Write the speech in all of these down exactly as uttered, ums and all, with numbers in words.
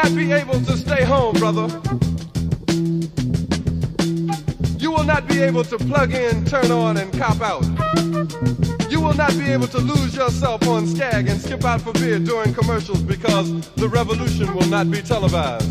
not be able to stay home, brother. You will not be able to plug in, turn on, and cop out. You will not be able to lose yourself on Skag and skip out for beer during commercials because the revolution will not be televised.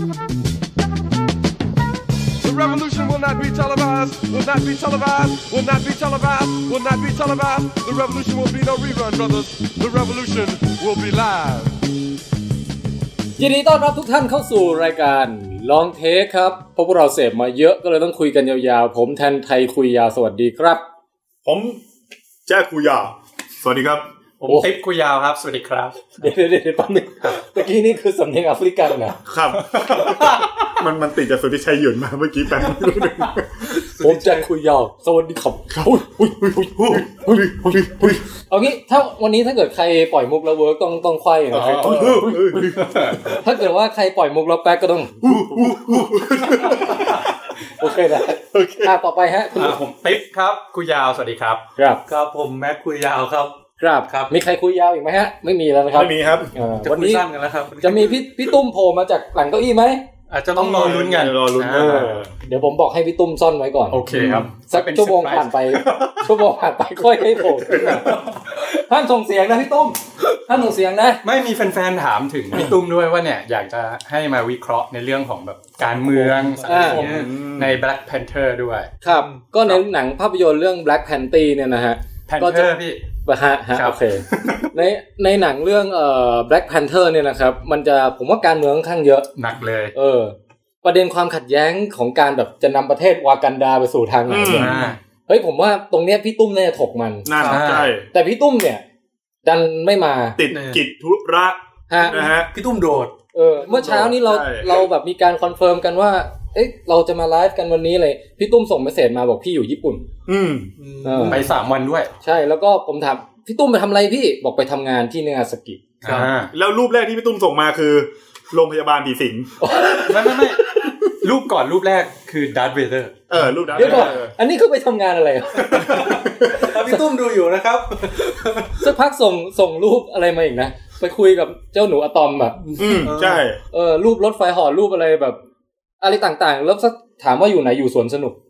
The revolution will not be televised, will not be televised, will not be televised, will not be televised. The revolution will be no rerun, brothers. The revolution will be live. ยินดีต้อนรับทุกท่านเข้าสู่รายการลองเทคครับเพราะพวกเราเสพมาเยอะก็เลยต้องคุยกันยาวๆผมแทนไทยคุยยาวสวัสดีครับผมแจ้คุยยาวสวัสดีครับผมติ๊บคุยยาวครับสวัสดีครับเดี๋ยวๆๆแป๊บนึงเมื่อกี้นี่คือสำเนียงแอฟริกันนะครับมันมันติดจากสุทธิชัยหยุ่นมาเมื่อกี้แป๊บนึงผมแจ้คุยยาวสวัสดีครับอุ๊ยอุ๊ยอุ๊ยอุ๊ยอุ๊ยอุ๊ยเอางี้ถ้าวันนี้ถ้าเกิดใครปล่อยมุกแล้วเวิร์คต้องต้องไขว้นะครับถ้าเกิดว่าใครปล่อยมุกแล้วแป๊กก็ต้องโอเคนะโอเคอ่ะต่อไปฮะผมติ๊บครับคุยยาวสวัสดีครับครับครับผมแม็กคุยยาวครับครับครับมีใครคุยยาวอีกไหมฮะไม่มีแล้วนะครับไม่มีครับวันนี้สั้นกันแล้วครับจะมีพี่พี่ตุ้มโผล่มาจากหลังเก้าอี้ไหมอาจจะต้องรอลุ้นกันรอลุ้นเดี๋ยวผมบอกให้พี่ตุ้มซ่อนไว้ก่อนโอเคครับสักชั่วโมงผ่านไปชั่วโมงผ่านไปค่อยให้โผล่ขึ้นมาท่านส่งเสียงนะพี่ตุ้มท่านส่งเสียงนะไม่มีแฟนๆถามถึงพี่ตุ้มด้วยว่าเนี่ยอยากจะให้มาวิเคราะห์ในเรื่องของแบบการเมืองสังคมใน Black Panther ด้วยครับก็ในหนังภาพยนตร์เรื่อง Black Panther เนี่ยนะฮะก็จะพี่ฮะฮะโอเคในในหนังเรื่องเอ่อ Black Panther เนี่ยนะครับมันจะผมว่าการเมืองค่อนข้างเยอะหนักเลยเออประเด็นความขัดแย้งของการแบบจะนำประเทศวากันดาไปสู่ทางไหนเนี่ยเฮ้ยผมว่าตรงเนี้ยพี่ตุ้มน่าจะถกมันน่าใช่แต่พี่ตุ้มเนี่ยดันไม่มาติดกิจธุระนะฮะพี่ตุ้มโดดเออเมื่อเช้านี้เราเราแบบมีการคอนเฟิร์มกันว่าเอ๊ะเราจะมาไลฟ์กันวันนี้เลยพี่ตุ้มส่งเมสเสจมาบอกพี่อยู่ญี่ปุ่นอืมไปสามวันด้วยใช่แล้วก็ผมถามพี่ตุ้มไปทำอะไรพี่บอกไปทำงานที่เนงาซากิอ่าแล้วรูปแรกที่พี่ตุ้มส่งมาคือโรงพยาบาลผีสิงไม่ไม่ไม่รูปก่อนรูปแรกคือดาร์ธเวเดอร์เออรูปดาร์ธเวเดอร์อันนี้คือไปทำงานอะไรพี่ตุ้มดูอยู่นะครับสักพักส่งส่งรูปอะไรมาอีกนะไปคุยกับเจ้าหนูอะตอมแบบอืมใช่เออรูปรถไฟห่อรูปอะไรแบบอะไรต่างๆแล้วสักถามว่าอยู่ไหนอยู่สวนสนุก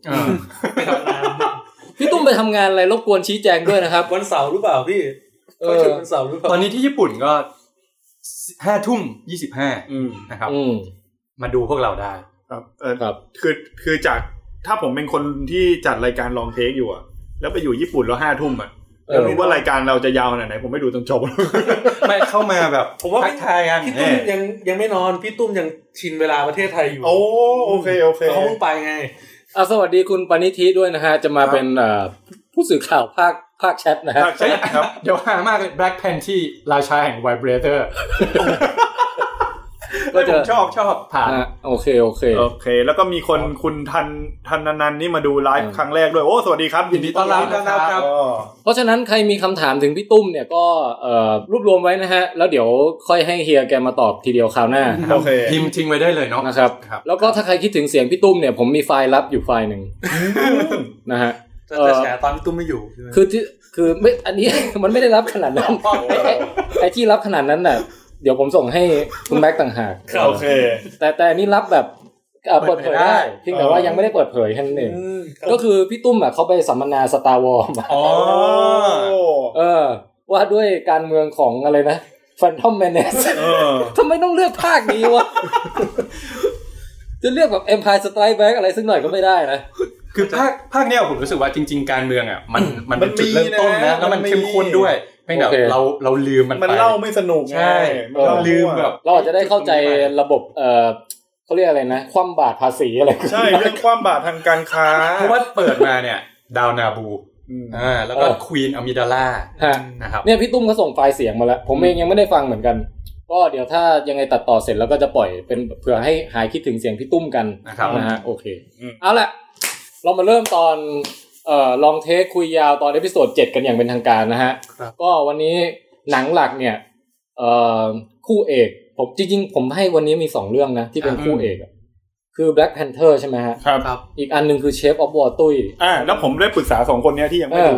พี่ตุ้มไปทำงานอะไรรบกวนชี้แจงด้วยนะครับวันเสาร์หรือเปล่าพี่เออวันเสาร์หรือเปล่าตอนนี้ที่ญี่ปุ่นก็ห้าทุ่มยี่สิบห้านะครับมาดูพวกเราได้ครับเออครับคือคือจากถ้าผมเป็นคนที่จัดรายการลองเทคอยู่อ่ะแล้วไปอยู่ญี่ปุ่นแล้วห้าทุ่มอ่ะแล้วรู้ว่ารายการเราจะยาวขนาดไหนผมไม่ดูจนจบไม่เข้ามาแบบผมว่าทักทายกันพี่ตุ้มยังยังไม่นอนพี่ตุ้มยังชินเวลาประเทศไทยอยู่โอ้โอเคโอเคเขาเพิ่งไปไงอ่ะสวัสดีคุณปณิธิด้วยนะฮะจะมาเป็นเอ่อผู้สื่อข่าวภาคภาคแชทนะฮะใช่ครับเดี๋ยวหามากเลย Black Panther ราชาแห่ง Vibrator ก็จะชอบชอบผ่านโอเคโอเคโอเคแล้วก็มีคนคุณทันทันนันนี่มาดูไลฟ์ครั้งแรกด้วยโอ้สวัสดีครับยินดีต้อนรับนะครับเพราะฉะนั้นใครมีคำถามถึงพี่ตุ้มเนี่ยก็เอ่อรวบรวมไว้นะฮะแล้วเดี๋ยวค่อยให้เฮียแกมาตอบทีเดียวคราวหน้าโอเคพิมพ์ทิ้งไว้ได้เลยเนาะนะครับแล้วก็ถ้าใครคิดถึงเสียงพี่ตุ้มเนี่ยผมมีไฟล์ลับอยู่ไฟล์นึงนะฮะจะแชร์ตอนพี่ตุ้มไม่อยู่คือที่คือไม่อันนี้มันไม่ได้รับขนาดนั้นไอ้ที่รับขนาดนั้นน่ะเดี๋ยวผมส่งให้คุณแม็กต่างหากโอเคแต่แต่อันนี้รับแบบเปิดเผยได้เพียงแต่ว่ายังไม่ได้เปิดเผยแค่นั้นเองก็คือพี่ตุ้มอ่ะเขาไปสัมมนา Star Wars มาอ๋อเออว่าด้วยการเมืองของอะไรนะ Phantom Menace เออทำไมต้องเลือกภาคนี้วะจะเลือกแบบ Empire Strikes Back อะไรสักหน่อยก็ไม่ได้นะคือภาคภาคเนี้ยผมรู้สึกว่าจริงๆการเมืองอ่ะมันมันเป็นจุดเริ่มต้นนะแล้วมันเข้มข้นด้วยไม่แบบเราเราลืมมันไปมันเล่าไม่สนุกใช่เราลืมแบบเราอาจจะได้เข้าใจระบบเอ่อเขาเรียกอะไรนะคว่ำบาตรภาษีอะไรใช่เรื่องคว่ำบาตรทางการค้าเพราะว่าเปิดมาเนี่ยดาวนาบูอ่าแล้วก็ควีนอะมิดาล่านะครับเนี่ยพี่ตุ้มเขาส่งไฟล์เสียงมาแล้วผมเองยังไม่ได้ฟังเหมือนกันก็เดี๋ยวถ้ายังไงตัดต่อเสร็จแล้วก็จะปล่อยเป็นเผื่อให้หายคิดถึงเสียงพี่ตุ้มกันนะฮะโอเคเอาละเรามาเริ่มตอนเอ่อลองเทคคุยยาวตอนเอพิโซดเจ็ดกันอย่างเป็นทางการนะฮะก็วันนี้หนังหลักเนี่ยเอ่อคู่เอกผมจริงๆผมให้วันนี้มีสองเรื่องนะที่เป็นคู่เอกคือ Black Panther ใช่ไหมฮะครับอีกอันนึงคือ Shape of Water ตุ้ยอ่าแล้วผมได้ปรึกษาสองคนเนี้ยที่ยังไม่ดูแล้ว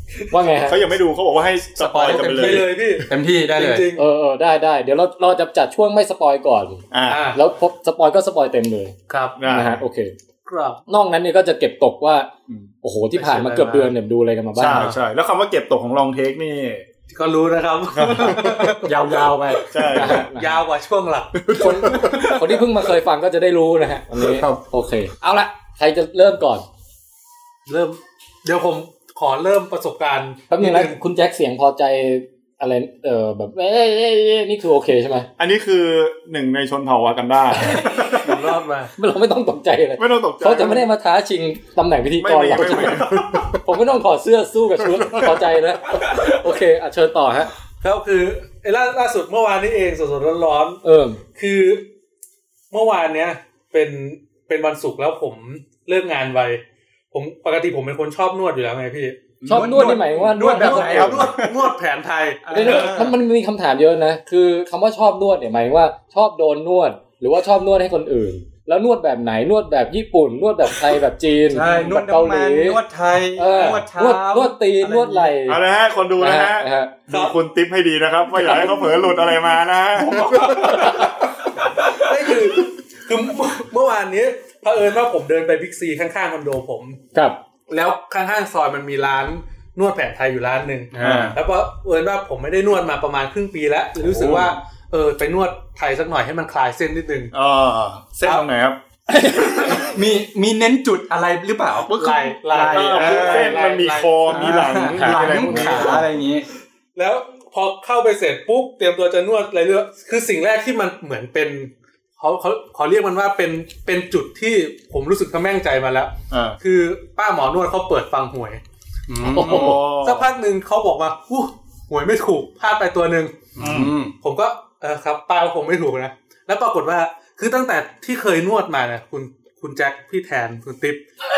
ว่าไงฮะเขายังไม่ดูเขาบอกว่าให้สปอยกันไปเลยพี่เต็มที่ได้เลยเออเออได้ได้เดี๋ยวเราเราจะจัดช่วงไม่สปอยก่อนอ่าแล้วพอสปอยก็สปอยเต็มเลยครับนะฮะโอเคครับนอกนั้นเนี่ยก็จะเก็บตกว่าโอ้โหที่ผ่านมาเกือบเดือนเนี่ยดูอะไรกันมาบ้างใช่ใช่แล้วคำว่าเก็บตกของลองเทคนี่ก็รู้นะครับยาวๆไปใช่ยาวกว่าช่วงหลักคนคนที่เพิ่งมาเคยฟังก็จะได้รู้นะฮะวันนี้โอเคเอาละใครจะเริ่มก่อนเริ่มเดี๋ยวผมขอเริ่มประสบการณ์แป๊บนึงนะคุณแจ็คเสียงพอใจอะไรเออแบบเอ้ยนี่คือโอเคใช่ไหมอันนี้คือหนึ่งในชนเผ่าวากันดารอดมาเราไม่ต้องตกใจเลยไม่ต้องตกใจเขาจะไม่ได้มาท้าชิงตำแหน่งพิธีกรหรอกผมไม่ต้องขอเสื้อสู้กับชุดพอใจแล้วโอเคอ่ะเชิญต่อฮะแล้วคือไอ้ล่าล่าสุดเมื่อวานนี้เองสดๆร้อนๆเออคือเมื่อวานเนี้ยเป็นเป็นวันศุกร์แล้วผมเลิกงานไวผมปกติผมเป็นคนชอบนวดอยู่แล้วไงพี่ชอบนวดนี่หมายว่านวดแบบไหนครับนวดนวดแผนไทยมันมันมีคำถามเยอะนะคือคำว่าชอบนวดเนี่ยหมายว่าชอบโดนนวดหรือว่าชอบนวดให้คนอื่นแล้วนวดแบบไหนนวดแบบญี่ปุ่นนวดแบบไทยแบบจีนแบบเกาหลีนวดไทยนวดเท้านวดตีนนวดไหล่เอาละฮะคนดูนะฮะมีคุณติ๊บให้ดีนะครับว่าอย่าให้เขาเผลอหลุดอะไรมานะนี่คือคือเมื่อวานนี้เผอิญว่าผมเดินไปบิ๊กซีข้างๆคอนโดผมครับแล้วข้างๆซอยมันมีร้านนวดแผนไทยอยู่ร้านนึงแล้วก็เอิญว่าผมไม่ได้นวดมาประมาณครึ่งปีแล้วรู้สึกว่าเออไปนวดไทยสักหน่อยให้มันคลายเส้นนิดนึงอ๋อเส้นตรงไหนครับมีมีเน้นจุดอะไรหรือเปล่าไหล่ไหล่เส้นมันมีคอมีหลังหลังขาอะไรอย่างงี้แล้วพอเข้าไปเสร็จปุ๊บเตรียมตัวจะนวดอะไรเรื่อยคือสิ่งแรกที่มันเหมือนเป็นเขาเขาเขาเรียกมันว่าเป็นเป็นจุดที่ผมรู้สึกทำแม่งใจมาแล้วคือป้าหมอนวดเขาเปิดฟังหวยสักพักนึงเขาบอกว่าอู้หวยไม่ถูกพลาดไปตัวนึงผมก็เออครับป้าคงไม่ถูกนะแล้วปรากฏว่าคือตั้งแต่ที่เคยนวดมาเนี่ยคุณคุณแจ็คพี่แทนคุณติ๊บ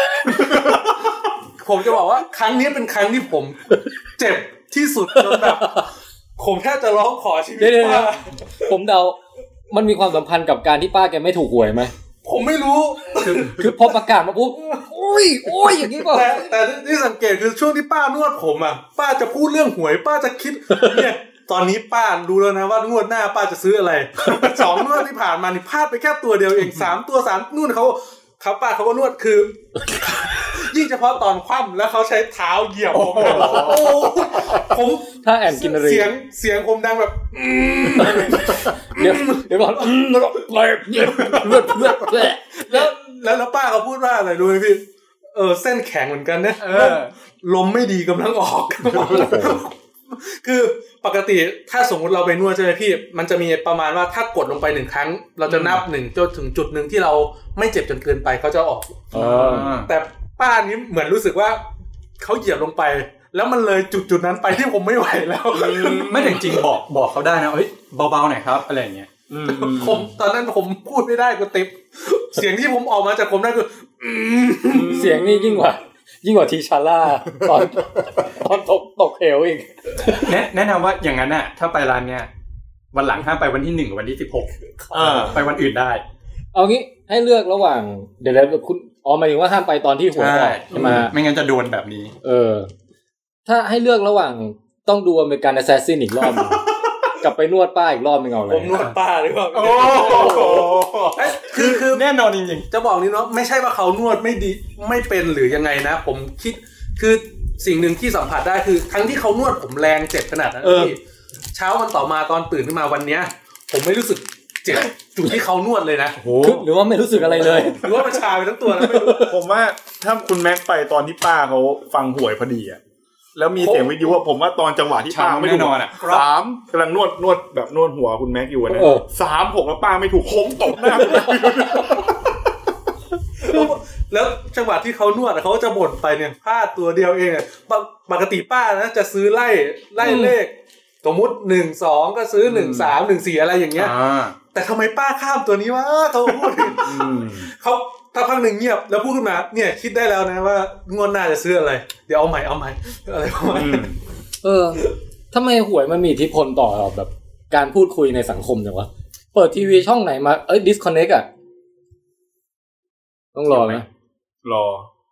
ผมจะบอกว่าครั้งนี้เป็นครั้งที่ผมเจ็บที่สุดจนแบบผมแทบจะร้องขอชีวิตป้าผมเดามันมีความสัมพันธ์กับการที่ป้าแกไม่ถูกหวยไหมผมไม่รู้คือคือพอประกาศมาปุ๊บโอ้ยโอ้ยอย่างนี้ป่ะแต่แต่ที่สังเกตคือช่วงที่ป้านวดผมอ่ะป้าจะพูดเรื่องหวยป้าจะคิดเนี่ยตอนนี้ป้ารู้แล้วนะว่างวดหน้าป้าจะซื้ออะไรสองงวดที่ผ่านมานี่พลาดไปแค่ตัวเดียวเองสามตัวสามนู่นเขาเขาป้าเขาก็นวดคือยิ่งเฉพาะตอนคว่ำแล้วเขาใช้เท้าเหยียบผมโอ้ผมถ้าแอนกินอะไรเสียงเสียงผมดังแบบเดี๋ยวเดี๋ยวก่อนแล้วเลือดเลือดแล้วแล้วแล้วป้าเขาพูดว่าอะไรรู้ไหมพี่เออเส้นแข็งเหมือนกันนะลมไม่ดีกำลังออกคือปกติถ้าสมมุติเราไปนวดใช่ไหมพี่มันจะมีประมาณว่าถ้ากดลงไปหนึ่งครั้งเราจะนับหนึ่งจนถึงจุดหนึ่งที่เราไม่เจ็บจนเกินไปเขาจะออกแต่ป้านี้เหมือนรู้สึกว่าเขาเหยียบลงไปแล้วมันเลยจุดจุดนั้นไปที่ผมไม่ไหวแล้วไม่จริงๆบอกบอกเขาได้นะเฮ้ยเบาๆหน่อยครับอะไรอย่างเงี้ยผมตอนนั้นผมพูดไม่ได้ก็ติบเสียงที่ผมออกมาจากผมนั่นคือเสียงนี่ยิ่งกว่ายิ่งกว่าทีชาร่าตอนตอนตกตกเหวอีกแนะแนะนำว่าอย่างนั้นน่ะถ้าไปร้านเนี้ยวันหลังห้ามไปวันที่หนึ่งกับวันที่สิบหกเออไปวันอื่นได้เอางี้ให้เลือกระหว่างเดี๋ยวแล้วคุณอ๋อหมายถึงว่าห้ามไปตอนที่หัวออกใช่มั้ยไม่งั้นจะโดนแบบนี้เออถ้าให้เลือกระหว่างต้องดูอเมริกันแอสซัสซินอีกรอบนึงกลับไปนวดป้าอีกรอบนึงเอาเลยผมนวดป้าหรือเปล่าโอ้คือคือแน่นอนจริงๆจะบอกนี่เนาะไม่ใช่ว่าเขานวดไม่ดีไม่เป็นหรือยังไงนะผมคิดคือสิ่งหนึ่งที่สัมผัสได้คือทั้งที่เขานวดผมแรงเจ็บขนาดนั้นที่เช้าวันต่อมาตอนตื่นขึ้นมาวันเนี้ยผมไม่รู้สึกเจ็บจุดที่เขานวดเลยนะโอ้หรือว่าไม่รู้สึกอะไรเลยหรือว่ามันชาไปทั้งตัวแล้วไม่รู้ผมว่าถ้าคุณแม็กไปตอนที่ป้าเขาฟังหวยพอดีอะแล้วมีเสียงวิทยุว่าผมว่าตอนจังหวะที่ป้าไม่ถูกสามกำลังนวดนวดแบบนวดหัวคุณแม็กอยู่นะสามหกแล้วป้าไม่ถูกโค้งตกหน้าแล้วจังหวะที่เขานวดเขาจะบ่นไปเนี่ยพลาดตัวเดียวเองปกติป้านะจะซื้อไล่ไล่เลขสมมุติหนึ่ง สองก็ซื้อหนึ่ง สาม หนึ่ง สี่อะไรอย่างเงี้ยแต่ทำไมป้าข้ามตัวนี้วะเขาพูดเขาถ้าพักหนึ่งเงียบแล้วพูดขึ้นมาเนี่ยคิดได้แล้วนะว่างวดหน้าจะซื้ออะไรเดี๋ยวเอาใหม่เอาใหม่อะไรประมาณนี้เออทำไมหวยมันมีอิทธิพลต่อแบบการพูดคุยในสังคมจังวะเปิดทีวีช่องไหนมาเอ้ย disconnect อ่ะต้องรอนะรอ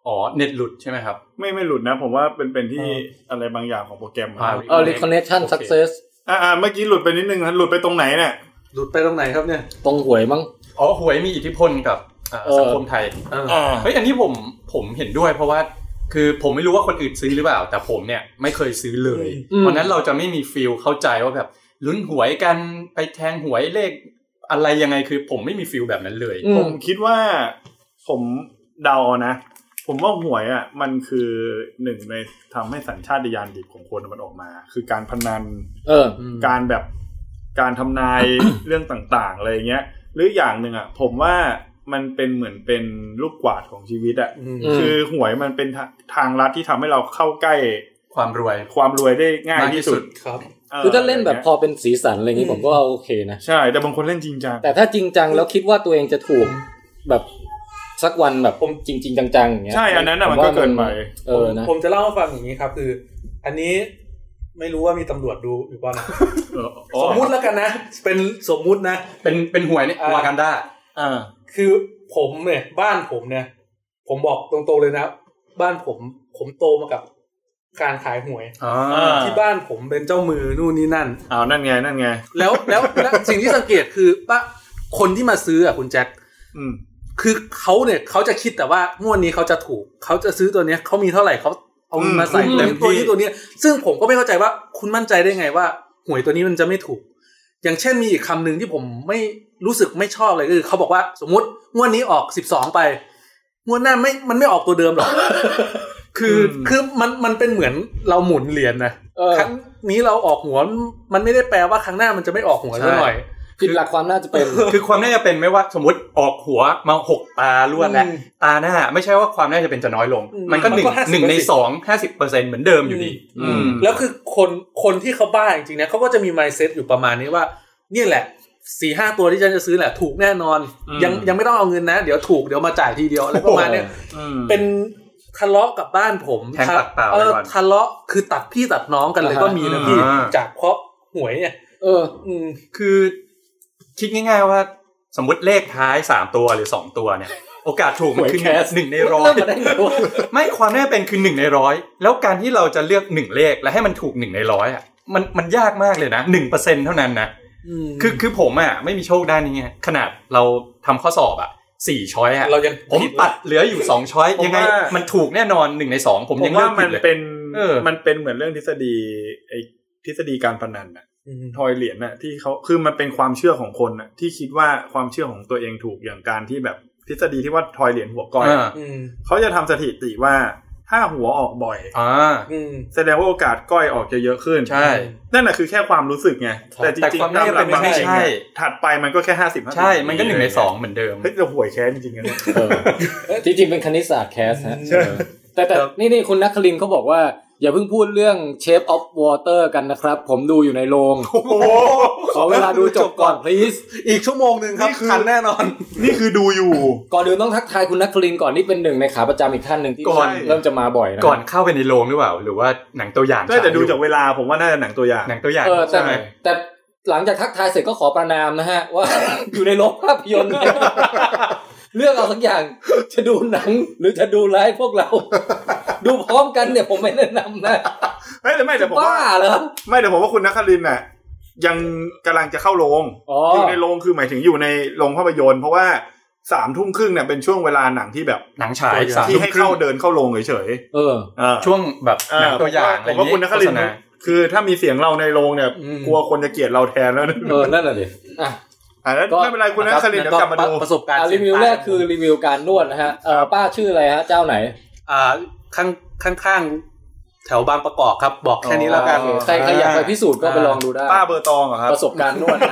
อ๋อเน็ตหลุดใช่ไหมครับไม่ไม่หลุดนะผมว่าเป็นเป็นที่อะไรบางอย่างของโปรแกรมเออ reconnection success อ่าเมื่อกี้หลุดไปนิดนึงนะหลุดไปตรงไหนเนี่ยหลุดไปตรงไหนครับเนี่ยตรงหวยมั้งอ๋อหวยมีอิทธิพลกับสังคมไทยเฮ้ยอันนี้ผมผมเห็นด้วยเพราะว่าคือผมไม่รู้ว่าคนอื่นซื้อหรือเปล่าแต่ผมเนี่ยไม่เคยซื้อเลยเพราะนั้นเราจะไม่มีฟีลเข้าใจว่าแบบลุ้นหวยกันไปแทงหวยเลขอะไรยังไงคือผมไม่มีฟีลแบบนั้นเลยผมคิดว่าผมเดานะผมว่าหวยอ่ะมันคือหนึ่งในทำให้สัญชาตญาณดิบของคนมันออกมาคือการพนันเออการแบบการทำนาย เรื่องต่างๆอะไรเงี้ยหรืออย่างหนึ่งอ่ะผมว่ามันเป็นเหมือนเป็นลูกกวาดของชีวิตอ่ะคือหวยมันเป็นทางลัดที่ทำให้เราเข้าใกล้ความรวยความรวยได้ง่ายที่สุดครับคือถ้าเล่นแบบพอเป็นสีสันอะไรอย่างนี้ผมก็โอเคนะใช่แต่บางคนเล่นจริงจังแต่ถ้าจริงจังแล้วคิดว่าตัวเองจะถูกแบบสักวันแบบผมจริงๆจังๆอย่างเงี้ยใช่อันนั้นน่ะมันก็เกินไปเออนะผมจะเล่าให้ฟังอย่างนี้ครับคืออันนี้ไม่รู้ว่ามีตำรวจดูอยู่ป่ะนะสมมุติแล้วกันนะเป็นสมมุตินะเป็นเป็นหวยเนี่ยวากันดาอ่าคือผมเนี่ยบ้านผมเนี่ยผมบอกตรงๆเลยนะบ้านผมผมโตมากับการขายหวยที่บ้านผมเป็นเจ้ามือนู่นนี่นั่นอ้าวนั่นไงนั่นไงแล้วแล้วสิ่งที่สังเกตคือว่าคนที่มาซื้ออ่ะคุณแจ็คคือเขาเนี่ยเขาจะคิดแต่ว่างวดนี้เขาจะถูกเขาจะซื้อตัวเนี้ยเขามีเท่าไหร่เขาเอามาใส่เต็มตัวนี้ตัวนี้ซึ่งผมก็ไม่เข้าใจว่าคุณมั่นใจได้ไงว่าหวยตัวนี้มันจะไม่ถูกอย่างเช่นมีอีกคำหนึ่งที่ผมไม่รู้สึกไม่ชอบเลยคือเขาบอกว่าสมมุติงวดนี้ออกสิบสองไปงวดหน้าไม่มันไม่ออกตัวเดิมหรอกคือคือมันมันเป็นเหมือนเราหมุนเหรียญนะครั้งนี้เราออกหัวมันไม่ได้แปลว่าครั้งหน้ามันจะไม่ออกหัวซะหน่อยผิดหลักความน่าจะเป็นคือความน่าจะเป็นไม่ว่าสมมติออกหัวมาหกตารวดแล้วตาหน้าไม่ใช่ว่าความน่าจะเป็นจะน้อยลงมันก็หนึ่ง หนึ่งในสอง ห้าสิบเปอร์เซ็นต์ เหมือนเดิมอยู่ดีแล้วคือคนคนที่เขาบ้าจริงๆนะเขาก็จะมี mindset อยู่ประมาณนี้ว่านี่แหละ สี่ห้า ตัวที่ฉันจะซื้อแหละถูกแน่นอนยังยังไม่ต้องเอาเงินนะเดี๋ยวถูกเดี๋ยวมาจ่ายทีเดียวอะไรประมาณนี้เป็นทะเลาะกับบ้านผมเออทะเลาะคือตัดพี่ตัดน้องกันเลยก็มีนะพี่จากเพราะหวยเนี่ยเออคือคิดง่ายๆว่าสมมุติเลขท้ายสามตัวหรือสองตัวเนี่ยโอกาสถูกมันคือหนึ่งในร้อยไม่ความแน่เป็นคือหนึ่งในร้อยแล้วการที่เราจะเลือกหนึ่งเลขและให้มันถูกหนึ่งในร้อยอ่ะมันมันยากมากเลยนะ หนึ่งเปอร์เซ็นต์ เท่านั้นนะคือคือผมอ่ะไม่มีโชคด้านนี้ไงขนาดเราทำข้อสอบอ่ะสี่ช้อยอ่ะผมตัดเหลืออยู่สองช้อยยังไงมันถูกแน่นอนหนึ่งในสองผมยังเลือกผิดเลยมันเป็นมันเป็นเหมือนเรื่องทฤษฎีไอ้ทฤษฎีการพนันน่ะทอยเหรียญน่ะที่เขาคือมันเป็นความเชื่อของคนน่ะที่คิดว่าความเชื่อของตัวเองถูกอย่างการที่แบบทฤษฎีที่ว่าทอยเหรียญหัวก้อยเขาจะทำสถิติว่าถ้าหัวออกบ่อยอ่าแสดงว่าโอกาสก้อยออกจะเยอะขึ้นใช่นั่นน่ะคือแค่ความรู้สึกไงแต่จริงๆตามหลักมันไม่ใช่ถัดไปมันก็แค่ห้าสิบใช่มันก็หนึ่งในสองเหมือนเดิมเฮ้ยจะหวยแค้นจริงๆนะเออจริงๆเป็นคณิตศาสตร์แคสฮะแต่แต่นี่ๆคุณนักคลินเขาบอกว่าอย่าเพิ่งพูดเรื่อง Shape of Water กันนะครับผมดูอยู่ในโรงขอเวลาดูจบก่อน please อีกชั่วโมงนึงครับคันแน่นอนนี่คือดูอยู่ก่อนอื่นต้องทักทายคุณนักคลินก่อนนี่เป็นหนึ่งในขาประจำอีกท่านนึงที่เริ่มจะมาบ่อยนะก่อนเข้าไปในโรงหรือเปล่าหรือว่าหนังตัวอย่างแต่ดูจากเวลาผมว่าน่าจะหนังตัวอย่างหนังตัวอย่างใช่มั้ยแต่หลังจากทักทายเสร็จก็ขอประนามนะฮะว่าอยู่ในโรงภาพยนตร์เลือกเอาสักอย่างจะดูหนังหรือจะดูไลฟ์พวกเราดูพร้อมกันเนี่ยผมไม่แนะนำนะไม่แต่ไม่แต่ผมว่าไม่แต่ผมว่าคุณนักคลินน่ะยังกำลังจะเข้าโรงอยู่ในโรงคือหมายถึงอยู่ในโรงภาพยนตร์เพราะว่าสามทุ่มครึ่งเนี่ยเป็นช่วงเวลาหนังที่แบบหนังฉายที่ให้เข้าเดินเข้าโรงเฉยๆเออช่วงแบบหนังตัวอย่างอะไรอย่างนี้ผมว่าคุณนักคลินคือถ้ามีเสียงเราในโรงเนี่ยกลัวคนจะเกลียดเราแทนแล้วเออนั่นแหละดิอ่ะอ่าไม่เป็นไรคุณนักคลินเดี๋ยวกลับมาดูประสบการณ์รีวิวแรกคือรีวิวการนวดนะฮะเอ่อป้าชื่ออะไรฮะเจ้าไหนอ่าข้างข้างๆแถวบางประกอบครับบอกแค่นี้แล้วกันใครใครอยากไปพิสูจน์ก็ไปลองดูได้ป้าเบอร์ตองเหรอครับประสบการณ์นวด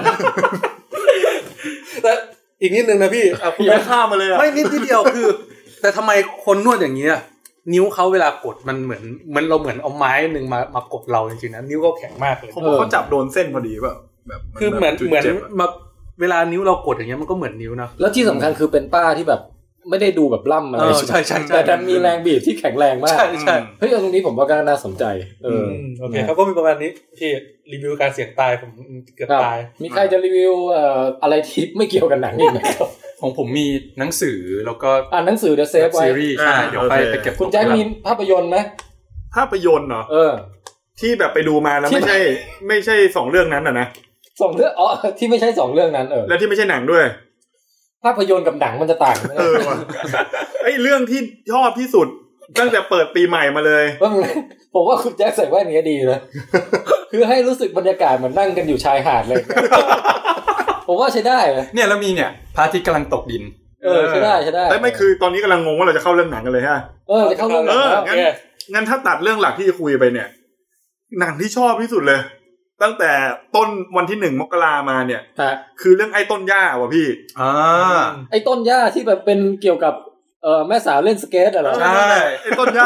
แต่อีกนิดนึงนะพี่คุณไม่ข้ามมาเลยอ่ะไม่นิดนิดเดียวคือแต่ทำไมคนนวดอย่างนี้นิ้วเขาเวลากดมันเหมือนมันเราเหมือนเอาไม้นึงมามากดเราจริงๆนะนิ้วเขาแข็งมากเลยผมว่าเขาจับโดนเส้นพอดีป่ะแบบคือเหมือนเหมือนมาเวลานิ้วเรากดอย่างเงี้ยมันก็เหมือนนิ้วนะแล้วที่สำคัญคือเป็นป้าที่แบบไม่ได้ดูแบบล่ำอะไรใช่ใช่แต่ดันมีแรงบีบที่แข็งแรงมากใช่ใช่เฮ้ยตรงนี้ผมว่าก็น่าสนใจเออโอเคเขาก็มีประมาณนี้ที่รีวิวการเสี่ยงตายผมเกือบตายมีใครจะรีวิวเอ่ออะไรที่ไม่เกี่ยวกับหนังอีกไหมครับของผมมีหนังสือแล้วก็อ่านหนังสือเดี๋ยวเซฟไว้ซีรีส์ใช่เดี๋ยวไปไปเก็บคุณแจ็คมีภาพยนตร์ไหมภาพยนตร์เหรอเออที่แบบไปดูมาแล้วไม่ใช่ไม่ใช่สองเรื่องนั้นอ่ะนะสองเรื่องอ๋อที่ไม่ใช่สองเรื่องนั้นเออแล้วที่ไม่ใช่หนังด้วยภาพยนตร์กับหนังมันจะต่างกันเออไอ้เรื่องที่ชอบที่สุดตั้งแต่เปิดปีใหม่มาเลยผมว่าคุณแจ็คใส่แว่นนี้ดีนะคือให้รู้สึกบรรยากาศเหมือนนั่งกันอยู่ชายหาดเลยผมว่าใช้ได้เนี่ยแล้วมีเนี่ยพระอาทิตย์กำลังตกดินเออใช้ได้ใช้ได้แต่ไม่คือตอนนี้กำลังงงว่าเราจะเข้าเรื่องหนังกันเลยฮะเออจะเข้าเรื่องหนังแล้วงั้นงั้นถ้าตัดเรื่องหลักที่จะคุยไปเนี่ยหนังที่ชอบที่สุดเลยตั้งแต่ต้นวันที่หนึ่งมกรามาเนี่ยคือเรื่องไอ้ต้นหญ้าว่ะพี่อ่าไอ้ต้นหญ้าที่แบบเป็นเกี่ยวกับเอ่อแม่สาวเล่นสเก็ตอ่ะเหรอใช่ไอ้ต้นหญ้า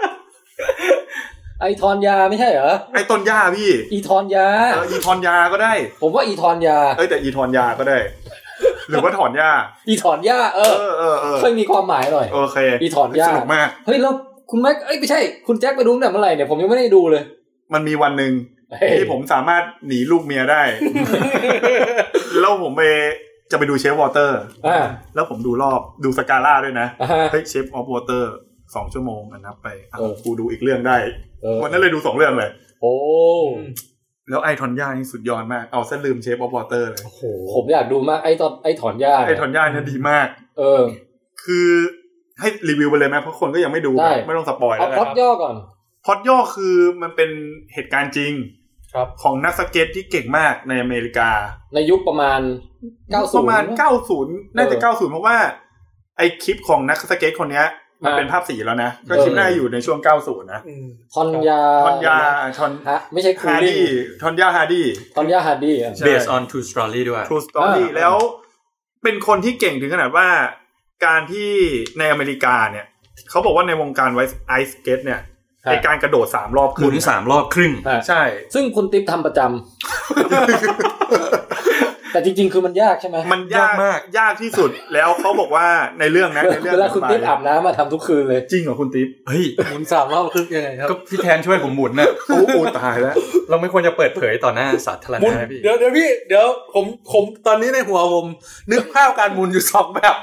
ไอทอนยาไม่ใช่เหรอไอต้นหญ้าพี่อีทอนยาเอออีทอนยาก็ได้ผมว่าอีทอนยาเอ้ยแต่อีทอนยาก็ได้หรือว่าถอนหญ้าอีถอนหญ้าเออเออเออค่อยมีความหมายหน่อยโอเคอีถอนหญ้าสนุกมากเฮ้ยแล้วคุณแม็กเอ้ยไม่ใช่คุณแจ็คไปดูตั้งแต่เมื่อไหร่เนี่ยผมยังไม่ได้ดูเลยมันมีวันนึงที่ผมสามารถหนีลูกเมียได้แล้วผมไปจะไปดูเชฟวอเตอร์อ่าแล้วผมดูรอบดูสกาล่าด้วยนะเฮ้ยเชฟออฟวอเตอร์สองชั่วโมงนับไปอ่ะกูดูอีกเรื่องได้วันนั้นเลยดูสองเรื่องเลยโอ้แล้วไอทอนย่านี่สุดยอดมากเอาซะลืมเชฟออฟวอเตอร์เลยโอ้โหผมอยากดูมากไอตอนไอถอนย่าไอถอนย่าเนี่ยดีมากเออคือให้รีวิวไปเลยไหมเพราะคนก็ยังไม่ดูไม่ต้องสปอยแล้วเอาพล็อตย่อก่อนพล็อตย่อคือมันเป็นเหตุการณ์จริงครับของนักสเก็ตที่เก่งมากในอเมริกาในยุคประมาณเก้าสิบประมาณเก้าสิบน่าจะเก้าสิบเพราะว่าไอคลิปของนักสเก็ตคนเนี้ยมันเป็นภาพสีแล้วนะก็คิดน่าอยู่ในช่วงเก้าสิบนะทอนยาทอนยาทอนฮะไม่ใช่ฮาร์ดี้ทอนยาฮาร์ดี้ทอนยาฮาร์ดี้ based on true story ด้วย true story แล้วเป็นคนที่เก่งถึงขนาดว่าการที่ในอเมริกาเนี่ยเขาบอกว่าในวงการไไอซ์สเก็ตเนี่ยในการกระโดดสามรอบครึ่งหมุนสามรอบครึ่งใช่ซึ่งคุณติ๊บทำประจำแต่จริงๆคือมันยากใช่ไหมมันยากมากยากที่สุดแล้วเขาบอกว่าในเรื่องนะในเรื่องเวลาคุณติ๊บอาบน้ำมาทำทุกคืนเลยจริงเหรอคุณติ๊บเฮ้ยหมุนสามรอบครึ่งยังไงครับก็พี่แทนช่วยผมหมุนน่ะโอ้โหตายแล้วเราไม่ควรจะเปิดเผยต่อหน้าสาธารณะพี่เดี๋ยวเดี๋ยวพี่เดี๋ยวผมผมตอนนี้ในหัวผมนึกภาพการหมุนอยู่สองแบบ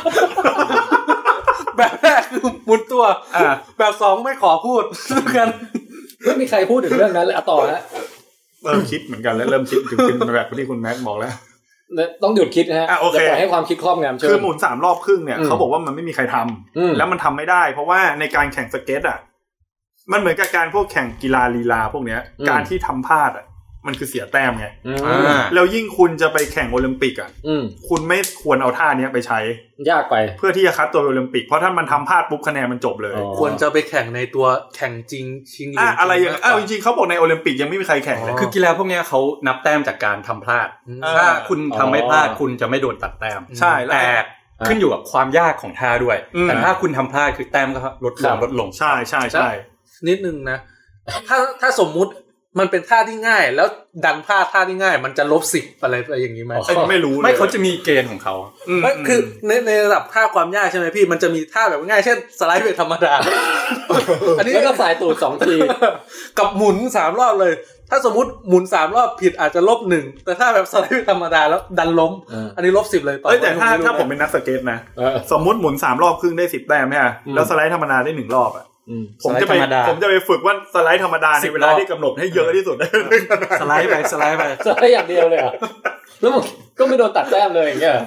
แบบแรกคือหมุนตัวอ่าแบบสองไม่ขอพูดกันไม่มีใครพูดถึงเรื่องนั้นเลยอ่ะต่อฮะเริ่มคิดเหมือนกันแล้วเริ่มคิดถึงเป็นแบบที่คุณแม็กบอกแล้วต้องหยุดคิดนะฮะจะปล่อยให้ความคิดครอบงำคือหมุนสามรอบครึ่งเนี่ยเขาบอกว่ามันไม่มีใครทำแล้วมันทำไม่ได้เพราะว่าในการแข่งสเก็ตอ่ะมันเหมือนกับการพวกแข่งกีฬาลีลาพวกเนี้ยการที่ทำพลาดอ่ะมันคือเสียแต้มไงแล้วยิ่งคุณจะไปแข่งโอลิมปิกอ่ะคุณไม่ควรเอาท่านี้ไปใช้ยากไปเพื่อที่จะคัดตัวโอลิมปิกเพราะถ้ามันทำพลาดปุ๊บคะแนนมันจบเลยควรจะไปแข่งในตัวแข่งจริงชิงเหรียญอะไรอย่างอ้าวจริงๆเขาบอกในโอลิมปิกยังไม่มีใครแข่งเลยคือกีฬาพวกนี้เขานับแต้มจากการทำพลาดถ้าคุณทำไม่พลาดคุณจะไม่โดนตัดแต้มใช่แต่ขึ้นอยู่กับความยากของท่าด้วยแต่ถ้าคุณทำพลาดคือแต้มก็ลดลงลดลงใช่ใช่ใช่นิดนึงนะถ้าถ้าสมมุติมันเป็นท่าที่ง่ายแล้วดันพลาดท่าที่ง่ายมันจะลบสิบอะไรอะไรอย่างนี้ไหมไม่รู้ไม่เขาจะมีเกณฑ์ของเขาไม่คือในในระดับท่าความยากใช่ไหมพี่มันจะมีท่าแบบง่ายเช่นสไลด์เป็นธรรมดาอันนี้ก็สายตูดสองทีกับหมุนสามรอบเลยถ้าสมมุติหมุนสามรอบผิดอาจจะลบหนึ่งแต่ถ้าแบบสไลด์เป็นธรรมดาแล้วดันล้มอันนี้ลบสิบเลยต่อแต่ถ้าถ้าผมเป็นนักสเก็ตนะสมมุติหมุนสามรอบครึ่งได้สิบแต้มใช่ไหมแล้วสไลด์ธรรมดาได้หนึ่งรอบอ่ะผมจะไปผมจะไปฝึกว่าสไลด์ธรรมดาในเวลาที่กำหนดให้เยอะที่สุดสไลด์ไปสไลด์ไปสไลด์อย่างเดียวเลยอ่ะแล้วมันก็ไม่โดนตัดแต้มเลยอย่างเงี้ย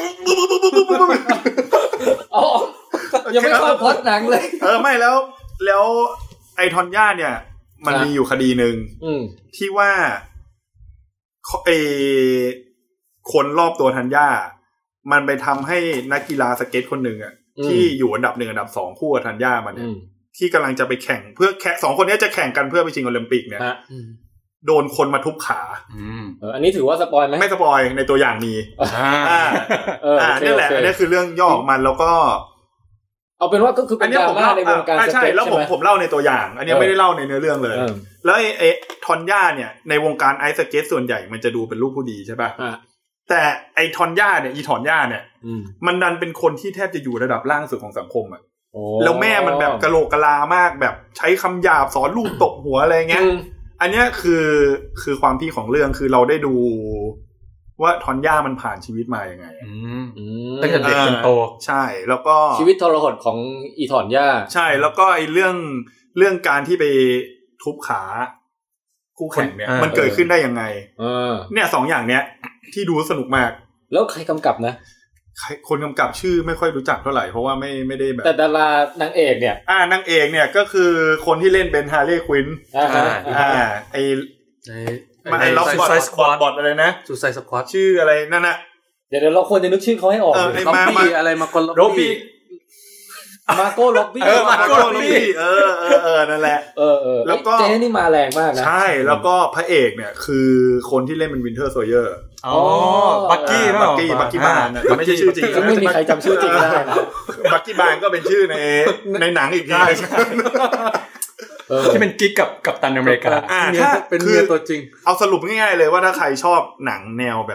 อ๋อยังไม่ฟังพล็อตหนังเลยเออไม่แล้วแล้วไอทอนย่าเนี่ยมันมีอยู่คดีหนึ่งที่ว่าไอคนรอบตัวทันย่ามันไปทำให้นักกีฬาสเก็ตคนหนึ่งอ่ะที่อยู่อันดับหนึ่งอันดับสองคู่กับธัญญามันเนี่ยที่กำลังจะไปแข่งเพื่อแข่งสองคนนี้จะแข่งกันเพื่อไปชิงโอลิมปิกเนี่ยโดนคนมาทุบขาเอออันนี้ถือว่าสปอยไหมไม่สปอยในตัวอย่างมีอ่าอ่านี่แหละอันนี้คือเรื่องย่อของมันแล้วก็เอาเป็นว่าก็คือเป็นดราม่าในวงการสเก็ตใช่แล้วผมผมเล่าในตัวอย่างอันนี้ไม่ได้เล่าในเนื้อเรื่องเลยแล้วไอ้ไอ้ทอนย่าเนี่ยในวงการไอซ์สเก็ตส่วนใหญ่มันจะดูเป็นลูกผู้ดีใช่ป่ะแต่ไอทอนย่าเนี่ยอีทอนย่าเนี่ยมันดันเป็นคนที่แทบจะอยู่ระดับล่างสุดของสังคมอ่ะแล้วแม่มันแบบกะโหลกกะลามากแบบใช้คำหยาบสอนลูกตบหัวอะไรเงี้ยอันเนี้ยคือคือความพี่ของเรื่องคือเราได้ดูว่าทอนย่ามันผ่านชีวิตมายังไงอืมตั้งแต่เด็กจนโตใช่แล้วก็ชีวิตทรหดของอีถอนย่าใช่แล้วก็ไอ้เรื่องเรื่องการที่ไปทุบขาคู่แข่งเนี่ยมันเกิดขึ้นได้ยังไงเนี่ยสองอย่างเนี้ยที่ดูสนุกมากแล้วใครกำกับนะคนกำกับชื่อไม่ค่อยรู้จักเท่าไหร่เพราะว่าไม่ไม่ได้แบบแต่ดารานางเอกเนี่ยอ่านางเอกเนี่ยก็คือคนที่เล่นเป็นฮาร์เลย์ควินอ่าอ่าไอไอไอล็อกบอทสควอตบอทอะไรนะซูไซด์สควอตชื่ออะไรนั่นน่ะเดี๋ยวเราควรจะนึกชื่อเขาให้ออกเลยล็อบบี้อะไรมาก่อนล็อบบี้มาโก้ล็อบบี้เออมาโก้ล็อบบี้เออเออเออนั่นแหละเออเออแล้วก็เจ๊นี่มาแรงมากนะใช่แล้วก็พระเอกเนี่ยคือคนที่เล่นเป็นวินเทอร์โซเยอร์อ๋อบักกี้บักกี้บักกี้บานแต่ไม่ใช่ชื่อจริงไม่มีใครจำชื่อจริงได้นะบักกี้บานก็เป็นชื่อในในหนังอีกทีที่เป็นกิ๊กกับกับตันอเมริกาถ้าเป็นเมียตัวจริงเอาสรุปง่ายๆเลยว่าถ้าใครชอบหนังแนวแบบ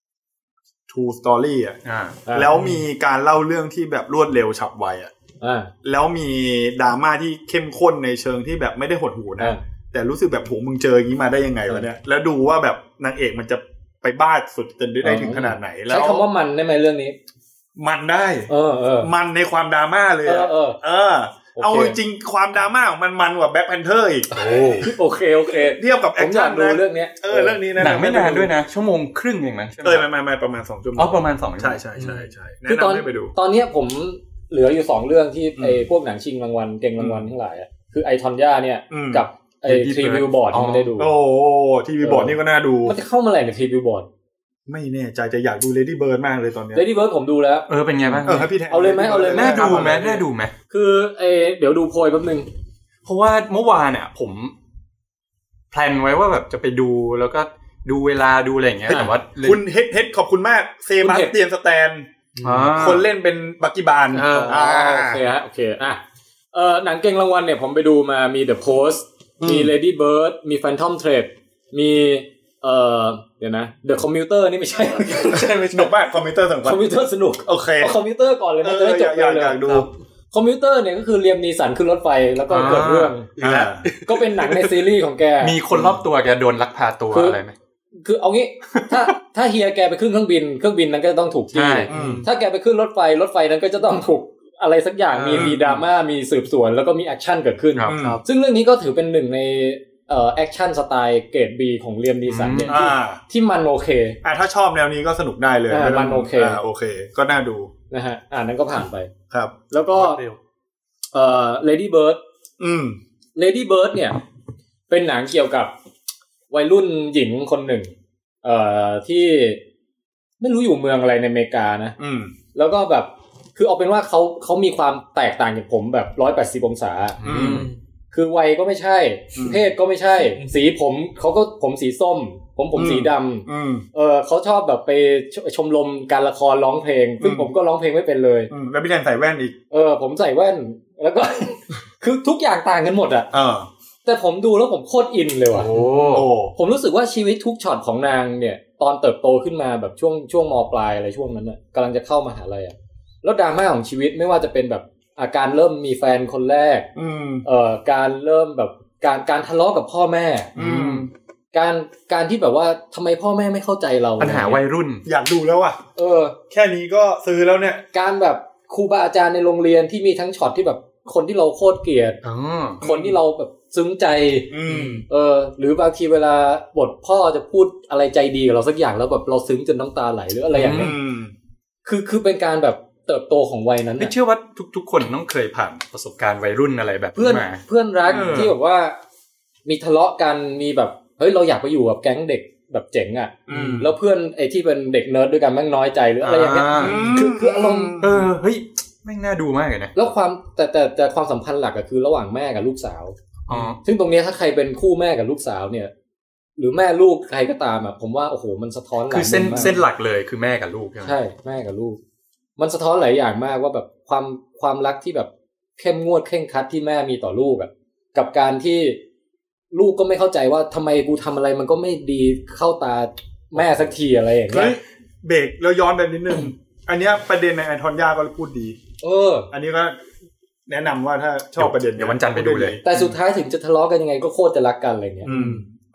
True Story อ่ะแล้วมีการเล่าเรื่องที่แบบรวดเร็วฉับไวอ่ะแล้วมีดราม่าที่เข้มข้นในเชิงที่แบบไม่ได้หดหู่นะแต่รู้สึกแบบโหมึงเจออย่างนี้มาได้ยังไงวะเนี่ยแล้วดูว่าแบบนางเอกมันจะไปบ้าสุดจนได้ถึงขนาดไหนแล้วใช้คำว่ามันได้ไหมเรื่องนี้มันได้เออเออมันในความดราม่าเลยเออเออเอาจริงความดราม่าของมันมันกว่าแบ็คแพนเทอร์อีกโอ้โอเคโอเคเทียบกับแอคชั่นดูเรื่องนี้เออเรื่องนี้นะหนังไม่นานด้วยนะชั่วโมงครึ่งเองนะเออไม่ไม่ประมาณสองชั่วโมงอ๋อประมาณสองใช่ใช่ใช่ใช่คือตอนตอนนี้ผมเหลืออยู่สองเรื่องที่ไอ้พวกหนังชิงรางวัลเก่งรางวัลทั้งหลายอ่ะคือไอทอนย่าเนี่ยกับไอ้ทีวีบอร์ดที่ไม่ได้ดูโอ้ทีวีบอร์ดนี่ก็น่าดูมันจะเข้ามาอะไรในทีวีบอร์ดไม่แน่ใจจะอยากดูเลดี้เบิร์ดมากเลยตอนนี้เลดี้เบิร์ดผมดูแล้วเออเป็นไงบ้างเออให้พี่แทนเอาเลยไหมเอาเลยน่าดูไหมน่าดูไหมคือไอเดี๋ยวดูโพยแป๊บนึงเพราะว่าเมื่อวานเนี่ยผมแพลนไว้ว่าแบบจะไปดูแล้วก็ดูเวลาดูอะไรอย่างเงี้ยแต่ว่าคุณเฮ็ดเฮ็ดขอบคุณมากเซบาสเตียนสแตนคนเล่นเป็นบักกี้บานเออโอเคฮะโอเคอ่ะเออหนังเก่งรางวัลเนี่ยผมไปดูมามี The Post มี Lady Bird มี Phantom Thread มีเอ่อเดี๋ยวนะ The Commuter นี่ไม่ใช่ใช่ไม่สนุกมากคอมพิวเตอร์สนุกคอมพิวเตอร์สนุกโอเคเอาคอมพิวเตอร์ก่อนเลยนะจะได้จบเลยอยากดูคอมพิวเตอร์เนี่ยก็คือเลียมนีสันขึ้นรถไฟแล้วก็เกิดเรื่องก็เป็นหนังในซีรีส์ของแกมีคนรอบตัวแกโดนลักพาตัวอะไรไหมคือเอางี้ถ้าถ้าเฮียแกไปขึ้นเครื่องบินเครื่องบินนั้นก็ต้องถูกที่ถ้าแกไปขึ้นรถไฟรถไฟนั้นก็จะต้องถูกอะไรสักอย่างมีมีดราม่ามีสืบสวนแล้วก็มีแอคชั่นเกิดขึ้นซึ่งเรื่องนี้ก็ถือเป็นหนึ่งในเอ่อแอคชั่นสไตล์เกรด B ของเลียมนีสันเนี่ยที่มันโอเคอ่ะถ้าชอบแนวนี้ก็สนุกได้เลยมันโอเคอ่าโอเคก็น่าดูนะฮะอ่านั้นก็ผ่านไปครับแล้วก็เอ่อ Lady Bird อืม Lady Bird เนี่ยเป็นหนังเกี่ยวกับวัยรุ่นหญิงคนหนึ่งเอ่อที่ไม่รู้อยู่เมืองอะไรในอเมริกานะอืมแล้วก็แบบคือเอาเป็นว่าเขาเขามีความแตกต่างจากผมแบบหนึ่งร้อยแปดสิบองศาอืมคือวัยก็ไม่ใช่เพศก็ไม่ใช่สีผมเขาก็ผมสีส้มผมผมสีดำเออเขาชอบแบบไปชมรมการละครร้องเพลงซึ่งผมก็ร้องเพลงไม่เป็นเลยแล้วพี่แทนใส่แว่นอีกเออผมใส่แว่นแล้วก็ คือทุกอย่างต่างกันหมดอ่ะแต่ผมดูแล้วผมโคตรอินเลยว่ะผมรู้สึกว่าชีวิตทุกช็อตของนางเนี่ยตอนเติบโตขึ้นมาแบบช่วงช่วงม.ปลายอะไรช่วงนั้นน่ะกำลังจะเข้ามหาลัยอ่ะแล้วดราม่าของชีวิตไม่ว่าจะเป็นแบบอาการเริ่มมีแฟนคนแรกเอ่อการเริ่มแบบการการทะเลาะกับพ่อแม่การการที่แบบว่าทำไมพ่อแม่ไม่เข้าใจเราปัญหาวัยรุ่นอยากดูแล้วอ่ะเออแค่นี้ก็ซื้อแล้วเนี่ยการแบบครูบาอาจารย์ในโรงเรียนที่มีทั้งช็อตที่แบบคนที่เราโคตรเกลียดคนที่เราแบบซึ้งใจเออหรือบางทีเวลาบทพ่อจะพูดอะไรใจดีกับเราสักอย่างแล้วแบบเราซึ้งจนน้ำตาไหลหรืออะไรอย่างเงี้ยคือคือเป็นการแบบเติบโตของวัยนั้นไม่เชื่อว่าทุกๆคนต้องเคยผ่านประสบการณ์วัยรุ่นอะไรแบบนี้มาเพื่อนรักที่แบบว่ามีทะเลาะกันมีแบบเฮ้ยเราอยากไปอยู่กับแก๊งเด็กแบบเจ๋งอ่ะแล้วเพื่อนไอ้ที่เป็นเด็กเนิร์ดด้วยกันแม่งน้อยใจหรืออะไรอย่างเงี้ยคือคืออารมณ์เออเฮ้ยแม่งน่าดูมากเลยนะแล้วความแต่แต่แต่ความสัมพันธ์หลักก็คือระหว่างแม่กับลูกสาวอ๋อซึ่งตรงนี้ถ้าใครเป็นคู่แม่กับลูกสาวเนี่ยหรือแม่ลูกใครก็ตามอ่ะผมว่าโอ้โหมันสะท้อนหลายคือเส้นเส้นหลักเลยคือแม่กับลูกใช่ไหมใช่แม่กับลูกมันสะท้อนหลายอย่างมากว่าแบบความความรักที่แบบเข้มงวดเคร่งครัดที่แม่มีต่อลูกอ่ะกับการที่ลูกก็ไม่เข้าใจว่าทำไมกูทำอะไรมันก็ไม่ดีเข้าตาแม่สักทีอะไรอย่างเงี้ยเบรกแล้วย้อนไปนิดนึง อันเนี้ยประเด็นในไอทอนย่าก็พูดดีเอออันนี้ก็แนะนำว่าถ้าชอบประเด็นเดี๋ยววันจันทร์ไปดูเลยแต่สุดท้ายถึงจะทะเลาะกันยังไงก็โคตรจะรักกันอะไรเงี้ยอืมโ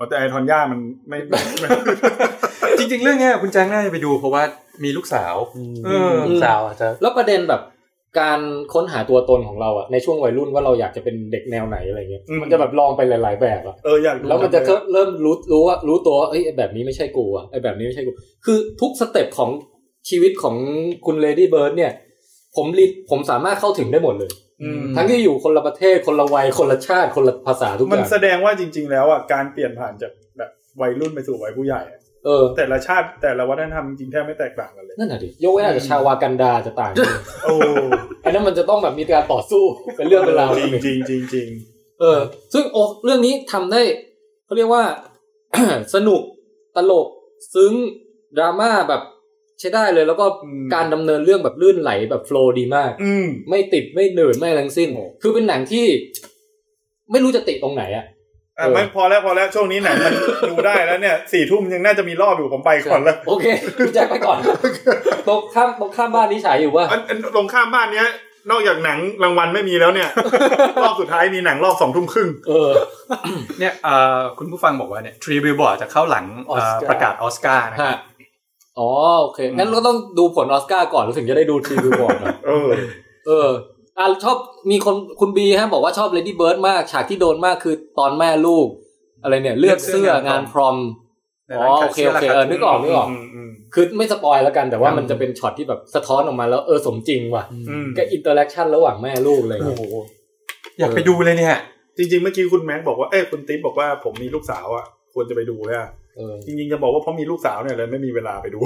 แต่ไอทอนย่ามันไม่จริงๆเรื่องนี้คุณแจ้งน่าจะไปดูเพราะว่ามีลูกสาวเออลูกสาวอาจจะแล้วประเด็นแบบการค้นหาตัวตนของเราอะในช่วงวัยรุ่นว่าเราอยากจะเป็นเด็กแนวไหนอะไรเงี้ยมันจะแบบลองไปหลายๆแบบอะเอออยากแล้วมันจะเริ่มรู้รู้ว่ารู้ตัวเอ้ยแบบนี้ไม่ใช่กูอะไอ้แบบนี้ไม่ใช่กูคือทุกสเต็ปของชีวิตของคุณเลดี้เบิร์ดเนี่ยผมผมสามารถเข้าถึงได้หมดเลยทั้งที่อยู่คนละประเทศคนละวัยคนละชาติคนละภาษาทุกอย่างมันแสดงว่าจริงๆแล้วอ่ะการเปลี่ยนผ่านจากแบบวัยรุ่นไปสู่วัยผู้ใหญ่เออแต่ละชาติแต่ละวัฒนธรรมจริงๆแทบไม่แตกต่างกันเลยนั่นน่ะดิยกเว้นอาจจะชาวากันดาจะต่างกันโอ้อันนั้นมันจะต้องแบบมีการต่อสู้เป็นเรื่องเป็นราวจริงๆจริงๆเออซึ่งโอ้เรื่องนี้ทำได้เขาเรียกว่า สนุกตลกซึ้งดราม่าแบบใช้ได้เลยแล้วก็การดำเนินเรื่องแบบลื่นไหลแบบโฟลว์ดีมากไม่ติดไม่เหนื่อยไม่ทั้งสิ้นคือเป็นหนังที่ไม่รู้จะติตรงไหนอ่ะอ่ะไม่พอแล้วพอแล้วช่วงนี้หนังมันดูได้แล้วเนี่ยสี่ทุ่มยังน่าจะมีรอบอยู่ผมไปก่อนแล้วโอเคแจ็คไปก่อนตรงข้ามตรงข้ามบ้านนี้ฉายอยู่ว่าอันตรงข้ามบ้านเนี้ยนอกจากหนังรางวัลไม่มีแล้วเนี่ยรอบสุดท้ายมีหนังรอบสองทุ่มครึ่งเออเนี่ยเอ่อคุณผู้ฟังบอกว่าเนี่ยทรีบิลบอร์ดจะเข้าหลังประกาศออสการ์นะครับอ๋อโอเคงั้นเราต้องดูผลออสการ์ก่อนถึงจะได้ดูทรีบิลบอร์ดเออเอออ่ะชอบมีคนคุณบีฮะบอกว่าชอบ Lady Bird มากฉากที่โดนมากคือตอนแม่ลูกอะไรเนี่ยเลือกเสื้องานพรอมอ๋อโอเคโอเคเออนึกออกนึกออกคือไม่สปอยแล้วกันแต่ว่ามันจะเป็นช็อตที่แบบสะท้อนออกมาแล้วเออสมจริงว่ะกับอินเตอร์แอคชั่นระหว่างแม่ลูกอะไรเงี้ยอยากไปดูเลยเนี่ยจริงๆเมื่อกี้คุณแม็กบอกว่าเอ้ยคุณติ๊บบอกว่าผมมีลูกสาวอ่ะควรจะไปดูเลยอ่ะจริงๆจะบอกว่าเพราะมีลูกสาวเนี่ยเลยไม่มีเวลาไปดู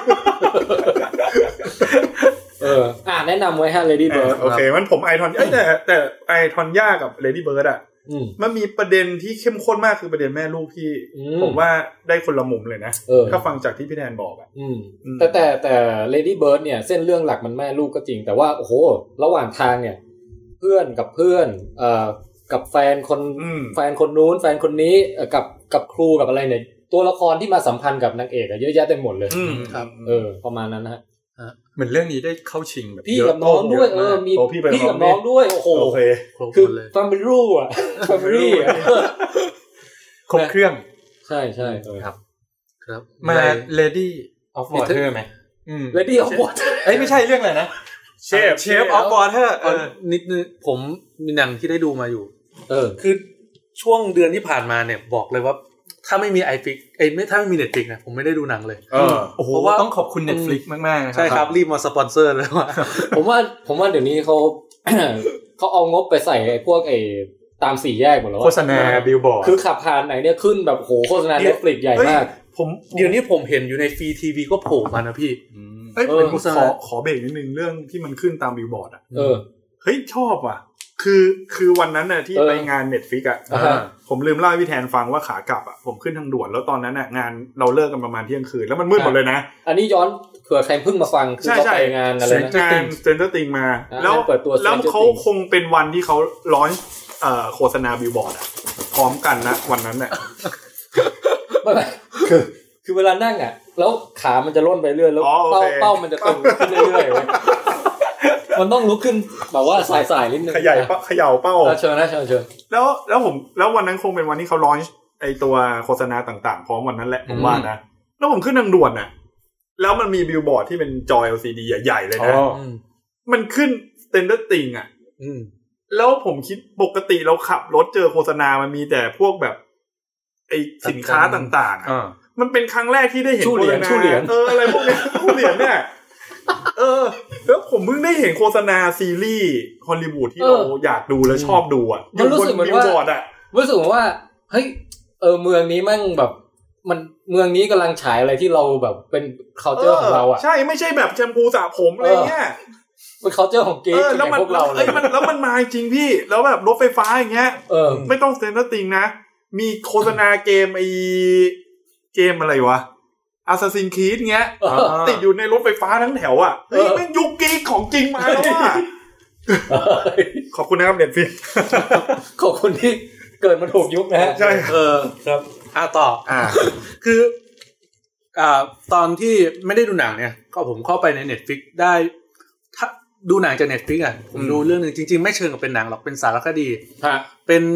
เอออ่ะแนะนำไว้ฮะ Lady Bird โอเคมันผมไอทอนเอ้ยแต่แต่ไอทอนย่ากับ Lady Bird อ่ะมันมีประเด็นที่เข้มข้นมากคือประเด็นแม่ลูกที่ผมว่าได้คนละมุมเลยนะถ้าฟังจากที่พี่แทนบอกอ่ะแต่แต่แต่ Lady Bird เนี่ยเส้นเรื่องหลักมันแม่ลูกก็จริงแต่ว่าโอ้โหระหว่างทางเนี่ยเพื่อนกับเพื่อนเอ่อกับแฟนคนแฟนคนนู้นแฟนคนนี้กับกับครูกับอะไรเนี่ยตัวละครที่มาสัมพันธ์กับนางเอกอะเยอะแยะเต็มหมดเลยครับเออประมาณนั้นนะฮะเหมือนเรื่องนี้ได้เข้าชิงแบบพี่กับน้องด้วยเออมีพี่กับน้องด้วยโอ้โหคือแฟมิลี่อ่ะแฟมิลี่อ่ะครบเครื่องใช่ใช่ครับครับมา Lady of Water ไหม Lady of Water เอ้ยไม่ใช่เรื่องอะไรนะเชฟเชฟ of Water เออนิดนึงผมมีหนังที่ได้ดูมาอยู่เออคือช่วงเดือนที่ผ่านมาเนี่ยบอกเลยว่าถ้าไม่มี iFlix เอ้ยไม่ถ้าไม่มี Netflix นะผมไม่ได้ดูหนังเลยเออโอ้โหต้องขอบคุณ Netflix มากๆนะครับใช่ครับรีบมาสปอนเซอร์เลยว่าผมว่าผมว่าเดี๋ยวนี้เขาเขาเอางบไปใส่ไอ้พวกไอ้ตามสี่แยกหมดแล้วโฆษณาบิลบอร์ดคือขับผ่านไหนเนี่ยขึ้นแบบโหโฆษณา Netflix ใหญ่มากผมเดี๋ยวนี้ผมเห็นอยู่ในฟรีทีวีก็โผล่มานะพี่เอ้ยขอขอเบรกนิดนึงเรื่องที่มันขึ้นตามบิลบอร์ดอ่ะเออเฮ้ยชอบว่ะคือคือวันนั้นน่ะที่ไปงาน Netflix อ่ะผมลืมเล่าให้พี่แทนฟังว่าขากลับอ่ะผมขึ้นทางด่วนแล้วตอนนั้นน่ะงานเราเลิกกันประมาณเที่ยงคืนแล้วมันมืดหมดเลยนะอันนี้ย้อนเผื่อใครเพิ่งมาฟังคือเขาไปงานอะไรนะงาน Stranger Things มาแล้วแล้วเขาคงเป็นวันที่เขาลอนช์เอ่อโฆษณาบิลบอร์ดอ่ะพร้อมกันนะวันนั้นน่ะไม่คือคือเวลานั่งอ่ะแล้วขามันจะล่นไปเรื่อยแล้วเป้าเป้ามันจะตึงขึ้นเรื่อยๆมันต้องลุกขึ้นแบบว่าสายๆนิดนึงขย่าเขย่าเป้าเชิญนะเชิญเชิญแล้วแล้วผมแล้ววันนั้นคงเป็นวันที่เขาลอนช์ไอตัวโฆษณาต่างๆพร้อมวันนั้นแหละผมว่านะแล้วผมขึ้นทางด่วนน่ะแล้วมันมีบิลบอร์ดที่เป็นจอ แอล ซี ดี ใหญ่ๆเลยนะมันขึ้น Stranger Things อ่ะแล้วผมคิดปกติเราขับรถเจอโฆษณามันมีแต่พวกแบบไอสินค้าต่างๆอ่ะมันเป็นครั้งแรกที่ได้เห็นโฆษณาเอออะไรพวกนี้ผู้เหรียญเนี่ยเออแล้วผมเพิ่งได้เห็นโฆษณาซีรีส์ฮอลลีวูดที่เราอยากดูและชอบดูอ่ะมันรู้สึกเหมือนว่ารู้สึกว่าเฮ้ยเออเมืองนี้มั่งแบบมันเมืองนี้กำลังฉายอะไรที่เราแบบเป็น culture ของเราอ่ะใช่ไม่ใช่แบบแชมพูสระผมอะไรเงี้ยเป็น culture ของเก๊กอย่างพวกเราเลยแล้วมันมาจริงพี่แล้วแบบรถไฟฟ้าอย่างเงี้ยไม่ต้อง Stranger Things นะมีโฆษณาเกมไอเกมอะไรวะAssassin's Creed เงี้ยติดอยู่ในรถไฟฟ้าทั้งแถวอ่ะเฮ้ยแม่งยุคกิ๊กของจริงมาแล้วอ่ะขอบคุณนะครับ Netflix ขอบคุณที่เกิดมาถูกยุคนะฮะใช่เออครับอ่ะต่ออ่าคืออ่าตอนที่ไม่ได้ดูหนังเนี่ยก็ผมเข้าไปใน Netflix ได้ถ้าดูหนังจาก Netflix อ่ะผมดูเรื่องนึงจริงๆไม่เชิงกับเป็นหนังหรอกเป็นสารคดีฮะเป็นจ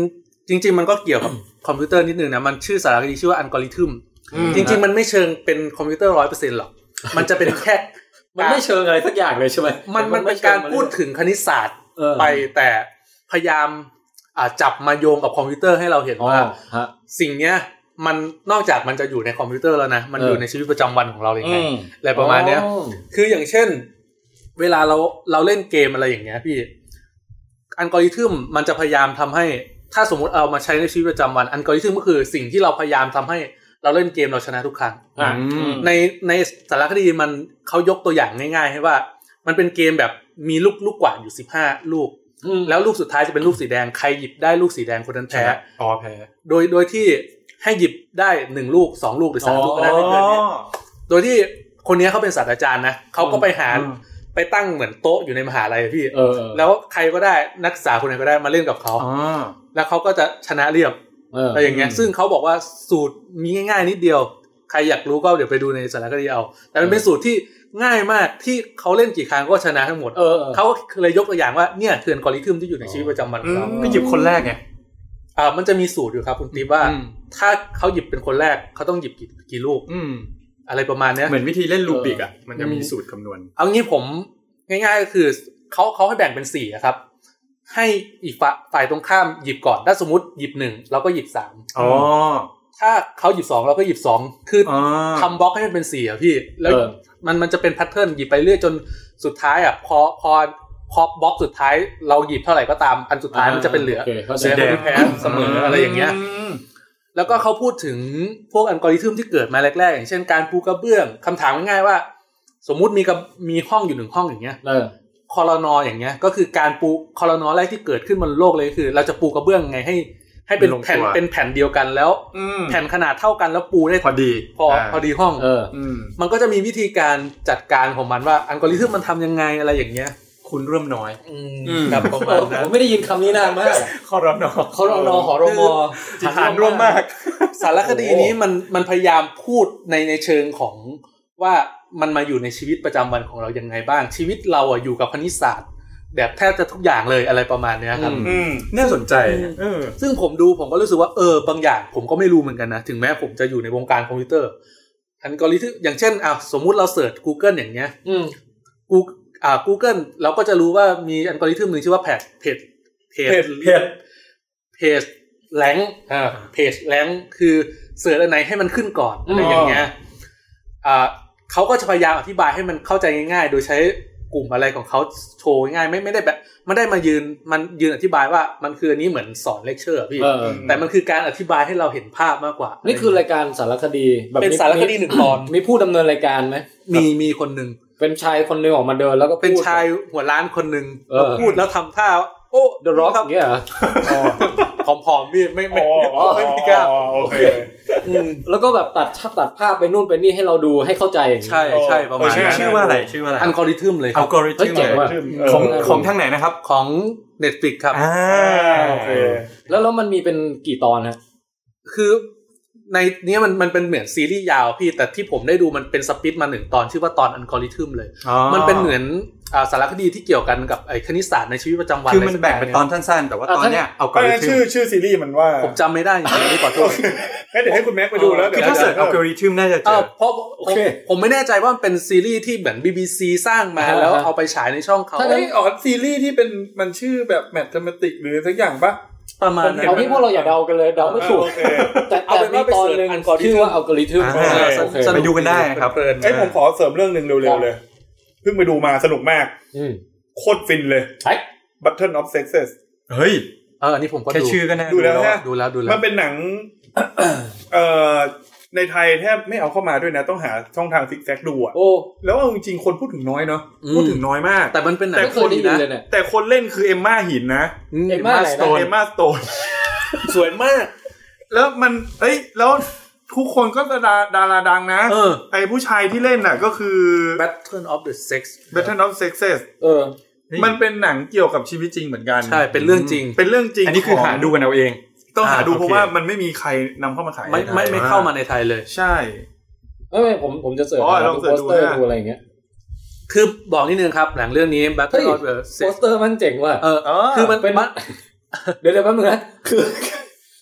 จริงๆมันก็เกี่ยวกับคอมพิวเตอร์นิดนึงนะมันชื่อสารคดีชื่อว่าอัลกอริทึมจริงๆมันไม่เชิงเป็นคอมพิวเตอร์ ร้อยเปอร์เซ็นต์ หรอกมันจะเป็นแค่มันไม่เชิงอะไรสักอย่างเลยใช่ไหมมันมันเป็นการพูดถึงคณิตศาสตร์ไปแต่พยายามอ่าจับมาโยงกับคอมพิวเตอร์ให้เราเห็นว่าสิ่งเนี้ยมันนอกจากมันจะอยู่ในคอมพิวเตอร์แล้วนะมันอยู่ในชีวิตประจำวันของเราเลยไงอะไรประมาณเนี้ยคืออย่างเช่นเวลาเราเราเล่นเกมอะไรอย่างเงี้ยพี่อัลกอริทึมมันจะพยายามทำให้ถ้าสมมุติเอามาใช้ในชีวิตประจำวันอัลกอริทึมก็คือสิ่งที่เราพยายามทำให้เราเล่นเกมเราชนะทุกครั้งในในสารคดีมันเขายกตัวอย่างง่ายๆให้ว่ามันเป็นเกมแบบมีลูกลูกกวาดอยู่สิบห้าลูกแล้วลูกสุดท้ายจะเป็นลูกสีแดงใครหยิบได้ลูกสีแดงคนนั้นแพ้อ๋อแพ้โดยโดยที่ให้หยิบได้หนึ่งลูกสองลูกหรือสามลูกก็ได้ไม่เกินนี้โดยที่คนนี้เขาเป็นศาสตราจารย์นะเขาก็ไปหาไปตั้งเหมือนโต๊ะอยู่ในมหาลัยพี่แล้วใครก็ได้นักศึกษาคนไหนก็ได้มาเล่นกับเขาแล้วเขาก็จะชนะเรียบอะไรอย่างเงี้ยซึ่งเขาบอกว่าสูตรมีง่ายๆนิดเดียวใครอยากรู้ก็เดี๋ยวไปดูในสารคดีเอาแต่มันเป็นสูตรที่ง่ายมากที่เขาเล่นกี่ครั้งก็ชนะทั้งหมดเขาเลยยกตัวอย่างว่าเนี่ยคืออัลกอริทึมที่อยู่ในชีวิตประจำวันของเราก็หยิบคนแรกไงอ่ามันจะมีสูตรอยู่ครับคุณติ๊บว่าถ้าเขาหยิบเป็นคนแรกเขาต้องหยิบกี่กี่ลูกอะไรประมาณนี้เหมือนวิธีเล่นรูบิกอ่ะมันจะมีสูตรคำนวณเอางี้ผมง่ายๆก็คือเขาเขาให้แบ่งเป็นสี่ครับให้อีกฝ่ายตรงข้ามหยิบก่อนถ้าสมมุติหยิบหนึ่งเราก็หยิบสามอ๋อถ้าเขาหยิบสองเราก็หยิบสองคือทำบล็อกให้มันเป็นสี่อ่ะพี่แล้วมันมันจะเป็นแพทเทิร์นหยิบไปเรื่อยจนสุดท้ายอ่ะพอพอพอบล็อกสุดท้ายเราหยิบเท่าไหร่ก็ตามอันสุดท้ายมันจะเป็นเหลือสีแดงแพ้เสมออะไรอย่างเงี้ยแล้วก็เขาพูดถึงพวกอัลกอริทึมที่เกิดมาแรกๆอย่างเช่นการปูกระเบื้องคำถามง่ายๆว่าสมมุติมีกับมีห้องอยู่หนึ่งห้องอย่างเงี้ยคอลนออย่างเงี้ยก็คือการปูคอลนอแรกที่เกิดขึ้นบนโลกเลยคือเราจะปูกระเบื้องไงให้ให้เป็นแผ่นเป็นแผ่นเดียวกันแล้วแผ่นขนาดเท่ากันแล้วปูได้พอดีพอพอดีห้องเออมันก็จะมีวิธีการจัดการของมันว่าอัลกอริทึมมันทำยังไงอะไรอย่างเงี้ยคุณเริ่มน้อยครับประมาณนั้นผมไม่ได้ยินคำนี้นานมากคอรนอคอรนอหอรมทหารร่วมมากสารคดีนี้มันมันพยายามพูดในในเชิงของว่ามันมาอยู่ในชีวิตประจำวันของเรายังไงบ้างชีวิตเราอ่ะอยู่กับคณิตศาสตร์แบบแทบจะทุกอย่างเลยอะไรประมาณนี้ครับน่าสนใจซึ่งผมดูผมก็รู้สึกว่าเออบางอย่างผมก็ไม่รู้เหมือนกันนะถึงแม้ผมจะอยู่ในวงการคอมพิวเตอร์อัลกอริทึมอย่างเช่นอ่ะสมมุติเราเสิร์ช Google อย่างเงี้ยกูอ่า Google เราก็จะรู้ว่ามีอัลกอริทึมนึงชื่อว่าเพจเพจเพจเพจเพจแรงค์อ่าเพจแรงค์คือเสิร์ชอันไหนให้มันขึ้นก่อนอะไรอย่างเงี้ยอ่าเขาก็จะพยายามอธิบายให้มันเข้าใจง่ายๆโดยใช้กลุ่มอะไรของเขาโชว์ง่ายไม่ไม่ได้แบบไม่ได้มายืนมันยืนอธิบายว่ามันคืออันนี้เหมือนสอนเลคเชอร์พี่แต่มันคือการอธิบายให้เราเห็นภาพมากกว่านี่คือรายการสารคดีแบบเป็นสารคดีหนึ่งตอนมีผู้ดำเนินรายการไหมมีมีคนนึงเป็นชายคนนึงออกมาเดินแล้วก็เป็นชายหัวล้านคนนึงพูดแล้วทำท่าโอ้ The Rock เงี้ยเหรอผอมๆพี่ไม่ไม่ไม่มีกล้ามโอเคแล้วก็แบบตัดชับตัดภาพไปนู่นไปนี่ให้เราดูให้เข้าใจใช่ใช่ประมาณนี้ชื่อว่าอะไรชื่อว่าอะไรอัลกอริทึมเลยอัลกอริทึมของของทางไหนนะครับของ Netflix ครับอ่าโอเคแล้วแล้วมันมีเป็นกี่ตอนฮะคือในนี้มันมันเป็นเหมือนซีรีส์ยาวพี่แต่ที่ผมได้ดูมันเป็นสปิทมาหนึ่งตอนชื่อว่าตอนอัลกอริทึมเลยมันเป็นเหมือนอ่าสารคดีที่เกี่ยวกันกับไอ้คณิตศาสตร์ในชีวิตประจำวันคือมันแบ่งเป็นตอนสั้นๆแต่ว่าตอนเนี้ยอัลกอริทึมชื่อชื่อซีรีส์มันว่าผมจำไม่ได้จริงๆขอโทษงั้นเดี๋ยวให้คุณแม็กไปดูแล้วคือถ้าเสิร์ชอัลกอริทึมน่าจะเจอเพราะผมไม่แน่ใจว่ามันเป็นซีรีส์ที่เหมือน บี บี ซี สร้างมาแล้วเอาไปฉายในช่องเขาถ้าได้ออกซีรีส์ที่เป็นมันชื่อแบบแมทเทอร์เมติกหรือสักอย่างปะประมาณนั้นเอาที่พวกเราอย่าเดากันเลยเดาไม่ถูกแต่เอาเป็นว่าตอนนึงชื่อว่าอัลกอริทึมไปดูกันได้ครับเอ้ยผมขอเสริมเรื่องนึงเร็วๆเลยเพิ่งไปดูมาสนุกมากโคตรฟินเลย Button of Sexes เฮ้ยเอออันนี้ผมก็ดูแค่ชื่อก็น่าดูแล้วฮะดูแล้วดูแล้วมันเป็นหนังเอ่อในไทยแทบไม่เอาเข้ามาด้วยนะต้องหาช่องทางซิกแซกดูอ่ะแล้วจริงๆคนพูดถึงน้อยเนาะพูดถึงน้อยมากแต่มันเป็นหนังแต่คนนะแต่คนเล่นคือเอมม่าหินนะเอมม่าสโตนเอมม่าสโตนสวยมากแล้วมันเอ้ยแล้วทุกคนก็ดาดาราดังนะไอ้ผู้ชายที่เล่นน่ะก็คือ Battle of the Sex Battle of Sexes เออมันเป็นหนังเกี่ยวกับชีวิตจริงเหมือนกันใช่เป็นเรื่องจริงเป็นเรื่องจริงอันนี้คือหาดูกันเอาเองต้องหาดูเพราะว่ามันไม่มีใครนำเข้ามาขายไม่ไม่ไม่เข้ามาในไทยเลยใช่เอ้ยผมผมจะเสิร์ชดูโปสเตอร์ดูอะไรอย่างเงี้ยคือบอกนิดนึงครับหนังเรื่องนี้ Battle of the Sex โปสเตอร์มันเจ๋งว่ะเออคือมันเป็นเดี๋ยวๆแป๊บนึงนะคือ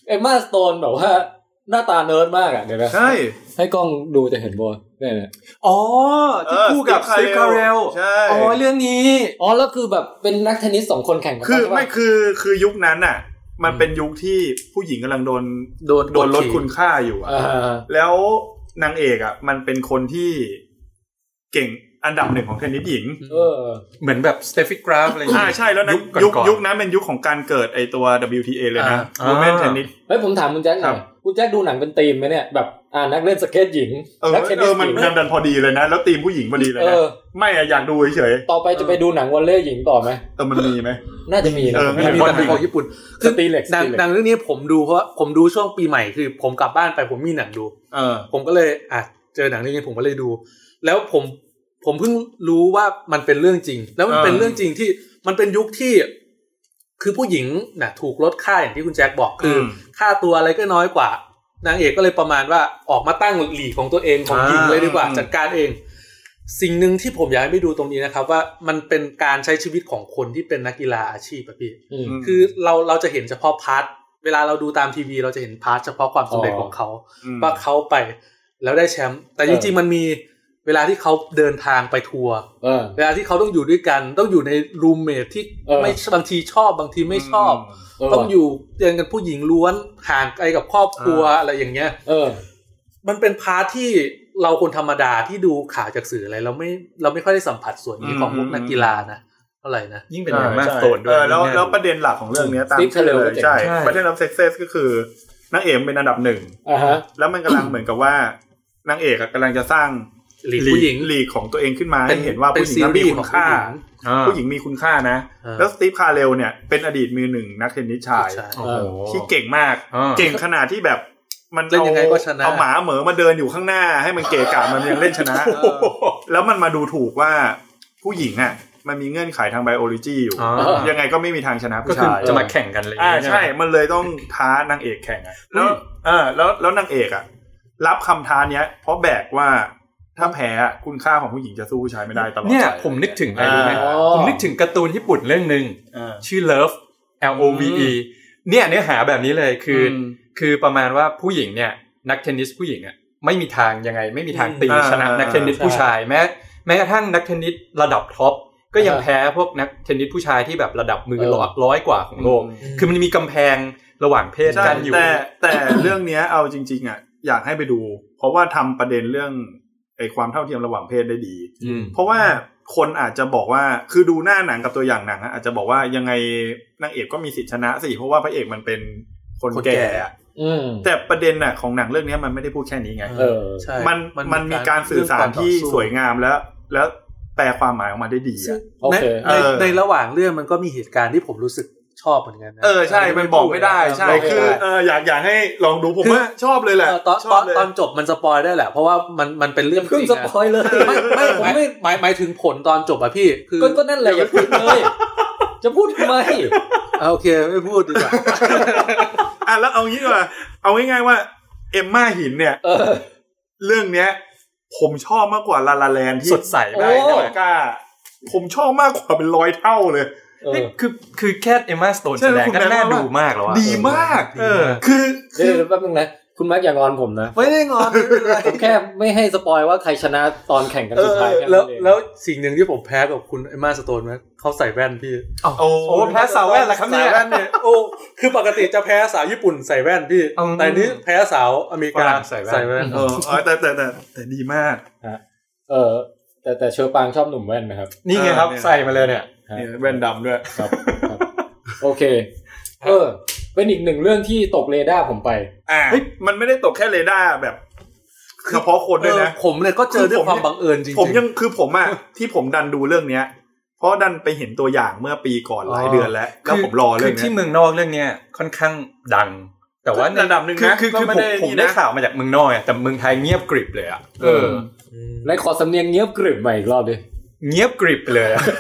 เอมม่าสโตนแบบว่าหน้าตาเนิร์ดมากอ่ะเดี๋ยวนะใช่ให้กล้องดูจะเห็นบ่เนี่ยอ๋อที่คู่กับสตีฟคาร์เรลใช่อ๋อเรื่องนี้อ๋อแล้วคือแบบเป็นนักเทนนิสสองคนแข่งกันคือไม่คือคือยุคนั้นน่ะมันเป็นยุคที่ผู้หญิงกำลังโดนโดนโดนลดคุณค่าอยู่อ่ะแล้วนางเอกอ่ะมันเป็นคนที่เก่งอันดับหนึ่งของเทนนิสหญิงเออเหมือนแบบสเตฟิกราฟอะไรอย่างเงี้ยใช่แล้วนะยุคยุคนั้นเป็นยุคของการเกิดไอตัว ดับเบิลยู ที เอ เลยนะ Women Tennis เฮ้ยผมถามคุณแจ็คหน่อยคุณแจ็คดูหนังเป็นธีมมั้ยเนี่ยแบบอ่านักเล่นสเก็ตหญิงนักเทนนิสหญิงมันดันพอดีเลยนะแล้วธีมผู้หญิงพอดีเลยนะไม่อ่ะอยากดูเฉยๆต่อไปจะไปดูหนังวอลเลย์หญิงต่อมั้ยเออมันมีมั้ยน่าจะมีนะมันมีแต่ของญี่ปุ่นสตีเล็กซ์หนังเรื่องนี้ผมดูเพราะผมดูช่วงปีใหม่คือผมกลับบ้านไปผมมีหนังดูเออผมก็เลยอ่ะเจอหนังเรื่องนี้ผมก็เลยดูแล้วผมผมเพิ่งรู้ว่ามันเป็นเรื่องจริงแล้วมันเป็นเรื่องจริงที่มันเป็นยุคที่คือผู้หญิงน่ะถูกลดค่าอย่างที่คุณแจ็คบอกคือค่าตัวอะไรก็น้อยกว่านางเอกก็เลยประมาณว่าออกมาตั้งหลีกของตัวเองของหญิงเลยดีกว่าจัดการเองสิ่งนึงที่ผมอยากให้ไปดูตรงนี้นะครับว่ามันเป็นการใช้ชีวิตของคนที่เป็นนักกีฬาอาชีพอะพี่คือเราเราจะเห็นเฉพาะพาร์ทเวลาเราดูตามทีวีเราจะเห็นพาร์ทเฉพาะความสำเร็จของเขาว่าเขาไปแล้วได้แชมป์แต่จริงๆมันมีเวลาที่เขาเดินทางไปทัวร์เวลาที่เขาต้องอยู่ด้วยกันต้องอยู่ในรูมเมทที่ไม่บางทีชอบบางทีไม่ชอบต้องอยู่เรียนกันผู้หญิงล้วนห่างไกลกับครอบครัวอะไรอย่างเงี้ยเออมันเป็นพาร์ทที่เราคนธรรมดาที่ดูข่าวจากสื่ออะไรเราไม่เราไม่ค่อยได้สัมผัสส่วนนี้ของพวกนักกีฬานะเท่าไหร่นะยิ่งเป็นอย่างมากโตดด้วยแล้วแล้วประเด็นหลักของเรื่องนี้ตามที่เลยใช่ประเด็นของ success ก็คือนางเอกเป็นอันดับหนึ่งแล้วมันกำลังเหมือนกับว่านางเอกกำลังจะสร้างลีกผู้หญิงลีกของตัวเองขึ้นมาให้เห็นว่าผู้หญิงมีคุณค่าผู้หญิงมีคุณค่านะแล้วสตีฟคาร์เรลเนี่ยเป็นอดีตมือหนึ่งนักเทนนิสชายที่เก่งมากเก่งขนาดที่แบบมันเอาเอาหมาเหมอมาเดินอยู่ข้างหน้าให้มันเกะกะมันยังเล่นชนะแล้วมันมาดูถูกว่าผู้หญิงอ่ะมันมีเงื่อนไขทางไบโอโลจีอยู่ยังไงก็ไม่มีทางชนะผู้ชายจะมาแข่งกันเลยอ่าใช่มันเลยต้องท้านางเอกแข่งอ่ะแล้วเออแล้วแล้วนางเอกอ่ะรับคำท้าเนี้ยเพราะแบกว่าถ้าแพ้คุณค่าของผู้หญิงจะสู้ผู้ชายไม่ได้ตลอดเนี่ยผมนึกถึงอะไรรู้ไหมผมนึกถึงการ์ตูนญี่ปุ่นเรื่องนึงชื่อ Love L O V E เนี่ยเนื้อหาแบบนี้เลยคือคือประมาณว่าผู้หญิงเนี่ยนักเทนนิสผู้หญิงอ่ะไม่มีทางยังไงไม่มีทางตีชนะนักเทนนิสผู้ชายแม้แม้กระทั่งนักเทนนิสระดับท็อปก็ยังแพ้พวกนักเทนนิสผู้ชายที่แบบระดับมือหลอดร้อยกว่าของโลกคือมันมีกำแพงระหว่างเพศกันอยู่แต่แต่เรื่องนี้เอาจริงๆอ่ะอยากให้ไปดูเพราะว่าทำประเด็นเรื่องไอ้ความเท่าเทียมระหว่างเพศได้ดีเพราะว่าคนอาจจะบอกว่าคือดูหน้าหนังกับตัวอย่างหนังอาจจะบอกว่ายังไงนางเอกก็มีสิทธิชนะสิเพราะว่าพระเอกมันเป็นคนแก่แต่ประเด็นน่ะของหนังเรื่องนี้มันไม่ได้พูดแค่นี้ไงเออใช่มันมันมีการสื่อสารที่สวยงามแล้วแล้วแปลความหมายออกมาได้ดีอ่ะในในในระหว่างเรื่องมันก็มีเหตุการณ์ที่ผมรู้สึกชอบเหมือนกันนะเออใช่มันบอกไม่ได้ใช่คือเอออยากอยากให้ลองดูผมว่าชอบเลยแหละตอนตอนตอนจบมันสปอยได้แหละเพราะว่ามันมันเป็นเรื่องจริงนะสปอยเลยไม่ไม่ผมไม่หมายหมายถึงผลตอนจบอะพี่คือก็นั่นแหละอย่าพูดเลยจะพูดทำไมโอเคไม่พูดดีกว่าอ่ะแล้วเอางี้ดีกว่าเอาง่ายๆว่าเอมม่าหินเนี่ยเรื่องเนี้ยผมชอบมากกว่าลาลาแลนด์ที่สดใสได้นะกล้าผมชอบมากกว่าเป็นร้อยเท่าเลยนี่คือคือแค่เอมม่าสโตนแสดงก็น่าดูมากแล้วอ่ะดีมากเออคือเดี๋ยวแป๊บนึงนะคุณแม็กอย่างอนผมนะไม่ได้งอนผมแค่ไม่ให้สปอยว่าใครชนะตอนแข่งกันสุดท้ายแค่นั้นเองแล้วสิ่งหนึ่งที่ผมแพ้กับคุณเอมม่าสโตนมั้ยเขาใส่แว่นพี่โอ้แพ้สาวแว่นล่ะครับเนี่ยแว่นเนี่ยโอ้คือปกติจะแพ้สาวญี่ปุ่นใส่แว่นพี่แต่นี้แพ้สาวอเมริกาใส่แว่นเออแต่แต่แต่แต่ดีมากเออแต่แต่เชอปางชอบหนุ่มแว่นนะครับนี่ไงครับใส่มาเลยเนี่ยแว่นดำด้วยครับโอเคเออเป็นอีกหนึ่งเรื่องที่ตกเรดาร์ผมไปอ่ามันไม่ได้ตกแค่เรดาร์แบบเฉพาะคนด้วยนะผมเนี่ยก็เจอด้วยความบังเอิญจริงๆผมยังคือผมอ่ะที่ผมดันดูเรื่องเนี้ยเพราะดันไปเห็นตัวอย่างเมื่อปีก่อนหลายเดือนแล้วแล้วผมรอเรื่องนี้ที่เมืองนอกเรื่องเนี้ยค่อนข้างดังแต่ว่าระดับนึงนะคือคือผมผมได้ข่าวมาจากเมืองนอกแต่เมืองไทยเงียบกริบเลยอ่ะเออแล้วขอสำเนียงเงียบกริบใหม่อีกรอบดิเงียบกริบเลยอ่ะ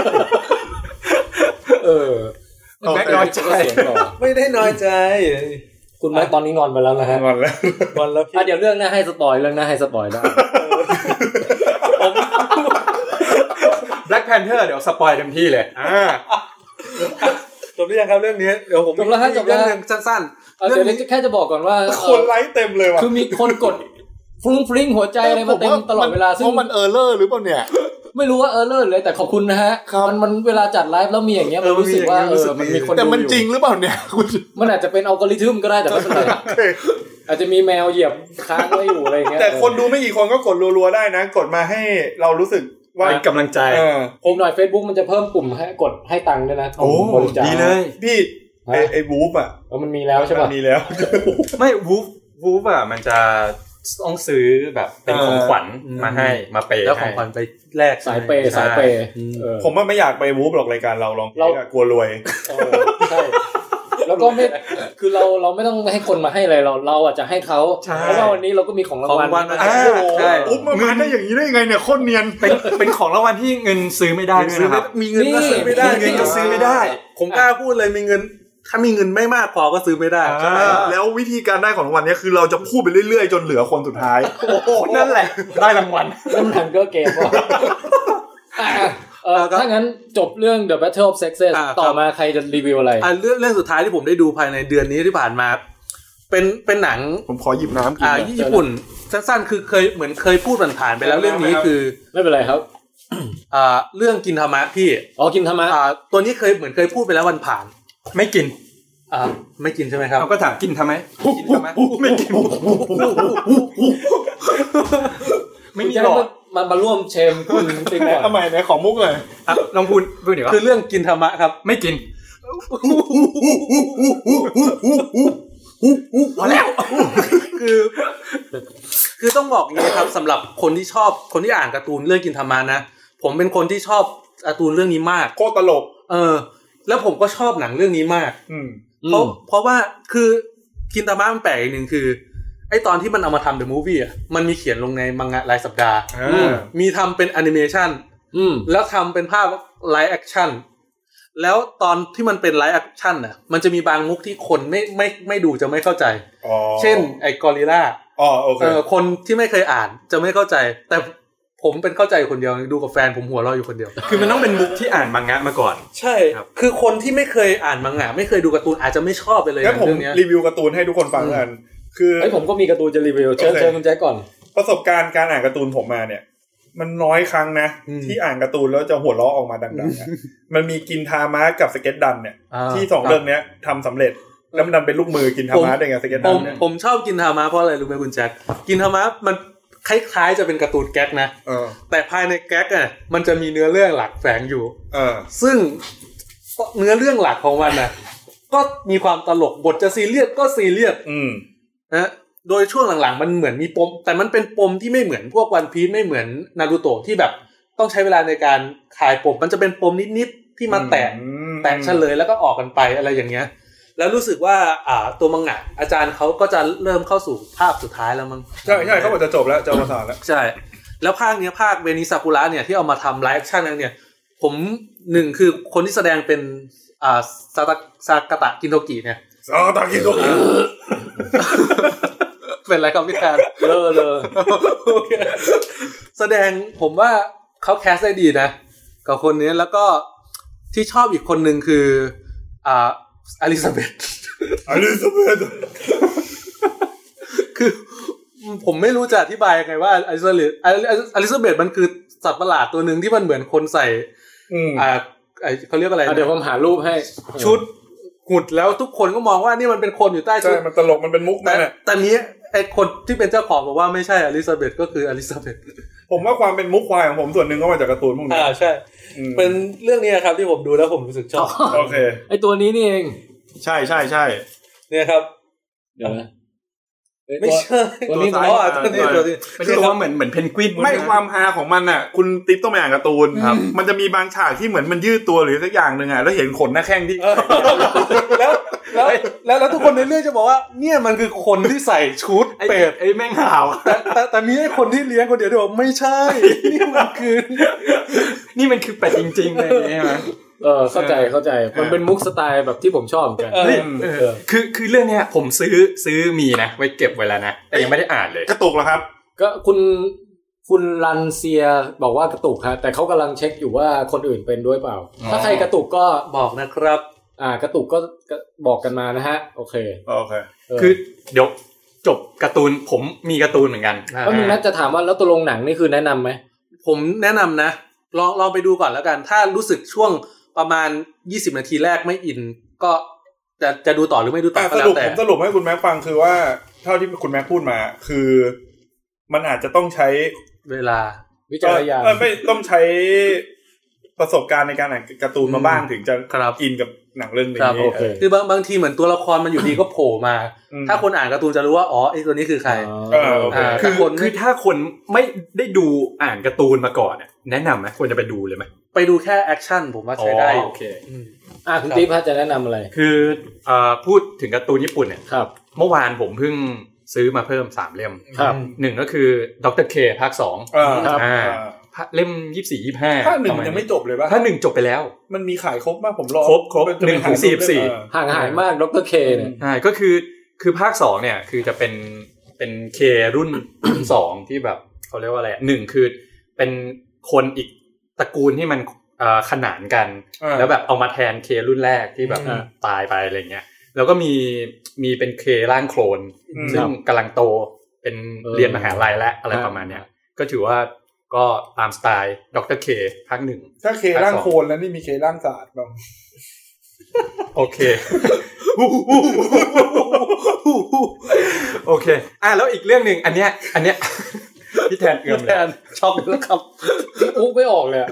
เออแม็กน้อยใจไม่ได้น้อยใจคุณแม็กตอนนี้งอนไปแล้วนะฮะงอนแล้วงอนแล้วอ่ะเดี๋ยวเรื่องหน้าให้สปอยเรื่องหน้าให้สปอยได้ผม Black Panther เดี๋ยวสปอยเต็มที่เลยอ่าตรงรือยังครับเรื่องนี้เดี๋ยวผมจบแล้วฮะจบแล้วเรื่องสั้นๆเรื่องนี้แค่จะบอกก่อนว่าคนไลค์เต็มเลยว่ะคือมีคนกดฟรุ้งฟริ้งหัวใจอะไรมาเต็มตลอดเวลาซึ่งมันเออร์เลอร์หรือเปล่าเนี่ยไม่รู้ว่าเออร์เลอร์เลยแต่ขอบคุณนะฮะมันมันเวลาจัดไลฟ์แล้วมีอย่างเงี้ยมันรู้สึกว่าเออมันมีคนดูแต่มันจริงหรือเปล่าเนี่ยมันอาจจะเป็นอัลกอริทึมก็ได้แต่ไม่เป็นไรอาจจะมีแมวเหยียบค้างไว้อยู่อะไรอย่างเงี้ยแต่คนดูไม่กี่คนก็กดรัวๆได้นะกดมาให้เรารู้สึกว่าเป็นกำลังใจผมหน่อย Facebook มันจะเพิ่มปุ่มให้กดให้ตังค์ด้วยนะโอ้ดีเลยพี่ไอ้ไอ้วูฟอ่ะเออมันมีแล้วใช่ป่ะมีแล้วไม่วูฟวูฟอ่ะมันจะต้องซื้อแบบเป็นของขวัญมาให้มาเปย์แล้วของขวัญไปแลกสายเปย์สายเปย์ผมว่าไม่อยากไปวูฟหรอกรายการเราลองเรากลัวรวยใช่แล้วก็ไม่คือเราเราไม่ต้องให้คนมาให้อะไรเราเราอาจจะให้เขาเพราะว่าวันนี้เราก็มีของรางวัลใช่อุ๊บมาได้อย่างนี้ได้ยังไงเนี่ยโคตรเนียนเป็นเป็นของรางวัลที่เงินซื้อไม่ได้ด้วยนะครับมีเงินก็ซื้อไม่ได้เงินก็ซื้อไม่ได้ผมกล้าพูดเลยมีเงินถ้ามีเงินไม่มากพอก็ซื้อไม่ได้แล้ววิธีการได้ของรางวัลนี้คือเราจะพูดไปเรื่อยๆจนเหลือคนสุดท้ายนั่นแหละได้รางวัลนั่นมันก็เกมว่ะเออถ้างั้นจบเรื่อง The Battle of Sexes ต่อมาใครจะรีวิวอะไรอ่ะเรื่องเรื่องสุดท้ายที่ผมได้ดูภายในเดือนนี้ที่ผ่านมาเป็นเป็นหนังผมขอหยิบน้ำกินอ่าญี่ปุ่นสั้นๆคือเคยเหมือนเคยพูดผ่านๆไปแล้วเรื่องนี้คือไม่เป็นไรครับอ่าเรื่องกินธรรมะพี่อ๋อกินธรรมะอ่าตัวนี้เคยเหมือนเคยพูดไปแล้ววันผ่านไม่กินอ่าไม่กินใช่ไหมครับเขาก็ถามกินทำไมกินทำไมไม่กินไม่มีหรอกมามาร่วมเชมคุณติ๊กก่อนทำไมไหนของมุกเลยอ่ะลองพูดพูดหน่อยว่าคือเรื่องกินธรรมะครับไม่กินพอแล้วคือคือต้องบอกอย่างนี้ครับสำหรับคนที่ชอบคนที่อ่านการ์ตูนเรื่องกินธรรมะนะผมเป็นคนที่ชอบการ์ตูนเรื่องนี้มากโคตรตลกเออแล้วผมก็ชอบหนังเรื่องนี้มากเพราะเพราะว่าคือกินธรรมะมันแปลกอีกหนึ่งคือไอตอนที่มันเอามาทำ The Movie อ่ะมันมีเขียนลงในมังงะรายสัปดาห์มีทำเป็นแอนิเมชันแล้วทำเป็นภาพไลฟ์แอคชั่นแล้วตอนที่มันเป็นไลฟ์แอคชั่นอ่ะมันจะมีบางมุกที่คนไม่ไม่ไม่ดูจะไม่เข้าใจเช่นไอกอริลลาอ๋อโอเคเออคนที่ไม่เคยอ่านจะไม่เข้าใจแต่ผมเป็นเข้าใจคนเดียวดูกับแฟนผมหัวเราะอยู่คนเดียวคือมันต้องเป็นมุกที่อ่านมังงะมาก่อนใช่คือคนที่ไม่เคยอ่านมังงะไม่เคยดูการ์ตูนอาจจะไม่ชอบไปเลยเรื่องนี้รีวิวการ์ตูนให้ทุกคนฟังกันคือไอ้ผมก็มีการ์ตูนจะรีวิวเชิญเชิญคุณแจ็คก่อนประสบการณ์การอ่านการ์ตูนผมมาเนี่ยมันน้อยครั้งนะที่อ่านการ์ตูนแล้วจะหัวเราะออกมาดังๆมันมีกินทามะกับสเก็ตดันเนี่ยที่สองเรื่องนี้ทำสำเร็จแล้วมันดันเป็นลูกมือกินทามะได้ไงสเก็ตดันเนี่ยผมชอบกินทามะเพราะอะไรรู้ไหมคุณแจ็คกินทามะมันคล้ายๆจะเป็นการ์ตูนแก๊กนะแต่ภายในแก๊กอ่ะมันจะมีเนื้อเรื่องหลักแฝงอยู่ซึ่งเนื้อเรื่องหลักของมันน่ะก็มีความตลกบทจะซีเรียสก็ซีเรียสนะโดยช่วงหลังๆมันเหมือนมีปมแต่มันเป็นปมที่ไม่เหมือนพวกวันพีซไม่เหมือนนารูโตะที่แบบต้องใช้เวลาในการคลายปมมันจะเป็นปมนิดๆที่มาแตกแตกเฉลยแล้วก็ออกกันไปอะไรอย่างเงี้ยแล้วรู้สึกว่าอ่าตัวมังงะอาจารย์เขาก็จะเริ่มเข้าสู่ภาคสุดท้ายแล้วมั้งใช่ใช่เขาบอกจะจบแล้วจะอวสานแล้วใช่แล้วภาคเนี้ยภาคเวนิซากุระเนี่ยที่เอามาทำไลฟ์แอคชั่นเนี่ยผมหนึ่งคือคนที่แสดงเป็นอ่าซาตะซากะตะกินโทกิเนี่ยซากะตะกินโทกิเป็นไรครับพี่แทนเลอเลยแสดงผมว่าเขาแคสได้ดีนะกับคนนี้แล้วก็ที่ชอบอีกคนนึงคืออ่าอลิซาเบธอลิซาเบธคือผมไม่รู้จะอธิบายยังไงว่าอลิซาเบธอลิซาเบธมันคือสัตว์ประหลาดตัวนึงที่มันเหมือนคนใส่อ่าไอเขาเรียกอะไรเดี๋ยวผมหารูปให้ชุดหุดแล้วทุกคนก็มองว่านี่มันเป็นคนอยู่ใต้ชุดใช่มันตลกมันเป็นมุกนั่นแหละแต่นี้ไอคนที่เป็นเจ้าของบอกว่าไม่ใช่อลิซาเบธก็คืออลิซาเบธผมว่าความเป็นมุกควายของผมส่วนหนึ่งก็มาจากการ์ตูนพวกนี้อ่าใช่เป็นเรื่องนี้ครับที่ผมดูแล้วผมรู้สึกชอบโอเคไอตัวนี้นี่เองใช่ใช่ใช่เนี่ยครับเดี๋ยวนะไม่ใช่ตัวนี้ตัวนี้ตัวนี้ไม่ใช่ว่าเหมือนเหมือนเพนกวินไม่ความฮาของมันน่ะคุณติ๊บต้องไปอ่านการ์ตูนมันจะมีบางฉากที่เหมือนมันยืดตัวหรือสักอย่างนึงอ่ะแล้วเห็นขนหน้าแข้งที่แล้วแล้วแล้วแล้วทุกคนในเรื่องจะบอกว่าเนี่ยมันคือคนที่ใส่ชุดเป็ดไอ้แม่งห่าวแต่แต่แต่มีไอ้คนที่เลี้ยงคนเดียวที่บอกไม่ใช่นี่มันคือนี่มันคือเป็ดจริงๆเลยใช่มั้ยเออเข้าใจเข้าใจมันเป็นมุกสไตล์แบบที่ผมชอบเหมือนกันคือคือเรื่องเนี้ยผมซื้อซื้อมีนะไว้เก็บไว้แล้วนะแต่ยังไม่ได้อ่านเลยกระตุกเหรอครับก็คุณคุณรันเซียบอกว่ากระตุกครับแต่เขากำลังเช็คอยู่ว่าคนอื่นเป็นด้วยเปล่าถ้าใครกระตุกก็บอกนะครับอ่ากระตุกก็บอกกันมานะฮะโอเคโอเคคือเดี๋ยวจบการ์ตูนผมมีการ์ตูนเหมือนกันก็มึงน่าจะถามว่าแล้วตัวลงหนังนี่คือแนะนำไหมผมแนะนำนะลองลองไปดูก่อนแล้วกันถ้ารู้สึกช่วงประมาณยี่สิบนาทีแรกไม่อินก็จะจะดูต่อหรือไม่ดูต่อก็แล้วแต่ผมสรุปให้คุณแม็กฟังคือว่าเท่าที่คุณแม็กพูดมาคือมันอาจจะต้องใช้เวลาวิจารณญาณไม่ต้องใช้ประสบการณ์ในการอ่านการ์ตูนมาบ้างถึงจะอินกับหนังเรื่องนี้คือบางบางทีเหมือนตัวละครมันอยู่ดีก็โผล่มาถ้าคนอ่านการ์ตูนจะรู้ว่าอ๋อไอ้ตัวนี้คือใครคือคือถ้าคนไม่ได้ดูอ่านการ์ตูนมาก่อนแนะนำไหมควรจะไปดูเลยไหมไปดูแค่แอคชั่นผมว่าใช้ได้โอเคอ่าคุณติ๊บจะแนะนำอะไรคือพูดถึงการ์ตูนญี่ปุ่นเนี่ยเมื่อวานผมเพิ่งซื้อมาเพิ่มสามเล่มหนึ่งก็คือด็อกเตอร์เคภาคสองอ่าเล่มยี่สิบสี่ ยี่สิบห้าภาคหนึ่งยังไม่จบเลยป่ะภาคหนึ่งจบไปแล้วมันมีขายครบมากผมรอครบครบหนึ่งถึงสี่สิบสี่ห่างหายมากด็อกเตอร์เคเนี่ยใช่ก็คือคือภาคสองเนี่ยคือจะเป็นเป็นเครุ่นสองที่แบบเขาเรียกว่าอะไรหนึ่งคือเป็นคนอีกตระกูลที่มันขนานกันแล้วแบบเอามาแทนเครุ่นแรกที่แบบตายไปอะไรเงี้ยแล้วก็มีมีเป็นเคร่างโคลนซึ่งกำลังโตเป็นเรียนมหาลัยและอะไรประมาณเนี้ยก็ถือว่าก็ตามสไตล์ด็อกเตอร์เคภาคหนึ่งถ้าเคร่างโคลนแล้วนี่มีเคร่างศาสตร์บ้างโอเคโอเคอ่ะแล้วอีกเรื่องนึงอันเนี้ยอันเนี้ยพี่แทนเอื้อมแทนช็อกแล้วครับอุ๊บไม่ออกเลย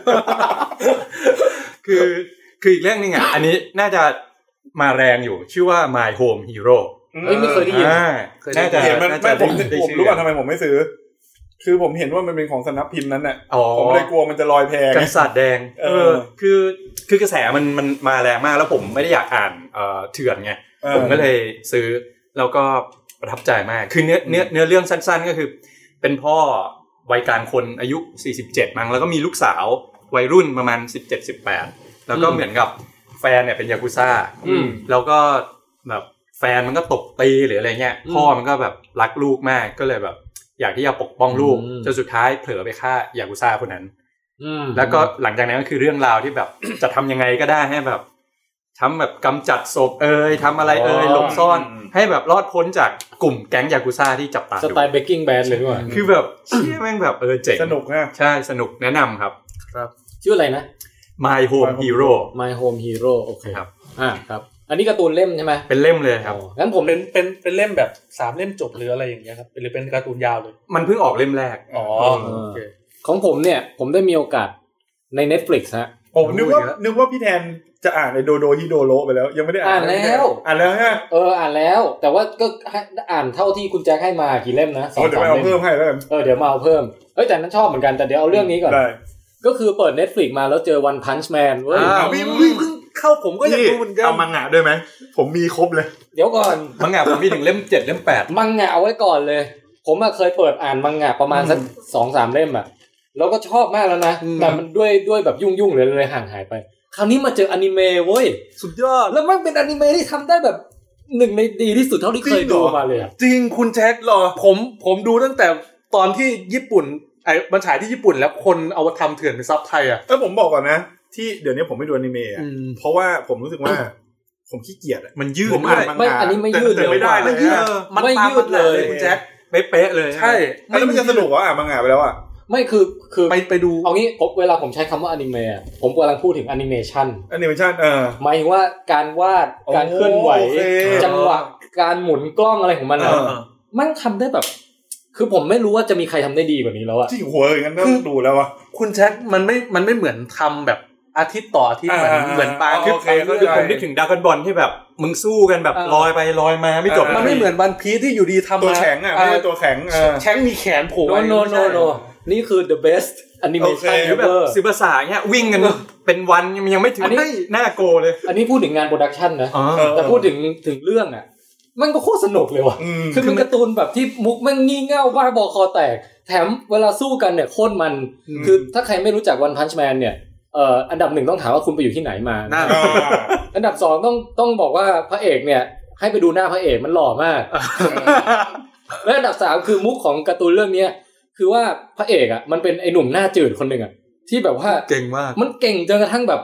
คือคืออีกเรื่องนึงอ่ะอันนี้น่าจะมาแรงอยู่ชื่อว่า My Home Hero เอ้ยไม่เคยได้ยินน่าจะเห็นมันไม่ผมผมรู้ว่าทำไมผมไม่ซื้อคือผมเห็นว่ามันเป็นของสำนักพิมพ์นั้นน่ะผมเลยกลัวมันจะลอยแพกันศาสตร์แดงเออคือคือกระแสมันมันมาแรงมากแล้วผมไม่ได้อยากอ่านเอ่อเถื่อนไงผมก็เลยซื้อแล้วก็ประทับใจมากคือเนื้อเนื้อเนื้อเรื่องสั้นๆก็คือเป็นพ่อวัยกลางคนอายุสี่สิบเจ็ดมั้งแล้วก็มีลูกสาววัยรุ่นประมาณสิบเจ็ด สิบแปดแล้วก็เหมือนกับแฟนเนี่ยเป็นยากุซ่าแล้วก็แบบแฟนมันก็ตบตีหรืออะไรเงี้ยพ่อมันก็แบบรักลูกมากก็เลยแบบอยากที่จะปกป้องลูกจนสุดท้ายเผลอไปฆ่ายากุซ่าคนนั้นแล้วก็หลังจากนั้นก็คือเรื่องราวที่แบบจะทำยังไงก็ได้ให้แบบทำแบบกำจัดศพเอ่ยทำอะไรเอ่ยหลบซ่อนให้แบบรอดพ้นจากกลุ่มแก๊งยากุซ่าที่จับตาดูสไตล์ Breaking Bad เลยด้วยคือแบบเชี่ยแม่งแบบเออเจ๋งสนุกนะใช่สนุกแนะนำครับครับชื่ออะไรนะ My Home Hero My Home Hero โอเคครับอ่าครับอันนี้การ์ตูนเล่มใช่ไหมเป็นเล่มเลยครับงั้นผมเป็นเป็นเป็นเล่มแบบสามเล่มจบหรืออะไรอย่างเงี้ยครับหรือเป็นการ์ตูนยาวเลยมันเพิ่งออกเล่มแรกอ๋อโอเคของผมเนี่ยผมได้มีโอกาสใน Netflix ฮะผมนึกว่านึกว่าพี่แทนจะอ่านในโดโดฮิโดโรไปแล้วยังไม่ได้อ่านแล้วอ่านแล้วฮะเอออ่านแล้วแต่ว่าก็อ่านเท่าที่คุณแจ็คให้มากี่เล่มนะสอง สาม เล่มเดี๋ยวเอาเพิ่มให้แล้วกันเออเดี๋ยวมาเอาเพิ่มเอ้ยแต่นั้นชอบเหมือนกันแต่เดี๋ยวเอาเรื่องนี้ก่อนก็คือเปิด Netflix มาแล้วเจอ One Punch Man เว้ยอ้าวมีเพิ่งเข้าผมก็อยากดูเหมือนกันเอามังงะด้วยมั้ยผมมีครบเลยเดี๋ยวก่อนมังงะผมมีถึงเล่มเจ็ดเล่มแปดมังงะเอาไว้ก่อนเลยผมอ่ะเคยเปิดอ่านมังงะประมาณสัก สองสาม เล่มอ่ะแล้วก็ชอบมากแล้วนะแต่มันด้วยด้วยแบบยุ่งๆเลยเลยห่างหายไปคราวนี้มาเจออนิเมะเว้ยสุดยอดแล้วมันเป็นอนิเมะที่ทำได้แบบหนึ่งในดีที่สุดเท่าที่เคยดูมาเลยจริงคุณแจ็คหรอผมผมดูตั้งแต่ตอนที่ญี่ปุ่นไอ้มันฉายที่ญี่ปุ่นแล้วคนเอามาทำเถื่อนเป็นซับไทยอ่ะเออผมบอกก่อนนะที่เดี๋ยวนี้ผมไม่ดูอนิเมะอ่ะเพราะว่าผมรู้สึกว่าผมขี้เกียจอ่ะมันยืดไม่อันนี้ไม่ยืดเลยไม่ได้ไม่ยืดมันไม่ยืดเลยคุณแจ็คเป๊ะๆเลยใช่แล้วมันจะสนุกเหรออ่ะมังงะไปแล้วอ่ะไม่คือคือไปไปดูเอางี้ผมเวลาผมใช้คำว่าอนิเมะผมกำลังพูดถึงแอนิเมชันแอนิเมชันเออหมายถึงว่าการวาดการเคลื่อนไหวจังหวะการหมุนกล้องอะไรของมันอ่ะมันทำได้แบบคือผมไม่รู้ว่าจะมีใครทำได้ดีแบบนี้แล้วอ่ะจริงหัวอย่างนั้นต้องดูแล้วอ่ะคุณแจ็คมันไม่มันไม่เหมือนทำแบบอาทิตย์ต่ออาทิตย์เหมือนเหมือนปลาคือคือผมนึกถึงดราก้อนบอลที่แบบมึงสู้กันแบบลอยไปลอยมาไม่จบมันไม่เหมือนวันพีซที่อยู่ดีทำตัวแข็งอ่ะไม่ใช่ตัวแข็งแข็งมีแขนโผล่ไว้โนโนโนนี่คือ the best animation ever สิบภาษาเงี้ยวิ่งกันเป็นวันยังไม่ถึงหน้าโกเลยอันนี้พูดถึงงานโปรดักชั่นนะแต่พูดถึงถึงเรื่องอ่ะมันก็โคตรสนุกเลยว่ะคือมันการ์ตูนแบบที่มุกมันงี่เง่าบ้าบอคอแตกแถมเวลาสู้กันเนี่ยโคตรมันคือถ้าใครไม่รู้จัก One Punch Man เนี่ยเอ่ออันดับหนึ่งต้องถามว่าคุณไปอยู่ที่ไหนมาอันดับสองต้องต้องบอกว่าพระเอกเนี่ยให้ไปดูหน้าพระเอกมันหล่อมากและอันดับสามคือมุกของการ์ตูนเรื่องนี้คือว่าพระเอกอ่ะมันเป็นไอ้หนุ่มหน้าจืดคนนึงอ่ะที่แบบว่าเก่งมากมันเก่งจนกระทั่งแบบ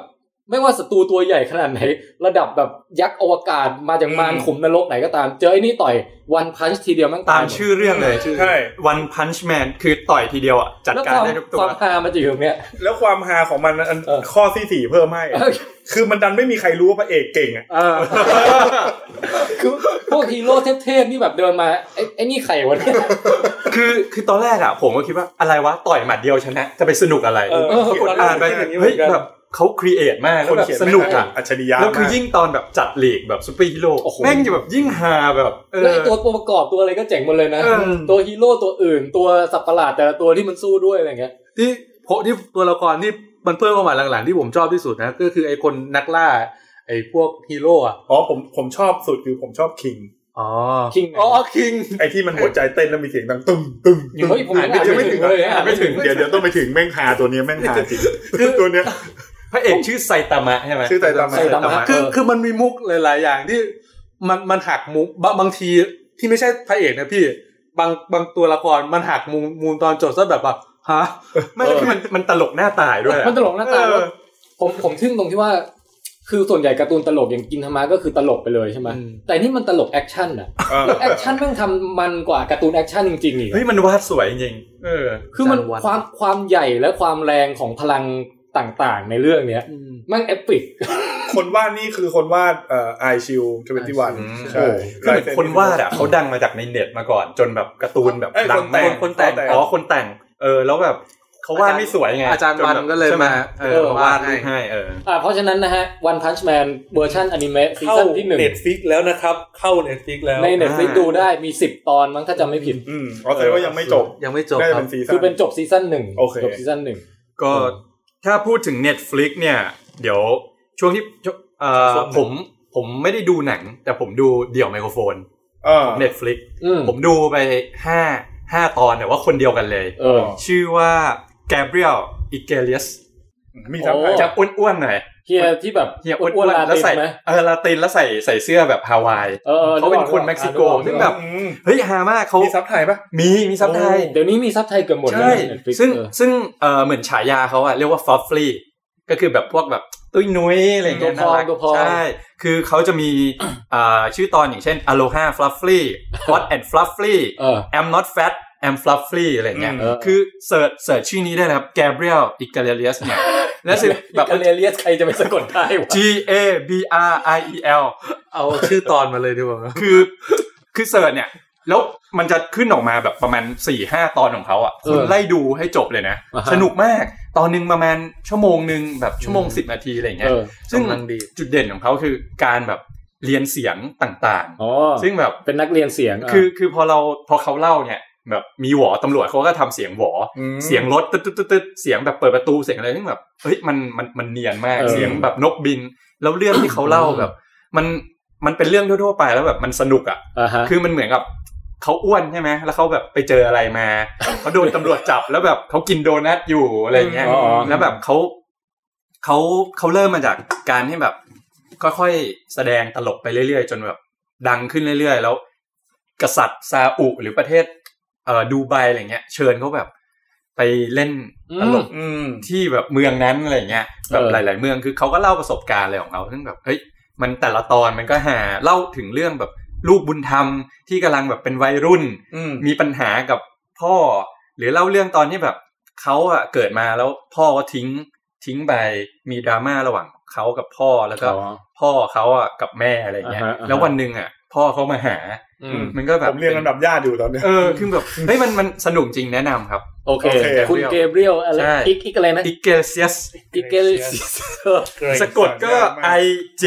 ไม่ว่าศัตรูตัวใหญ่ขนาดไหนระดับแบบยักษ์อวกาศมาจากมารขุมนรกไหนก็ตามเจอไอ้นี่ต่อยวันพันช์ทีเดียวมันตามชื่อเรื่องเลยใช่ One Punch Man คือต่อยทีเดียวอ่ะจัดการได้ทุกตัวความฮามันจะอยู่ตรงเนี้ยแล้วความฮาของมันข้อที่สี่เพิ่มให้คือมันดันไม่มีใครรู้ว่าพระเอกเก่งอ่ะคือพวกฮีโร่เทพๆนี่แบบเดินมาไอ้ไอ้นี่ใครวะเนี่ยคือคือตอนแรกอ่ะผมก็คิดว่าอะไรวะต่อยหมัดเดียวชนะจะไปสนุกอะไรปรากฏอ่านไปเฮ้ยแบบเขาครีเอทมากแล้วแบบสนุกอ่ะอัจฉริยะแล้วคือยิ่งตอนแบบจัดลีกแบบซุปเปอร์ฮีโร่แม่งจะแบบยิ่งฮาแบบเออตัวตัวประกอบตัวอะไรก็เจ๋งหมดเลยนะตัวฮีโร่ตัวอื่นตัวสัตว์ประหลาดแต่ละตัวที่มันสู้ด้วยอะไรเงี้ยที่โผล่ที่ตัวละครที่มันเพิ่มเข้ามาหลังๆที่ผมชอบที่สุดนะก็คือไอ้คนนักล่าไอ้พวกฮีโร่อ่ะอ๋อผมผมชอบสุดคือผมชอบคิงอ๋อคิงอ๋อคิงไอ้ที่มันหัวใจเต้นแล้วมีเสียงดังตึ้งตึ้งเฮ้ยผมยังไม่ถึงเลยอ่ะไม่ถึงเดี๋ยวเดี๋ยวต้องไปถึงแม่งฮาตัวนี้แม่งฮาจริงคือตัวเนี้ยพระเอกชื่อไซตามะใช่ไหมชื่อไซตามะไซตามะคือคือมันมีมุกหลายๆอย่างที่มันมันหักมุกบางทีที่ไม่ใช่พระเอกนะพี่บางบางตัวละครมันหักมุมมูลตอนจบซะแบบแบบฮะไม่ใช่คือมันมันตลกหน้าตายด้วยมันตลกหน้าตายผมผมทึ่งตรงที่ว่าคือส่วนใหญ่การ์ตูนตลกอย่างกินธรรมะก็คือตลกไปเลยใช่ไหมแต่นี่มันตลกแอคชั่นอ่ะแอคชั่นแม่งทำมันกว่าการ์ตูนแอคชั่นจริงๆอีกเฮ้ยมันวาดสวยจริงเออคือมันความความใหญ่และความแรงของพลังต่างๆในเรื่องเนี้ยมันเอปิกคนวาดนี่คือคนวาดเอ่อไอชิลยี่สิบเอ็ดใช่คือคนวาดอ่ะเขาดังมาจากในเน็ตมาก่อนจนแบบการ์ตูนแบบดังมากคนแต่งอ๋อคนแต่งเออแล้วแบบเขาวาดไม่สวยไงอาจารย์วันก็เลยมาเออวาดให้เอออ่าเพราะฉะนั้นนะฮะ One Punch Man เวอร์ชั่นอนิเมะซีซั่นที่หนึ่ง Netflix แล้วนะครับเข้า Netflix แล้วใน Netflix ดูได้มีสิบตอนมั้งถ้าจำไม่ผิดอืมอ๋อแสดงว่ายังไม่จบยังไม่จบครับคือเป็นจบซีซั่นหนึ่งจบซีซั่นหนึ่งก็ถ้าพูดถึง Netflix เนี่ยเดี๋ยวช่วงที่เอ่อผมผมไม่ได้ดูหนังแต่ผมดูเดี่ยวไมโครโฟนเออ Netflix ผมดูไปห้า ห้าตอนแต่ว่าคนเดียวกันเลยชื่อว่า Gabriel Iglesias มีทั้งจะอ้วนๆหน่อยเฮียที่แบบเฮียอ้วนๆแล้วใส่เออลาตินแล้วใส่ใส่เสื้อแบบฮาวายเขาเป็นคนเม็กซิโกซึ่งแบบเฮ้ยฮามากเขามีซับไทยป่ะมีมีซับไทยเดี๋ยวนี้มีซับไทยเกือบหมดเลยซึ่งซึ่งเออเหมือนฉายาเขาอะเรียกว่าฟอฟฟี่ก็คือแบบพวกแบบตุ้ยนุ้ยอะไรอย่างเงี้ยน่ารักใช่คือเขาจะมีอ่าชื่อตอนอย่างเช่น Aloha Fluffy Hot and Fluffy I'm not fat I'm Fluffy อะไรเงี้ยคือเสิร์ชเสิร์ชชื่อนี้ได้นะครับ Gabriel Iglesias เนี่ยแล้วสิแบบ Iglesias ใครจะไปสะกดได้วะ G A B R I E L เอาชื่อตอนมาเลยดีกว่าคือคือเสิร์ชเนี่ยแล้วมันจะขึ้นออกมาแบบประมาณ สี่ห้า ตอนของเขาอ่ะคุณไล่ดูให้จบเลยนะสนุกมากตอนนึงประมาณชั่วโมงนึงแบบชั่วโมงสิบนาทีอะไรอย่างเงี้ยซึ่งจุดเด่นของเขาคือการแบบเรียนเสียงต่างๆซึ่งแบบเป็นนักเรียนเสียงคือคือพอเราพอเขาเล่าเนี่ยแบบมีหวอตำรวจเขาก็ทำเสียงหวอเสียงรถตึ๊ดๆๆเสียงแบบเปิดประตูเสียงอะไรซึ่งแบบเฮ้ยมันมันมันเนียนมากเสียงแบบนกบินแล้วเรื่องที่เขาเล่าแบบมันมันเป็นเรื่องทั่วๆไปแล้วแบบมันสนุกอ่ะคือมันเหมือนกับเขาอ้วนใช่ไหมแล้วเขาแบบไปเจออะไรมาเขาโดนตำรวจจับแล้วแบบเขากินโดนัทอยู่อะไรเงี้ยแล้วแบบเขาเขาเขาเริ่มมาจากการที่แบบค่อยๆแสดงตลกไปเรื่อยๆจนแบบดังขึ้นเรื่อยๆแล้วกษัตริย์ซาอุหรือประเทศเอ่อดูไบอะไรเงี้ยเชิญเขาแบบไปเล่นตลกที่แบบเมืองนั้นอะไรเงี้ยแบบหลายๆเมืองคือเขาก็เล่าประสบการณ์อะไรของเขาซึ่งแบบเฮ้ยมันแต่ละตอนมันก็หาเล่าถึงเรื่องแบบลูกบุญธรรมที่กำลังแบบเป็นวัยรุ่นมีปัญหากับพ่อหรือเล่าเรื่องตอนที่แบบเขาอ่ะเกิดมาแล้วพ่อก็ทิ้งทิ้งไปมีดราม่าระหว่างเขากับพ่อแล้วก็พ่อเขาอ่ะกับแม่อะไรเงี้ยแล้ววันนึงอ่ะพ่อเขามาหามันก็แบบผมเรียนลำดับญาติอยู่ตอนนี้เออคือแบบเฮ้ยมันมันสนุกจริงแนะนำครับโอเคคุณเกเบรียลอะไรอีกอีกอะไรนะ Iglesias Iglesias สะกดก็ I G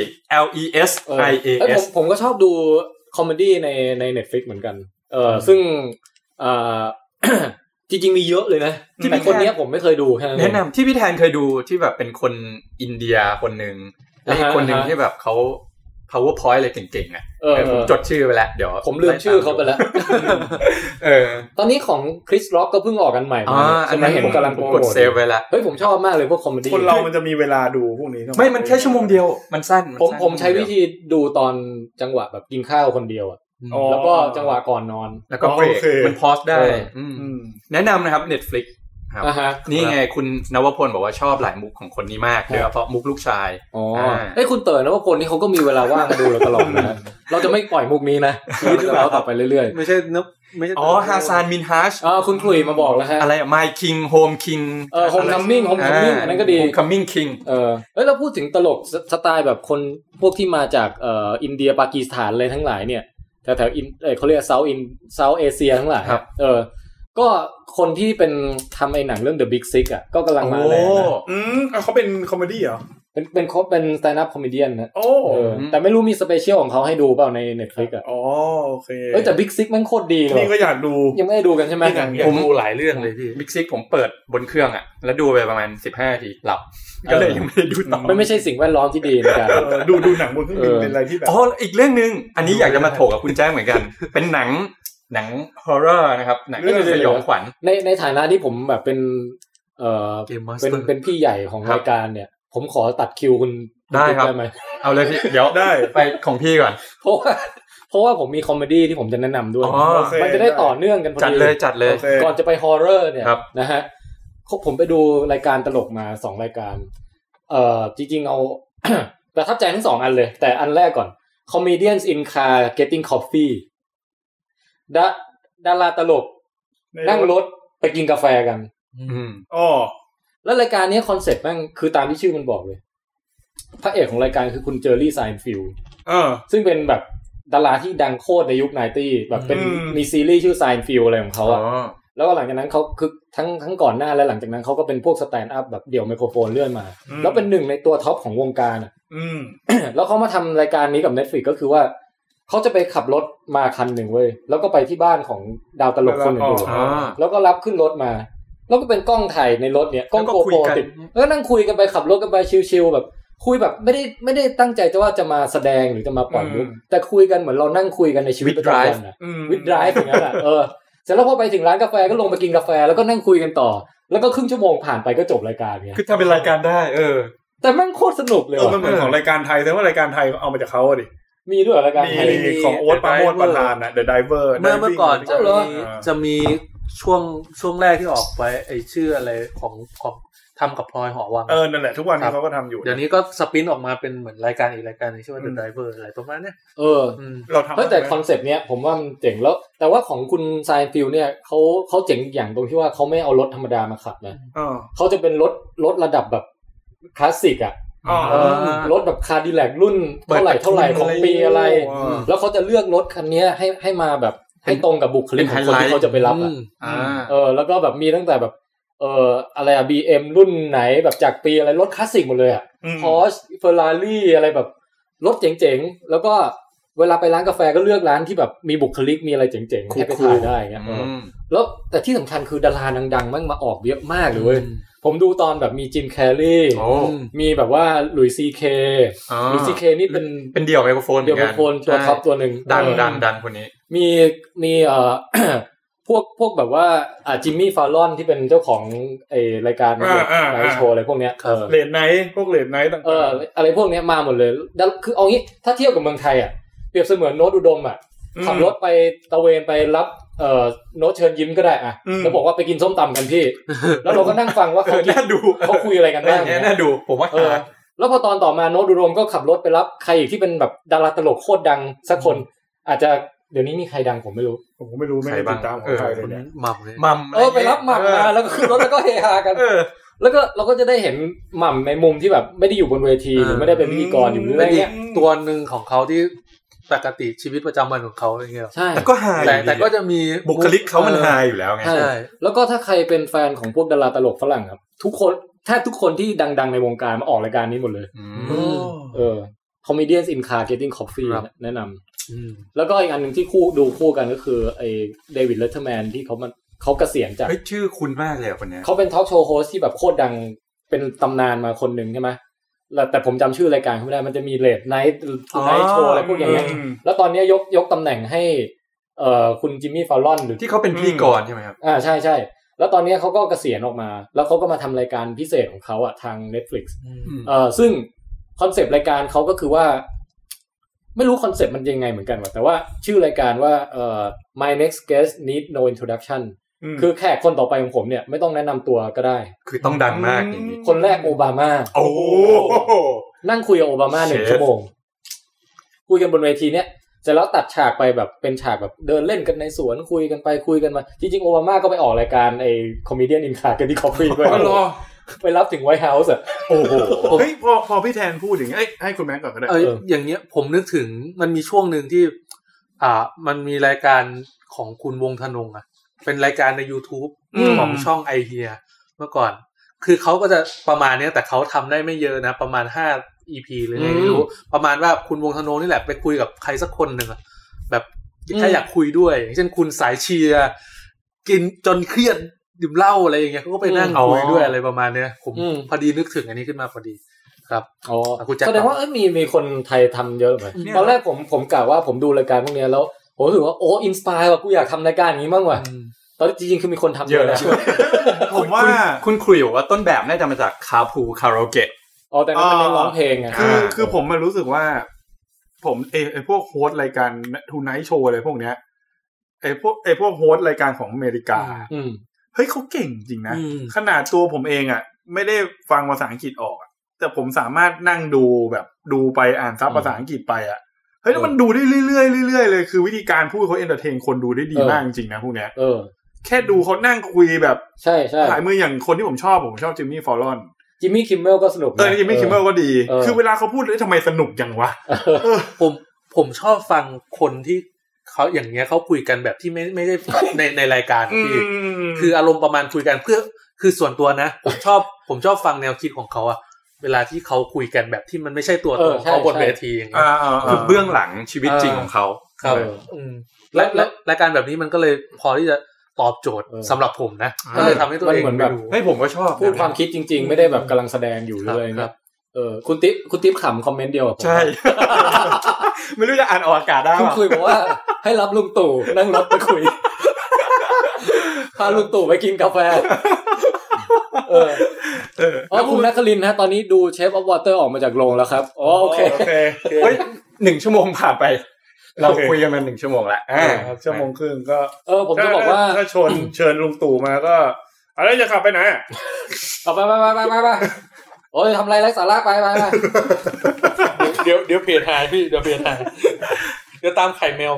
L E S I A S ผมผมก็ชอบดูคอมเมดี้ในใน Netflix เหมือนกันเออซึ่งอ่าจริงๆมีเยอะเลยนะแต่คนนี้ผมไม่เคยดูแนะนำที่พี่แทนเคยดูที่แบบเป็นคนอินเดียคนนึงและอีกคนนึงที่แบบเขาPowerPoint อะไรเก่งๆอ่ะผมจดชื่อไปแล้วเดี๋ยวผมลืมชื่อเขาไปแล้วเออตอนนี้ของคริสร็อกก็เพิ่งออกกันใหม่มาใช่มั้ยเห็นกำลังกดเซฟไว้แล้วเฮ้ยผมชอบมากเลยพวกคอมเมดี้คนเรามันจะมีเวลาดูพวกนี้ไม่มันแค่ชั่วโมงเดียวมันสั้นผมผมใช้วิธีดูตอนจังหวะแบบกินข้าวคนเดียวอ่ะแล้วก็จังหวะก่อนนอนแล้วก็เบรกมันพอสได้แนะนำนะครับ Netflix นี่ไงคุณนวพลบอกว่าชอบหลายมุกของคนนี้มากโดยเฉพาะมุกลูกชายอ๋อเอ้ยคุณเต๋อนวพลนี่เขาก็มีเวลาว่างมาดูเราตลอดนะเราจะไม่ปล่อยมุกนี้นะชีวิตเราต่อไปเรื่อยๆไม่ใช่นไม่ใช่อ๋อฮาซานมินฮัชอ๋อคุณคุยมาบอกแล้วฮะอะไร My King Home King เออ Home Coming Home Coming อันนั้นก็ดี Home Coming King เออเอ้ยเราพูดถึงตลกสไตล์แบบคนพวกที่มาจากเอ่ออินเดียปากีสถานอะไรทั้งหลายเนี่ยแถวๆอินเออเขาเรียกเซาท์อินเซาท์เอเชียทั้งหลายเออก็คนที่เป็นทำไอ้หนังเรื่อง The Big Sick อ่ะก็กำลังมาแรงนะอืมเขาเป็นคอมเมดี้เหรอเป็นเป็นเขาเป็นสแตนด์อัพคอมเมดี้นะโอ้แต่ไม่รู้มีสเปเชียลของเขาให้ดูเปล่าใน Netflix อ่ะอ๋อโอเคเอ้ยแต่ Big Sick มันโคตรดีเลยนี่ก็อยากดูยังไม่ได้ดูกันใช่มั้ยผมดูหลายเรื่องเลยพี่ Big Sick ผมเปิดบนเครื่องอ่ะแล้วดูไปประมาณสิบห้านาทีหลับก็เลยยังไม่ได้ดูต่อมันไม่ใช่สิ่งแวดล้อมที่ดีในการดูดูหนังบนเครื่องบินเป็นอะไรที่แบบอ๋ออีกเรื่องนึงอันนี้อยากจะมาโถกับคุณแจ้งเหมือนกันเป็นหนังหนังฮอร์เรอร์นะครับหนังสยองขวัญในในฐานะที่ผมแบบเป็นเอ่อเป็นเป็นพี่ใหญ่ของรายการเนี่ยผมขอตัดคิวคุณได้ครับได้มั้ยเอาเลยพี่เดี๋ยวได้ไปของพี่ก่อนเพราะว่าเพราะว่าผมมีคอมเมดี้ที่ผมจะแนะนำด้วยมันจะได้ต่อเนื่องกันพอดีจัดเลยจัดเลยก่อนจะไปฮอร์เรอร์เนี่ยนะฮะผมไปดูรายการตลกมาสองรายการเอ่อจริงๆเอาประทับใจทั้งสองอันเลยแต่อันแรกก่อน Comedians in Car Getting Coffee ดาดาราตลกนั่งรถไปกินกาแฟกันอืมอ๋อแล้วรายการนี้คอนเซ็ปต์แม่งคือตามที่ชื่อมันบอกเลยพระเอกของรายการคือคุณเจอร์รี่ไซน์ฟิลด์เออซึ่งเป็นแบบดาราที่ดังโคตรในยุค ไนน์ตี้ แบบเป็นมีซีรีส์ชื่อไซน์ฟิลด์อะไรของเขาอ่ะแล้วก็หลังจากนั้นเขาคือทั้งทั้งก่อนหน้าและหลังจากนั้นเขาก็เป็นพวกสแตนด์อัพแบบเดี่ยวไมโครโฟนเลื่อนมาแล้วเป็นหนึ่งในตัวท็อปของวงการอ่ะอืม แล้วเขามาทำรายการนี้กับ Netflix ก็คือว่าเขาจะไปขับรถมาคันหนึ่งเว้ยแล้วก็ไปที่บ้านของดาวตลกคนอื่นๆแล้วก็รับขึ้นรถมาแล้วก็เป็นกล้องถ่ายในรถเนี่ยกล้องโกโปรติดแล้วนั่งคุยกันไปขับรถกันไปชิลๆแบบคุยแบบไม่ได้ไม่ได้ตั้งใจจะว่าจะมาแสดงหรือจะมาปล่อยมุกแต่คุยกันเหมือนเรานั่งคุยกันในชีวิตประจำวันน่ะวิดไดรฟ์อย่างนั้นอ่ะเออเสร็จแล้วพอไปถึงร้านกาแฟก็ลงไปกินกาแฟแล้วก็นั่งคุยกันต่อแล้วก็ครึ่งชั่วโมงผ่านไปก็จบรายการเนี่ยคือทำเป็นรายการได้เออแต่แม่งโคตรสนุกเลยเออมันเหมือนของรายการไทยแต่ว่ารายการไทยเอามาจากเขาอ่ะดิมีด้วยรายการไทยมีของโอ๊ตปราโมชประธานน่ะ The Diver เมื่อเมื่อก่อนจะมีจะมีช่วงช่วงแรกที่ออกไปไอ้ชื่ออะไรของของทำกับพลอยหอวังเออนั่นแหละทุกวันนี้เขาก็ทำอยู่เดี๋ยวนี้ก็สปินออกมาเป็นเหมือนรายการอีกรายการนึงชื่อว่า The Diver อะไรประมาณเนี้ยเออเราทำแต่คอนเซ็ปต์เนี้ยผมว่ามันเจ๋งแล้วแต่ว่าของคุณไซน์ฟิลเนี่ยเขาเขาเจ๋งอย่างตรงที่ว่าเขาไม่เอารถธรรมดามาขับนะเขาจะเป็นรถรถระดับแบบคลาสสิกอ่ะรถแบบคาร์ดิแลกรุ่นเท่าไหร่เท่าไหร่ของปีอะไรแล้วเขาจะเลือกรถคันนี้ให้ให้มาแบบให้ตรงกับบุคลิกของคนที่เขาจะไปรับอ่ะเออแล้วก็แบบมีตั้งแต่แบบเอ่ออะไรอ่ะ บี เอ็ม รุ่นไหนแบบจากปีอะไรรถคลาสสิกหมดเลยอ่ะ Porsche Ferrari อะไรแบบรถเจ๋งๆแล้วก็เวลาไปร้านกาแฟก็เลือกร้านที่แบบมีบุคลิกมีอะไรเจ๋งๆให้ไปถ่ายได้เงี้ยแล้วแต่ที่สำคัญคือดาราดังๆมั่งมาออกเยอะมากเลยผมดูตอนแบบมีจิมแคร์รีมีแบบว่าหลุยส์ซีเคหลุยส์ซีเคนี่เป็นเป็นเดี่ยวไมโครโฟนเดี่ยวไมโครโฟนตัวท็อปตัวนึงดังดังดังคนนี้มีมีเอ่อ พวกพวกแบบว่าอ่าจิมมี่ฟาลอนที่เป็นเจ้าของไอ้รายการไลฟ์โชว์อะไรพวกเนี้ยเออเลดไนท์พวกเลดไนท์ต่างๆเอออะไรพวกเนี้ยมาหมดเลยคือเอางี้ถ้าเทียบกับเมืองไทยอ่ะเปรียบเสมือนโน้ตอุดมอ่ะขับรถไปตะเวนไปรับเอ่อโน้ตเชิญยิ้มก็ได้อ่ะแล้วบอกว่าไปกินส้มตำกันพี่แล้วเราก็นั่งฟังว่าเขาเขาคุยอะไรกันบ้างน่าดูผมว่าเออแล้วพอตอนต่อมาโน้ตอุดมก็ขับรถไปรับใครอีกที่เป็นแบบดาราตลกโคตรดังสักคนอาจจะเดี๋ยวนี้มีใครดังผมไม่รู้ผมก็ไม่รู้ไม่ได้ติดตามของใครเลยเนี่ยหม่ำเลยหม่ำเออไปรับหม่ำมาแล้วก็ขึ้นรถแล้วก็เฮฮากันแล้วก็เราก็จะได้เห็นหม่ำในมุมที่แบบไม่ได้อยู่บนเวทีหรือไม่ได้เป็นพิธีกรอยู่เรื่อยๆเนี่ยตัวนึงของเขาที่ปกติชีวิตประจำวันของเขาอย่างเงี้ยใช่ก็หายแต่แต่ก็จะมีบุคลิกเขามันหายอยู่แล้วไงใช่แล้วก็ถ้าใครเป็นแฟนของพวกดาราตลกฝรั่งครับทุกคนแทบทุกคนที่ดังๆในวงการมาออกรายการนี้หมดเลยเออ Comedians in Car Getting Coffee แนะนำแล้วก็อีกอันนึงที่คู่ดูคู่กันก็คือไอ้เดวิดเลตเทอร์แมนที่เขามันเขาเกษียณจากเฮ้ยชื่อคุณมากเลยคนนี้เขาเป็นทอล์กโชว์โฮสที่แบบโคตรดังเป็นตำนานมาคนนึงใช่ไหมแต่ผมจำชื่อรายการเขาไม่ได้มันจะมีเลดไนท์ไนท์โชว์อะไรพวกอย่างเงี้ยแล้วตอนนี้ยกยกตำแหน่งให้เอ่อคุณจิมมี่ฟาลลอนหรือที่เขาเป็นพิธีกรใช่ไหมครับอ่าใช่ใช่แล้วตอนนี้เขาก็เกษียณออกมาแล้วเขาก็มาทำรายการพิเศษของเขาอะทาง Netflix เอ่อซึ่งคอนเซปต์รายการเขาก็คือว่าไม่รู้คอนเซปต์มันยังไงเหมือนกันว่ะแต่ว่าชื่อรายการว่าเอ่อ My Next Guest Need No Introduction คือแขกคนต่อไปของผมเนี่ยไม่ต้องแนะนำตัวก็ได้คือต้องดังมากอย่างนี้คนแรกโอบามาโอ้นั่งคุยกับโอบามาหนึ่งชั่วโมงคุยกันบนเวทีเนี้ยเสร็จแล้วตัดฉากไปแบบเป็นฉากแบบเดินเล่นกันในสวนคุยกันไปคุยกันมาจริงๆโอบามาก็ไปออกรายการไอ้คอมเมดี้อินคาร์กันที่คอฟฟี่ด้วยไปรับถึงไวท์เฮาส์อ่ะโอ้โหเฮ้ยพอพอพี่แทนพูดถึงไอ้ให้คุณแม็กก่อนก็ได้เอออย่างเงี้ยผมนึกถึงมันมีช่วงนึงที่อ่ามันมีรายการของคุณวงธนงอ่ะเป็นรายการใน YouTube ของช่องไอเฮียเมื่อก่อนคือเขาก็จะประมาณนี้แต่เขาทำได้ไม่เยอะนะประมาณห้า อี พี หรือไงไม่รู้ประมาณว่าคุณวงธนงนี่แหละไปคุยกับใครสักคนหนึ่งแบบแค่อยากคุยด้วยอย่างเช่นคุณสายเชียร์กินจนเครียดดื่มเหล้าอะไรอย่างเงี้ยเขาก็ไปนั่งคุยด้วยอะไรประมาณเนี้ยผมพอดีนึกถึงอันนี้ขึ้นมาพอดีครับอ๋อแสดงว่าเอ้ยมีมีคนไทยทำเยอะเลยตอนแรกผมผมกะว่าผมดูรายการพวกนี้แล้วผมรู้สึกว่าโอ้อินสไปร์ว่ะกูอยากทำรายการอย่างนี้บ้างว่ะตอนจริงๆคือมีคนทำเยอะนะผมว่าคุณคุยบอกว่าต้นแบบน่าจะมาจากคาพูคาราโอเกะอ๋อแต่นั้นมันร้องเพลงไงคือคือผมมันรู้สึกว่าผมไอ้ไอ้พวกโฮสต์รายการทูไนท์โชว์อะไรพวกเนี้ยไอ้พวกไอ้พวกโฮสต์รายการของอเมริกาเฮ้ยเขาเก่งจริงนะขนาดตัวผมเองอ่ะไม่ได้ฟังภาษาอังกฤษออกแต่ผมสามารถนั่งดูแบบดูไปอ่านซับภาษาอังกฤษไปอ่ะเฮ้ยแล้วมันดูได้เรื่อยๆเรื่อยๆเลยคือวิธีการพูดเขาเอนเตอร์เทนคนดูได้ดีมากจริงๆนะพวกเนี้ยเออแค่ดูเขานั่งคุยแบบใช่ใช่หายมืออย่างคนที่ผมชอบผมชอบจิมมี่ฟอลลอนจิมมี่คิมเมลก็สนุกเออจิมมี่คิมเมลก็ดีคือเวลาเขาพูดแล้วทำไมสนุกจังวะผมผมชอบฟังคนที่เขาอย่างเงี้ยเขาคุยกันแบบที่ไม่ไม่ได้ในในรายการพี่คืออารมณ์ประมาณคุยกันเพื่อคือส่วนตัวนะผมชอบผมชอบฟังแนวคิดของเขาอะเวลาที่เขาคุยกันแบบที่มันไม่ใช่ตัวตนเขาบนเวทีอย่างเงี้ยคือเบื้องหลังชีวิตจริงของเขาครับและและรายการแบบนี้มันก็เลยพอที่จะตอบโจทย์สำหรับผมนะก็เลยทำให้ตัวเองเหมือนแบบให้ผมก็ชอบพูดความคิดจริงๆไม่ได้แบบกำลังแสดงอยู่เลยครับเออคุณติ๊บคุณติ๊บขำคอมเมนต์เดียวกับผมใช่ไม่รู้จะอ่านออกอากาศได้คุณคุยบอกว่าให้รับลุงตู่นั่งรถไปคุยพาลุงตู่ไปกินกาแฟเออเอออ๋อคุณนักคลินนะตอนนี้ดูเชฟออฟวอเตอร์ออกมาจากโรงแล้วครับอ๋อโอเคโอเคเฮ้ยหนึ่งชั่วโมงผ่านไปเราคุยกันมาหนึ่งชั่วโมงละอ่าชั่วโมงครึ่งก็เออผมจะบอกว่าถ้าชวนเชิญลุงตู่มาก็อะไรจะขับไปไหนขับไปไปไปไปไปโอ้ยทำไรไร้สาระไปไปไปเดี๋ยวเดี๋ยวเพจหายพี่เดี๋ยวเพจหายเดี๋ยวตามไข่แมวไป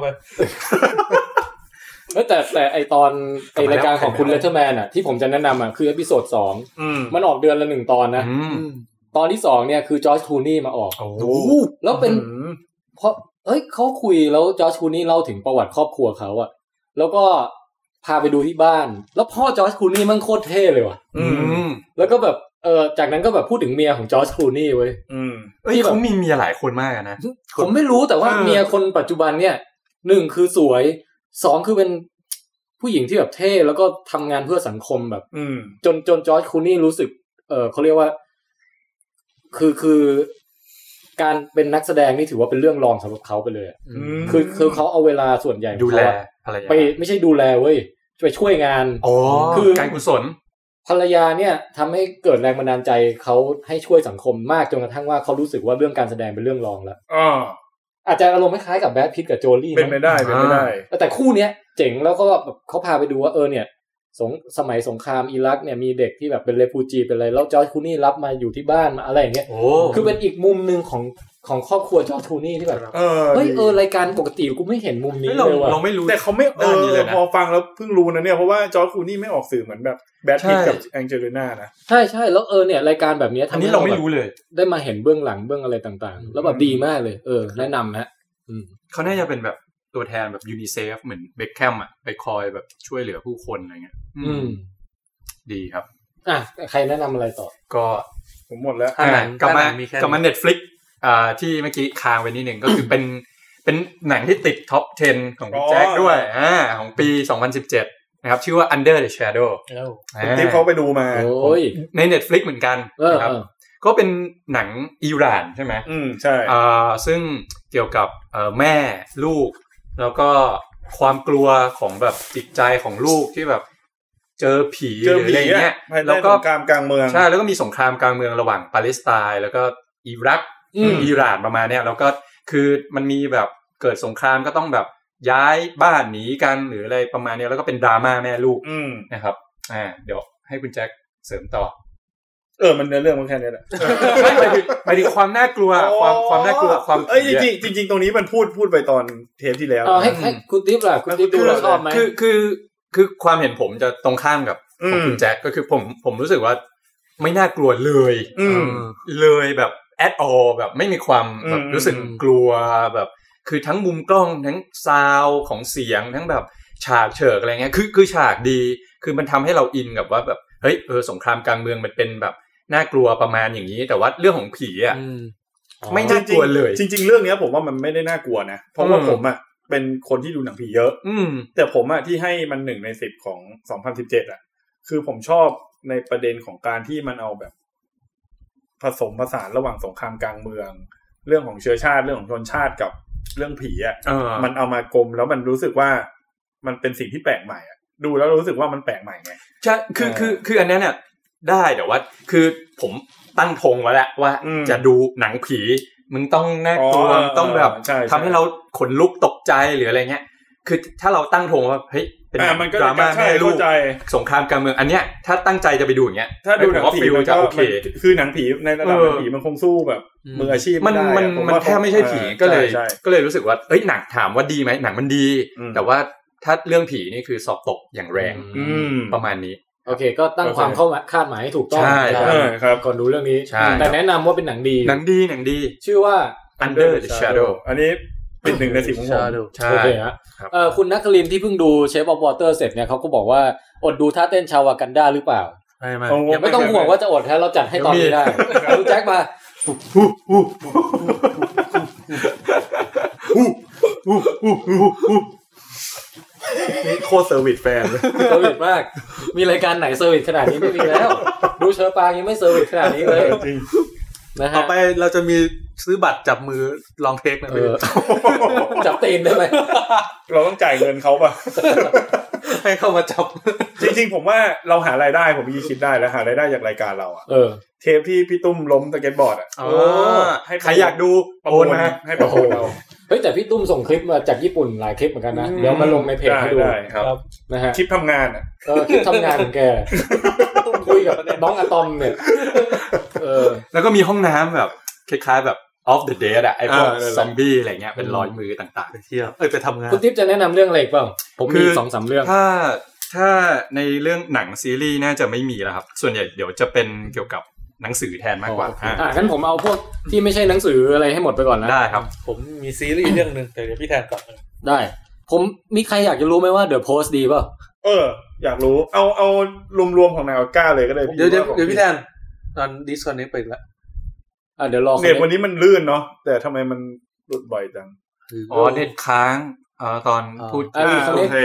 แต่แต่ไอตอนไอรายการของคุณเลเทอร์แมนอ่ะที่ผมจะแนะนำอ่ะคือเอพิโซดสองมันออกเดือนละหนึ่งตอนนะตอนที่สองเนี่ยคือจอร์จคลูนี่มาออกแล้วเป็นเพราะเอ้ยเขาคุยแล้วจอร์จคลูนี่เล่าถึงประวัติครอบครัวเขาอ่ะแล้วก็พาไปดูที่บ้านแล้วพ่อจอร์จคลูนี่มันโคตรเท่เลยว่ะแล้วก็แบบเออจากนั้นก็แบบพูดถึงเมียของจอร์จคลูนี่เว้ยที่เขามีเมียหลายคนมากนะผมไม่รู้แต่ว่าเมียคนปัจจุบันเนี่ยหนึ่งคือสวยสองคือเป็นผู้หญิงที่แบบเท่แล้วก็ทำงานเพื่อสังคมแบบจนจนจอร์จคลูนี่รู้สึกเออเขาเรียกว่าคือคือการเป็นนักแสดงนี่ถือว่าเป็นเรื่องรองสำหรับเขาไปเลยคือคือเขาเอาเวลาส่วนใหญ่ดูแลไปไม่ใช่ดูแลเว้ยไปช่วยงานคือการกุศลภรรยาเนี่ยทำให้เกิดแรงบันดาลใจเขาให้ช่วยสังคมมากจนกระทั่งว่าเขารู้สึกว่าเรื่องการแสดงเป็นเรื่องรองแล้วอาจจะอารมณ์คล้ายๆกับแบทพิตต์กับโจลี่เป็นไม่ได้เป็นไม่ได้แต่คู่เนี้ยเจ๋งแล้วก็แบบเขาพาไปดูว่าเออเนี่ยสงสมัยสงครามอิรักเนี่ยมีเด็กที่แบบเป็นเรฟูจีเป็นอะไรแล้วจอร์จคลูนี่รับมาอยู่ที่บ้านมาอะไรอย่างเงี้ยคือเป็นอีกมุมนึงของของครอบครัวจอร์จคลูนี่ที่แบบเฮ้ยเออรายการปกติกูไม่เห็นมุมนี้เลยว่ะเราไม่รู้แต่เขาไม่เออพอฟังแล้วเพิ่งรู้นะเนี่ยเพราะว่าจอร์จคลูนี่ไม่ออกสื่อเหมือนแบบแบทพิตต์กับแองเจลิน่านะใช่ๆแล้วเออเนี่ยรายการแบบนี้ทำให้เราไม่รู้เลยได้มาเห็นเบื้องหลังเบื้องอะไรต่างๆแล้วแบบดีมากเลยเออแนะนำนะเขาน่าจะเป็นแบบตัวแทนแบบยูนิเซฟเหมือนเบคแคมอ่ะไปคอยแบบช่วยเหลือผู้คนอะไรเงี้ยอืมดีครับอ่ะใครแนะนำอะไรต่อก็ผมหมดแล้วอ่ากลับมากลับมา Netflix อ่าที่เมื่อกี้ค้างไว้นิดนึงก็คือเป็นเป็นหนังที่ติดท็อปสิบของแจ็คด้วยอ่าของปีสองพันสิบเจ็ดนะครับชื่อว่า Under the Shadow คุณติ๊บเขาไปดูมาโอ้ยใน Netflix เหมือนกันนะครับก็เป็นหนังอิหร่านใช่ไหมอืมใช่อ่าซึ่งเกี่ยวกับเอ่อแม่ลูกแล้วก็ความกลัวของแบบจิตใจของลูกที่แบบเจอผีหรืออะไรเงี้ยแล้วก็สงครามกลางเมืองใช่แล้วก็มีสงครามกลางเมืองระหว่างปาเลสไตน์แล้วก็อิรักอิหร่านประมาณเนี้ยแล้วก็คือมันมีแบบเกิดสงครามก็ต้องแบบย้ายบ้านหนีกันหรืออะไรประมาณนี้แล้วก็เป็นดราม่าแม่ลูกอืมนะครับอ่าเดี๋ยวให้คุณแจ็คเสริมต่อเออมันเนื้อเรื่องมันแค่นี้แหละไม่หมายถึงหมายถึงความน่ากลัวความความน่ากลัวความเอ้ยจริงจริงๆตรงนี้มันพูดพูดไปตอนเทปที่แล้วอ๋อให้ให้คุณติ๊บล่ะคุณติ๊บดูแล้วชอบมั้ยคือคือคือความเห็นผมจะตรงข้ามกับของคุณแจ็คก็คือผมผมรู้สึกว่าไม่น่ากลัวเลยเลยแบบ at all แบบไม่มีความแบบรู้สึกกลัวแบบคือทั้งมุมกล้องทั้งซาวด์ของเสียงทั้งแบบฉากเฉิกอะไรเงี้ยคือคือฉากดีคือมันทำให้เราอินกับว่าแบบเฮ้ยเออสงครามกลางเมืองมันเป็นแบบน่ากลัวประมาณอย่างนี้แต่ว่าเรื่องของผีอ่ะไม่น่ากลัวเลยจริงๆเรื่องนี้ผมว่ามันไม่ได้น่ากลัวนะเพราะว่าผมอ่ะเป็นคนที่ดูหนังผีเยอะแต่ผมอ่ะที่ให้มันหนึ่งในสิบของสองพันสิบเจ็ดอ่ะคือผมชอบในประเด็นของการที่มันเอาแบบผสมผสานระหว่างสงครามกลางเมืองเรื่องของเชื้อชาติเรื่องของชนชาติกับเรื่องผีอ่ะมันเอามากลมแล้วมันรู้สึกว่ามันเป็นสิ่งที่แปลกใหม่อ่ะดูแล้วรู้สึกว่ามันแปลกใหม่ไงใช่คือคือคืออันนี้เนี่ยได้แต่ว่าคือผมตั้งธงไว้แล้วว่าจะดูหนังผีมึงต้องน่ากลัวต้องแบบทำให้เราขนลุกตกใจหรืออะไรเงี้ยคือถ้าเราตั้งธงว่าเฮ้ยเป็นดราม่าแม่ลูกสงครามกลางเมืองอันเนี้ยถ้าตั้งใจจะไปดูอย่างเงี้ยถ้าดูหนังผีมันจะโอเคคือหนังผีในระดับหนังผีมันคงสู้แบบมืออาชีพมันมันมันแค่ไม่ใช่ผีก็เลยก็เลยรู้สึกว่าเอ้ยหนังถามว่าดีไหมหนังมันดีแต่ว่าถ้าเรื่องผีนี่คือสอบตกอย่างแรงประมาณนี้โอเคก็ตั้งความเข้าคาดหมายให้ถูกต้องใช่ครับก่อนดูเรื่องนี้แต่แนะนำว่าเป็นหนังดีหนังดีหนังดีชื่อว่า Under the Shadow อันนี้เป็นหนึ่งในสิบของผมโอเคฮะเอ่อคุณนักคลินที่เพิ่งดู Shape of Water เสร็จเนี่ยเขาก็บอกว่าอดดูท่าเต้นชาวากันดาหรือเปล่าไม่ไม่อย่าไม่ต้องห่วงว่าจะอดฮะเราจัดให้ตอนนี้ได้ดูแจ็คมานี่โคตรเซอร์วิสแฟนเลยเซอร์วิสมากมีรายการไหนเซอร์วิสขนาดนี้ไม่มีแล้วดูเชอปางยังไม่เซอร์วิสขนาดนี้เลยจริงนะฮะต่อไปเราจะมีซื้อบัตรจับมือลองเทคนะพี่จับตีนได้ไหมเราต้องจ่ายเงินเขาป่ะให้เข้ามาจับจริงๆผมว่าเราหารายได้ผมมีคิดได้แล้วหารายได้จากรายการเราอ่ะเทปที่พี่ตุ้มล้มสเก็ตบอร์ดอ่ะใครอยากดูโอนมาให้ประมูลเราเฮ้ยแต่พี่ตุ้มส่งคลิปมาจากญี่ปุ่นหลายคลิปเหมือนกันนะเดี๋ยวมาลงในเพจให้ดูครับนะฮะคลิปทำงานอ่ะเออคลิปทำงานของแกคุยกับน้องอะตอมเนี่ยเออแล้วก็มีห้องน้ำแบบคล้ายๆแบบ Off the Dead อ่ะไอ้พวกซอมบี้อะไรเงี้ยเป็นรอยมือต่างๆไปเที่ยวเอ้ยไปทำงานคุณติ๊บจะแนะนำเรื่องอะไรเปล่าผมมี สองสาม เรื่องถ้าถ้าในเรื่องหนังซีรีส์น่าจะไม่มีแล้วครับส่วนใหญ่เดี๋ยวจะเป็นเกี่ยวกับหนังสือแทนมากกว่าอ่างั้นผมเอาพวกที่ไม่ใช่หนังสืออะไรให้หมดไปก่อนนะได้ครับผมมีซีรีส์เรื่องนึงแต่เดี๋ยวพี่แทนก่อนได้ผมมีใครอยากจะรู้ไหมว่า The Post ดีป่ะเอออยากรู้เอาเอารวมๆของนายออก้าเลยก็ได้เดี๋ยวเดี๋ยวพี่แทนตอน Disconnect ไปแล้วอ่ะเดี๋ยวรอเน็ตวันนี้มันลื่นเนาะแต่ทำไมมันหลุดบ่อยจังอ๋อเน็ตค้างเอ่อตอนพูดอ่าโอเค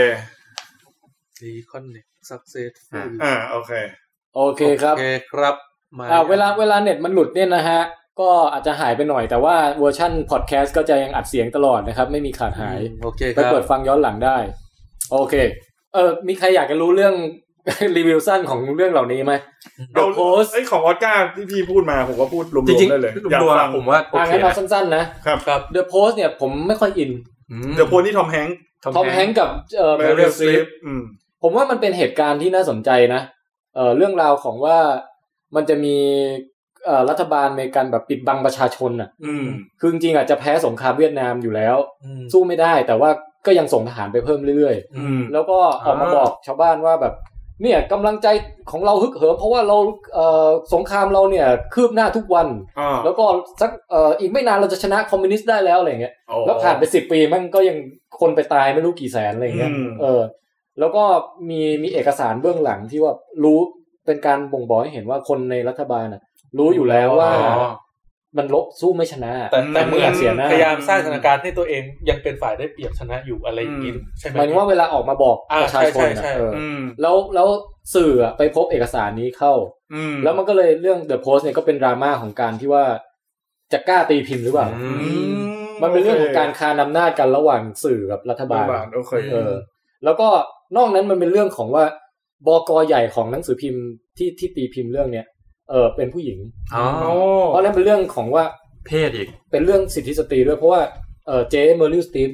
Disconnect successful อ่าโอเคโอเคครับโอเคครับอ่าเวลาเวลาเน็ตมันหลุดเนี่ยนะฮะก็อาจจะหายไปหน่อยแต่ว่าเวอร์ชั่นพอดแคสต์ก็จะยังอัดเสียงตลอดนะครับไม่มีขาดหายโอเคครับไปเปิดฟังย้อนหลังได้โอเคเออมีใครอยากจะรู้เรื่องรีวิวสั้นของเรื่องเหล่านี้ไหม The Post ไอ้ของออสการ์ที่พี่พูดมาผมก็พูดรวมๆได้เลยอยากฟังผมว่าโอเคงั้นเอาสั้นๆนะครับครับ The Post เนี่ยผมไม่ค่อยอิน The Post นี่ทอมแฮงค์ทอมแฮงค์กับเอ่อ Meryl Streep ผมว่ามันเป็นเหตุการณ์ที่น่าสนใจนะเอ่อเรื่องราวของว่ามันจะมีเอ่อรัฐบาลอเมริกันแบบปิดบังประชาชนน่ะคือจริงๆอาจจะแพ้สงครามเวียดนามอยู่แล้วสู้ไม่ได้แต่ว่าก็ยังส่งทหารไปเพิ่มเรื่อยๆแล้วก็ออกมาบอกชาวบ้านว่าแบบเนี่ยกำลังใจของเราฮึกเหิมเพราะว่าเราเอ่อสงครามเราเนี่ยคืบหน้าทุกวันแล้วก็สักเอ่ออีกไม่นานเราจะชนะคอมมิวนิสต์ได้แล้วอะไรเงี้ยแล้วผ่านไปสิบปีมันก็ยังคนไปตายไม่รู้กี่แสนอะไรเงี้ยเออแล้วก็มีมีเอกสารเบื้องหลังที่ว่ารู้เป็นการบ่งบอกให้เห็นว่าคนในรัฐบาลน่ะรู้อยู่แล้วว่ามันลบสู้ไม่ชนะแต่แต่เมื่อเสียหน้าพยายามสร้างสถานการณ์ให้ตัวเองยังเป็นฝ่ายได้เปรียบชนะอยู่อะไรอย่างนี้ใช่ไหมหมายถึงว่าเวลาออกมาบอกประชาชนนะแล้วแล้วสื่อไปพบเอกสารนี้เข้าแล้วมันก็เลยเรื่อง The Post เนี่ยก็เป็นดราม่าของการที่ว่าจะกล้าตีพิมพ์หรือเปล่ามันเป็นเรื่องของการคานอำนาจกันระหว่างสื่อกับรัฐบาลโอเคเออแล้วก็นอกนั้นมันเป็นเรื่องของว่าบก.ใหญ่ของหนังสือพิมพ์ที่ที่ตีพิมพ์เรื่องเนี้ยเออเป็นผู้หญิงอ๋อเพราะนั้นเป็นเรื่องของว่าเพศอีกเป็นเรื่องสิทธิสตรีด้วยเพราะว่าเออเจเมอริลสตีฟเนี่ย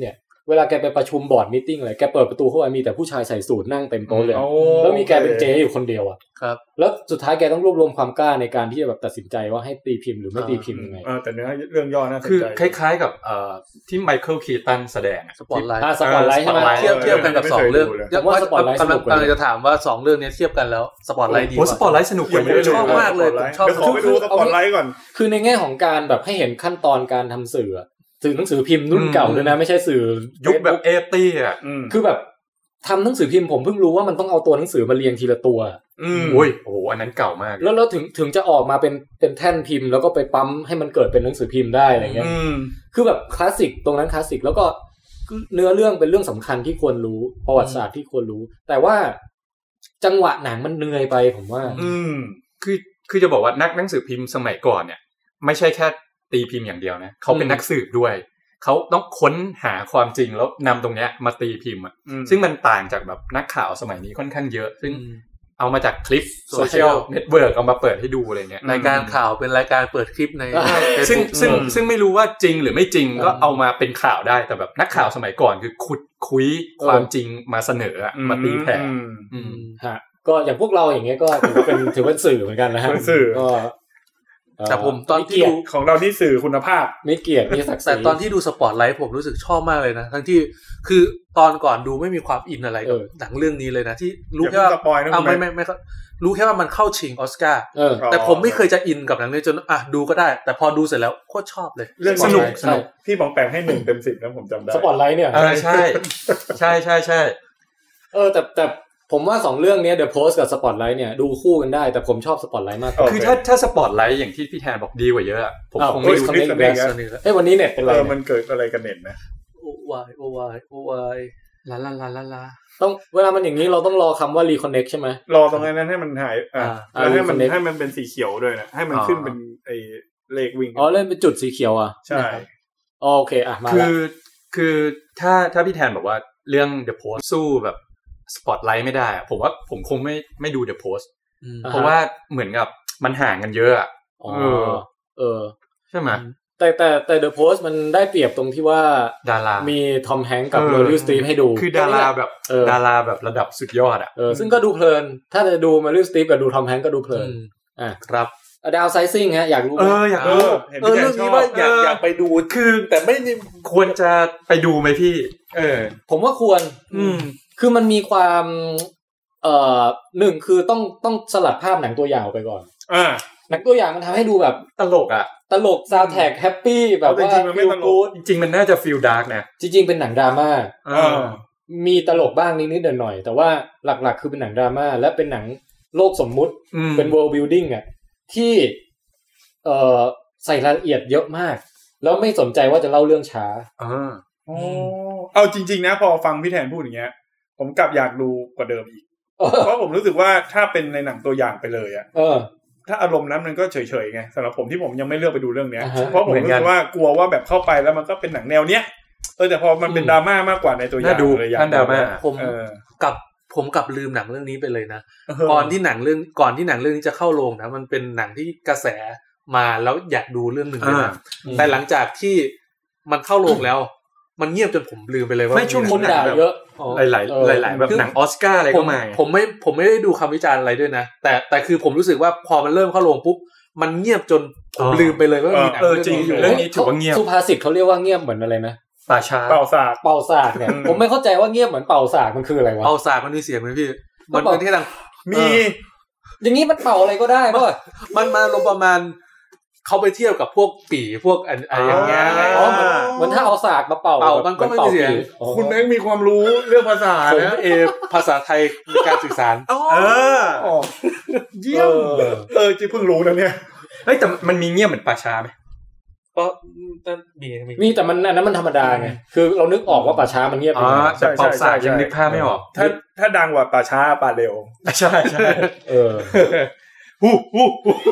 เวลาแกไปประชุมบอร์ดมีตติ้งอะไรแกเปิดประตูเข้าไปมีแต่ผู้ชายใส่สูทนั่งเต็มโต๊ะเลยแล้วมีแกเป็นเจ๊อยู่คนเดียวอ่ะครับแล้วสุดท้ายแกต้องรวบรวมความกล้าในการที่จะแบบตัดสินใจว่าให้ตีพิมพ์หรือไม่ตีพิมพ์ยังไงเออแต่เนื้อเรื่องย่อน่าสนใจคือคล้ายๆกับเอ่อที่ไมเคิลคีตันแสดงสปอตไลท์อ่าสปอตไลท์ใช่มั้ยเทียบเทียบกันกับสองเรื่องว่าสปอตไลท์สนุกกว่าจะถามว่าสองเรื่องนี้เทียบกันแล้วสปอตไลท์ดีกว่าสปอตไลท์สนุกกว่าชอบมากเลยชอบขอไปดูสปอตไลท์ก่อนคือในแง่ของการแบบให้เห็นขั้นตอนการทำสื่อสื่อหนังสือพิมพ์รุ่นเก่าด้วยนะไม่ใช่สื่อยุคแบบเอตี้อ่ะคือแบบทำหนังสือพิมพ์ผมเพิ่งรู้ว่ามันต้องเอาตัวหนังสือมาเรียงทีละตัวอืมโอ้ยโอ้โหอันนั้นเก่ามากแล้วแล้วถึงถึงจะออกมาเป็นเป็นแท่นพิมพ์แล้วก็ไปปั๊มให้มันเกิดเป็นหนังสือพิมพ์ได้อะไรเงี้ยคือแบบคลาสสิกตรงนั้นคลาสสิกแล้วก็เนื้อเรื่องเป็นเรื่องสำคัญที่ควรรู้ประวัติศาสตร์ที่ควรรู้แต่ว่าจังหวะหนังมันเหนื่อยไปผมว่าอืมคือคือจะบอกว่านักหนังสือพิมพ์สมัยก่อนเนี่ยไม่ใช่แค่ตีพิมพ์อย่างเดียวนะเขาเป็นนักสืบด้วยเขาต้องค้นหาความจริงแล้วนำตรงเนี้ยมาตีพิมพ์อ่ะซึ่งมันต่างจากแบบนักข่าวสมัยนี้ค่อนข้างเยอะซึ่งเอามาจากคลิปโซเชียลเน็ตเวิร์กเอามาเปิดให้ดูอะไรเงี้ยรายการข่าวเป็นรายการเปิดคลิปในซึ่งซึ่งซึ่งไม่รู้ว่าจริงหรือไม่จริงก็เอามาเป็นข่าวได้แต่แบบนักข่าวสมัยก่อนคือขุดคุยความจริงมาเสนอมาตีแผ่ฮะก็อย่างพวกเราอย่างเงี้ยก็ถือว่าเป็นถือว่าสื่อเหมือนกันนะฮะก็แต่ผมตอนที่ดูของเรานี่สื่อคุณภาพไม่เกียรติมีศักดิ์ศรีแต่ตอนที่ดูสปอตไลท์ผมรู้สึกชอบมากเลยนะทั้งที่คือตอนก่อนดูไม่มีความอินอะไรกับหนังเรื่องนี้เลยนะที่รู้แค่ว่าเอาไม่ไม่ไม่รู้แค่ว่ามันเข้าชิงออสการ์แต่ผมไม่เคยจะอินกับหนังนี้จนอ่ะดูก็ได้แต่พอดูเสร็จแล้วโคตรชอบเลยเรื่องสนุกสนุกพี่บองแปงให้หนึ่งเต็มสิบนะผมจำได้สปอตไลท์เนี่ยเออใช่ใช่ใช่ใช่เออแต่แต่ผมว่าสองเรื่องนี้ The Post กับ Spotlight เนี่ยดูคู่กันได้แต่ผมชอบ Spotlight มากกว่าคือถ้าถ้า Spotlight อย่างที่พี่แทนบอกดีกว่าเยอะผมคงไม่ดู Connect เอ้ยวันนี้เน็ตเป็นไรเออมันเกิดอะไรกันเน็ตนะโอวายโอวายโอวายลาลาลาลาลาต้องเวลามันอย่างนี้เราต้องรอคำว่า Reconnect ใช่ไหมรอตรงนั้นให้มันหายอ่าแล้วให้มันให้มันเป็นสีเขียวด้วยนะให้มันขึ้นเป็นไอ้เลขวิ่งอ๋อเล่นเป็นจุดสีเขียวอ่ะใช่โอเคอ่ะมาคือคือถ้าถ้าพี่แทนบอกว่าเรื่อง The Post สู้แบบสปอตไลท์ไม่ได้อะผมว่าผมคงไม่ไม่ดู The Post เพราะว่าเหมือนกับมันห่างกันเยอะอ่ะเออเออใช่ไหมแต่แต่แต่ The Post มันได้เปรียบตรงที่ว่าดารามีทอมแฮงค์กับโรลิลสตรีฟให้ดูคือดาราแบบดาราแบบระดับสุดยอดอ่ะเออซึ่งก็ดูเพลินถ้าจะดูโรลิลสตรีฟกับดูทอมแฮงค์ก็ดูเพลินอ่ะครับดาวไซซิ่งฮะอยากรู้เอออยากรู้เออเรื่องนี้ว่าอยากอยากไปดูคือแต่ไม่ควรจะไปดูไหมพี่เออผมว่าควรอืมคือมันมีความเอ่อหนึ่งคือต้องต้องสลัดภาพหนังตัวอย่างออกไปก่อนอ่าหนังตัวอย่างมันทำให้ดูแบบตลกอ่ะตลกซาวด์แทร็กแฮปปี้แบบว่าฟีลกู๊ดจริงๆมันน่าจะฟีลดาร์กนะจริงๆเป็นหนังดราม่าอ่ามีตลกบ้างนิดๆหน่อยๆแต่ว่าหลักๆคือเป็นหนังดราม่าและเป็นหนังโลกสมมุติเป็น world building อ่ะที่เอ่อใส่รายละเอียดเยอะมากแล้วไม่สนใจว่าจะเล่าเรื่องช้าอ่าอ๋อเอาจริงๆนะพอฟังพี่แทนพูดอย่างเงี้ยผมกลับอยากดูกว่าเดิมอีกเพราะผมรู้สึกว่าถ้าเป็นในหนังตัวอย่างไปเลยอ่ะเออถ้าอารมณ์นั้นมันก็เฉยๆไงสำหรับผมที่ผมยังไม่เลือกไปดูเรื่องเนี้ยเพราะผมรู้สึกว่ากลัวว่าแบบเข้าไปแล้วมันก็เป็นหนังแนวเนี้ยเออแต่พอมันเป็นดราม่ามากกว่าในตัวอย่างเลยอย่างดราม่าผมกับผมกับลืมหนังเรื่องนี้ไปเลยนะก่อนที่หนังเรื่องก่อนที่หนังเรื่องนี้จะเข้าโรงนะมันเป็นหนังที่กระแสมาแล้วอยากดูเรื่องนึงเลยนะแต่หลังจากที่มันเข้าโรงแล้วมันเงียบจนผมลืมไปเลยว่าไม่ช่วงคนด่าเยอะหลายๆหลายๆแบบหนังออสการ์อะไรก็มาผมไม่ผมไม่ได้ดูคำวิจารณ์อะไรด้วยนะแต่แต่คือผมรู้สึกว่าพอมันเริ่มเข้าโรงปุ๊บมันเงียบจนผมลืมไปเลยว่ามีหนังเรื่องนี้อยู่เรื่องนี้ถือว่าเงียบสุภาษิตเขาเรียกว่าเงียบเหมือนอะไรนะป่าช้าเป่าสากเป่าสากเนี่ยผมไม่เข้าใจว่าเงียบเหมือนเป่าสากมันคืออะไรวะเป่าสากมันมีเสียงไหมพี่มันเป็นที่ดังมีอย่างนี้มันเป่าอะไรก็ได้ป่ะมันมาลงประมาณเขาไปเทียบกับพวกปี่พวกอะไรอย่างเงี้ยอ๋อเหมือนถ้าเอาสากมาเป่ามันก็ไม่มีเสียงคุณแม่งมีความรู้เรื่องภาษานะเอภาษาไทยในการสื่อสารเออเยี่ยมเออจีเพิ่งรู้นะเนี่ยเฮ้ยแต่มันมีเงียบเหมือนป่าช้าไหมก็มีมีแต่มันอันนั้นมันธรรมดาไงคือเรานึกออกว่าป่าช้ามันเงียบอ๋อแต่ป่าสากยังนึกภาพไม่ออกถ้าถ้าดังกว่าป่าช้าป่าเร็วใช่ใช่เออฮู้ฮู้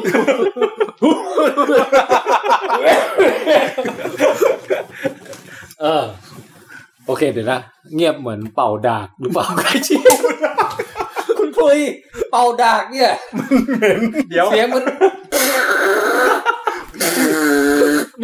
เออโอเคเดี๋ยวนะเงียบเหมือนเป่าดากหรือเปล่าใครชี้คุณคุยเป่าดากเนี่ยมันเหม็นเดี๋ยวเสียงมันนี่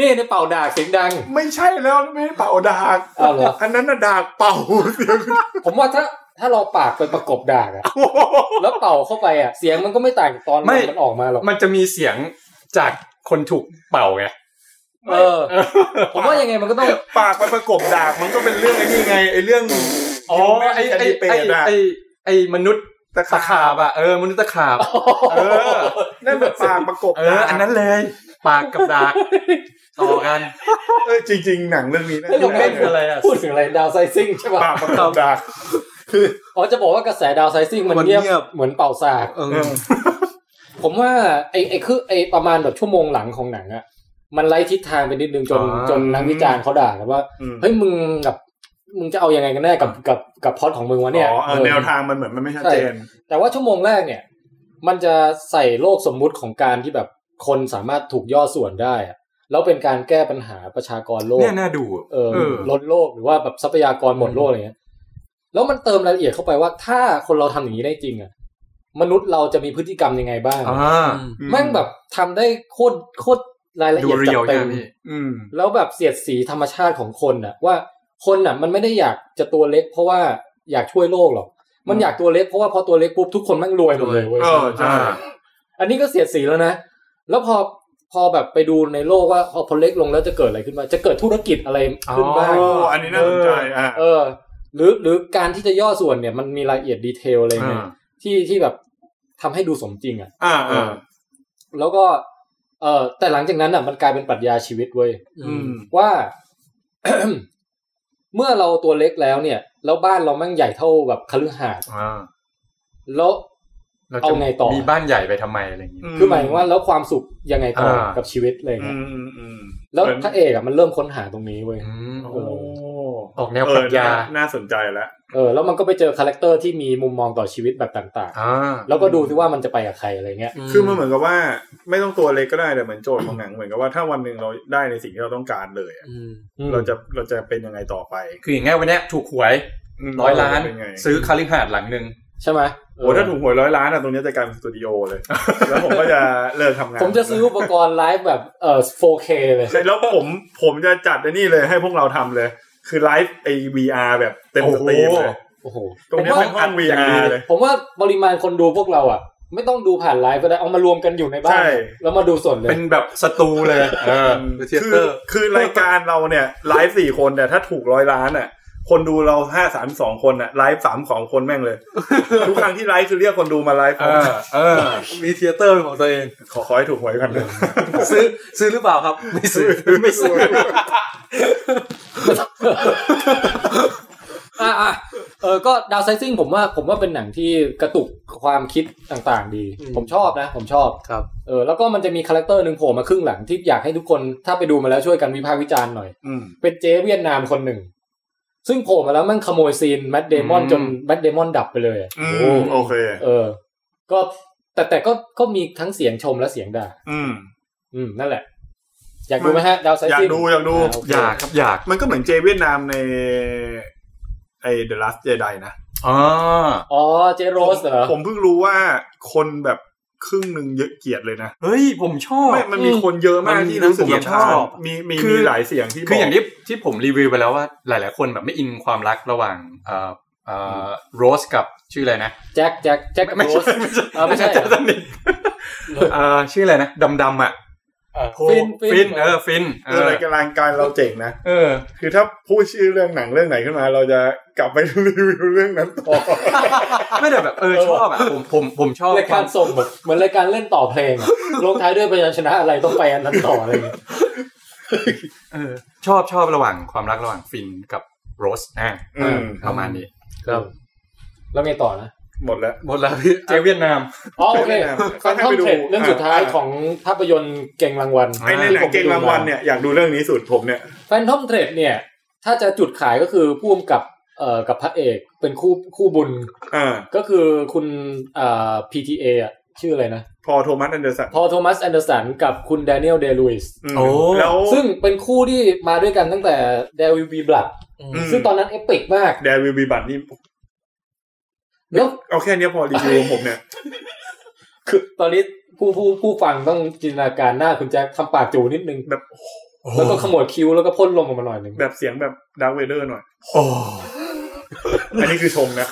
นี่ในเป่าดากเสียงดังไม่ใช่แล้วไม่ได้เป่าดากอ้าวเหรออันนั้นน่ะดากเป่าเสียงผมว่าถ้าถ้าเราปากไปประกบดากอะแล้วเป่าเข้าไปอะเสียงมันก็ไม่ต่างตอนมันออกมาหรอกมันจะมีเสียงจากคนถูกเป่าไงเออผมว่ายังไงมันก็ต้องปากไปประกบดากมันก็เป็นเรื่องไอ้นี่ไงไอ้เรื่องอ๋อไอ้ไอ้ไอ้ไอ้ไอ้มนุษย์ตะขาบอ่ะเออมนุษย์ตะขาบเออนั่นแบบปากประกบเอออันนั้นเลยปากกับดากต่อกันเออจริงๆหนังเรื่องนี้นะเราเล่นอะไรอ่ะพูดถึงอะไรดาวไซซิ่งใช่ป่ะปากประกบดากคืออ๋อจะบอกว่ากระแสดาวไซซิ่งมันเงียบเหมือนเป่าสากผมว่าไอ้ไอ้คือไอ้ประมาณแบบชั่วโมงหลังของหนังอ่ะมันไล่ทิศทางไปนิดนึงจนจนนักวิจารณ์เขาด่ากันว่าเฮ้ยมึงแบบมึงจะเอายังไงกันแน่กับกับกับพล็อตของมึงวะเนี่ยอ๋อแนวทางมันเหมือนมันไม่ชัดเจนแต่ว่าชั่วโมงแรกเนี่ยมันจะใส่โลกสมมุติของการที่แบบคนสามารถถูกย่อส่วนได้อะแล้วเป็นการแก้ปัญหาประชากรโลกเนี่ยน่าดูเออลดโลกหรือว่าแบบทรัพยากรหมดโลกอะไรเงี้ยแล้วมันเติมรายละเอียดเข้าไปว่าถ้าคนเราทำอย่างนี้ได้จริงอ่ะมนุษย์เราจะมีพฤติกรรมยังไงบ้างแม่งแบบทำได้โคตรโคตรรายละเอียดจัดเต็มแล้วแบบเสียดสีธรรมชาติของคนน่ะว่าคนน่ะมันไม่ได้อยากจะตัวเล็กเพราะว่าอยากช่วยโลกหรอกมันอยากตัวเล็กเพราะว่าพอตัวเล็กปุ๊บทุกคนแม่งรวยหมดเลยเว้ยเออใช่อันนี้ก็เสียดสีแล้วนะแล้วพอพอแบบไปดูในโลกว่าพอพอเล็กลงแล้วจะเกิดอะไรขึ้นมาจะเกิดธุรกิจอะไรขึ้นบ้างอ๋ออันนี้น่าสนใจอ่ะเออหรือหรือการที่จะย่อส่วนเนี่ยมันมีรายละเอียดดีเทลอะไรเนี่ยที่ที่แบบทำให้ดูสมจริงอ่ะอ่าๆแล้วก็เออแต่หลังจากนั้นอ่ะมันกลายเป็นปรัชญาชีวิตเว้ยว่า เมื่อเราตัวเล็กแล้วเนี่ยแล้วบ้านเราแม่งใหญ่เท่าแบบคฤหาสน์แล้วเอาไงต่อมีบ้านใหญ่ไปทำไมอะไรอย่างงี้คือหมายถึงว่าแล้วความสุขยังไงต่อกับชีวิตอะไรเงี้ยแล้วพระเอกอ่ะมันเริ่มค้นหาตรงนี้เว้ยออกแนวปรัชญาน่าสนใจแล้วเออแล้วมันก็ไปเจอคาแรคเตอร์ที่มีมุมมองต่อชีวิตแบบต่างๆแล้วก็ดูซิว่ามันจะไปกับใครอะไรเงี้ยคือมันเหมือนกับว่าไม่ต้องตัวเล็กก็ได้แต่เหมือนโจทย์ของหนังเหมือนกับว่าถ้าวันนึงเราได้ในสิ่งที่เราต้องการเลยเราจะเราจะเป็นยังไงต่อไปคืออย่างงี้วันนี้ถูกหวยร้อยล้านซื้อคาลิฮาร์ดหลังนึงใช่ไหมโอ้ถ้าถูกหวยร้อยล้านอ่ะตรงนี้จะกลายเป็นสตูดิโอเลยแล้วผมก็จะเลิกทำงานผมจะซื้ออุปกรณ์ไลฟ์แบบเอ่อ โฟร์เค เลยแล้วผมผมจะจัดไอ้นี่เลยให้พวกเราทำเลยคือไลฟ์ไอ้ วี อาร์ แบบเต็มสตรีมเลยโอ้โหตรงนี้เป็นห้อง วี อาร์ เลยผมว่าปริมาณคนดูพวกเราอ่ะไม่ต้องดูผ่านไลฟ์ก็ได้เอามารวมกันอยู่ในบ้านแล้วมาดูสดเลยเป็นแบบสตูเลยเออคือคือรายการเราเนี่ยไลฟ์สี่คนเนี่ยถ้าถูกร้อยล้านอ่ะคนดูเราห้า สามสิบสองคนน่ะไลฟ์สามสิบสองคนแม่งเลยทุกครั้งที่ไลฟ์คือเรียกคนดูมาไลฟ์เออเออมีเธียเตอร์ของตัวเองขอขอให้ถูกหวยกันเลยซื้อซื้อหรือเปล่าครับไม่ซื้อไม่ซื้ออ่ะเออก็ดาวไซซิ่งผมว่าผมว่าเป็นหนังที่กระตุกความคิดต่างๆดีผมชอบนะผมชอบครับเออแล้วก็มันจะมีคาแรคเตอร์นึงโผล่มาครึ่งหลังที่อยากให้ทุกคนถ้าไปดูมาแล้วช่วยกันวิพากษ์วิจารณ์หน่อยเป็นเจ๊เวียดนามคนหนึ่งซึ่งโผล่มาแล้วมันขโมยซีนแมทเดมอนจนแมทเดมอนดับไปเลยโอ้โอเคเออก็แต่แต่ก็ก็มีทั้งเสียงชมและเสียงด่าอืมอืมนั่นแหละอยากดูไหมฮะดาวไซซิ่งอยากดูอยากดูอยากครับอยากมันก็เหมือนเจเวียดนามในไอ้ The Last Jedi นะอ๋ออ๋อเจโรสเหรอผมเพิ่งรู้ว่าคนแบบครึ่งนึงเยอะเกลียดเลยนะเฮ้ยผมชอบไม่มันมีคนเยอะมากที่รู้สึกชอบมีมีมีหลายเสียงที่คืออย่างที่ที่ผมรีวิวไปแล้วว่าหลายๆคนแบบไม่อินความรักระหว่างเอ่อเอ่อโรสกับชื่ออะไรนะแจ็คแจ็คแจ็คไม่ใช่ไม่ใช่แจ็คสนิทเอ่อชื่ออะไรนะดำๆอ่ะฟินฟินเออฟินเออรายการการเราเจ๋งนะเออคือถ้าพูดชื่อเรื่องหนังเรื่องไหนขึ้นมาเราจะกลับไปรีวิวเรื่องนั้นต่อไม่ได้แบบเออชอบอ่ะผมผมผมชอบรายการส่งแบบเหมือนรายการเล่นต่อเพลงลงท้ายด้วยพยัญชนะอะไรต้องไปอันนั้นต่ออะไรอย่างเงี้ยเออชอบชอบระหว่างความรักระหว่างฟินกับโรสอ่ะประมาณนี้ครับแล้วไงต่อนะหมดแล้วหมดแล้วพี่เจเวียดนามอ๋อโอเคแฟนทอมเทรดเรื่องสุดท้ายของภาพยนตร์เก่งรางวัลไอ้ในหนังเก่งรางวัลเนี่ยอยากดูเรื่องนี้สุดผมเนี่ยแฟนทอมเทรดเนี่ยถ้าจะจุดขายก็คือพ่วงกับเอ่อกับพระเอกเป็นคู่คู่บุญอ่าก็คือคุณอ่า พี ที เอ อ่ะชื่ออะไรนะพอโทมัสแอนเดอร์สันพอโทมัสแอนเดอร์สันกับคุณแดเนียลเดลุยส์โอ้แล้วซึ่งเป็นคู่ที่มาด้วยกันตั้งแต่ There Will Be Blood ซึ่งตอนนั้นเอปิกมาก There Will Be Blood นี่แล้วเอาแค่นี้พอรีวิวผมเนี่ยคือตอนนี้ผู้ผู้ผู้ฟังต้องจินตนาการหน้าคุณแจ็คทำปากจูนิดนึงแบบแล้วก็ขมวดคิ้วแล้วก็พ่นลมออกมาหน่อยนึงแบบเสียงแบบดาร์คเวเดอร์หน่อยโอ้อันนี้คือชมนะ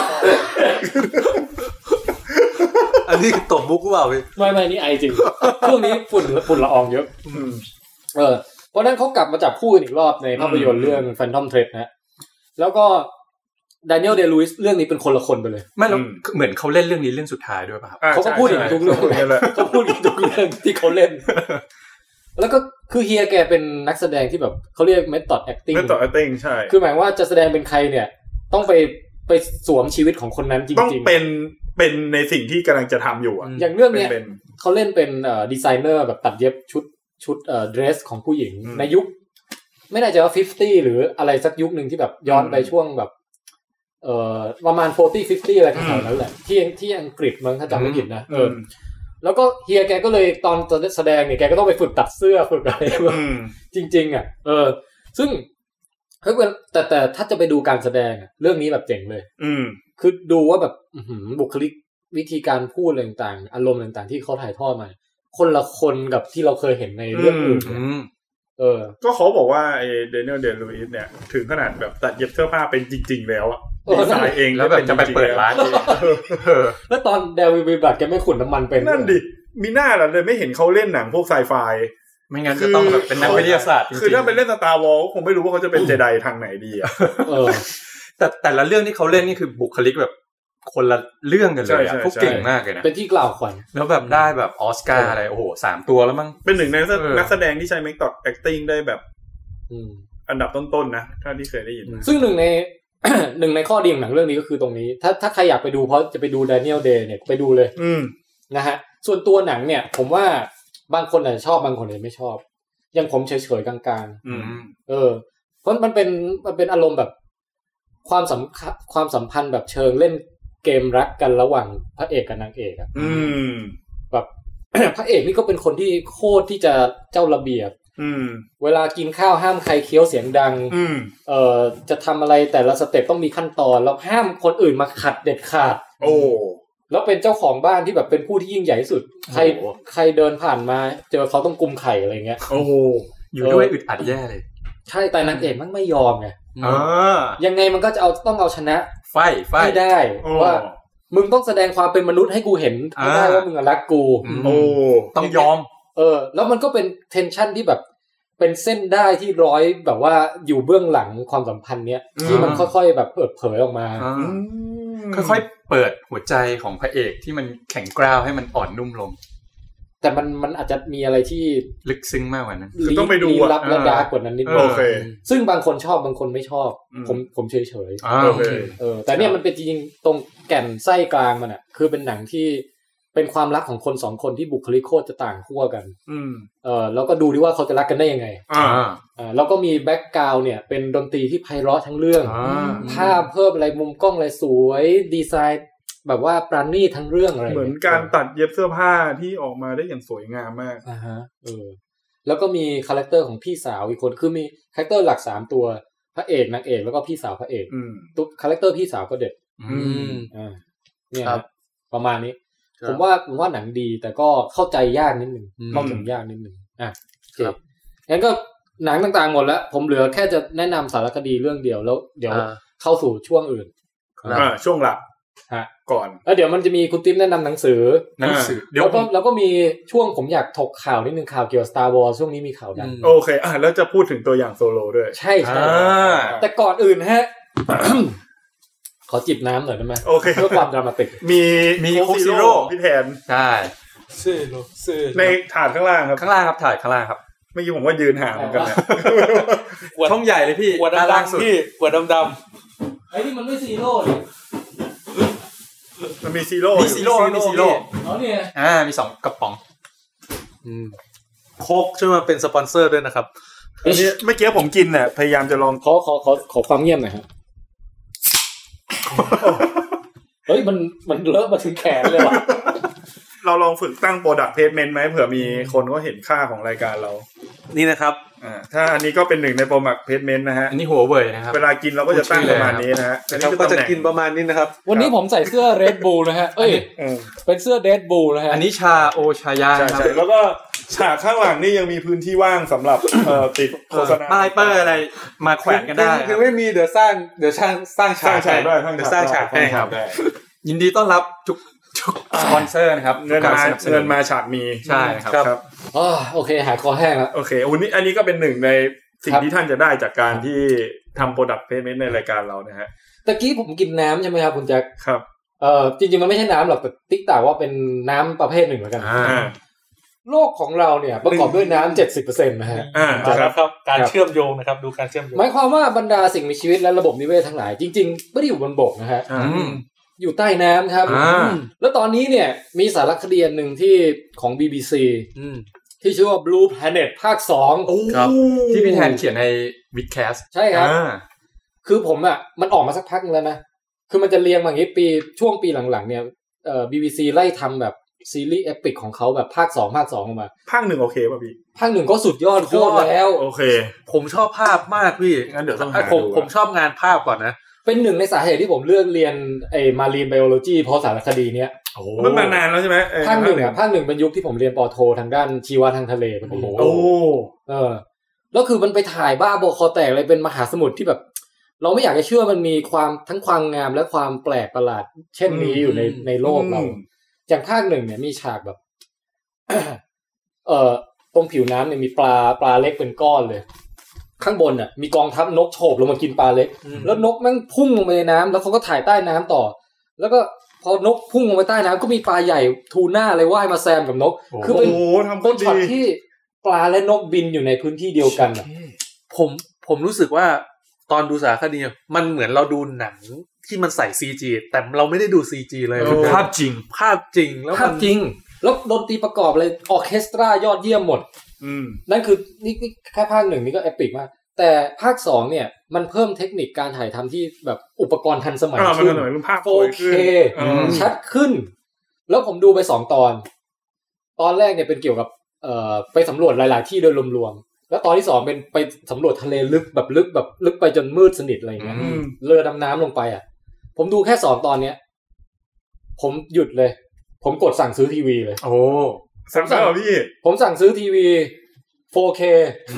อันนี้ตบมุกหรือเปล่าพี่ไม่ไม่นี่ไอจริงช่วงนี้ฝุ่นฝุ่นละอองเยอะเออเพราะนั้นเขากลับมาจับคู่กันอีกรอบในภาพยนตร์เรื่อง Phantom Thread นะแล้วก็ดานิเอลเดลุยส์เรื่องนี้เป็นคนละคนไปเลยไม่แล้วเหมือนเขาเล่นเรื่องนี้เรื่องสุดท้ายด้วยป่ะครับเขาก็พูดอย่างทุกเรื่องเขาพูดอย่างทุกเรื่องที่เขาเล่นแล้วก็คือเฮียแกเป็นนักแสดงที่แบบเขาเรียก method acting method acting ใช่คือหมายว่าจะแสดงเป็นใครเนี่ยต้องไปไปสวมชีวิตของคนนั้นจริงๆต้องเป็นเป็นในสิ่งที่กำลังจะทำอยู่อ่ะอย่างเรื่องเนี้ยเขาเล่นเป็นเอ่อดีไซเนอร์แบบตัดเย็บชุดชุดเอ่อเดรสของผู้หญิงในยุคไม่แน่ใจว่าห้าสิบหรืออะไรสักยุคนึงที่แบบย้อนไปช่วงแบบเอ่อประมาณสี่สิบ ห้าสิบอะไรแถวๆนั้นแหละที่ที่อังกฤษมั้งถ้าจำไม่ผิดนะเออแล้วก็เฮียแกก็เลยตอนแสดงเนี่ยแกก็ต้องไปฝึกตัดเสื้อฝึกอะไรจริงๆอ่ะเออซึ่งเฮ้ยแต่แต่ถ้าจะไปดูการแสดงอ่ะเรื่องนี้แบบเจ๋งเลยอืมคือดูว่าแบบบุคลิกวิธีการพูดอะไรต่างๆอารมณ์ต่างๆที่เขาถ่ายทอดมาคนละคนกับที่เราเคยเห็นในเรื่องอื่นเออก็เขาบอกว่าไอ้เดนิเอลเดลุยส์เนี่ยถึงขนาดแบบตัดเย็บเสื้อผ้าเป็นจริงๆแล้วอ่ะดีไซน์เองแล้วแบบจะไปเปิดร้านเองแล้วตอนเดวิดเบบัตแกไม่ขุดน้ำมันเป็นนั่นดิมีหน้าล่ะเลยไม่เห็นเขาเล่นหนังพวกไซไฟไม่งั้นจะต้องแบบเป็นนักวิทยาศาสตร์จริงๆคือถ้าเป็นเล่น Star Wars คงไม่รู้ว่าเขาจะเป็นเจไดทางไหนดีอ่ะเออแต่แต่ละเรื่องที่เขาเล่นนี่คือบุคลิกแบบคนละเรื่องกันเลยอ่ะเขาเก่งมากเลยนะเป็นที่กล่าวขวัญแล้วแบบได้แบบออสการ์อะไรโอ้โหสามตัวแล้วมั้งเป็นหนึ่งในนักแสดงที่ใช้ method acting ได้แบบอันดับต้นๆนะถ้าที่เคยได้ยินซึ่งหนึ่งใน หนึ่งในข้อดีของหนังเรื่องนี้ก็คือตรงนี้ถ้าถ้าใครอยากไปดูเพราะจะไปดู Daniel Day เนี่ยไปดูเลยนะฮะส่วนตัวหนังเนี่ยผมว่าบางคนอาจจะชอบบางคนอาจจะไม่ชอบอย่างผมเฉยๆกลางๆเออเพราะมันเป็นมันเป็นอารมณ์แบบความสัมความสัมพันธ์แบบเชิงเล่นเกมรักกันระหว่างพระเอกกับนางเอกอ่ะแบบ พระเอกนี่ก็เป็นคนที่โคตรที่จะเจ้าระเบียบเวลากินข้าวห้ามใครเคี้ยวเสียงดังเอ่อจะทำอะไรแต่ละสเต็ปต้องมีขั้นตอนแล้วห้ามคนอื่นมาขัดเด็ดขาดโอ้แล้วเป็นเจ้าของบ้านที่แบบเป็นผู้ที่ยิ่งใหญ่ที่สุดใครใครเดินผ่านมาเจอเขาต้องกุมไข่อะไรเงี้ยโอ้อยู่ด้วยอึดอัดแย่เลยใช่แต่นางเอกมันไม่ยอมไงยังไงมันก็จะเอาต้องเอาชนะไฟไฟไม่ได้ว่ามึงต้องแสดงความเป็นมนุษย์ให้กูเห็นให้ได้ว่ามึงรักกูโอ้ต้องยอมเออแล้วมันก็เป็นเทนชั่นที่แบบเป็นเส้นได้ที่ร้อยแบบว่าอยู่เบื้องหลังความสัมพันธ์เนี้ยที่มันค่อยๆแบบเปิดเผยออกมาค่อยๆเปิดหัวใจของพระเอกที่มันแข็งกร้าวให้มันอ่อนนุ่มลงแต่มันมันอาจจะมีอะไรที่ลึกซึ้งมากกว่านั้นคือต้องไปดูลับและดาร์กกว่านั้นนิดนึงซึ่งบางคนชอบบางคนไม่ชอบผมผมเฉยๆเออแต่เนี่ยมันเป็นจริงๆตรงแก่นไส้กลางมันอ่ะคือเป็นหนังที่เป็นความรักของคนสองคนที่บุคลิกโคตรจะต่างขั้วกันเออแล้วก็ดูดิว่าเขาจะรักกันได้ยังไงอ่าแล้วก็มีแบ็คกราวด์เนี่ยเป็นดนตรีที่ไพเราะทั้งเรื่องภาพเพิ่มอะไรมุมกล้องอะไรสวยดีไซน์แบบว่าปราณีตทั้งเรื่องอะไรเหมือนการตัดเย็บเสื้อผ้าที่ออกมาได้อย่างสวยงามมากอ่าฮะเออแล้วก็มีคาแรคเตอร์ของพี่สาวอีกคนคือมีคาแรคเตอร์หลักสามตัวพระเอกนางเอกแล้วก็พี่สาวพระเอกตุ๊กคาแรคเตอร์พี่สาวก็เด็ดอืมอ่าเนี่ยประมาณนี้ผมว่าผมว่าหนังดีแต่ก็เข้าใจยากนิดนึงเข้าถึงยากนิดนึงอ่ะโอเคงั้นก็หนังต่างๆหมดแล้วผมเหลือแค่จะแนะนำสารคดีเรื่องเดียวแล้วเดี๋ยวเข้าสู่ช่วงอื่นอ่าช่วงหลักฮะก่อนแล้วเดี๋ยวมันจะมีคุณติ๊มแนะนำหนังสือหนังสือแล้วก็แล้วก็มีช่วงผมอยากถกข่าวนิดนึงข่าวเกี่ยวกับ Star Wars ช่วงนี้มีข่าวดังโอเคอ่ะแล้วจะพูดถึงตัวอย่างโซโลด้วยใช่ใช่แต่ก่อนอื่นฮะ ขอจิบน้ำหน่อยได้ไหมโอเคเพื่อความดรามาติกมีมีโค้กซีโร่พี่แทนใช่ซื้อซื้อในถาดข้างล่างครับข้างล่างครับถาดข้างล่างครับเมื่อกี้ผมว่ายืนห่างเหมือนกันนะช่องใหญ่เลยพี่หัวดำๆพี่หัวดำๆไอ้นี่มันไม่ซีโร่เลยมันมีซีโร่มีซีโร่มีซีโร่อ๋อเนี่ยอ่ามีสองกระป๋องอืมโค้กช่วยมาเป็นสปอนเซอร์ด้วยนะครับอันนี้เมื่อกี้ผมกินเนี่ยพยายามจะลองขอขอขอขอความเงียบหน่อยครับเฮ้ยมันมันเลอะมาถึงแขนเลยว่ะเราลองฝึกตั้ง product placement ไหมเผื่อมีคนก็เห็นค่าของรายการเรานี่นะครับอ่าถ้าอันนี้ก็เป็นหนึ่งใน product placement นะฮะอันนี้หัวเว่ยนะครับเวลากินเราก็จะตั้งประมาณนี้นะฮะอันนี้ก็จะกินประมาณนี้นะครับวันนี้ผมใส่เสื้อ Red Bull นะฮะเอ้ยเป็นเสื้อ Red Bull นะฮะอันนี้ชาโอชายาใช่ๆแล้วก็ฉากข้างหลังนี่ยังมีพื้นที่ว่างสำหรับเอ่อติดโฆษณาป้ายเปอร์อะไรมาแขวนกันได้คือไม่มีเดี๋ยวสร้างเดี๋ยวสร้างสร้างฉากด้วยเดี๋ยวสร้างฉากให้ครับยินดีต้อนรับทุกทุกสปอนเซอร์นะครับเงินมาเงินมาฉากมีใช่ครับครับอ๋อโอเคหายคอแห้งแล้วโอเควันนี้อันนี้ก็เป็นหนึ่งในสิ่งที่ท่านจะได้จากการที่ทำ product placement ในรายการเรานะฮะตะกี้ผมกินน้ำใช่ไหมครับคุณแจ็คครับเอ่อจริงๆมันไม่ใช่น้ำหรอกแต่ติ๊กต่าว่าเป็นน้ำประเภทหนึ่งแล้วกันโลกของเราเนี่ยประกอบด้วยน้ำ เจ็ดสิบเปอร์เซ็นต์ นะฮะอ่าครับการเชื่อมโยงนะครับดูการเชื่อมโยงหมายความว่าบรรดาสิ่งมีชีวิตและระบบนิเวศทั้งหลายจริงๆไม่ได้อยู่บนบกนะฮะอยู่ใต้น้ำครับแล้วตอนนี้เนี่ยมีสารคดีหนึ่งที่ของ บี บี ซี ที่ชื่อว่า Blue Planet ภาคสองครับที่พี่แทนเขียนใน Vidcast ใช่ครับคือผมอ่ะมันออกมาสักพักนึงแล้วนะคือมันจะเรียงมาอย่างนี้ปีช่วงปีหลังๆเนี่ยเอ่อ บี บี ซี ไล่ทำแบบซีรีส์เอพิกของเขาแบบภาคสองภาคสองออกมาภาคหนึ่งโอเคป่ะพี่ภาคหนึ่งก็สุดยอดโคตรแล้วโอเคผมชอบภาพมากพี่งั้นเดี๋ยวต้องหาผมผมชอบงานภาพก่อนนะเป็นหนึ่งในสาเหตุที่ผมเลือกเรียนไอ้ Marine Biology เพราะสารคดีเนี้ยโอ้มันมานานแล้วใช่ไหมภาคหนึ่งอ่ะภาคหนึ่งเป็นยุคที่ผมเรียนป.โททางด้านชีวะทางทะเลโอ้โหโอ้เออแล้วคือมันไปถ่ายบ้าบอคอแตกอะไรเป็นมหาสมุทรที่แบบเราไม่อยากจะเชื่อมันมีความทั้งความงามและความแปลกประหลาดเช่นนี้อยู่ในในโลกเราอย่างภาคหนึ่งเนี่ยมีฉากแบบเอ่อตรงผิวน้ำเนี่ยมีปลาปลาเล็กเป็นก้อนเลยข้างบนน่ะมีกองทัพนกโฉบลงมากินปลาเล็กแล้วนกแม่งพุ่งลงไปในน้ำแล้วเขาก็ถ่ายใต้น้ำต่อแล้วก็พอนกพุ่งลงไปใต้น้ำก็มีปลาใหญ่ทูน่าอะไรว่ายมาแซมกับนกคือเป็นต้นช็อตที่ปลาและนกบินอยู่ในพื้นที่เดียวกันอ่ะผมผมรู้สึกว่าตอนดูสารคดีมันเหมือนเราดูหนังที่มันใส่ ซี จี แต่เราไม่ได้ดู ซี จี เลยภาพจริงภาพจริงแล้วภาพจริงแล้วดนตรีประกอบอะไรออร์เคสตรายอดเยี่ยมหมดนั่นคือนี่นี่แค่ภาคหนึ่งนี่ก็เอปิกมากแต่ภาคสองเนี่ยมันเพิ่มเทคนิคการถ่ายทำที่แบบอุปกรณ์ทันสมัยขึ้น โฟร์เค ชัดขึ้นแล้วผมดูไปสองตอนตอนแรกเนี่ยเป็นเกี่ยวกับเอ่อไปสำรวจหลายๆที่โดยรวมๆแล้วตอนที่สองเป็นไปสำรวจทะเลลึกแบบลึกแบบลึกไปจนมืดสนิทอะไรอย่างเงี้ยเรือดำน้ำลงไปอ่ะผมดูแค่สองตอนเนี้ยผมหยุดเลยผมกดสั่งซื้อทีวีเลยโอ้สั่งแล้วพี่ผมสั่งซื้อทีวี โฟร์เค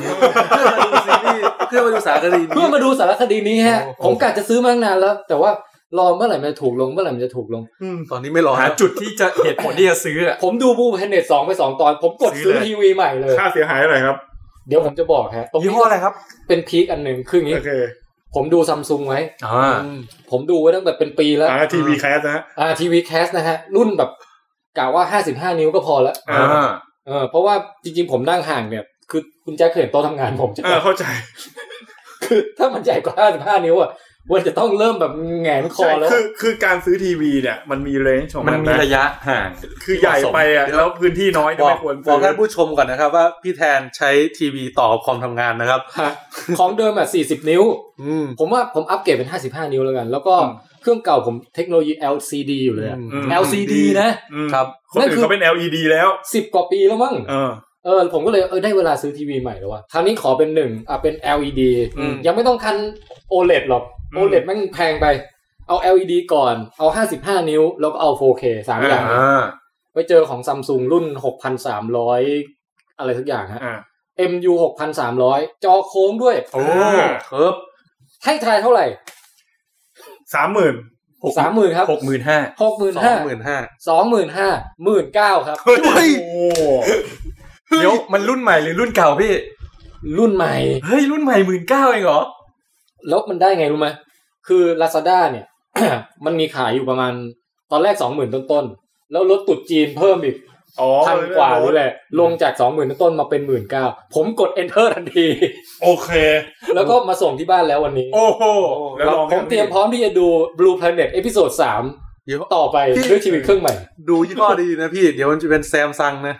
เพื่อมาดูสารคดีเพื่อมาดูสารคดีนี้ฮะผมกะจะซื้อมาตั้งนานแล้วแต่ว่ารอเมื่อไหร่มันจะถูกลงเมื่อไหร่มันจะถูกลงตอนนี้ไม่รอหาจุดที่จะเหตุผลที่จะซื้อผมดูบูแพนเน็ตสองไปสองตอนผมกดซื้อทีวีใหม่เลยค่าเสียหายอะไรครับเดี๋ยวผมจะบอกฮะตรงนี้ยี่ห้ออะไรครับเป็นพีคอันนึงคืออย่างงี้ผมดู Samsung ไว้อ่าผมดูไว้ตั้งแต่เป็นปีแล้วอ่าทีวีแคสนะฮะอ่าทีวีแคสนะฮะรุ่นแบบกะว่าห้าสิบห้านิ้วก็พอแล้วอ่าเออเพราะว่าจริงๆผมนั่งห่างเนี่ยคือคุณแจ็คเคยเห็นโต๊ะทำงานผมใช่ไหมเข้าใจคือถ้ามันใหญ่กว่าห้าสิบห้านิ้วอ่ะมันจะต้องเริ่มแบบแหงนคอแล้วคือคือการซื้อทีวีเนี่ยมันมีเรนจ์ของมันมีระยะห่างคือใหญ่ไปอ่ะแล้วพื้นที่น้อยจะไม่ควรซื้อบอกท่านผู้ชมก่อนนะครับว่าพี่แทนใช้ทีวีต่อคอมทำงานนะครับของเดิมอ่ะสี่สิบนิ้วผมว่าผมอัปเกรดเป็นห้าสิบห้านิ้วแล้วกันแล้วก็เครื่องเก่าผมเทคโนโลยี แอล ซี ดี อยู่เลย แอล ซี ดี นะครับนั่นคือเขาเป็น แอล อี ดี แล้วสิบกว่าปีแล้วมั้งเออเออผมก็เลยเออได้เวลาซื้อทีวีใหม่แล้วว่ะคราวนี้ขอเป็นหนึ่งอ่ะเป็น แอล อี ดี ยังไม่ต้องคัน โอ แอล อี ดี หรอก โอ แอล อี ดี แม่งแพงไปเอา แอล อี ดี ก่อนเอาห้าสิบห้านิ้วแล้วก็เอา โฟร์เค สามอย่างไปเจอของ Samsung รุ่น หกพันสามร้อย อะไรสักอย่างฮะ เอ็ม ยู หกพันสามร้อย จอโค้งด้วยโอ้ครับให้ทายเท่าไหร่สามหมื่นสามหมื่นครับหกหมื่นห้าหกหมื่นห้า สองหมื่นห้า สองหมื่นห้า หมื่นเก้าครับเฮ้ยเดี๋ยวมันรุ่นใหม่หรือรุ่นเก่าพี่รุ่นใหม่เฮ้ยรุ่นใหม่ หนึ่งหมื่นเก้าพัน เองเหรอแล้วมันได้ไงรู้ไหมคือ Lazada เนี่ย มันมีขายอยู่ประมาณตอนแรก สองหมื่น ต้นๆแล้วลดตุดจีนเพิ่มอีกพันกว่านี่แหละลงจาก สองหมื่น ต้นๆมาเป็น หนึ่งหมื่นเก้าพัน ผมกด enter ทันทีโอเคแล้วก็มาส่งที่บ้านแล้ววันนี้โอ้โหผมเตรียมพร้อมที่จะดู Blue Planet เอพิโซดสามต่อไปด้วยทีวีเครื่องใหม่ดูยี่ห้อดีนะพี่เดี๋ยวมันจะเป็น Samsung นะ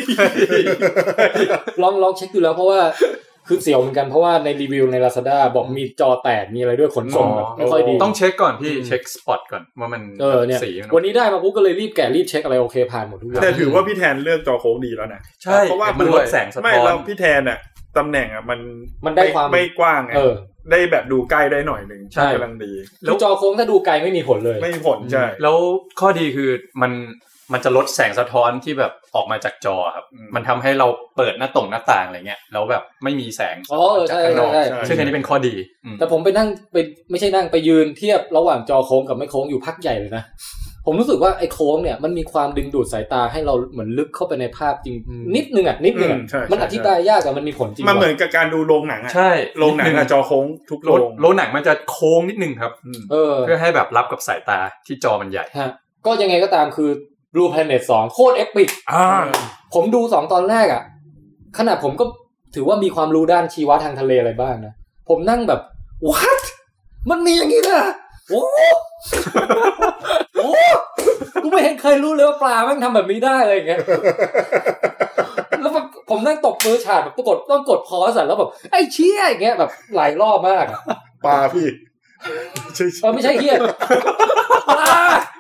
ลองลองเช็คดูแล้วเพราะว่าคือเสียวเหมือนกันเพราะว่าในรีวิวใน Lazada บอกมีจอแตกมีอะไรด้วยขนส่งแบบไม่ค่อยดีต้องเช็คก่อนพี่เช็คสปอตก่อนว่ามันสีวันนี้ได้มาปุ๊บก็เลยรีบแกะรีบเช็คอะไรโอเคผ่านหมดทุกอย่างแต่ถือว่าพี่แทนเลือกจอโค้งดีแล้วนะใช่เพราะว่ามันลดแสงสะท้อนไม่แล้วพี่แทนอ่ะตำแหน่งอ่ะมันมันได้ความไม่กว้างไงได้แบบดูใกล้ได้หน่อยนึงใช่กำลังดีแล้วจอโค้งถ้าดูไกลไม่มีผลเลยไม่มีผลใช่แล้วข้อดีคือมันมันจะลดแสงสะท้อนที่แบบออกมาจากจอครับมันทำให้เราเปิดหน้าต่งหน้าต่างอะไรเงี้ยแล้วแบบไม่มีแสงจากข้างนอกซึ่งอันนี้เป็นข้อดีแต่ผมไปนั่งไปไม่ใช่นั่งไปยืนเทียบระหว่างจอโค้งกับไม่โค้งอยู่พักใหญ่เลยนะผมรู้สึกว่าไอ้โค้งเนี่ยมันมีความดึงดูดสายตาให้เราเหมือนลึกเข้าไปในภาพจริงนิดนึงอ่ะนิดนึงมันอธิบายยากแต่มันมีผลจริงมันเหมือนกับการดูโรงหนังอ่ะใช่โรงหนังจอโค้งทุกโรงโรงหนังมันจะโค้งนิดนึงครับเพื่อให้แบบรับกับสายตาที่จอมันใหญ่ก็ยังไงก็ตามคือ Blue Planet สองโคตรเอปิกผมดูสองตอนแรกอ่ะขนาดผมก็ถือว่ามีความรู้ด้านชีวะทางทะเลอะไรบ้างนะผมนั่งแบบ what มันมีอย่างนี้นะโอ้โหกูไม่เห็นเคยรู้เลยว่าปลาแม่งทำแบบนี้ได้อะไรอย่างเงี้ยแล้วผมนั่งตบมือฉาดแบบกดต้องกดพอสแล้วแบบไอ้เชี่ยอย่างเงี้ยแบบหลายรอบมากปลาพี่เออไม่ใช่เหี้ยปลา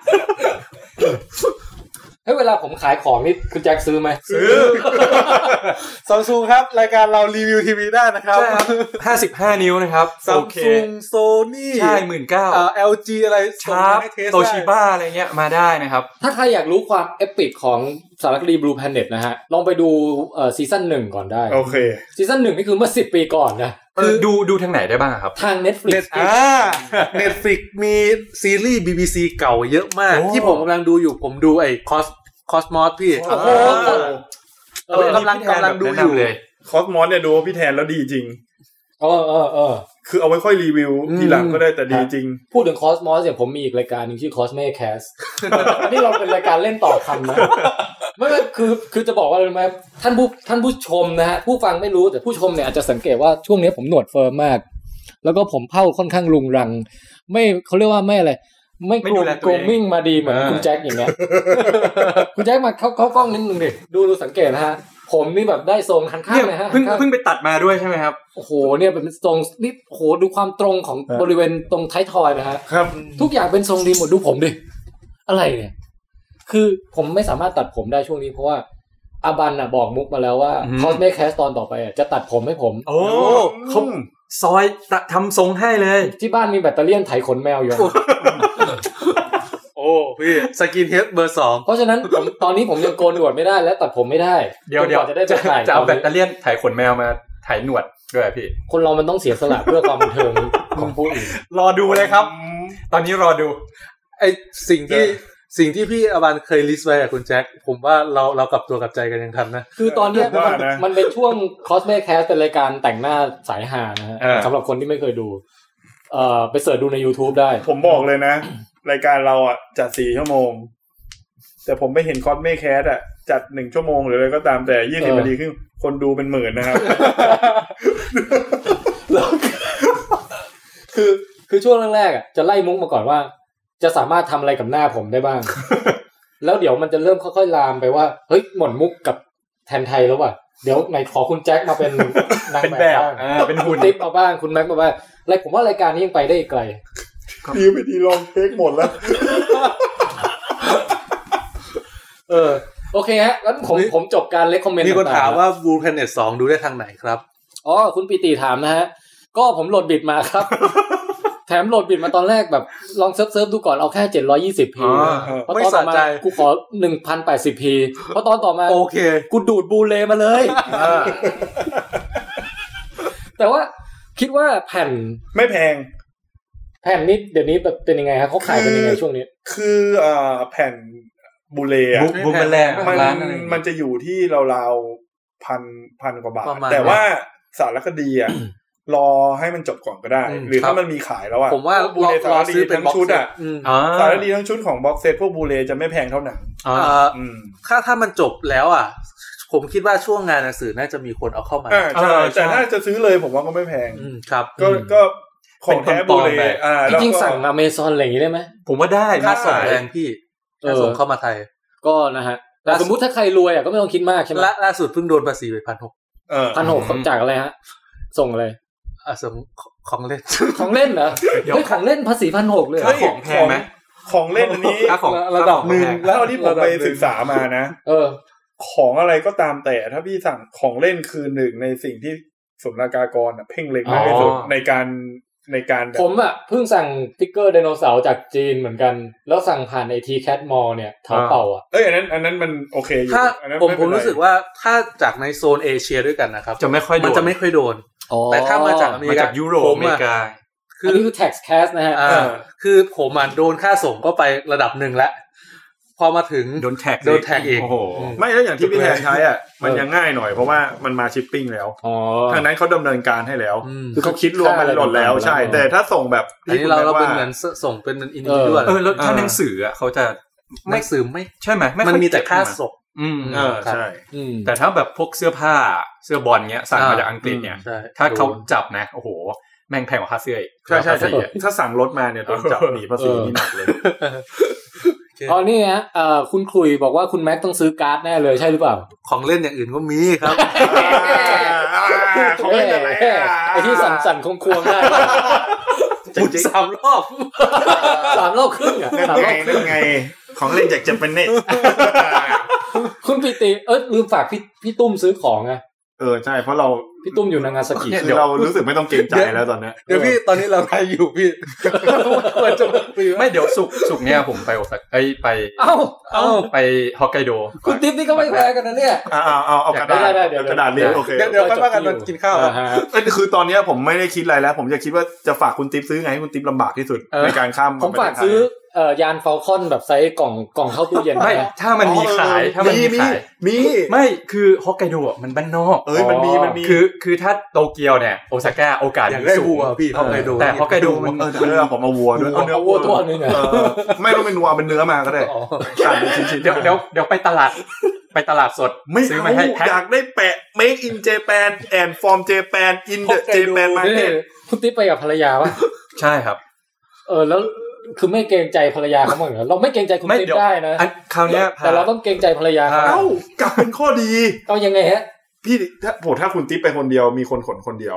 ให้เวลาผมขายของนี่คุณแจ็คซื้อไหมซื้อ Samsung ครับรายการเรารีวิวทีวีได้นะครับใช่ครับห้าสิบห้านิ้วนะครับ Samsung Sony ใช่ หนึ่งหมื่นเก้าพันอ่า แอล จี อะไรชาร์ปโตชิบ้าอะไรเงี้ยมาได้นะครับถ้าใครอยากรู้ความเอปิกของสารคดี Blue Planet นะฮะลองไปดูเอ่อซีซั่นหนึ่งก่อนได้โอเคซีซั่นหนึ่งนี่คือเมื่อสิบปีก่อนนะคือดูดูทางไหนได้บ้างครับทาง Netflix อ่า Netflix มีซีรีส์ บี บี ซี เก่าเยอะมากที่ผมกำลังดูอยู่ผมดูไอ้คอสคอสมอสพี่โอ้โหเออกำลังกำลังดูอยู่เลยคอสมอสเนี่ยดูพี่แทนแล้วดีจริงเออเออเออคือเอาไว้ค่อยรีวิวทีหลังก็ได้แต่ดีจริงพูดถึงคอสมอสเนี่ยผมมีอีกรายการนึงชื่อ Cosme Cast อันนี้เราเป็นรายการเล่นต่อคำนะไม่ไม่คือคือจะบอกว่าอะไรไหมท่านผู้ท่านผู้ชมนะฮะผู้ฟังไม่รู้แต่ผู้ชมเนี่ยอาจจะสังเกตว่าช่วงนี้ผมหนวดเฟิร์มมากแล้วก็ผมเผ้าค่อนข้างรุงรังไม่เขาเรียกว่าไม่อะไรไม่กลุ่มกลุ่มมิ่งมาดีเหมือนคุณแจ็คอย่างเงี้ยคุณแจ็คมาเข้าเข้ากล้องนิดนึงดิดูดูสังเกตนะฮะผมนี่แบบได้ทรงคันข้างเลยฮะเพิ่งเพิ่งไปตัดมาด้วยใช่ไหมครับโอ้โหเนี่ยเป็นทรงนี่โหดูความตรงของบริเวณตรงท้ายทอยนะฮะครับทุกอย่างเป็นทรงดีหมดดูผมดิอะไรเนี่ยคือผมไม่สามารถตัดผมได้ช่วงนี้เพราะว่าอาบันน่ะบอกมุกมาแล้วว่า Cosme Cast ตอนต่อไปอ่ะจะตัดผมให้ผมโอ้เขาซอยทำทรงให้เลยที่บ้านมีแบตเตอรี่ไถขนแมวอยู่โอ้พี่สกินเฮดเบอร์สองเพราะฉะนั้นผมตอนนี้ผมยังโกนหนวดไม่ได้และตัดผมไม่ได้เดี๋ยวเดี๋ยวจะได้จะถ่ายจะเอาแบตเตอรี่ไถขนแมวมาไถหนวดด้วยพี่คนเรามันต้องเสียสละเพื่อความบันเทิงของผู้อื่นรอดูเลยครับตอนนี้รอดูไอสิ่งที่สิ่งที่พี่อบันเคยลิสต์ไว้กับคุณแจ็คผมว่าเราเรากลับตัวกลับใจกันยังทันนะคือตอนนี้มันมันเป็นช่วง Cosme Cast เป็นรายการแต่งหน้าสายฮานะฮะสำหรับคนที่ไม่เคยดูเอ่อไปเสิร์ชดูใน YouTube ได้ผมบอกเลยนะรายการเราอ่ะจัดสี่ชั่วโมงแต่ผมไปเห็น Cosme Cast อ่ะจัดหนึ่งชั่วโมงหรืออะไรก็ตามแต่ยี่สิบนาทีครึ่งคนดูเป็นหมื่นนะครับคือคือช่วงแรกๆอ่ะจะไล่มุกมาก่อนว่าจะสามารถทำอะไรกับหน้าผมได้บ้างแล้วเดี๋ยวมันจะเริ่มค่อยๆลามไปว่าเฮ้ยหมดมุกกับแทนไทยแล้วว่ะเดี๋ยวไหนขอคุณแจ็คมาเป็นนางแบบบ้างเป็นหุ่นติ๊บมาบ้างคุณแม็กมาบ้างอะไรผมว่ารายการนี้ยังไปได้อีกไกลดีไปดีลองเทคหมดแล้วเออโอเคฮะงั้นผมผมจบการเรคคอมเมนต์มีคนถามว่า Blue Planet สองดูได้ทางไหนครับอ๋อคุณปีติถามนะฮะก็ผมโหลดบิตมาครับแถมโหลดบิตมาตอนแรกแบบลองเซิร์ฟๆดูก่อนเอาแค่ เจ็ดร้อยยี่สิบพี เพราะตอนต่อมากูขอ หนึ่งพันแปดสิบพี เพราะตอนต่อมาโอเคกูดูดบูเลมาเลยแต่ว่าคิดว่าแผ่นไม่แพงแผ่นนี้เดี๋ยวนี้แบบเป็นยังไงครับเขาขายเป็นยังไงช่วงนี้คือเอ่อแผ่นบูเลอ่ะบูมแรงมันมันจะอยู่ที่ราวๆพันพันกว่าบาทแต่ว่าสารคดีอ่ะรอให้มันจบก่อนก็ได้หรือถ้ามันมีขายแล้วอ่ะผมว่าบูเลสารคดีทั้งชุดอ่ะสารคดีทั้งชุดของบ็อกเซตพวกบูเลจะไม่แพงเท่าหนังถ้าถ้ามันจบแล้วอ่ะผมคิดว่าช่วงงานหนังสือน่าจะมีคนเอาเข้ามาใช่แต่ถ้าจะซื้อเลยผมว่าก็ไม่แพงครับก็ก็ของแท้บูเลอ่าจริงๆสั่ง Amazon อะไรอย่างงี้ได้ไหมผมว่าได้ค่าส่งแพงพี่ถ้าส่งเข้ามาไทยก็นะฮะแต่สมมุติถ้าใครรวยอ่ะก็ไม่ต้องคิดมากใช่มั้ยล่าสุดเพิ่งโดนภาษีไป หนึ่งพันหกร้อยเออ หนึ่งพันหกร้อย จากอะไรฮะส่งอะไรอ่ะส่งของเล่นของเล่นเหรอเฮ้ยของเล่นภาษี หนึ่งพันหกร้อย เลยของแพงมั้ยของเล่นอันนี้ระดับนึงแล้วที่ผมไปศึกษามานะเออของอะไรก็ตามแต่ถ้าพี่สั่งของเล่นคือหนึ่งในสิ่งที่ศุลกากรเพ่งเล็งมากที่สุดในการในการผมอ่ะเพิ่งสั่งฟิกเกอร์ไดโนเสาร์จากจีนเหมือนกันแล้วสั่งผ่านไอทีแคทมอลเนี่ยเถาเป่าอ่ะเอ้ยอันนั้นอันนั้นมันโอเคอยู่ถ้าผมผมรู้สึกว่าถ้าจากในโซนเอเชียด้วยกันนะครับจะไม่ค่อยโดนมันจะไม่ค่อยโดนแต่ถ้ามาจากอเมริกายุโรปอเมริกาคืออันนี้คือ tax cash นะฮะคือผมอ่ะโดนค่าส่งก็ไประดับหนึ่งแล้วพอมาถึงโดนแท็กโดนแท็กเองโอ้โหไม่แล้วอย่างที่พี่แทนใช้อ่ะมันยังง่ายหน่อยเพราะว่ามันมาชิปปิ้งแล้วทางนั้นเขาดำเนินการให้แล้วคือเขาคิดรวมมันหล่นแล้วใช่แต่ถ้าส่งแบบที่เราเราเป็นเหมือนส่งเป็นอินดิวิวเออแล้วถ้าหนังสืออ่ะเขาจะหนังสือไม่ใช่ไหมมันมีแต่ค่าส่งอืมเออใช่แต่ถ้าแบบพวกเสื้อผ้าเสื้อบอลเงี้ยสั่งมาจากอังกฤษเนี่ยถ้าเขาจับนะโอ้โหแม่งแพงกว่าค่าเสื้ออีกใช่ใช่ถ้าสั่งรถมาเนี่ยโดนจับหนีภาษีนี่หนักเลยอ๋อนี่ฮะเอ่อคุณคุยบอกว่าคุณแม็กต้องซื้อการ์ดแน่เลยใช่หรือเปล่าของเล่นอย่างอื่นก็มีครับของเล่นอะไรไอ้ที่สั่นๆควงๆได้หมุนสามรอบสามรอบครึ่งอ่ะสามรอบครึ่งไงของเล่นจากเจแปนเนสคุณปิติเอ้ยลืมฝากพี่พี่ตุ้มซื้อของไงเออใช่เพราะเราพี่ตุ้มอยู่นางาซากิคือเรารู้สึกไม่ต้องเกรงใจแล้วตอนนี้เดี๋ยวพี่ตอนนี้เราไทยอยู่พี่ไม่เดี๋ยวสุกสุกเนี่ยผมไปโอซาก้าไปเอ้าเอ้าไปฮอกไกโดคุณติ๊บนี่ก็ไม่แพ้กันนะเนี่ยเอาเอาเอาเอากระดาษเดี๋ยวกระดาษเรียนโอเคเดี๋ยวค่อยว่ากันตอนกินข้าวเออคือตอนนี้ผมไม่ได้คิดอะไรแล้วผมจะคิดว่าจะฝากคุณติ๊บซื้อไงให้คุณติ๊บลำบากที่สุดในการข้ามผมฝากซื้อเอ่อยานฟอลคอนแบบไซส์กล่องกล่องเข้าตู้เย็นไม่ถ้ามันมีขายถ้ามันมีขายมีไม่คือฮอกไกโดมันบ้านนอกเอ้ยมันมีมันมีคือคือถ้าโตเกียวเนี่ยโอซาก้าโอกาสอย่างได้วัวพี่ฮอกไกโดแต่ฮอกไกโดมันเออเนื้อผมเอาวัวด้วยเอาเนื้อวัวตัวนึงอ่ะไม่ต้องเป็นวัวเป็นเนื้อมาก็ได้สั่งเป็นชิ้นๆเดี๋ยวเดี๋ยวเดี๋ยวไปตลาดไปตลาดสดซื้อมาให้อยากได้แปะ Make in Japan and from Japan in the Japan market คุณติ๊บไปกับภรรยาป่ะใช่ครับเออแล้วคือไม่เกรงใจภรรยาเขาบ้างเหรอเราไม่เกรงใจคุณติ๊บได้นะคราวนี้แต่เราต้องเกรงใจภรรยาเขาเอ้ากลับเป็นข้อดีเอายังไงฮะพี่ถ้าโหถ้าคุณติ๊บไปคนเดียวมีคนขนคนเดียว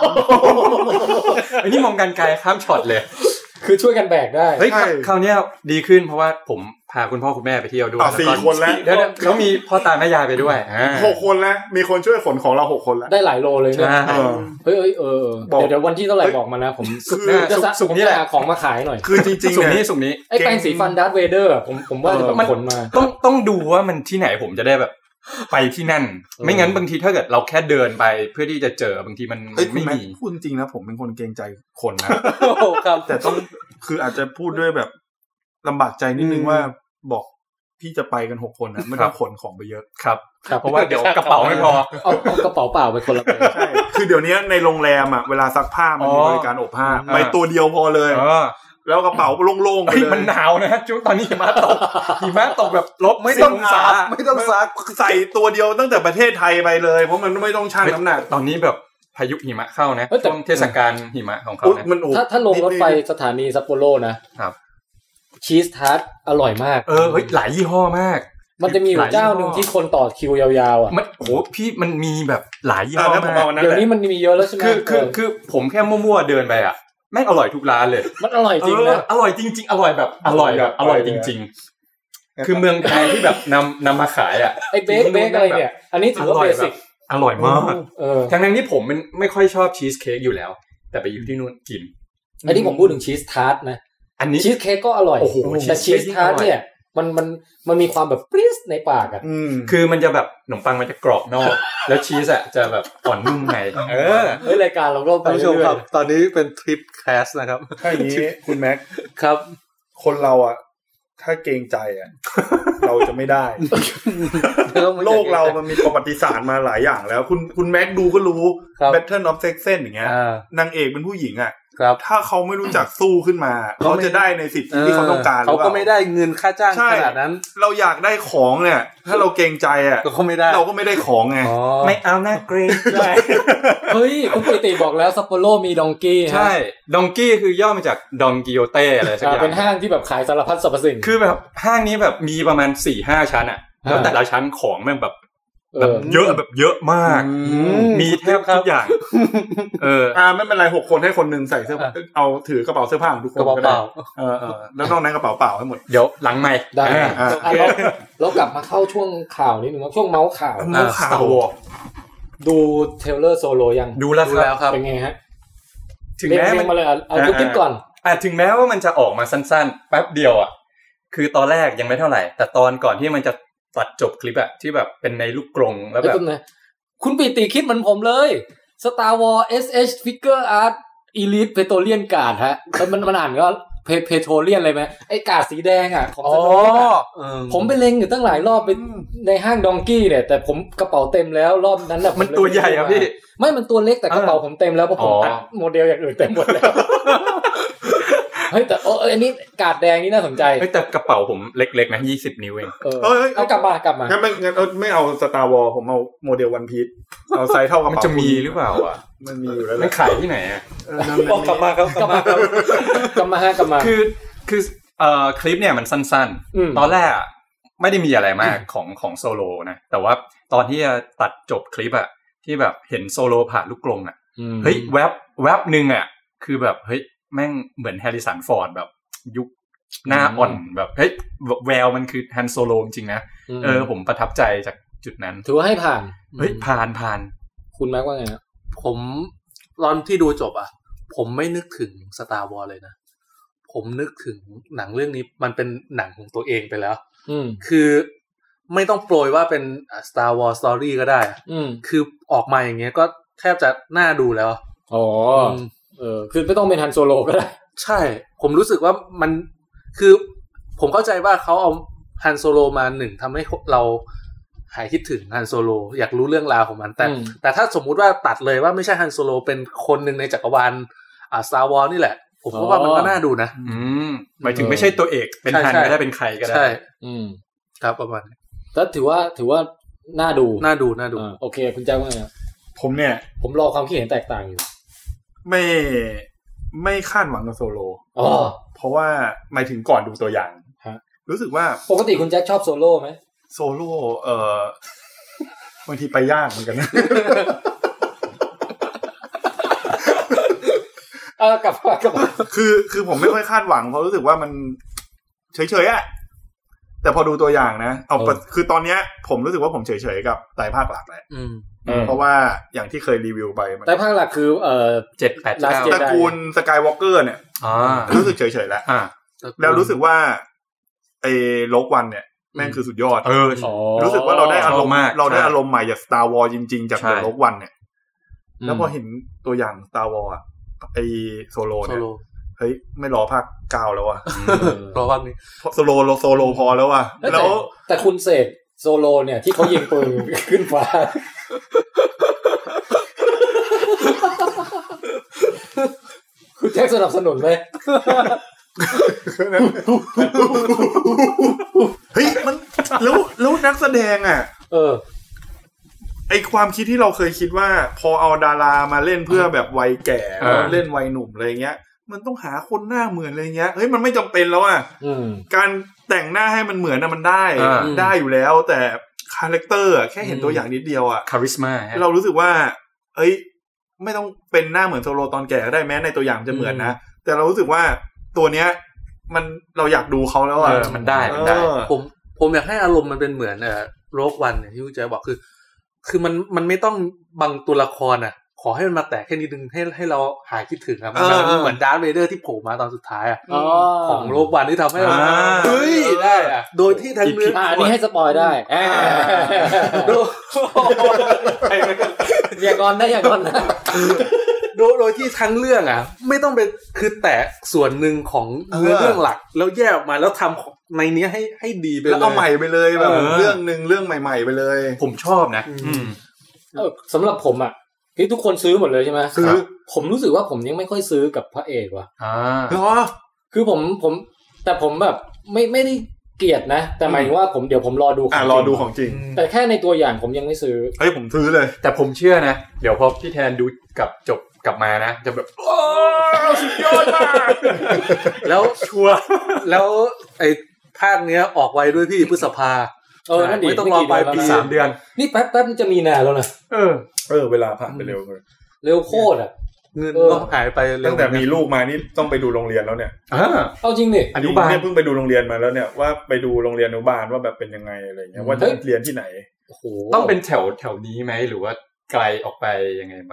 อันนี้มองกันไกลข้ามช็อตเลยคือช่วยกันแบกได้เฮ้ยคราวนี้ดีขึ้นเพราะว่าผมพาคุณพ่อคุณแม่ไปเที่ยวด้วยสี่คนแล้วแล้วมีพ่อตาแม่ยายไปด้วยหกคนแล้วมีคนช่วยขนของเราหกคนแล้วได้หลายโลเลยเนี่ยเฮ้ยเออเดี๋ยวเดี๋ยววันที่เท่าไหร่บอกมานะผมจะสุกนี่แหละของมาขายหน่อยคือจริงๆสุกนี้สุกนี้ไอ้แปรงสีฟันดาร์ธเวเดอร์ผมผมว่าจะแบบขนมาต้องต้องดูว่ามันที่ไหนผมจะได้แบบไปที่นั่นไม่งั้นบางทีถ้าเกิดเราแค่เดินไปเพื่อที่จะเจอบางทีมันไม่มีพูดจริงนะผมเป็นคนเกรงใจคนนะครับแต่ต้องคืออาจจะพูดด้วยแบบลำบากใจนิดนึงว่าบอกพี่จะไปกันหกคนนะไม่ต้องขนของไปเยอะครับเพราะว่าเดี๋ยวกระเป๋าไม่พอเอาเอากระเป๋าเปล่าไปคนละใบใช่คือเดี๋ยวนี้ในโรงแรมอ่ะเวลาซักผ้ามันมีบริการอบผ้าไปตัวเดียวพอเลยแล้วกระเป๋าโล่งๆไปเลยมันหนาวนะช่วงตอนนี้หิมะตกหิมะตกแบบลบไม่ต้องซักไม่ต้องซักใส่ตัวเดียวตั้งแต่ประเทศไทยไปเลยเพราะมันไม่ต้องชั่งน้ำหนักตอนนี้แบบพายุหิมะเข้านะช่วงเทศกาลหิมะของเขานะถ้าถ้าลงรถไฟสถานีซัปโปโรนะครับชีสทาร์ตอร่อยมากเออเฮ้ยหลายยี่ห้อมากมันจะมีอยู่เจ้านึงที่คนต่อคิวยาวๆอ่ะมันโอ้พี่มันมีแบบหลายยี่ห้อมากเดี๋ยวนี้มันมีเยอะแล้วใช่ไหมคือคือคือผมแค่มั่วๆเดินไปอ่ะแม่งอร่อยทุกร้านเลยมันอร่อยจริงนะอร่อยจริงๆอร่อยแบบอร่อยแบบอร่อยจริงๆคือเมืองไทยที่แบบนำนำมาขายอ่ะไอ้เบคเบคอะไรเนี่ยอันนี้ถือว่าเบสิกอร่อยมากทั้งๆที่ผมมันไม่ค่อยชอบชีสเค้กอยู่แล้วแต่ไปอยู่ที่นู่นกินอันนี้ผมพูดถึงชีสทาร์ตนะอันนี้ชีสเค้กก็อร่อยแต่ชีสทาร์ตเนี่ยมันมันมันมีความแบบปริ้สในปากอ่ะคือมันจะแบบขนมปังมันจะกรอบนอกแล้วชีสอ่ะจะแบบอ่อนนุ่มในเออเฮ้ยรายการเราก็ไปเรื่อยๆครับตอนนี้เป็นทริปแคสนะครับถ้าอย่างนี้คุณแม็กครับคนเราอ่ะถ้าเกรงใจอ่ะเราจะไม่ได้โลกเรามันมีประวัติศาสตร์มาหลายอย่างแล้วคุณคุณแม็กดูก็รู้ Battle of Sexes อย่างเงี้ยนางเอกเป็นผู้หญิงอ่ะถ้าเขาไม่รู้จักสู้ขึ้นมาเขาจะได้ในสิทธิที่เขาต้องการเขาก็ไม่ได้เงินค่าจ้างขนาดนั้นเราอยากได้ของเนี่ยถ้าเราเกรงใจอ่ะก็ไม่ได้เราก็ไม่ได้ของไงไม่เอาหน้าเกรงใจเฮ้ยคุณปิติบอกแล้วซัปโปโรมีดองกี้ใช่ดองกี้คือย่อมาจากดองกิโยเต้อะไรสักอย่างเป็นห้างที่แบบขายสารพัดสรรพสิ่งคือแบบห้างนี้แบบมีประมาณ สี่ห้า ชั้นอ่ะแล้วแต่ละชั้นของแม่งแบบแบบเยอะแบบเยอะมากมีแทบทุกอย่างเอออ่าไม่เป็นไรหกคนให้คนนึงใส่เสื้อเอาถือกระเป๋าเสื้อผ้าทุกคนก็ได้เออๆแล้วนอกนั้นกระเป๋าเปล่าให้หมดเดี๋ยวหลังใหม่ได้แล้วแล้วกลับมาเข้าช่วงข่าวนิดนึงช่วงเมาส์ข่าวเมาส์ข่าวดูเทเลอร์โซโลยังดูแล้วครับเป็นไงฮะถึงแม้มันมาเลยเอาทุกทิปก่อนอ่ะถึงแม้ว่ามันจะออกมาสั้นๆแป๊บเดียวอ่ะคือตอนแรกยังไม่เท่าไหร่แต่ตอนก่อนที่มันจะตัดจบคลิปอะที่แบบเป็นในลูกกรงแล้วแบบคุณปีติคิดเหมือนผมเลย Star Wars เอส เอช Figure Art Elite Petrolian Guard ฮะมันมันอ่านก็เพโทรเลียนเลยไหมไอ้กาดสีแดงอ่ะของสโนว์ผมไปเล็งอยู่ตั้งหลายรอบไปในห้างดองกี้เนี่ยแต่ผมกระเป๋าเต็มแล้วรอบนั้นแหละมันตัวใหญ่อ่ะพี่ไม่มันตัวเล็กแต่กระเป๋าผมเต็มแล้วเพราะผมตัดโมเดลอย่างอื่นเต็มหมดแล้วเฮ้ยแต่โอ้อันนี้กาดแดงนี่น่าสนใจเฮ้ยแต่กระเป๋าผมเล็กๆนะยี่สิบนิ้วเองเออเอากลับมากลับมางั้นไม่งั้นไม่เอา Star Wars ผมเอาโมเดล One Piece เอาไซส์เท่ากระเป๋ามันจะมีหรือเปล่าอ่ะมันมีอยู่แล้วมันขายที่ไหนอ่ะกลับมาครับกลับมาครับกลับมาฮะกลับมาคือคือเอ่อคลิปเนี่ยมันสั้นๆตอนแรกไม่ได้มีอะไรมากของของโซโลนะแต่ว่าตอนที่จะตัดจบคลิปอะที่แบบเห็นโซโลผ่านลูกกรงอะเฮ้ยแวบแวบนึงอะคือแบบเฮ้ยแม่งเหมือนแฮร์ริสันฟอร์ดแบบยุคหน้าอ่อนแบบเฮ้ยแววมันคือฮันโซโลจริงๆนะเออผมประทับใจจากจุดนั้นถือว่าให้ผ่านเฮ้ยผ่านผ่านคุณแม็กว่าไงครับผมตอนที่ดูจบอะผมไม่นึกถึง Star Wars เลยนะผมนึกถึงหนังเรื่องนี้มันเป็นหนังของตัวเองไปแล้วคือไม่ต้องโปรยว่าเป็น Star Wars Story ก็ได้คือออกมาอย่างเงี้ยก็แทบจะน่าดูแล้วอ๋อเออคือไม่ต้องเป็นฮันโซโลก็ได้ใช่ผมรู้สึกว่ามันคือผมเข้าใจว่าเขาเอาฮันโซโลมาหนึ่งทำให้เราหายคิดถึงฮันโซโลอยากรู้เรื่องราวของมันแต่แต่ถ้าสมมุติว่าตัดเลยว่าไม่ใช่ฮันโซโลเป็นคนหนึ่งในจักรวาลอ่า Star Wars นี่แหละผมว่ามันก็น่าดูนะอืมหมายถึงไม่ใช่ตัวเอกเป็นฮันไม่ได้เป็นใครก็ได้ใช่อืมครับประมาณนี้แต่ถือว่าถือว่าน่าดูน่าดูน่าดูโอเคคุณแจ้งว่าไงผมเนี่ยผมรอความคิดเห็นแตกต่างอยู่ไม่ไม่คาดหวังกับโซโลอ๋อเพราะว่าหมายถึงก่อนดูตัวอย่างรู้สึกว่าปกติคุณแจ็คชอบโซโล่ไหมโซโล่เอ่อบางทีไปยากเหมือนกันนะเออกลับมากลับมาคือคือผมไม่ค่อยคาดหวังเพราะรู้สึกว่ามันเฉยๆอ่ะแต่พอดูตัวอย่างนะเอาคือตอนเนี้ยผมรู้สึกว่าผมเฉยๆกับไตรภาคหลักแหละเพราะว่าอย่างที่เคยรีวิวไปไตรภาคหลักคือเอ่อเจ็ด แปด เก้าตระกูลสกายวอล์กเกอร์เนี่ยรู้สึกเฉยๆแล้วแล้วรู้สึกว่าไอ้โลกวันเนี่ยแม่งคือสุดยอดเออรู้สึกว่าเราได้อารมณ์เราได้อารมณ์ใหม่จาก Star Wars จริงๆจากโลกวันเนี่ยแล้วพอเห็นตัวอย่าง Star Wars อ่ะไอ้โซโลเนี่ยเฮ้ยไม่รอภาคเก้าแล้วอ่ะรอภาคนี้โซโลโซโลพอแล้วอ่ะแล้วแต่คุณเสกโซโลเนี่ยที่เขายิงปืนขึ้นฟ้าคุณแจ็คสนับสนุนไหมเฮ้ยมันแล้วแล้วนักแสดงอ่ะเออไอความคิดที่เราเคยคิดว่าพอเอาดารามาเล่นเพื่อแบบวัยแก่เล่นวัยหนุ่มอะไรเงี้ยมันต้องหาคนหน้าเหมือนอะไรเงี้ยเฮ้ยมันไม่จำเป็นแล้วอ่ะการแต่งหน้าให้มันเหมือนน่ะมันได้ได้อยู่แล้วแต่คาแรคเตอร์แค่เห็นตัวอย่างนิดเดียวอ่ะคาริสมาเรารู้สึกว่าเอ้ยไม่ต้องเป็นหน้าเหมือนโซโลตอนแก่ก็ได้แม้ในตัวอย่างจะเหมือนนะแต่เรารู้สึกว่าตัวเนี้ยมันเราอยากดูเขาแล้วอ่ะมันได้มันได้ผมผมอยากให้อารมณ์มันเป็นเหมือนเอ่อโรควันที่คุณแจ๊บอกคือคือมันมันไม่ต้องบังตัวละครอ่ะขอให้มันมาแตกแค่นิดนึงให้ให้เราหายคิดถึงอ่ะมันเหมือนดาร์ธเวเดอร์ที่โผล่มาตอนสุดท้ายอ่ะของโรควันที่ทำให้เราเฮ้ยได้อ่ะโดยที่ทั้งเนื้ออันนี้ให้สปอยได้ดูอย่างอนได้อย่างอนนะโดยโดยที่ทั้งเรื่องอ่ะไม่ต้องเป็นคือแตะส่วนหนึ่งของเนื้อเรื่องหลักแล้วแยกออกมาแล้วทำในนี้ให้ให้ดีไปเลยแล้วเอาใหม่ไปเลยแบบเรื่องนึงเรื่องใหม่ๆไปเลยผมชอบนะเออสำหรับผมอ่ะที่ทุกคนซื้อหมดเลยใช่ไหมซื้อผมรู้สึกว่าผมยังไม่ค่อยซื้อกับพระเอกว่ะอ่าเหรอคือผมผมแต่ผมแบบไม่ไม่ได้เกลียดนะแต่หมายถึงว่าผมเดี๋ยวผมรอดูอ่ารอดูของจริงแต่แค่ในตัวอย่างผมยังไม่ซื้อเฮ้ยผมซื้อเลยแต่ผมเชื่อนะเดี๋ยวพอพี่แทนดูกับจบกลับมานะจะแบบโอ้สุดยอดมากแล้วชัวร์แล้วไอ้ภาคเนี้ยออกไวด้วยพี่พฤษภาเออนั่นดิไม่ต้องรอปลายปีสามเดือนนี่แป๊บแป๊บจะมีนาแล้วนะเออเออเวลาผ่านไปเร็วเลยเร็วโคตรอ่ะเงินต้องหายไปตั้งแต่มีลูกมานี่ต้องไปดูโรงเรียนแล้วเนี่ยอ่าเอาจริงดิอนุบาลเนี่ยเพิ่งไปดูโรงเรียนมาแล้วเนี่ยว่าไปดูโรงเรียนอนุบาลว่าแบบเป็นยังไงอะไรเงี้ยว่าจะเรียนที่ไหนโอ้โหต้องเป็นแถวแถวนี้ไหมหรือว่าไกลออกไปยังไงบ้าง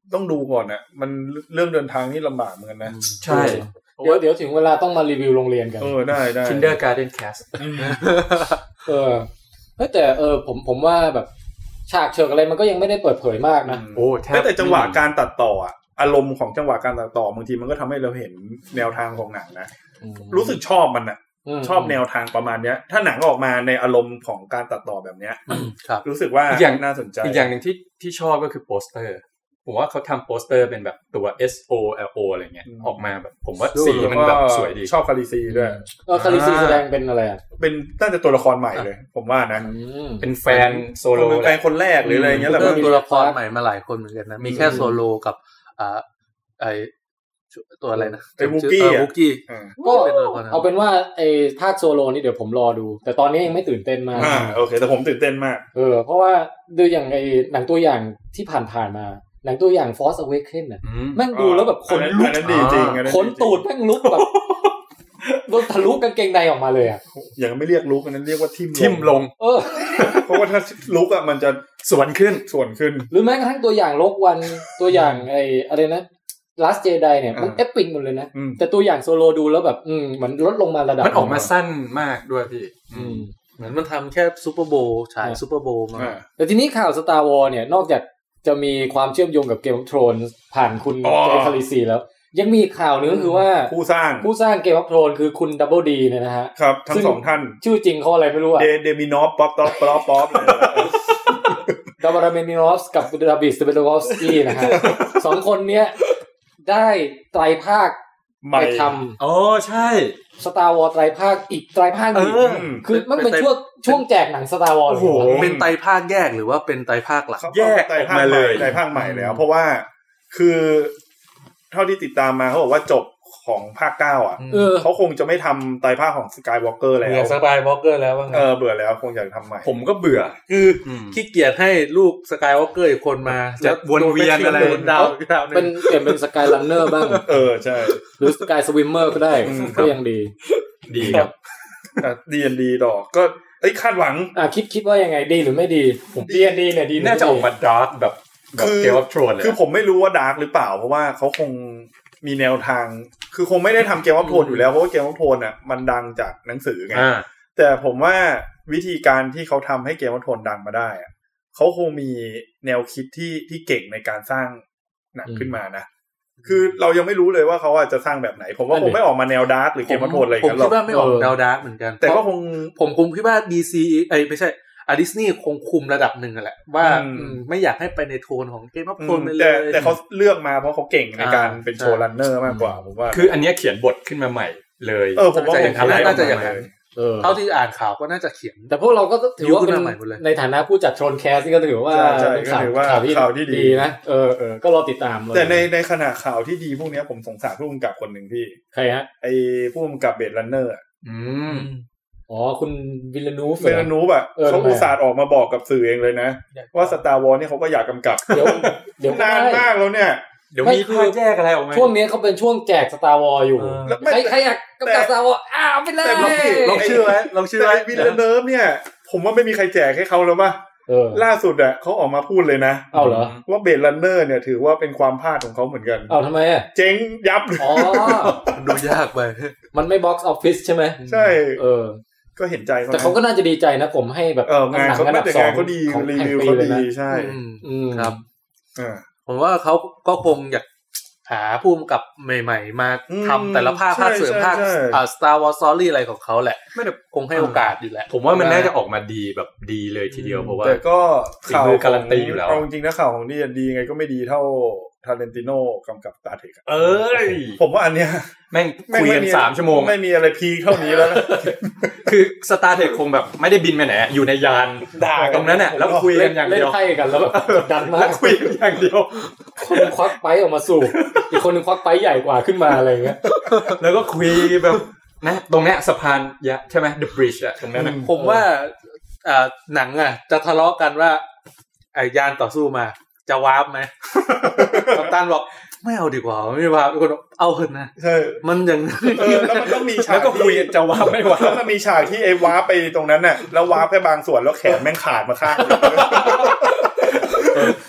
ต้องดูก่อนนะมันเรื่องเดินทางนี่ลำบากเหมือนกันนะใช่เดี๋ยวเดี๋ยวถึงเวลาต้องมารีวิวโรงเรียนกันเออได้ได้ Kindergarten Cast เออแต่เออผมผมว่าแบบฉากเชิงอะไรมันก็ยังไม่ได้เปิดเผยมากนะโอ้แต่จังหวะการตัดต่ออ่ะอารมณ์ของจังหวะการตัดต่อบางทีมันก็ทำให้เราเห็นแนวทางของหนังนะรู้สึกชอบมันอ่ะชอบแนวทางประมาณเนี้ยถ้าหนังออกมาในอารมณ์ของการตัดต่อแบบเนี้ยรู้สึกว่าอย่างน่าสนใจอีกอย่างนึงที่ที่ชอบก็คือโปสเตอร์ผมว่าเขาทำโปสเตอร์เป็นแบบตัว S O L O อะไรเงี้ยออกมาแบบผมว่าสีมันแบบสวยดีชอบคาริซีด้วยเออคาริซีแสดงเป็นอะไรอ่ะเป็นน่าจะตัวละครใหม่เลยผมว่านะเป็นแฟนโซโล่เป็นแฟนคนแรกหรืออะไรเงี้ยแหละมีตัวละครใหม่มาหลายคนเหมือนกันนะมีแค่โซโลกับอ่าไอตัวอะไรนะไอ้บุกี้บุกี้ก็เอาเป็นว่าไอ้ภาคโซโลนี่เดี๋ยวผมรอดูแต่ตอนนี้ยังไม่ตื่นเต้นมากอ่าโอเคแต่ผมตื่นเต้นมากเออเพราะว่าดูอย่างไอ้หนังตัวอย่างที่ผ่านๆมาหนังตัวอย่าง Force Awakens น่ะแม่งดูแล้วแบบขนลุกขนตูดแม่งลุกแบบโดนทะลุกางเกงในออกมาเลยอ่ะอย่างไม่เรียกลุกอันนั้นเรียกว่าทิ่มทิ่มลงเออเพราะว่าถ้าลุกอ่ะมันจะสวนขึ้นสวนขึ้นหรือแม้กระทั่งตัวอย่างโลกวันตัวอย่างไอ้อะไรนะ Last Jedi เนี่ยมันเอปิกหมดเลยนะแต่ตัวอย่างโซโลดูแล้วแบบอืมเหมือนลดลงมาระดับมันออกมาสั้นมากด้วยพี่อืมเหมือนมันทำแค่ซุปเปอร์โบว์ฉายซุปเปอร์โบว์มาแต่ทีนี้ข่าว Star Wars เนี่ยนอกจากจะมีความเชื่อมโยงกับ Game of Thrones ผ่านคุณเจคาริซีแล้วยังมีข่าวนึงก็คือว่าผู้สร้างผู้สร้าง Game of Thrones คือคุณดับเบิลดีเนี่ยนะฮะครับทั้งสองท่านชื่อจริงเขาอะไรไม่รู้อ่ะเดเดมินอฟป๊อปป๊อปป๊อปป๊อปดับเบิลเมนินอฟกับดาบิสเตเบโลวอฟสกี้นะฮะสองคนเนี้ยได้ไตรภาคไปทำอ๋อใช่ Star Wars ไตรภาคอีกไตรภาคนึงคือมันเป็นช่วงช่วงแจกหนัง Star Wars โอ้โหเป็นไตรภาคแยกหรือว่าเป็นไตรภาคหลักแยกออกมาเลยไตรภาคใหม่แล้วเพราะว่าคือเท่าที่ติดตามมาเขาบอกว่าจบของภาคเก้าอ่ะเขาคงจะไม่ทำไตรภาคของ Skywalker แล้วเบื่อ Skywalker แล้วว่างั้นเออเบื่อแล้วคงอยากทำใหม่ผมก็เบื่อคือขี้เกียจให้ลูก Skywalker อีกคนมาจะวนเวียนอะไรดาวดาวนึงเป็นเปลี่ยนเป็น Skyrunner บ้างเออใช่หรือ Sky Swimmer ก็ได้ก็ยังดีดีครับอ่ะ ดี เอ็น ดี ต่อก็เอ้ยคาดหวังอ่ะคิดคิดว่ายังไงดีหรือไม่ดีผม ดี เอ็น ดี เนี่ยดีน่าจะออกมาดาร์กแบบแบบ Game of Thrones เลยคือผมไม่รู้ว่าดาร์กหรือเปล่าเพราะว่าเขาคงมีแนวทางคือคงไม่ได้ทำ Game of Thrones อยู่แล้วเพราะว่า Game of Thrones อ่ะมันดังจากหนังสือไงแต่ผมว่าวิธีการที่เขาทำให้ Game of Thrones ดังมาได้อ่ะเขาคงมีแนวคิดที่ที่เก่งในการสร้างหนังขึ้นมานะคือเรายังไม่รู้เลยว่าเขาจะสร้างแบบไหนผมว่าคงไม่ออกมาแนวดาร์กหรือเกมof Thronesอะไรกันหรอกผมคิดว่าไม่ออกแนวดาร์กเหมือนกันแต่ก็คงผมคงคิดว่า ดี ซี ไอ้ไม่ใช่อ่ะดิสนีย์คงคุมระดับหนึ่งแหละว่าไม่อยากให้ไปในโทนของเกมof Thronesไปเลยแต่เขาเลือกมาเพราะเขาเก่งในการเป็นโชว์รันเนอร์มากกว่าผมว่าคืออันนี้เขียนบทขึ้นมาใหม่เลยเออผมว่าน่าจะอย่างนั้นเท่าที่อ่านข่าวก็น่าจะเขียนแต่พวกเราก็ถือว่าเป็นในฐานะผู้จัดโทรนแคสก็ถือว่าเป็นข่าวข่าวที่ดีนะเออเออก็รอติดตามแต่ในในขณะข่าวที่ดีพวกนี้ผมสงสารผู้กำกับคนหนึ่งพี่ใครฮะไอผู้กำกับเบดรันเนอร์อืมอ๋อคุณวิลลานูฟวิลลานูฟอ่ะเขาอุตส่าห์ออกมาบอกกับสื่อเองเลยนะว่า Star Wars เนี่ยเขาก็อยากกำกับเดี๋ยวเดี๋ยวนานมากแล้วเนี่ยเดี๋ยวมีภาคแยกอะไรออกมาช่วงนี้เขาเป็นช่วงแจก Star Wars อยู่ใครใครอยากกำกับ Star Wars อ้าวไปเลยลองชื่อไว้ลองชื่อไว้วิลลานูฟเนี่ยผมว่าไม่มีใครแจกให้เขาแล้วป่ะล่าสุดอ่ะเขาออกมาพูดเลยนะเอาเหรอว่าเบดรันเนอร์เนี่ยถือว่าเป็นความพลาดของเขาเหมือนกันเอาทำไมอ่ะเจ๊งยับอ๋อดูยากไปมันไม่ box office ใช่ไหมใช่เออก็เห็นใจเขาแต่เขาก็น่าจะดีใจนะผมให้แบบงานเขาอันดับสองเขาดีรีวิวเขาดีใช่ครับผมว่าเขาก็คงอยากหาผู้กำกับใหม่ๆมาทำแต่ละภาคภาคเสริมภาคอ่า Star Wars Story อะไรของเขาแหละไม่ได้คงให้โอกาสอยู่แหละผมว่ามันน่าจะออกมาดีแบบดีเลยทีเดียวเพราะว่าแต่ก็ข่าวการันตีอยู่แล้วจริงๆนะข่าวของนี่ดีไงก็ไม่ดีเท่าทาเลนติโน่กำกับ Star Trek เอ้ยผมว่าอันเนี้ยแม่งคุยกันสามชั่วโมงไม่มีอะไรพีเท่านี้แล้วคือ Star Trek คงแบบไม่ได้บินไปไหนอยู่ในยานตรงนั้นน่ะแล้วคุยกันอย่างเดียวเล่นไพ่กันแล้วแบบกดดันมากคุยกันอย่างเดียวคนนึงควักไปออกมาสู่อีกคนนึงควักไปใหญ่กว่าขึ้นมาอะไรเงี้ยแล้วก็คุยแบบนะตรงเนี้ยสะพานยะใช่มั้ย The Bridge อ่ะตรงนั้นน่ะผมว่าอ่าหนังอ่ะจะทะเลาะกันว่าไอ้ยานต่อสู้มาจะวาร์ปมั้ยกัปตันบอกไม่เอาดีกว่าไม่วาร์ปทุกคนเอาเถอะนะใช่มันอย่างเออแล้วมันต้องมีฉากแล้วก็คุยจะวาร์ปไม่วาร์ปมันมีฉากที่ไอ้วาร์ปไปตรงนั้นน่ะแล้ววาร์ปแค่บางส่วนแล้วแขนแม่งขาดมาข้างเฮ้ยเอ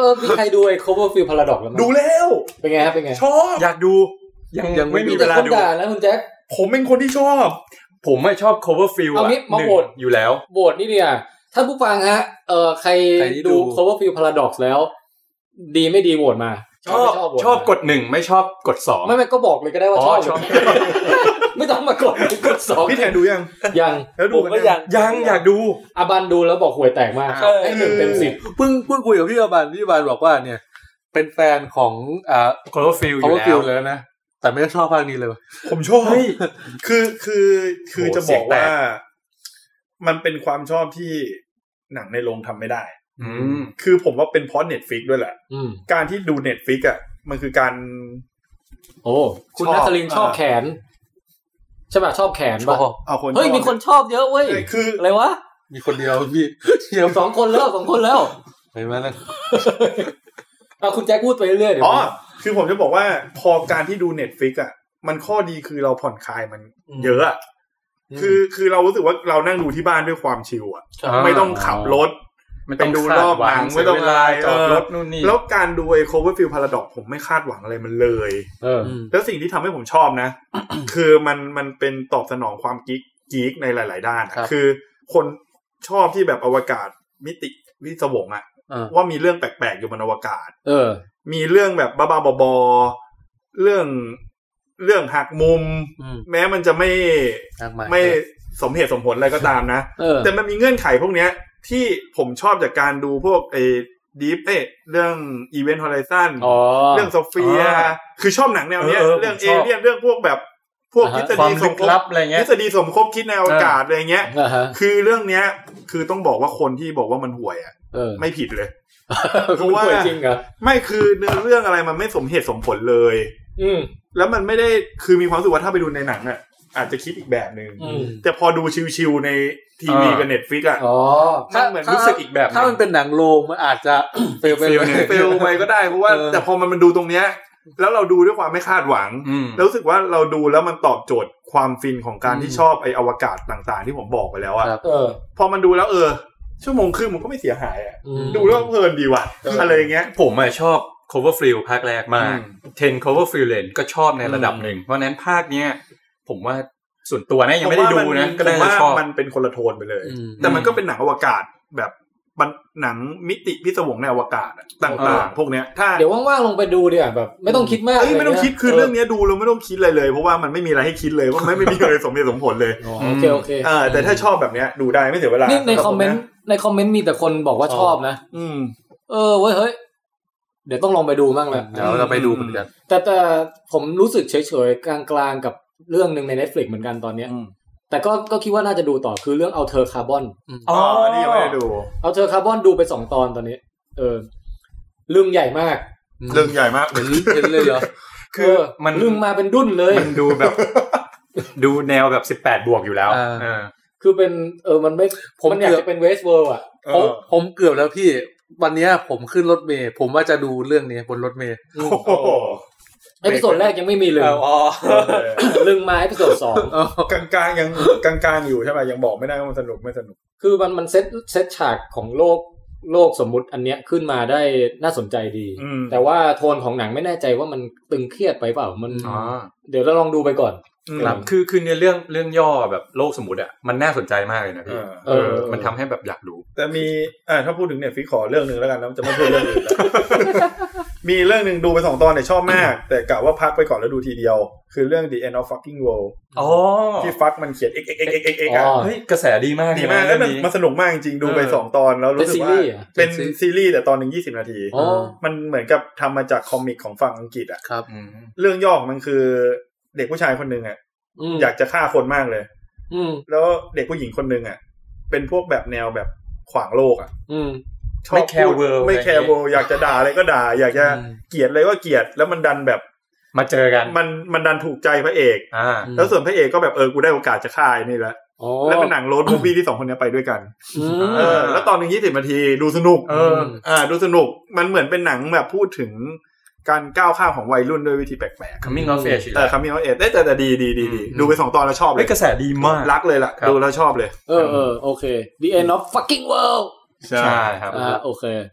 ออมีใครดูไอ้ Cloverfield Paradox แล้วมั้ยดูแล้วเป็นไงครับเป็นไงชอบอยากดูยังยังไม่มีเวลาดูแล้วคุณแจ็คผมเป็นคนที่ชอบผมไม่ชอบ Cloverfield เอางี้มาโหวตอยู่แล้วโหวตนี่เนี่ยท่านผู้ฟังฮะเอ่อใครดู Cloverfield Paradox แล้วดีไม่ดีโหวตมาชอบชอบกดหนึ่งไม่ชอบกดสองไม่ไม่ก็บอกเลยก็ได้ว่าชอบชอบไม่ต้องมากดกดสองพี่แทนดูยังยังแล้วดูก็ยังยังอยากดูอาบันดูแล้วบอกห่วยแตกมากให้หนึ่งเต็มสิบเพิ่งเพิ่งคุยกับพี่อาบันพี่อาบันบอกว่าเนี่ยเป็นแฟนของอ่า Cloverfield อยู่แล้วนะแต่ไม่ชอบภาคนี้เลยผมชอบคือคือคือจะบอกว่ามันเป็นความชอบที่หนังในโรงทำไม่ได้คือผมว่าเป็นเพราะ Netflix ด้วยแหละการที่ดู Netflix อ่ะมันคือการโอ้คุณนัทลินชอบแขนใช่ป่ะชอบแขนป่ะเอาคนเฮ้ยมีคนชอบเยอะเว้ยคืออะไรวะมีคนเดียวพี่เดียวสองคนแล้วสองคนแล้วเห็นไหมล่ะเอาคุณแจ็คพูดไปเรื่อยๆเดี๋ยวอ๋อคือผมจะบอกว่าพอการที่ดู Netflix อ่ะมันข้อดีคือเราผ่อนคลายมันเยอะอ่ะคือคือเรารู้สึกว่าเรานั่งดูที่บ้านด้วยความชิลอ่ะไม่ต้องขับรถไปดูรอบหนังไม่ต้องอะไรจอดรถนู่นนี่แล้วการดูไอ้ Cloverfield Paradox ผมไม่คาดหวังอะไรมันเลยเออแล้วสิ่งที่ทำให้ผมชอบนะ คือมันมันเป็นตอบสนองความกิ๊กกิ๊กในหลายๆด้านคือคนชอบที่แบบอวกาศมิติวิศวงอ่ะว่ามีเรื่องแปลกๆอยู่บนอวกาศเออมีเรื่องแบบบ้าๆบอๆเรื่องเรื่องหักมุมแม้มันจะไม่ไม่สมเหตุสมผลอะไรก็ตามนะแต่มันมีเงื่อนไขพวกเนี้ยที่ผมชอบจากการดูพวกไอ้ดีฟเอ้เรื่อง Event Horizon เรื่องโซเฟียคือชอบหนังแนวเนี้ยเรื่องเอเลี่ยนเรื่องพวกแบบพวกทฤษฎีสมคบอะไรเงี้ยทฤษฎีสมคบคิดในอวกาศอะไรเงี้ยคือเรื่องเนี้ยคือต้องบอกว่าคนที่บอกว่ามันห่วยอ่ะไม่ผิดเลยเพราะว่าจริงเหรอไม่คือเนื้อเรื่องอะไรมันไม่สมเหตุสมผลเลยอืมแล้วมันไม่ได้คือมีความรู้สึกว่าถ้าไปดูในหนังอ่ะอาจจะคิดอีกแบบนึงแต่พอดูชิวๆในทีวีกับ Netflix อ่ะอ๋อมันเหมือนรู้สึกอีกแบบถ้ามันเป็นหนังโรงมันอาจจะเฟลไปเฟลไปก็ได้เพราะว่าแต่พอมันมันดูตรงเนี้ยแล้วเราดูด้วยความไม่คาดหวังแล้วรู้สึกว่าเราดูแล้วมันตอบโจทย์ความฟินของการที่ชอบไอ้อวกาศต่างๆที่ผมบอกไปแล้วอ่ะพอมันดูแล้วเออชั่วโมงครึ่งมันก็ไม่เสียหายอ่ะดูแล้วเพลินดีว่ะอะไรอย่างเงี้ยผมอ่ะชอบ Cloverfield ภาคแรกมากสิบ Cloverfield Lane ก็ชอบในระดับหนึ่งเพราะนั้นภาคเนี้ยผมว่าส่วนตัวนะยังไม่ได้ดูนะก็ได้ชอบมันเป็นคนละโทนไปเลยแต่มันก็เป็นหนังอวกาศแบบหนังมิติพิศวงในอวกาศต่างๆพวกเนี้ยถ้าเดี๋ยวว่างๆลงไปดูดีกว่าแบบไม่ต้องคิดมากเลยไม่ต้องคิดคือเรื่องนี้ดูเราไม่ต้องคิดอะไรเลยเพราะว่ามันไม่มีอะไรให้คิดเลยว่าไม่ไม่มีอะไรสมเหตุสมผลเลยโอเคโอเคเออแต่ถ้าชอบแบบเนี้ยดูได้ไม่เสียเวลานี่ในคอมเมนต์ในคอมเมนต์มีแต่คนบอกว่าชอบนะอืมเออเว้ยเฮ้ยเดี๋ยวต้องลองไปดูบ้างแหละเดี๋ยวเราไปดูเหมือนกันแต่แต่ผมรู้สึกเฉยๆกลางๆกับเรื่องนึงใน Netflix เหมือนกันตอนเนี้ยแต่ก็ก็คิดว่าน่าจะดูต่อคือเรื่อง Alter Carbon อ๋ออันนี้ยังไม่ได้ดู Alter Carbon ดูไปสองตอนตอนนี้เออเรื่องใหญ่มากเรื่องใหญ่มากเห็นเห็นเลยเหรอคือมันเรื่องมาเป็นดุ้นเลยมันดูแบบดูแนวแบบสิบแปดบวกอยู่แล้วเออคือเป็นเออมันไม่ผมอยากจะเป็น West World อ่ะผมผมเกือบแล้วพี่วันนี้ผมขึ้นรถเมล์ผมว่าจะดูเรื่องนี้บนรถเมล์โอ้โหเอพิโซดแรกยังไม่มีเลยอ๋อเรื่องมาเอพิโซดสองกลางๆยังกลางๆอยู่ใช่ป่ะยังบอกไม่ได้ว่ามันสนุกไม่สนุกคือมันมันเซตเซตฉากของโลกโลกสมมุติอันเนี้ยขึ้นมาได้น่าสนใจดีแต่ว่าโทนของหนังไม่แน่ใจว่ามันตึงเครียดไปเปล่ามันเดี๋ยวเราลองดูไปก่อนครับคือคือในเรื่องเรื่องย่อแบบโลกสมมุติอ่ะมันน่าสนใจมากเลยนะพี่เออมันทำให้แบบอยากดูแต่มีอ่าถ้าพูดถึงเนี่ยฟิกขอเรื่องนึงแล้วกันนะจะไม่พูดเรื่องอื่นแล้วมีเรื่องนึงดูไปสองตอนเนี่ยชอบมากแต่กะว่าพักไปก่อนแล้วดูทีเดียวคือเรื่อง The End of Fucking World อ๋อที่ฟักมันเขียน x x x x x อ่ะเฮ้ยกระแสดีมากดีมากแล้วมันมันสนุกมากจริงๆดูไปสองตอนแล้วรู้สึกว่าเป็นซีรีส์แต่ตอนนึงยี่สิบนาทีมันเหมือนกับทำมาจากคอมิกของฝั่งอังกฤษอ่ะครับเรื่องย่อมันคือเด็กผู้ชายคนนึงอ่ะอยากจะฆ่าคนมากเลยแล้วเด็กผู้หญิงคนนึงอ่ะเป็นพวกแบบแนวแบบขวางโลกอ่ะไม่แคร์เวิลด์ไม่แคร์เวิลด์อยากจะด่าอะไรก็ด่าอยากจะเกลียดอะไรก็เกลียดแล้วมันดันแบบมาเจอกันมันมันดันถูกใจพระเอกแล้วส่วนพระเอกก็แบบเออกูได้โอกาสจะฆ่าไอ้นี่แล้วแล้วเป็นหนังโรดมูฟวี่ที่สองคนนี้ไปด้วยกันเออแล้วตอนนึงยี่สิบนาทีดูสนุกเอออ่าดูสนุกมันเหมือนเป็นหนังแบบพูดถึงการก้าวข้ามของวัยรุ่นด้วยวิธีแปลกๆ Coming of Age เออ Coming of Age แต่แต่ดีดีดีดีดูไปสองตอนแล้วชอบเลยกระแสดีมากรักเลยล่ะดูแล้วชอบเลยเออเออโอเค The End of Fucking World ใช่ครับอ่าโอเค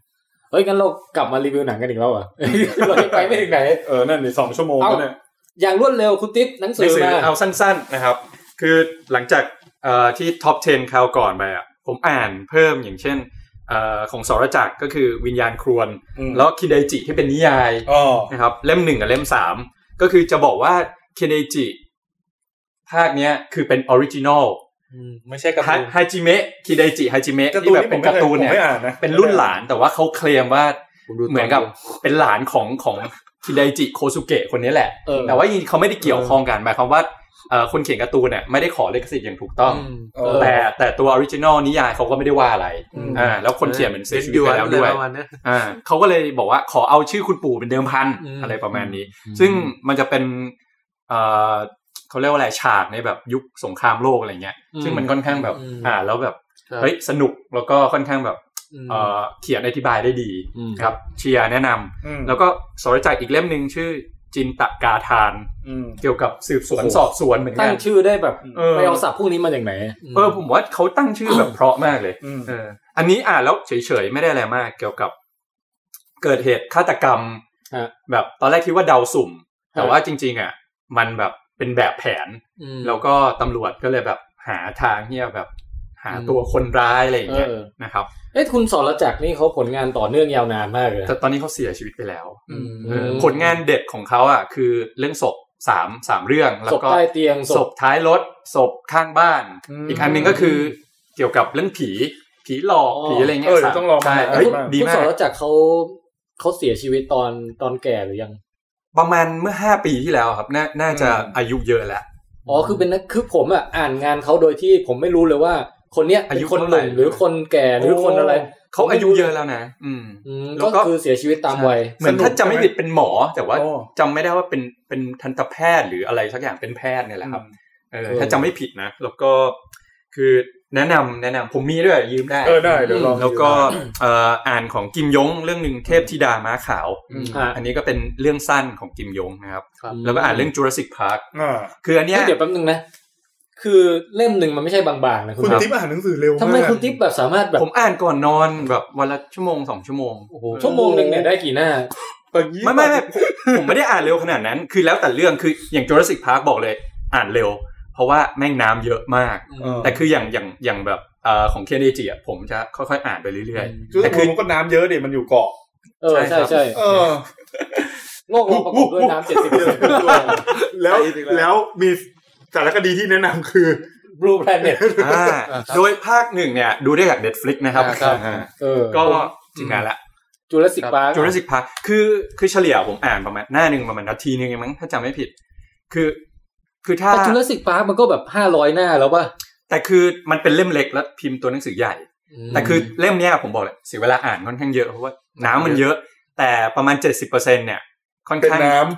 เฮ้ยงั้นเรากลับมารีวิวหนังกันอีกแล้วเหรอ เราจะไปไม่ถึงไหนเออนั่นนี่สองชั่วโมงแล้วเนี่ยอย่างรวดเร็วคุณติ๊บหนังสือมาเอาสั้นๆนะครับคือหลังจากเอ่อที่ท็อปสิบคราวก่อนไปอ่ะผมอ่านเพิ่มอย่างเช่นเอ่อของสรจักรก็คือวิญญาณครวนแล้วคิเดจิที่เป็นนิยายนะครับเล่มหนึ่งกับเล่มสามก็คือจะบอกว่าคิเดจิภาคเนี้ยคือเป็นออริจินอลไม่ใช่การ์ตูนฮาจิเมะคิเดจิฮาจิเมะที่แบบเป็นการ์ตูนเนี่ยเป็นรุ่นหลานแต่ว่าเขาเคลมว่าเหมือนกับเป็นหลานของของคิเดจิโคซุเกะคนนี้แหละแต่ว่าเขาไม่ได้เกี่ยวข้องกันหมายความว่าคนเขียนการ์ตูนเนี่ยไม่ได้ขอลิขสิทธิ์อย่างถูกต้องแต่แต่ตัวออริจินอลนิยายเขาก็ไม่ได้ว่าอะไรอ่าแล้วคนเขียนเหมือนเสียชีวิตไปแล้วด้วยอ่าเขาก็เลยบอกว่าขอเอาชื่อคุณปู่เป็นเดิมพันอะไรประมาณนี้ซึ่งมันจะเป็นเอ่อเขาเรียกว่าอะไรฉากในแบบยุคสงครามโลกอะไรเงี้ยซึ่งมันค่อนข้างแบบอ่าแล้วแบบเฮ้ยสนุกแล้วก็ค่อนข้างแบบเอ่อเขียนอธิบายได้ดีครับเชียร์แนะนำแล้วก็สรจักรอีกเล่มนึงชื่อจินตกาทานเกี่ยวกับสืบสวนสอบสวนเหมือนกันตั้งชื่อได้แบบไปเอาศัพท์พวกนี้มาจากไหนเออผมว่าเขาตั้งชื่อแบบเพราะมากเลยเอออันนี้อ่านแล้วเฉยๆไม่ได้อะไรมากเกี่ยวกับเกิดเหตุฆาตกรรมแบบตอนแรกคิดว่าเดาสุ่มแต่ว่าจริงๆอ่ะมันแบบเป็นแบบแผนแล้วก็ตำรวจก็เลยแบบหาทางที่จะแบบหาตัวคนร้ายอะไรอย่างเงี้ยนะครับเอ้ยคุณสรจักรนี่เขาผลงานต่อเนื่องยาวนานมากเลยแต่ตอนนี้เขาเสียชีวิตไปแล้วผลงานเด็ดของเขาอ่ะคือเรื่องศพสาม สามเรื่องแล้วก็ศพใต้เตียงศพท้ายรถศพข้างบ้านอีกอันนึงก็คือเกี่ยวกับเรื่องผีผีหลอกผีอะไรเงี้ยต้องลองใช่ดีมากคุณสรจักรเขาเขาเสียชีวิตตอนตอนแก่หรือยังประมาณเมื่อห้าปีที่แล้วครับน่าน่าจะอายุเยอะแล้วอ๋อคือเป็นนักคือผมอ่ะอ่านงานเขาโดยที่ผมไม่รู้เลยว่าคนเนี้ยเป็นคนหนุ่มหรือคนแก่หรือคนอะไรเขาอายุเยอะแล้วนะอืมก็คือเสียชีวิตตามวัยเหมือนถ้าจำไม่ผิดเป็นหมอแต่ว่าจำไม่ได้ว่าเป็นเป็นทันตแพทย์หรืออะไรสักอย่างเป็นแพทย์เนี่ยแหละครับเออถ้าจำไม่ผิดนะแล้วก็คือแนะนำแนะนำผมมีด้วยยืมได้เออได้เดี๋ยวลองแล้วก็เอ่ออ่านของกิมยงเรื่องนึงเทพธิดาม้าขาวอันนี้ก็เป็นเรื่องสั้นของกิมยงนะครับแล้วก็อ่านเรื่อง Jurassic Park คืออันเนี้ยเดี๋ยวแป๊บนึงนะคือเล่มนึงมันไม่ใช่บางๆนะคุณติ๊บอ่านหนังสือเร็วมากทำไมคุณติ๊บแบบสามารถแบบผมอ่านก่อนนอนแบบวันละชั่วโมงสองชั่วโมงโอ้โหชั่วโมงนึงเนี่ยได้กี่หน้าไม่ไม่ไม่ผมไม่ได้อ่านเร็วขนาดนั้นคือแล้วแต่เรื่องคืออย่าง Jurassic Park บอกเลยอ่านเร็วเพราะว่าแม่งน้ำเยอะมากแต่คืออย่างอย่างอย่างแบบเอ่อของเคนเนจิอ่ะผมจะค่อยๆอ่านไปเรื่อยๆแต่คือมันก็น้ำเยอะดิมันอยู่เกาะเออใช่ใช่เออโลกเราประกอบด้วยน้ำเจ็ดสิบเปอร์เซ็นต์แล้วแล้วมีสารคดีที่แนะนำคือ Blue Planet อ่าโดยภาคหนึ่งเนี่ยดูได้จาก Netflix นะครับเออก็จริงๆละ Jurassic Park Jurassic Park คือคือเฉลี่ยผมอ่านประมาณหน้านึงประมาณนาทีนึงมั้งถ้าจำไม่ผิดคือคือถ้า Jurassic Park มันก็แบบห้าร้อยหน้าแล้วป่ะแต่คือมันเป็นเล่มเล็กแล้วพิมพ์ตัวหนังสือใหญ่แต่คือเล่มเนี้ยผมบอกเลยเสียเวลาอ่านค่อนข้างเยอะเพราะว่าน้ำมันเยอะแต่ประมาณ เจ็ดสิบเปอร์เซ็นต์ เนี่ยค่อนข้างน้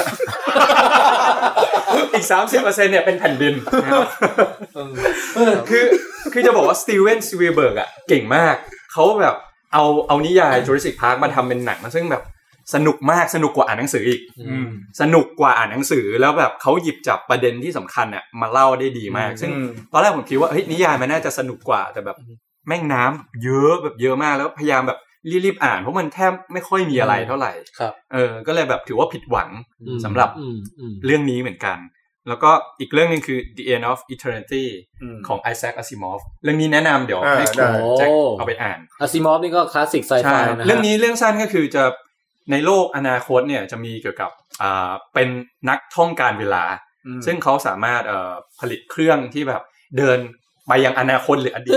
ำอีก สามสิบเปอร์เซ็นต์ เนี่ยเป็นแผ่นดินคือคือจะบอกว่าสตีเวนสปีลเบิร์กอ่ะเก่งมากเขาแบบเอาเอานิยาย Jurassic Park มาทำเป็นหนังซึ่งแบบสนุกมากสนุกกว่าอ่านหนังสืออีกสนุกกว่าอ่านหนังสือแล้วแบบเขาหยิบจับประเด็นที่สำคัญอ่ะมาเล่าได้ดีมากซึ่งตอนแรกผมคิดว่าเฮ้ยนิยายมันน่าจะสนุกกว่าแต่แบบแม่งน้ำเยอะแบบเยอะมากแล้วพยายามแบบรีบๆอ่านเพราะมันแทบไม่ค่อยมีอะไรเท่าไหร่เออก็เลยแบบถือว่าผิดหวังสำหรับเรื่องนี้เหมือนกันแล้วก็อีกเรื่องนึงคือ The End of Eternity ของ Isaac Asimov เรื่องนี้แนะนำเดี๋ยวให้คุณแจ็คเอาไปอ่าน Asimov นี่ก็คลาสสิกไซไฟนะเรื่องนี้เรื่องสั้นก็คือจะในโลกอนาคตเนี่ยจะมีเกี่ยวกับอ่าเป็นนักท่องการเวลาซึ่งเขาสามารถเอ่อผลิตเครื่องที่แบบเดินไปยังอนาคตหรืออดีต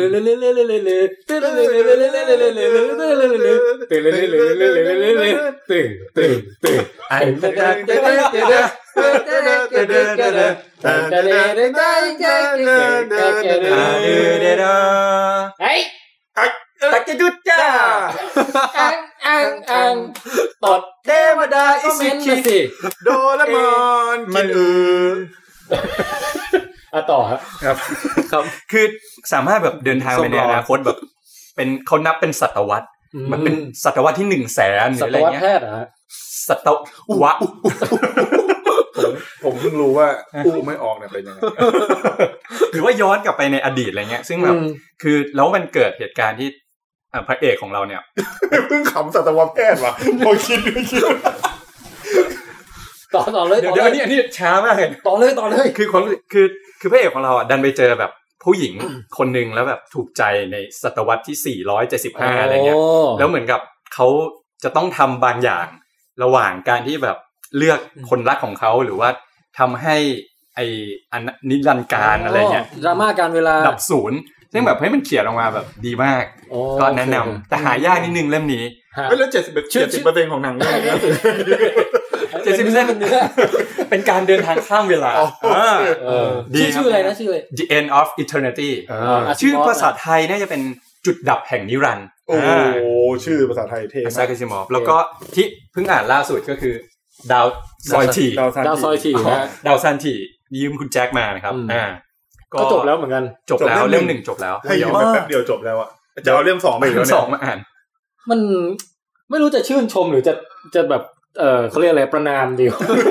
ตักจะดุจ้าอังอังอังตดเทวดาอิสิคิโดราเอมอนกินอืออ่ะต่อครับครับคือสามารถแบบเดินทางไปในอนาคตแบบเป็นเขานับเป็นศตวรรษมันเป็นศตวรรษที่หนึ่งแสนหรืออะไรเงี้ยศตวรรษแพทย์เหรอฮะศตวะผมผมเพิ่งรู้ว่าอู้ไม่ออกเนี่ยเป็นยังไงหรือว่าย้อนกลับไปในอดีตอะไรเงี้ยซึ่งแบบคือแล้วมันเกิดเหตุการณ์ที่พระเอกของเราเนี่ยเพิ่งขำสัตวแพทย์ว่ะพอคิดดูคิดต่อต่อเลยเดี๋ยวอันนี้อันนี้ช้ามากเลยต่อเลยต่อเลยคือคนคือคือพระเอกของเราอ่ะดันไปเจอแบบผู้หญิงคนนึงแล้วแบบถูกใจในศตวรรษที่สี่ร้อยเจ็ดสิบห้าอะไรเงี้ยแล้วเหมือนกับเขาจะต้องทำบางอย่างระหว่างการที่แบบเลือกคนรักของเขาหรือว่าทำให้ไอ้นิรันดร์การอะไรเงี้ยดราม่าการเวลาดับศูนย์ซึ่งแบบให้มันเขียนออกมาแบบดีมากก็แนะนำแต่หายากนิดนึงเล่มนี้ไม่แล้วเจ็ดสิบเจ็ดสิบเปอร์เซ็นต์ของหนังเนี่ยเจ็ดสิบเปอร์เซ็นต์เป็นเนื้อเป็นการเดินทางข้ามเวลาดีชื่ออะไรนะชื่ออะไร The End of Eternity ชื่อภาษาไทยน่าจะเป็นจุดดับแห่งนิรันดร์โอ้ชื่อภาษาไทยเท่มากอาซิมอฟแล้วก็ที่เพิ่งอ่านล่าสุดก็คือดาวซอยทีดาวซอยทีนะดาวซันทียืมคุณแจ็คมานะครับอ่าก็จบแล้วเหมือนกันจบแล้วเล่มหนึ่งจบแล้วให้ยืมแป๊บเดียวจบแล้วอ่ะจะเอาเล่มสองไปอีกแล้วเนี่ยสองมาอ่านมันไม่รู้จะชื่นชมหรือจะจะแบบเออเขาเรียกอะไรประนามดี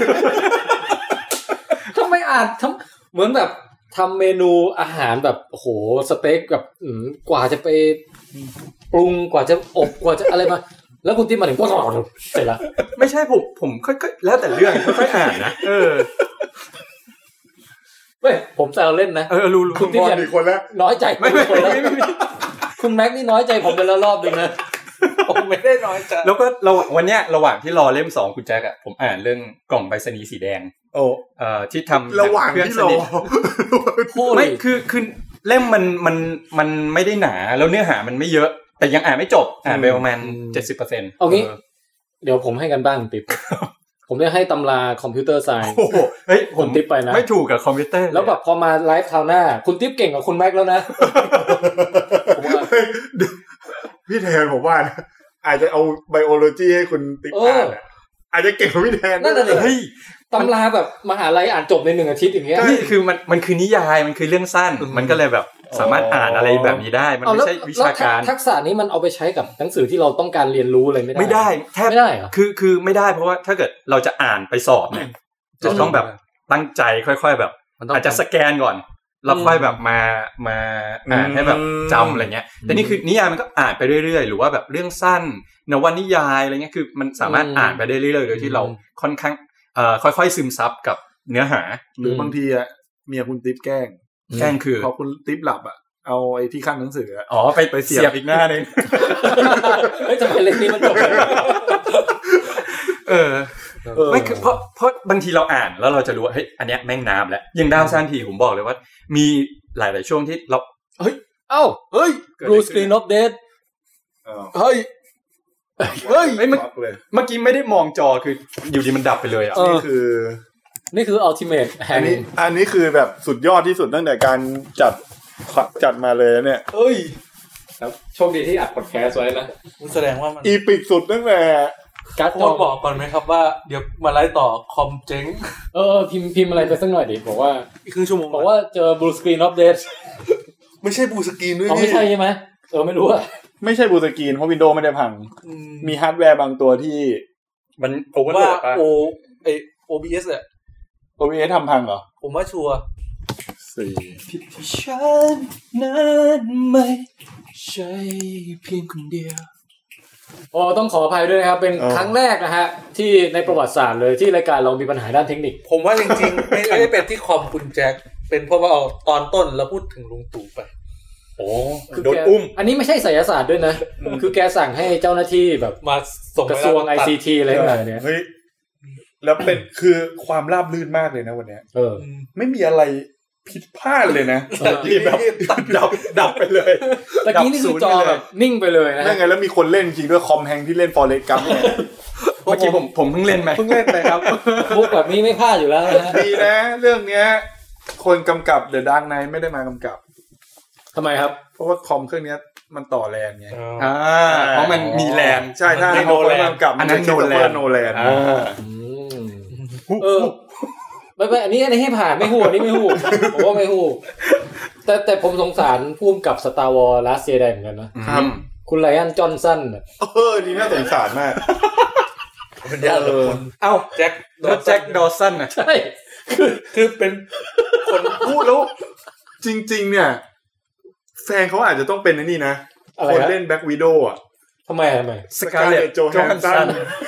ทำไมอ่านทำเหมือนแบบทำเมนูอาหารแบบโอ้โหสเต็กแบบกว่าจะไปปรุงกว่าจะอบกว่าจะอะไรมาแล้วคุณติ๊บมาถึงก็เสร็จแล้วไม่ใช่ผมผมค่อยๆแล้วแต่เรื่องค่อยๆอ่านนะเออเว้ยผมแซวเล่นนะเออรู้คุณติ๊บอีกคนแล้วน้อยใจไม่ไม่คุณแม็กนี่น้อยใจผมไปแล้วรอบนึงนะผมไม่ได้น้อยใจแล้วก็เราวันเนี้ยระหว่างที่รอเล่มสองคุณแจ็คอ่ะผมอ่านเรื่องกล่องไปรษณีย์สีแดงโอ้เอ่อที่ทำระหว่างที่รอไม่คือคือเล่มมันมันมันไม่ได้หนาแล้วเนื้อหามันไม่เยอะแต่ยังอ่านไม่จบอ่านไปประมาณ เจ็ดสิบเปอร์เซ็นต์เอางี้เดี๋ยวผมให้กันบ้างติ๊บผมได้ให้ตำราคอมพิวเตอร์ไซน์เฮ้ยผมติ๊บไปนะไม่ถูกกับคอมพิวเตอร์แล้วแบบพอมาไลฟ์คราวหน้าคุณติ๊บเก่งกว่าคุณแม็กแล้วนะผมว่าพี่แทนผมว่าอาจจะเอาไบโอโลจีให้คุณติ๊บอ่านอาจจะเก่งกว่าพี่แทนนั่นแหละเฮ้ยตำราแบบมหาลัยอ่านจบในหนึ่งอาทิตย์อย่างเงี้ยนี่คือมันมันคือนิยายมันคือเรื่องสั้นมันก็เลยแบบสามารถอ่านอะไรแบบนี้ได้มันไม่ใช่วิชาการทักษะนี้มันเอาไปใช้กับหนังสือที่เราต้องการเรียนรู้อะไรไม่ได้ไม่ได้แทบไม่ได้เหรอคือคือไม่ได้เพราะว่าถ้าเกิดเราจะอ่านไปสอบเนี่ยจะต้องแบบตั้งใจค่อยๆแบบอาจจะสแกนก่อนแล้วค่อยแบบมามาอ่านให้แบบจำอะไรเงี้ยแต่นี่คือนิยายมันก็อ่านไปเรื่อยๆหรือว่าแบบเรื่องสั้นนวนิยายอะไรเงี้ยคือมันสามารถอ่านไปได้เรื่อยๆโดยที่เราค่อนข้างเอ่อค่อยๆซึมซับกับเนื้อหาหรือบางทีอ่ะเมียคุณติ๊บแกล้งแกล้งคือพอคุณติ๊บหลับอ่ะเอาไอ้ที่ขั้นหนังสืออ๋อไปไปเสียบอีกหน้านึงเฮ้ยทำไมเรื่องนี้มันจบเออไม่คือเพราะเพราะบางทีเราอ่านแล้วเราจะรู้ว่าเฮ้ยอันเนี้ยแม่งน้ำแล้วอย่างดาวซันทีผมบอกเลยว่ามีหลายๆช่วงที่เราเฮ้ยเอ้าเฮ้ย Blue Screen of Death เฮ้ยเฮ้ยเมื่อกี้ไม่ได้มองจอคืออยู่ดีมันดับไปเลยอ่ะนี่คือนี่คือ ultimate อันนี้อันนี้คือแบบสุดยอดที่สุดตั้งแต่การจัดจัดมาเลยเนี่ยเอ้ยแล้วโชคดีที่อัดพอดแคสต์ไว้นะแสดงว่ามันอีปิกสุดตั้งแต่การ์ดจอบอกก่อนไหมครับว่าเดี๋ยวมาไล่ต่อคอมเจ๊งเออพิมพ์พิมพ์อะไรไปสักหน่อยดิบอกว่าอีกครึ่งชั่วโมงบอกว่าเจอ Blue Screen of Death ไม่ใช่ Blue Screen ด้วยนี่ไม่ใช่ใช่ไหมเออไม่รู้อะไม่ใช่ Blue Screen เพราะ Windows ไม่ได้พังมีฮาร์ดแวร์บางตัวที่มันโอเวอร์โหลดป่ะโอไอ โอ บี เอส อ่ะโอ บี เอส ทำพังเหรอผมว่าชัวร์สี่ผิดที่ฉันนั้นไม่ใช่เพียงคนเดียวโอ้ต้องขออภัยด้วยนะครับเป็นครั้งแรกนะฮะที่ในประวัติศาสตร์เลยที่รายการเรามีปัญหาด้านเทคนิคผมว่าจริงๆไม่ได้เป็นที่คอมคุณแจ็คเป็นเพราะว่าเอาตอนต้นแล้วพูดถึงลุงตู่ไปโอ้คือโดนอุ้มอันนี้ไม่ใช่ไสยศาสตร์ด้วยนะคือแกสั่งให้เจ้าหน้าที่แบบมาส่งกระทรวง ไอ ซี ที อะไรแบบเนี้ยเฮ้ยแล้วเป็นคือความราบรื่นมากเลยนะวันนี้เออไม่มีอะไรผิดพลาดเลยนะที่แบบดับดับไปเลยตะกี้นี่คือจอแบบนิ่งไปเลยนะนั่นไงแล้วมีคนเล่นจริงด้วยคอมแฮงที่เล่น Forest Gump เนี่ยเมื่อกี้ผมผมเพิ่งเล่นไปเพิ่งเล่นไปครับมุกแบบนี้ไม่พลาดอยู่แล้วนะดีนะเรื่องเนี้ยคนกำกับ The Dark Knight ไม่ได้มากำกับทำไมครับเพราะว่าคอมเครื่องนี้มันต่อแลนไงอ่าเพราะมันมีแลนใช่ถ้าโนแลนกับอันนั้นโนแลนโนแลนอ่าเออไม่ไม่อันนี้อันนี้ให้ผ่านไม่ฮู้อันนี้ไม่ฮู้ผมว่าไม่ฮู้แต่แต่ผมสงสารผู้กำกับ Star Wars Last Jedi เหมือนกันนะครับคุณไลออนจอห์นสันเออนี่น่าสงสารมากเป็นญาติคนเอ้าแจ็คแจ็คดอสันน่ะใช่คือคือเป็นคนพูดแล้วจริงๆเนี่ยแฟนเขาอาจจะต้องเป็นไอ้นี่นะคนเล่นแบ็ควิโดว์อ่ะทำไมทำไมสกาเลตโจแฮนสัน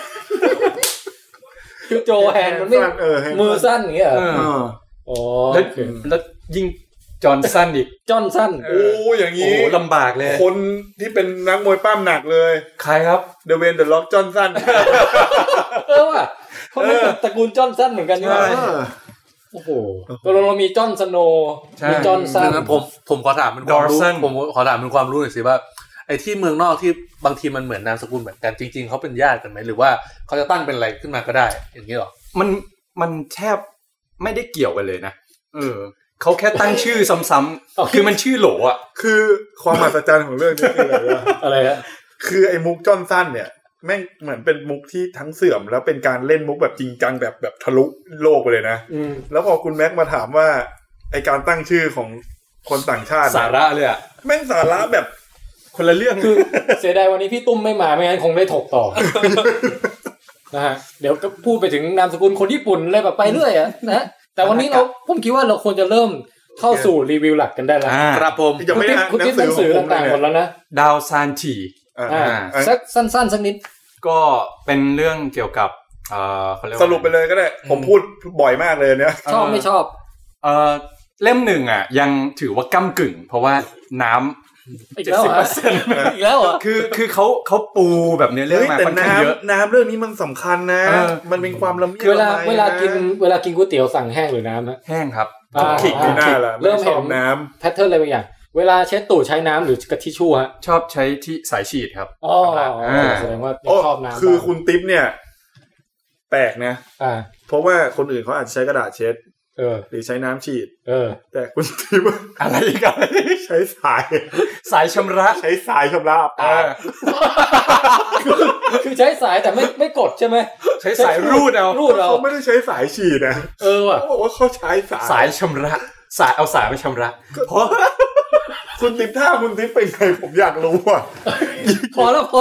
คือโจแฮนมันไม่มือสั้นอย่างเงี้ยอ๋อแล้วแล้วยิ่งจอห์นสันอีกจอห์นสันโอ้อย่างงี้โอ้ลำบากเลยคนที่เป็นนักมวยปั้มหนักเลยใครครับเดอะเวนเดอะล็อกจอห์นสันเออว่ะเขาเป็นตระกูลจอห์นสันเหมือนกันใช่ไหมโอ้โหตอนเรามีจอห์นสโนว์มีจอห์นสันผมผมขอถามเป็นความรู้ผมขอถามเป็นความรู้หน่อยสิว่าไอ้ที่เมืองนอกที่บางทีมันเหมือนนามสกุลเหมือนกันจริงๆเขาเป็นญาติกันไหมหรือว่าเขาจะตั้งเป็นอะไรขึ้นมาก็ได้อย่างนี้หรอมันมันแทบไม่ได้เกี่ยวกันเลยนะเออเขาแค่ตั้งชื่อซ้ำๆคือมันชื่อโหลอ่ะคือความมหัศจรรย์ของเรื่องนี้คืออะไรวะอะไรฮะคือไอ้มุกจอห์นสันเนี่ยแม่งเหมือนเป็นมุกที่ทั้งเสื่อมแล้วเป็นการเล่นมุกแบบจริงจังแบบแบบทะลุโลกไปเลยนะแล้วพอคุณแม็กมาถามว่าไอ้การตั้งชื่อของคนต่างชาติสาระเลยอ่ะแม่งสาระแบบคนละเรื่องคือเสียดายวันนี้พี่ตุ้มไม่มาไม่งั้นคงได้ถกต่อนะฮะเดี๋ยวก็พูดไปถึงนามสกุลคนญี่ปุ่นเลยแบบไปเรื่อยอ่ะนะแต่วันนี้เราผมคิดว่าเราควรจะเริ่มเข้าสู่รีวิวหลักกันได้แล้วครับผมคุณติ๊บหนังสือต่างๆหมดแล้วนะดาวซานทีอ่าสักสั้นๆสักนิดก็เป็นเรื่องเกี่ยวกับเอ่อเขาเรียกสรุปไปเลยก็ได้ผมพูดบ่อยมากเลยเนี่ยชอบไม่ชอบเอ่อเล่มหนึ่งอ่ะยังถือว่าก้ำกึ่งเพราะว่าน้ำอีกแล้วเหรออีกแล้วเหรอคือคือเขาเขาปูแบบเนื้อเรื่องมาค่อนข้างเยอะน้ำเรื่องนี้มันสำคัญนะมันเป็นความละเมียดเวลาเวลากินเวลากินก๋วยเตี๋ยวสั่งแห้งหรือน้ำฮะแห้งครับขิงหน้าละเริ่มเห็นน้ำแพทเทิร์นอะไรบางอย่างเวลาเช็ดตูดใช้น้ำหรือกระทิชชู่ฮะชอบใช้ที่สายฉีดครับอ๋อแสดงว่าชอบน้ำคือคุณติ๊บเนี่ยแปลกนะเพราะว่าคนอื่นเขาอาจจะใช้กระดาษเช็ดเออหรือใช้น้ำฉีดเออแต่คุณติ๊บอะไรกันใช้สายสายชำระใช้สายชำระปาคือใช้สายแต่ไม่ไม่กดใช่ไหมใช้สายรูดเอารูดเอาเขาไม่ได้ใช้สายฉีดนะเออว่ะเขาบอกว่าเขาใช้สายสายชำระสายเอาสายไปชำระเพราะคุณติ๊บถ้าคุณติ๊บเป็นใครผมอยากรู้อ่ะพอแล้วพอ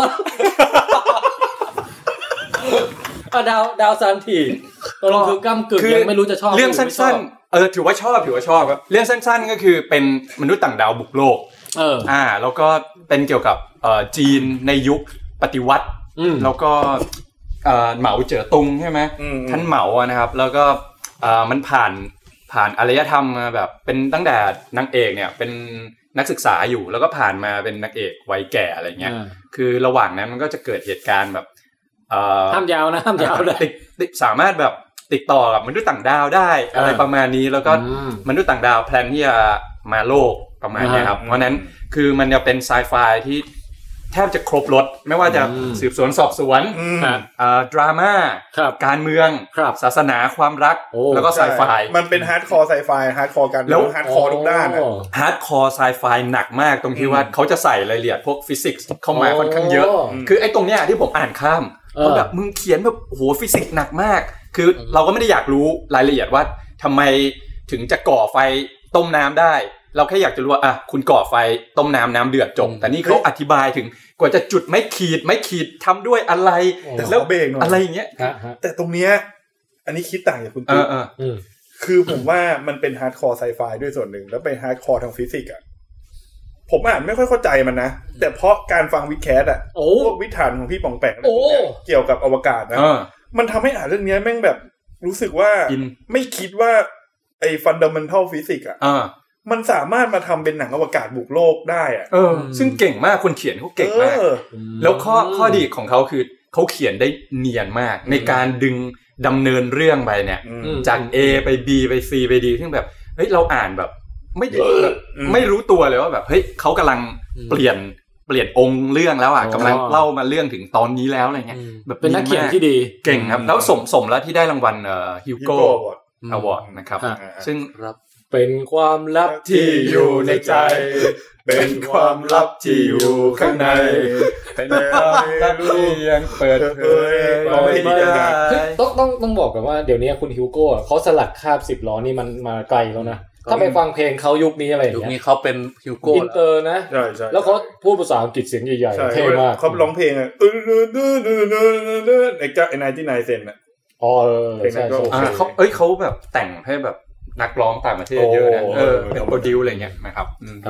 อ่ะดาวดาวซานทีตกลงคือก้ำกึ่งยังไม่รู้จะชอบเรื่องสั้นๆเออถือว่าชอบถือว่าชอบครับเรื่องสั้นๆก็คือเป็นมนุษย์ต่างดาวบุกโลกเอออ่าแล้วก็เป็นเกี่ยวกับเอ่อจีนในยุคปฏิวัติแล้วก็เอ่อเหมาเจ๋อตุงใช่ไหมท่านเหมาอ่ะนะครับแล้วก็เอ่อมันผ่านผ่านอารยธรรมมาแบบเป็นตั้งแต่นางเอกเนี่ยเป็นนักศึกษาอยู่แล้วก็ผ่านมาเป็นนางเอกวัยแก่อะไรเงี้ยคือระหว่างนั้นมันก็จะเกิดเหตุการณ์แบบห้ามยาวนะห้ามยาวเลยสามารถแบบติดต่อกับมนุษย์ต่างดาวได้อะไรประมาณนี้แล้วก็มนุษย์ต่างดาวแพลนที่จะมาโลกประมาณนี้ครับเพราะนั้นคือมันจะเป็นไซไฟที่แทบจะครบรสไม่ว่าจะสืบสวนสอบสวนดราม่าการเมืองศาสนาความรักแล้วก็ไซไฟมันเป็นฮาร์ดคอร์ไซไฟฮาร์ดคอร์กันแล้วฮาร์ดคอร์ทุกด้านฮาร์ดคอร์ไซไฟหนักมากตรงที่ว่าเขาจะใส่รายละเอียดพวกฟิสิกส์เข้ามาค่อนข้างเยอะคือไอ้ตรงเนี้ยที่ผมอ่านข้ามเพราะแบบมึงเขียนแบบโหฟิสิกส์หนักมากคือเราก็ไม่ได้อยากรู้รายละเอียดว่าทำไมถึงจะก่อไฟต้มน้ำได้เราแค่อยากจะรู้ว่าอ่ะคุณก่อไฟต้มน้ำน้ำเดือดจบแต่นี่เขาอธิบายถึงกว่าจะจุดไม้ขีดไม้ขีดทำด้วยอะไรแล้วเบรกอะไรอย่างเงี้ยแต่ตรงเนี้ยอันนี้คิดต่างจากคุณติ๊กคือผมว่ามันเป็นฮาร์ดคอร์ไซไฟด้วยส่วนหนึ่งแล้วเป็นฮาร์ดคอร์ทางฟิสิกส์อ่ะผมอ่านไม่ค่อยเข้าใจมันนะแต่เพราะการฟังวิดแคสอ่ะพวกวิถานของพี่ปองแปงเกี่ยวกับอวกาศนะมันทำให้อ่านเรื่องนี้แม่งแบบรู้สึกว่าไม่คิดว่าไอ้ฟันดัมเมนทัลฟิสิกส์อ่ะมันสามารถมาทำเป็นหนังอวกาศบุกโลกได้อ่ะซึ่งเก่งมากคนเขียนเขาเก่งมากแล้วข้อข้อดีของเขาคือเขาเขียนได้เนียนมากในการดึงดำเนินเรื่องไปเนี่ยจาก A ไป B ไป C ไป D ซึ่งแบบเฮ้ยเราอ่านแบบไม่ไม่รู้ตัวเลยว่าแบบเฮ้ยเขากำลังเปลี่ยนเปลี่ยนองค์เรื่องแล้วอ่ะกำลังเล่ามาเรื่องถึงตอนนี้แล้วอะไรเงี้ยแบบเป็นนักเขียนที่ดีเก่งครับแล้วสมสมแล้วที่ได้รางวัลเอ่อฮิวโก้อวอร์ดนะครับซึ่งเป็นความลับที่อยู่ในใจเป็นความลับที่อยู่ข้างในเป็นความลับที่ยังเปิดเผยไม่ได้ต้องต้องต้องบอกกันว่าเดี๋ยวนี้คุณฮิวโก้เขาสลัดคาบสิบล้อนี่มันมาไกลแล้วนะถ้าไปฟังเพลงเขายุคนี้อะไรอย่างเงี้ยยุคนี้เขาเป็นฮิวโก้อินเตอร์นะใช่ใช่แล้วเขาพูดภาษาอังกฤษเสียงใหญ่ๆเท่มากเขาร้องเพลงอ่ะไอ้เจ้าไอ้ไนน์ตี้ไนน์เซนอ่ะอ๋อใช่เขาเอ้ยเขาแบบแต่งให้แบบนักร้องต่างประเทศเยอะนะเออเป็นโปรดิวอะไรเงี้ยนะครับ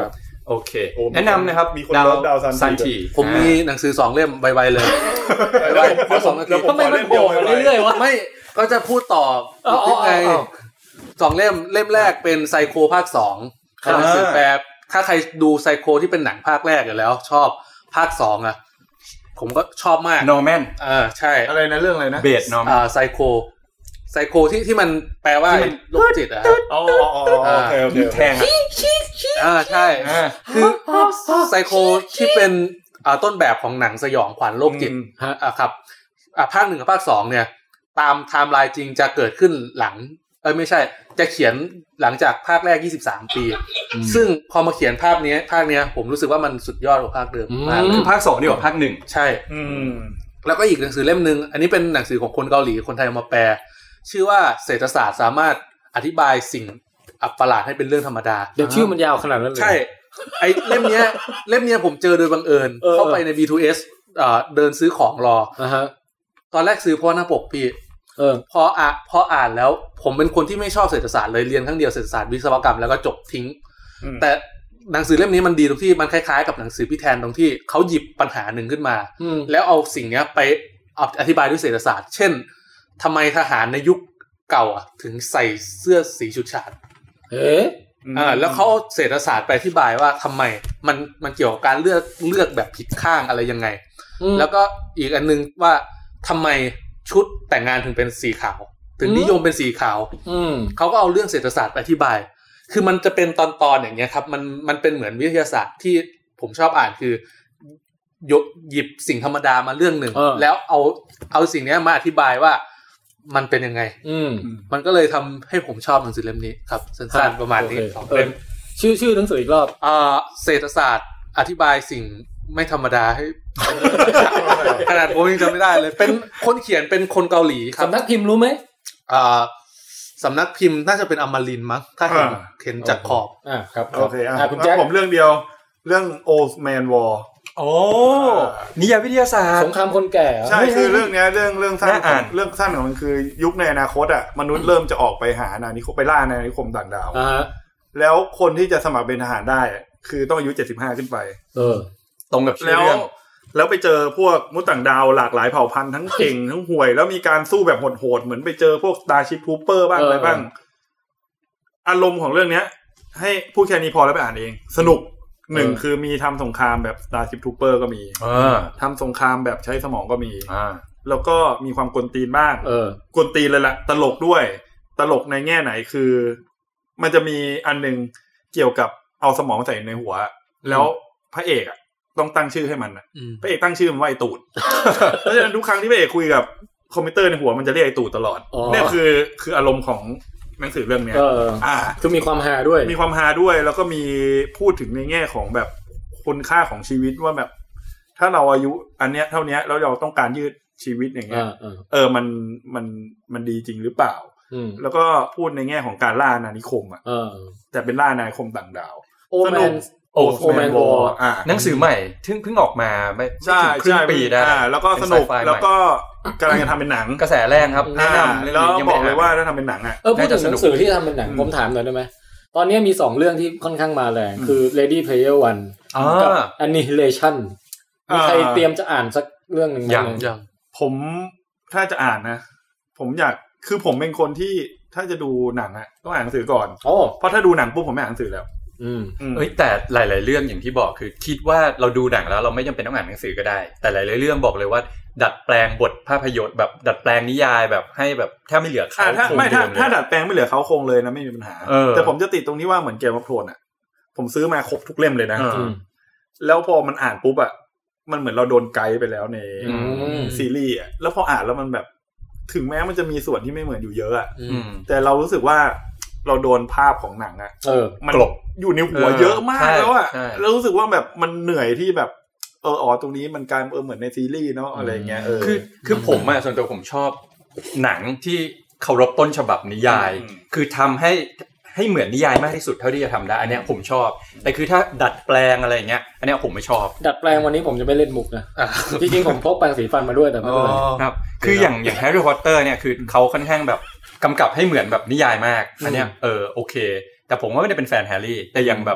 โอเคแนะนำนะครับมีคนเลิฟดาวซันทีผมมีหนังสือสองเล่มไวๆเลยไวๆขอสองนาทีทำไมมันโผล่มาเรื่อยๆวะไม่ก็จะพูดต่อยังไงสองเล่มเล่มแรกเป็นไซโคภาคสองหนังสือแปลถ้าใครดูไซโคที่เป็นหนังภาคแรกอยู่แล้วชอบภาคสองอ่ะผมก็ชอบมาก Norman อ่าใช่อะไรนะเรื่องอะไรนะเบส Norman อ่าไซโคไซโคที่ที่มันแปลว่าโรคจิตอ่ะอ๋อโอเคโอเคแทงอ่าใช่คือไซโคที่เป็นอ่าต้นแบบของหนังสยองขวัญโรคจิตอ่าครับอ่าภาคหนึ่งกับภาคสองเนี่ยตามไทม์ไลน์จริงจะเกิดขึ้นหลังเอ้ยไม่ใช่จะเขียนหลังจากภาคแรกยี่สิบสามปีซึ่งพอมาเขียนภาคนี้ภาคเนี้ยผมรู้สึกว่ามันสุดยอดกว่าภาคเดิมมากคือภาคสองดีกว่าภาคหนึ่งใช่แล้วก็อีกหนังสือเล่มนึงอันนี้เป็นหนังสือของคนเกาหลีคนไทยเอามาแปลชื่อว่าเศรษฐศาสตร์สามารถอธิบายสิ่งอัปประหลาดให้เป็นเรื่องธรรมดาเดี๋ยวชื่อมันยาวขนาดนั้นเลยใช่ไอ้เล่มเนี้ยเล่มเนี้ยผมเจอโดยบังเอิญเข้าไปใน บี ทู เอส อ่าเดินซื้อของรออ่าฮะตอนแรกซื้อเพราะหน้าปกพี่เออพออ่ะพออ่านแล้วผมเป็นคนที่ไม่ชอบเศรษฐศาสตร์เลยเรียนครั้งเดียวเศรษฐศาสตร์วิศวกรรมแล้วก็จบทิ้งแต่หนังสือเล่มนี้มันดีตรงที่มันคล้ายๆกับหนังสือพี่แทนตรงที่เขาหยิบปัญหาหนึ่งขึ้นมาแล้วเอาสิ่งนี้ไปอธิบายด้วยเศรษฐศาสตร์เช่นทำไมทหารในยุคเก่าอ่ะถึงใส่เสื้อสีฉูดฉาดเอ๊ะอ่าแล้วเขาเอาเศรษฐศาสตร์ไปอธิบายว่าทำไมมันมันเกี่ยวกับการเลือกเลือกแบบผิดข้างอะไรยังไงแล้วก็อีกอันนึงว่าทำไมชุดแต่งงานถึงเป็นสีขาวถึงนิยมเป็นสีขาวเขาก็เอาเรื่องเศรษฐศาสตร์ไปอธิบายคือมันจะเป็นตอนๆอย่างเงี้ยครับมันมันเป็นเหมือนวิทยาศาสตร์ที่ผมชอบอ่านคือยกหยิบสิ่งธรรมดามาเรื่องหนึ่งแล้วเอาเอาสิ่งนี้มาอธิบายว่ามันเป็นยังไงมันก็เลยทำให้ผมชอบหนังสือเล่มนี้ครับสั้นๆประมาณนี้สองเล่มชื่อชื่อหนังสืออีกรอบอ่าเศรษฐศาสตร์อธิบายสิ่งไม่ธรรมดาให้ขนาดผมยังจำไม่ได้เลยเป็นคนเขียนเป็นคนเกาหลีครับสำนักพิมพ์รู้ไหมอ่าสำนักพิมพ์น่าจะเป็นอมรินทร์มั้งถ้าเห็นเห็นจากขอบอ่าครับโอเคอ่ะคุณแจ็คผมเรื่องเดียวเรื่อง Old Man War โอ้นิยายวิทยาศาสตร์สงครามคนแก่ใช่คือเรื่องนี้เรื่องเรื่องสั้นเรื่องสั้นของมันคือยุคในอนาคตอ่ะมนุษย์เริ่มจะออกไปหาอาณานิคมไปล่าอาณานิคมต่างดาวแล้วคนที่จะสมัครเป็นทหารได้คือต้องอายุเจ็ดสิบห้าขึ้นไปเออตรงกับชื่อเรื่องแล้วไปเจอพวกมนุษย์ต่างดาวหลากหลายเผ่าพันธุ์ทั้งเก่งทั้งห่วยแล้วมีการสู้แบบโหดๆเหมือนไปเจอพวก Starship Trooper บ้างอะไรบ้างอารมณ์ของเรื่องเนี้ยให้ผู้แค่นี้พอแล้วไปอ่านเองสนุกหนึ่งคือมีทำสงครามแบบ Starship Trooper ก็มีทำสงครามแบบใช้สมองก็มีแล้วก็มีความกวนตีนบ้างกวนตีนเลยแหละตลกด้วยตลกในแง่ไหนคือมันจะมีอันนึงเกี่ยวกับเอาสมองใส่ในหัวแล้วพระเอกอ่ะต้องตั้งชื่อให้มันอ่ะพระเอกตั้งชื่อมันว่าไอ้ตูดเพราะฉะนั้นทุกครั้งที่พระเอกคุยกับคอมพิวเตอร์ในหัวมันจะเรียกไอ้ตูดตลอดนี่คือคืออารมณ์ของหนังสือเรื่องนี้อ่าคือมีความฮาด้วยมีความฮาด้วยแล้วก็มีพูดถึงในแง่ของแบบคุณค่าของชีวิตว่าแบบถ้าเราอายุอันเนี้ยเท่านี้แล้วเราต้องการยืดชีวิตอย่างเงี้ยเออมันมันมันดีจริงหรือเปล่าแล้วก็พูดในแง่ของการล่าอาณานิคมอ่ะแต่เป็นล่าอาณานิคมต่างดาวสนุกโอ้โหแมนวอร์หนังสือใหม่เพิ่งเพิ่งออกมาไม่ถึงครึ่งปีได้แล้วก็สนุกแล้วก็กำลังจะทำเป็นหนังกระแสแรงครับแนะนำแล้วบอกเลยว่าถ้าทำเป็นหนังอ่ะเออพูดถึงหนังสือที่ทำเป็นหนังผมถามหน่อยได้ไหมตอนนี้มีสองเรื่องที่ค่อนข้างมาแรงคือ Ready Player One กับ Annihilation มีใครเตรียมจะอ่านสักเรื่องหนึ่งไหมยังผมถ้าจะอ่านนะผมอยากคือผมเป็นคนที่ถ้าจะดูหนังอ่ะต้องอ่านหนังสือก่อนเพราะถ้าดูหนังปุ๊บผมไม่อ่านหนังสือแล้วอืมเอ้ยแต่หลายๆเรื่องอย่างที่บอกคือคิดว่าเราดูหนังแล้วเราไม่จำเป็นต้องอ่านหนังสือก็ได้แต่หลายๆเรื่องบอกเลยว่าดัดแปลงบทภาพยนตร์แบบดัดแปลงนิยายแบบให้แบบแทบไม่เหลือเขาโครงไม่ถ้าถ้าดัดแปลงไม่เหลือเขาโครงเลยนะไม่มีปัญหาแต่ผมจะติดตรงที่ว่าเหมือนเกมออฟโธรนส์อ่ะผมซื้อมาครบทุกเล่มเลยนะแล้วพอมันอ่านปุ๊บอ่ะมันเหมือนเราโดนไกด์ไปแล้วในซีรีส์อ่ะแล้วพออ่านแล้วมันแบบถึงแม้มันจะมีส่วนที่ไม่เหมือนอยู่เยอะอ่ะแต่เรารู้สึกว่าเราโดนภาพของหนังอ่ะมันอยู่ในหัวเยอะมากแล้วอ่ะแล้วรู้สึกว่าแบบมันเหนื่อยที่แบบเอออ๋อตรงนี้มันกลายเออเหมือนในซีรีส์เนาะอะไรเงี้ยเออคือคือผมอ่ะส่วนตัวผมชอบหนังที่เคารพต้นฉบับนิยายคือทำให้ให้เหมือนนิยายมากที่สุดเท่าที่จะทำได้อันเนี้ยผมชอบแต่คือถ้าดัดแปลงอะไรเงี้ยอันเนี้ยผมไม่ชอบดัดแปลงวันนี้ผมจะไม่เล่นมุกนะจริงๆผมพกแปรงสีฟันมาด้วยแต่ไม่เป็นไรครับคืออย่างอย่างแฮร์รี่พอตเตอร์เนี่ยคือเขาค่อนข้างแบบกำกับให้เหมือนแบบนิยายมากอันเนี้ยเออโอเคแต่ผมว่าไม่ได้เป็นแฟนแฮร์รี่แต่อย่างแบบ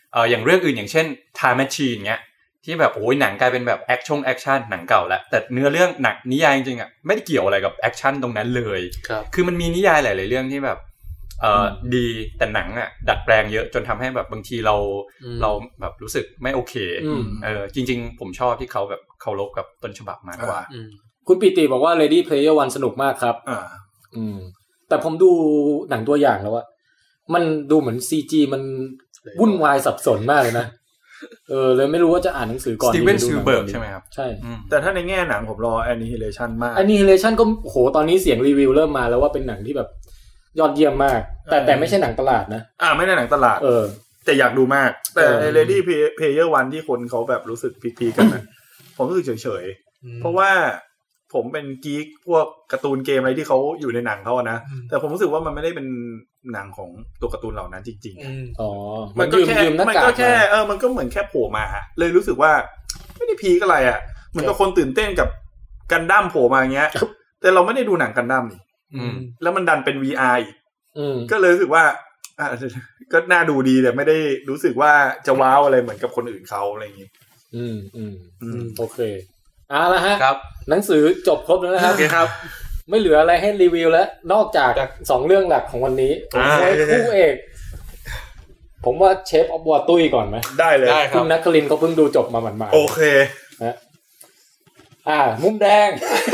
เอ่ออย่างเรื่องอื่นอย่างเช่น Time Machine เงี้ยที่แบบโอ้ยหนังกลายเป็นแบบแอคชั่นแอคชั่นหนังเก่าแล้วแต่เนื้อเรื่องหนักนิยายจริงๆอ่ะไม่ได้เกี่ยวอะไรกับแอคชั่นตรงนั้นเลยคือมันมีนิยายหลายๆเรื่องที่แบบเอ่อดีแต่หนังอ่ะดัดแปลงเยอะจนทำให้แบบบางทีเราเราแบบรู้สึกไม่โอเคเออจริงๆผมชอบที่เขาแบบเคารพกับต้นฉบับมากกว่าคุณปิติบอกว่า Ready Player One สนุกมากครับอ่าอืมแต่ผมดูหนังตัวอย่างแล้วว่ามันดูเหมือน ซี จี มันวุ่นวายสับสนมากเลยนะเออเลยไม่รู้ว่าจะอ่านหนังสือก่อน Steven Spielberg ใช่ไหมครับใช่แต่ถ้าในแง่หนังผมรอ Annihilation มาก Annihilation ก็โหตอนนี้เสียงรีวิวเริ่มมาแล้วว่าเป็นหนังที่แบบยอดเยี่ยมมากแต่แต่ไม่ใช่หนังตลาดนะอ่าไม่ได้หนังตลาดเออแต่อยากดูมากแต่ Ready Player One ที่คนเขาแบบรู้สึกพีคๆกันนะผมรู้สึกเฉยๆเพราะว่าผมเป็นกิ๊กพวกการ์ตูนเกมอะไรที่เขาอยู่ในหนังเขาอะนะแต่ผมรู้สึกว่ามันไม่ได้เป็นหนังของตัวการ์ตูนเหล่านั้นจริงๆอ๋อมันก็แค่มันก็แค่เออมันก็เหมือนแค่โผล่มาเลยรู้สึกว่าไม่ได้พีคอะไรอะเหมือนกับคนตื่นเต้นกับกันดั้มโผล่มาอย่างเงี้ยแต่เราไม่ได้ดูหนังกันดั้มนี่แล้วมันดันเป็น วี อาร์ อีกก็เลยรู้สึกว่าอ่ะก็น่าดูดีแต่ไม่ได้รู้สึกว่าจะว้าวอะไรเหมือนกับคนอื่นเขาอะไรอย่างงี้อืมอืมอืมโอเคเอาละฮะหนังสือจบครบแล้วนะครับครับไม่เหลืออะไรให้รีวิวแล้วนอกจากสองเรื่องหลักของวันนี้ผมใช้คู่เอกผมว่าเชฟออฟวอร์ตุ้ยก่อนไหมได้เลยคุณนักคลินก็เพิ่งดูจบมาหมาดๆโอเคนะอ่ามุมแดง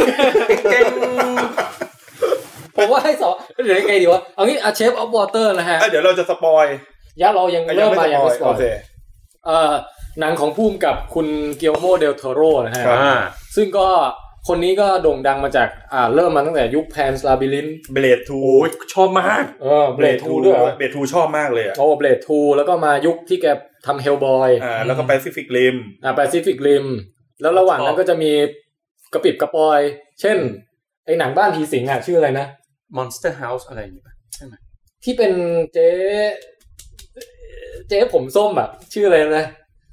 ผมว่าให้สองเดี๋ยวยังไงดีวะเอางี้อ่ะเชฟออฟวอเตอร์นะฮะเดี๋ยวเราจะสปอยย่าเรายังเริ่มมาอย่างไม่สปอยเอ่อหนังของผู้กำกับคุณเกียร์โมเดลโทโร่นะฮะซึ่งก็คนนี้ก็โด่งดังมาจากอ่าเริ่มมาตั้งแต่ยุค Pan's Labyrinth Blade ทูโอ้ยชอบมากเออ Blade ทูด้วย Blade ทูชอบมากเลยอ่ะโอ้ Blade ทูแล้วก็มายุคที่แกทำ Hellboy อ่าแล้วก็ Pacific Rim อ่า Pacific Rim แล้วระหว่างนั้นก็จะมีกระปิบกระปอยเช่นไอ้หนังบ้านผีสิงอ่ะชื่ออะไรนะ Monster House อะไรอย่างเงี้ยใช่มั้ยที่เป็นเจ๊เจ๊ผมส้มอ่ะชื่ออะไรนะ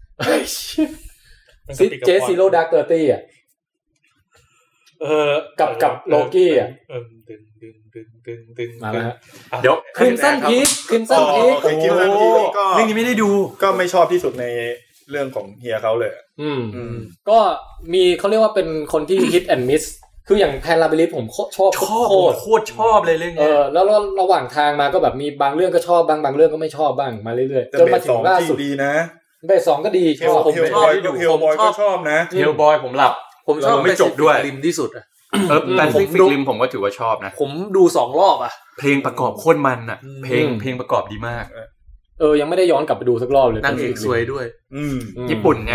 เจสซีโร่ดาร์กเตอร์ตี้อ่ะเออกับกับโลกี้อ่ะเออดึงดึงดึงดึงดึงมาแล้วเดี๋ยวคริมสันพีคคริมสันพีคโอ้คริมสันพีคก็เรื่องนี้ไม่ได้ดูก็ไม่ชอบที่สุดในเรื่องของเฮียเขาเลยอืมก็มีเขาเรียกว่าเป็นคนที่ฮิตแอนด์มิสคืออย่างแพนลาบิลิสผมชอบชอบโคตรชอบเลยเรื่องนี้เออแล้วระหว่างทางมาก็แบบมีบางเรื่องก็ชอบบางบางเรื่องก็ไม่ชอบบ้างมาเรื่อยๆจนมาถึงล่าสุดดีนะเบสสองก็ดีชอบผมชอบเฮลบอยก็ชอบนะเฮลบอยผมหลับผมชอบไม่จบด้วยริมที่สุดอ่ะเออแต่ฟิกริมผมก็ถือว่าชอบนะผมดูสองรอบอ่ะเพลงประกอบโคตรมันอ่ะเพลงเพลงประกอบดีมากเออยังไม่ได้ย้อนกลับไปดูสักรอบเลยนางเอกสวยด้วยญี่ปุ่นไง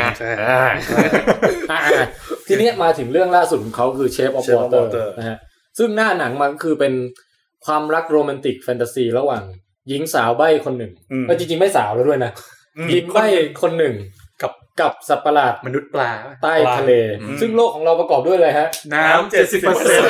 ทีนี้มาถึงเรื่องล่าสุดของเขาคือ Shape of Water นะฮะซึ่งหน้าหนังมันคือเป็นความรักโรแมนติกแฟนตาซีระหว่างหญิงสาวใบ้คนหนึ่งเออจริงๆไม่สาวแล้วด้วยนะหญิงใบ้คนหนึ่งกับกับสัตว์ประหลาดมนุษย์ปลาใต้ทะเลซึ่งโลกของเราประกอบด้วยอะไรฮะน้ำ เจ็ดสิบเปอร์เซ็นต์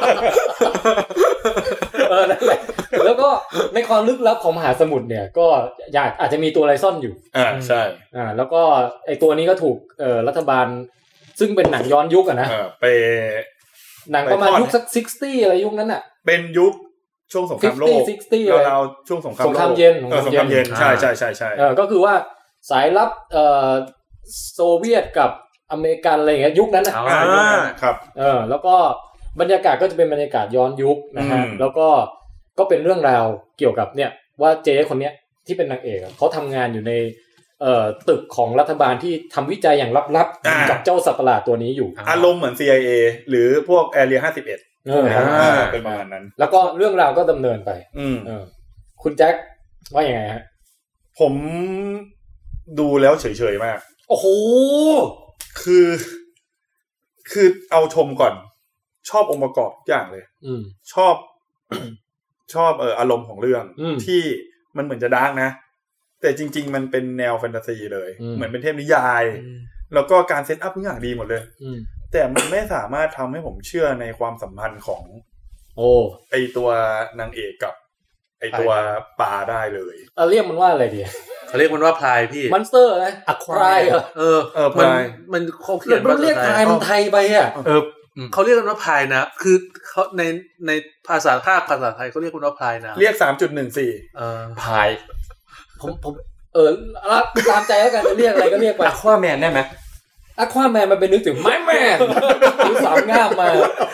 เออนั่นแหละแล้วก็ในความลึกลับของมหาสมุทรเนี่ยก็อยากอาจจะมีตัวอะไรซ่อนอยู่อ่าใช่อ่าแล้วก็ไอตัวนี้ก็ถูกเอ่อรัฐบาลซึ่งเป็นหนังย้อนยุคอ่ะนะเออไปหนังประมาณยุคสักหกสิบอะไรยุคนั้นน่ะเป็นยุคช่วงสงครามโลกเราๆช่วงสงครามโลกสงครามเย็นสงครามเย็นใช่ๆๆๆเออก็คือว่าสายลับเอ่อโซเวียตกับอเมริกันอะไรอย่างเงี้ยยุคนั้นน่ะอ่าครับเออแล้วก็บรรยากาศก็จะเป็นบรรยากาศย้อนยุคนะฮะแล้วก็ก็เป็นเรื่องราวเกี่ยวกับเนี่ยว่าเจ๊คนเนี้ยที่เป็นนางเอกเขาทำงานอยู่ในเอ่อตึกของรัฐบาลที่ทำวิจัยอย่างลับๆกับเจ้าสัตว์ประหลาดตัวนี้อยู่อารมณ์เหมือน ซี ไอ เอ หรือพวก Area ห้าสิบเอ็ดเออเป็นประมาณนั้นแล้วก็เรื่องราวก็ดำเนินไปเออคุณแจ็คว่ายังไงฮะผมดูแล้วเฉยๆมากโอ้โหคือคือเอาชมก่อนชอบองค์ประกอบทุกอย่างเลยชอบชอบเอออารมณ์ของเรื่องที่มันเหมือนจะดาร์กนะแต่จริงๆมันเป็นแนวแฟนตาซีเลยเหมือนเป็นเทพนิยายแล้วก็การเซตอัพทุกอย่างดีหมดเลยแต่มันไม่สามารถทำให้ผมเชื่อในความสัมพันธ์ของโอ้ไอตัวนางเอกกับไอตัวปลาได้เลยเอาเรียกมันว่าอะไรดีเขาเรียกมันว่าพลายพี่มอนสเตอร์นะอะควายเออเออมันมันเขาเขียนมันเรียกพลายมันไทยไปอ่ะเออเขาเรียกกันว่าพลายนะคือเขาในในภาษาภาคภาษาไทยเขาเรียกกันว่าพลายนะเรียก สามจุดหนึ่งสี่เออพลายผมผมเออตามใจแล้วกันจะเรียกอะไรก็เรียกไปอะควาแมนได้ไหมอะควาแมนมันเป็นนึกถึงไม้แมนหรือสามง่ามมา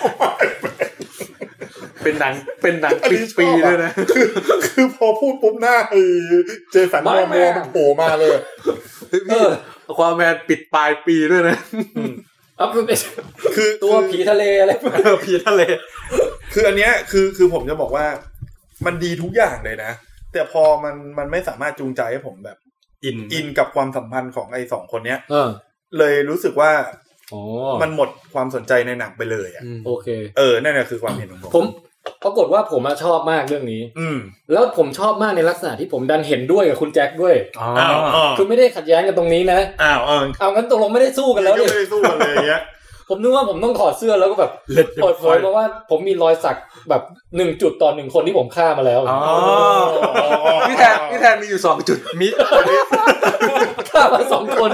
เป็นหนังเป็นหนังปีปีด้วยนะคือคือพอพูดปุ๊บหน้าไอ้เจสันมอร์มันโผล่มาเลยเออความแมนปิดปลายปีด้วยนะอ๋อคือตัวผีทะเลอะไรเออผีทะเลคืออันเนี้ยคือคือผมจะบอกว่ามันดีทุกอย่างเลยนะแต่พอมันมันไม่สามารถจูงใจให้ผมแบบอินอินกับความสัมพันธ์ของไอ้สองคนเนี้ยเลยรู้สึกว่าอ๋อมันหมดความสนใจในหนังไปเลยอ่ะโอเคเออนั่นแหละคือความเห็นของผมผมปรากฏว่าผมชอบมากเรื่องนี้อืมแล้วผมชอบมากในลักษณะที่ผมดันเห็นด้วยกับคุณแจ็คด้วยอ๋อคือไม่ได้ขัดแย้งกันตรงนี้นะอ้าวเออเอางั้นตกลงไม่ได้สู้กันแล้วเนี่ยไม่ได้สู้กันเลยอย่างเงี้ยผมนึกว่าผมต้องถอดเสื้อแล้วก็แบบเปิดเผยมาว่าผมมีรอยสักแบบหนึ่งจุดต่อหนึ่งคนที่ผมฆ่ามาแล้วอ๋อพี่แทนพี่แทนมีอยู่สองจุดมีฆ่ามาสองคน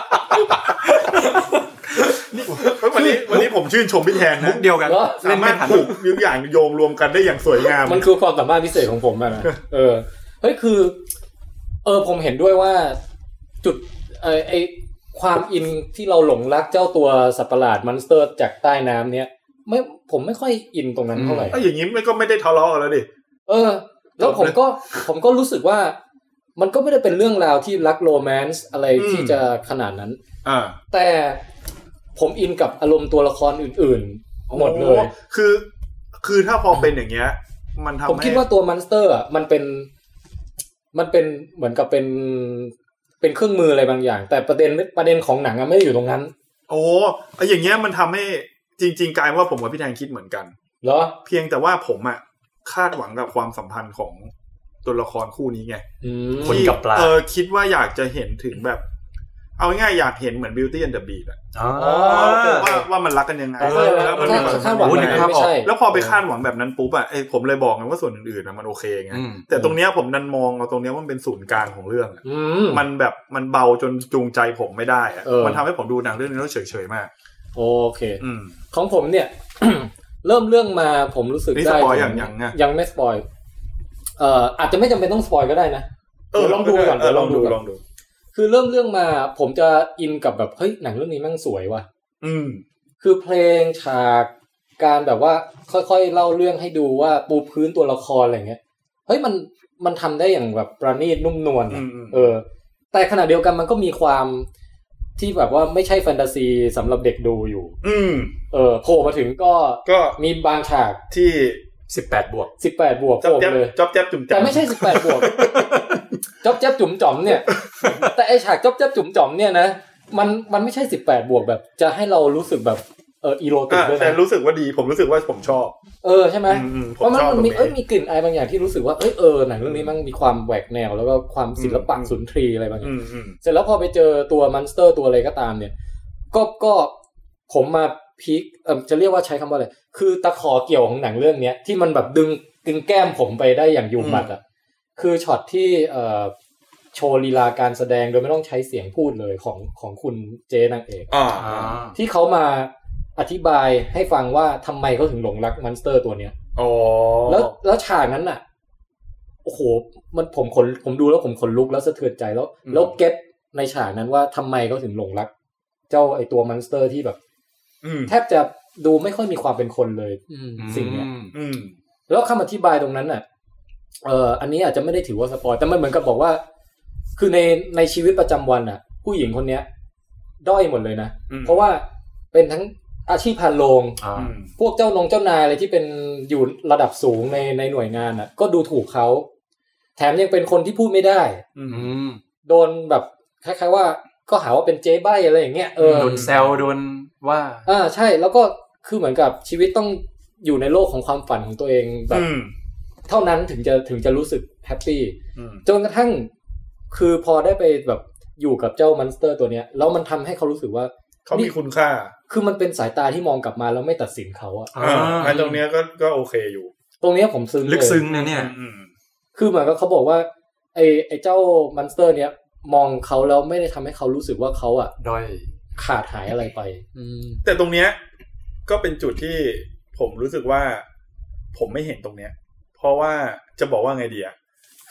วันนี้วันนี้ผมชื่นชมพี่แทนนะเดียวกันสามารถผูกทุกอย่างโยงรวมกันได้อย่างสวยงามมันคือความสามารถพิเศษของผมอะนะเออเฮ้ยคือเออผมเห็นด้วยว่าจุดไอไอความอินที่เราหลงรักเจ้าตัวสัตว์ประหลาดมอนสเตอร์จากใต้น้ำเนี้ยไม่ผมไม่ค่อยอินตรงนั้นเท่าไหร่ถ้าอย่างนี้มันก็ไม่ได้ทะเลาะกันแล้วดิเออแล้วผมก็ผมก็รู้สึกว่ามันก็ไม่ได้เป็นเรื่องราวที่รักโรแมนซ์อะไรที่จะขนาดนั้นอ่าแต่ผมอินกับอารมณ์ตัวละครอื่นๆหมดเลยคือคือถ้าพอเป็นอย่างเงี้ยมันทำให้ผมคิดว่าตัวมอนสเตอร์อ่ะมันเป็นมันเป็นเหมือนกับเป็นเป็นเครื่องมืออะไรบางอย่างแต่ประเด็นประเด็นของหนังอ่ะไม่ได้อยู่ตรงนั้นโอ้ไอ้อย่างเงี้ยมันทำให้จริงๆกลายว่าผมกับพี่แทนคิดเหมือนกันเหรอเพียงแต่ว่าผมอ่ะคาดหวังกับความสัมพันธ์ของตัวละครคู่นี้ไงคนกับปลาเออคิดว่าอยากจะเห็นถึงแบบเอาง่ายๆอยากเห็นเหมือน Beauty and the Beast อ่ะอ๋อว่าว่ามันรักกันยังไงแล้วมันคาดหวังไม่ใช่แล้วพอไปคาดหวังแบบนั้นปุ๊บอ่ะไอ้ผมเลยบอกไงว่าส่วนอื่นๆนะมันโอเคไงแต่ตรงเนี้ยผมนันมองเอาตรงเนี้ยมันเป็นศูนย์กลางของเรื่องมันแบบมันเบาจนจูงใจผมไม่ได้อ่ะมันทำให้ผมดูหนังเรื่องนี้แล้วเฉยๆมากโอเคของผมเนี่ยเริ่มเรื่องมาผมรู้สึกได้ยังไม่สปอยเอ่ออาจจะไม่จำเป็นต้องสปอยก็ได้นะเดี๋ยวลองดูก่อนเดี๋ยวลองดูลองดูคือเริ่มเรื่องมาผมจะอินกับแบบเฮ้ยหนังเรื่องนี้แม่งสวยว่ะอืมคือเพลงฉากการแบบว่าค่อยๆเล่าเรื่องให้ดูว่าปูพื้นตัวละครอะไรเงี้ยเฮ้ยมันมันทำได้อย่างแบบประณีตนุ่มนวลเออแต่ขณะเดียวกันมันก็มีความที่แบบว่าไม่ใช่แฟนตาซีสำหรับเด็กดูอยู่อืมเออโผล่มาถึงก็ก็มีบางฉากที่สิบแปดบวกสิบแปดบวกโผล่เลยจ๊อบแจ๊บจุ่มแต่ไม่ใช่สิบแปดบวกจ๊อบแจ๊บจุ๋มจ๋อมเนี่ยแต่ไอฉากจ๊อบแจ๊บจุ๋มจ๋อมเนี่ยนะมันมันไม่ใช่สิบแปดบวกแบบจะให้เรารู้สึกแบบเอออีโรติกด้วยนะแต่รู้สึกว่าดีผมรู้สึกว่าผมชอบเออใช่ไหมเพราะมันมีเอ้ยมีกลิ่นอายบางอย่างที่รู้สึกว่าเอ้ยเออหนังเรื่องนี้มันมีความแหวกแนวแล้วก็ความศิลปะสุนทรีอะไรบางอย่างเสร็จแล้วพอไปเจอตัวมอนสเตอร์ตัวอะไรก็ตามเนี่ยก็ก็ผมมาพีคเออจะเรียกว่าใช้คำว่าอะไรคือตะขอเกี่ยวของหนังเรื่องนี้ที่มันแบบดึงดึงแก้มผมไปได้อย่างยุ่งมัดอ่ะคือช็อตที่เอ่อโชว์ลีลาการแสดงโดยไม่ต้องใช้เสียงพูดเลยของของคุณเจนางเอกที่เขามาอธิบายให้ฟังว่าทำไมเขาถึงหลงรักมอนสเตอร์ตัวเนี้ยอ๋อแล้วแล้วฉากนั้นน่ะโอ้โหมันผมขนผมดูแล้วผมขนลุกแล้วสะเทือนใจแล้วแล้วเก็ตในฉากนั้นว่าทำไมเขาถึงหลงรักเจ้าไอตัวมอนสเตอร์ที่แบบแทบจะดูไม่ค่อยมีความเป็นคนเลยสิ่งเนี้ยแล้วคำอธิบายตรงนั้นน่ะเอ่ออันนี้อาจจะไม่ได้ถือว่าสปอยแต่มันเหมือนกับบอกว่าคือในในชีวิตประจำวันน่ะผู้หญิงคนเนี้ยด้อยหมดเลยนะเพราะว่าเป็นทั้งอาชีพพานโรงพวกเจ้านงเจ้านายอะไรที่เป็นอยู่ระดับสูงในในหน่วยงานน่ะก็ดูถูกเขาแถมยังเป็นคนที่พูดไม่ได้โดนแบบคล้ายๆว่าก็หาว่าเป็นเจ๊ใบ้อะไรอย่างเงี้ยเออโดนแซวโดนว่าอ่าใช่แล้วก็คือเหมือนกับชีวิตต้องอยู่ในโลกของความฝันของตัวเองแบบเท่านั้นถึงจะถึงจะรู้สึกแฮปปี้จนกระทั่งคือพอได้ไปแบบอยู่กับเจ้ามอนสเตอร์ตัวเนี้ยแล้วมันทำให้เขารู้สึกว่าเขามีคุณค่าคือมันเป็นสายตาที่มองกลับมาแล้วไม่ตัดสินเขาอ่ะอ่าไอ้ตรงเนี้ยก็ก็โอเคอยู่ตรงเนี้ยผมซึ้งลึกซึ้งนะเนี่ยคือเหมือนกับเขาบอกว่าไอ้ไอ้เจ้ามอนสเตอร์เนี้ยมองเขาแล้วไม่ได้ทำให้เขารู้สึกว่าเขาอ่ะด้อยขาดหายอะไรไปแต่ตรงเนี้ยก็เป็นจุดที่ผมรู้สึกว่าผมไม่เห็นตรงเนี้ยเพราะว่าจะบอกว่าไงดีอ่ะค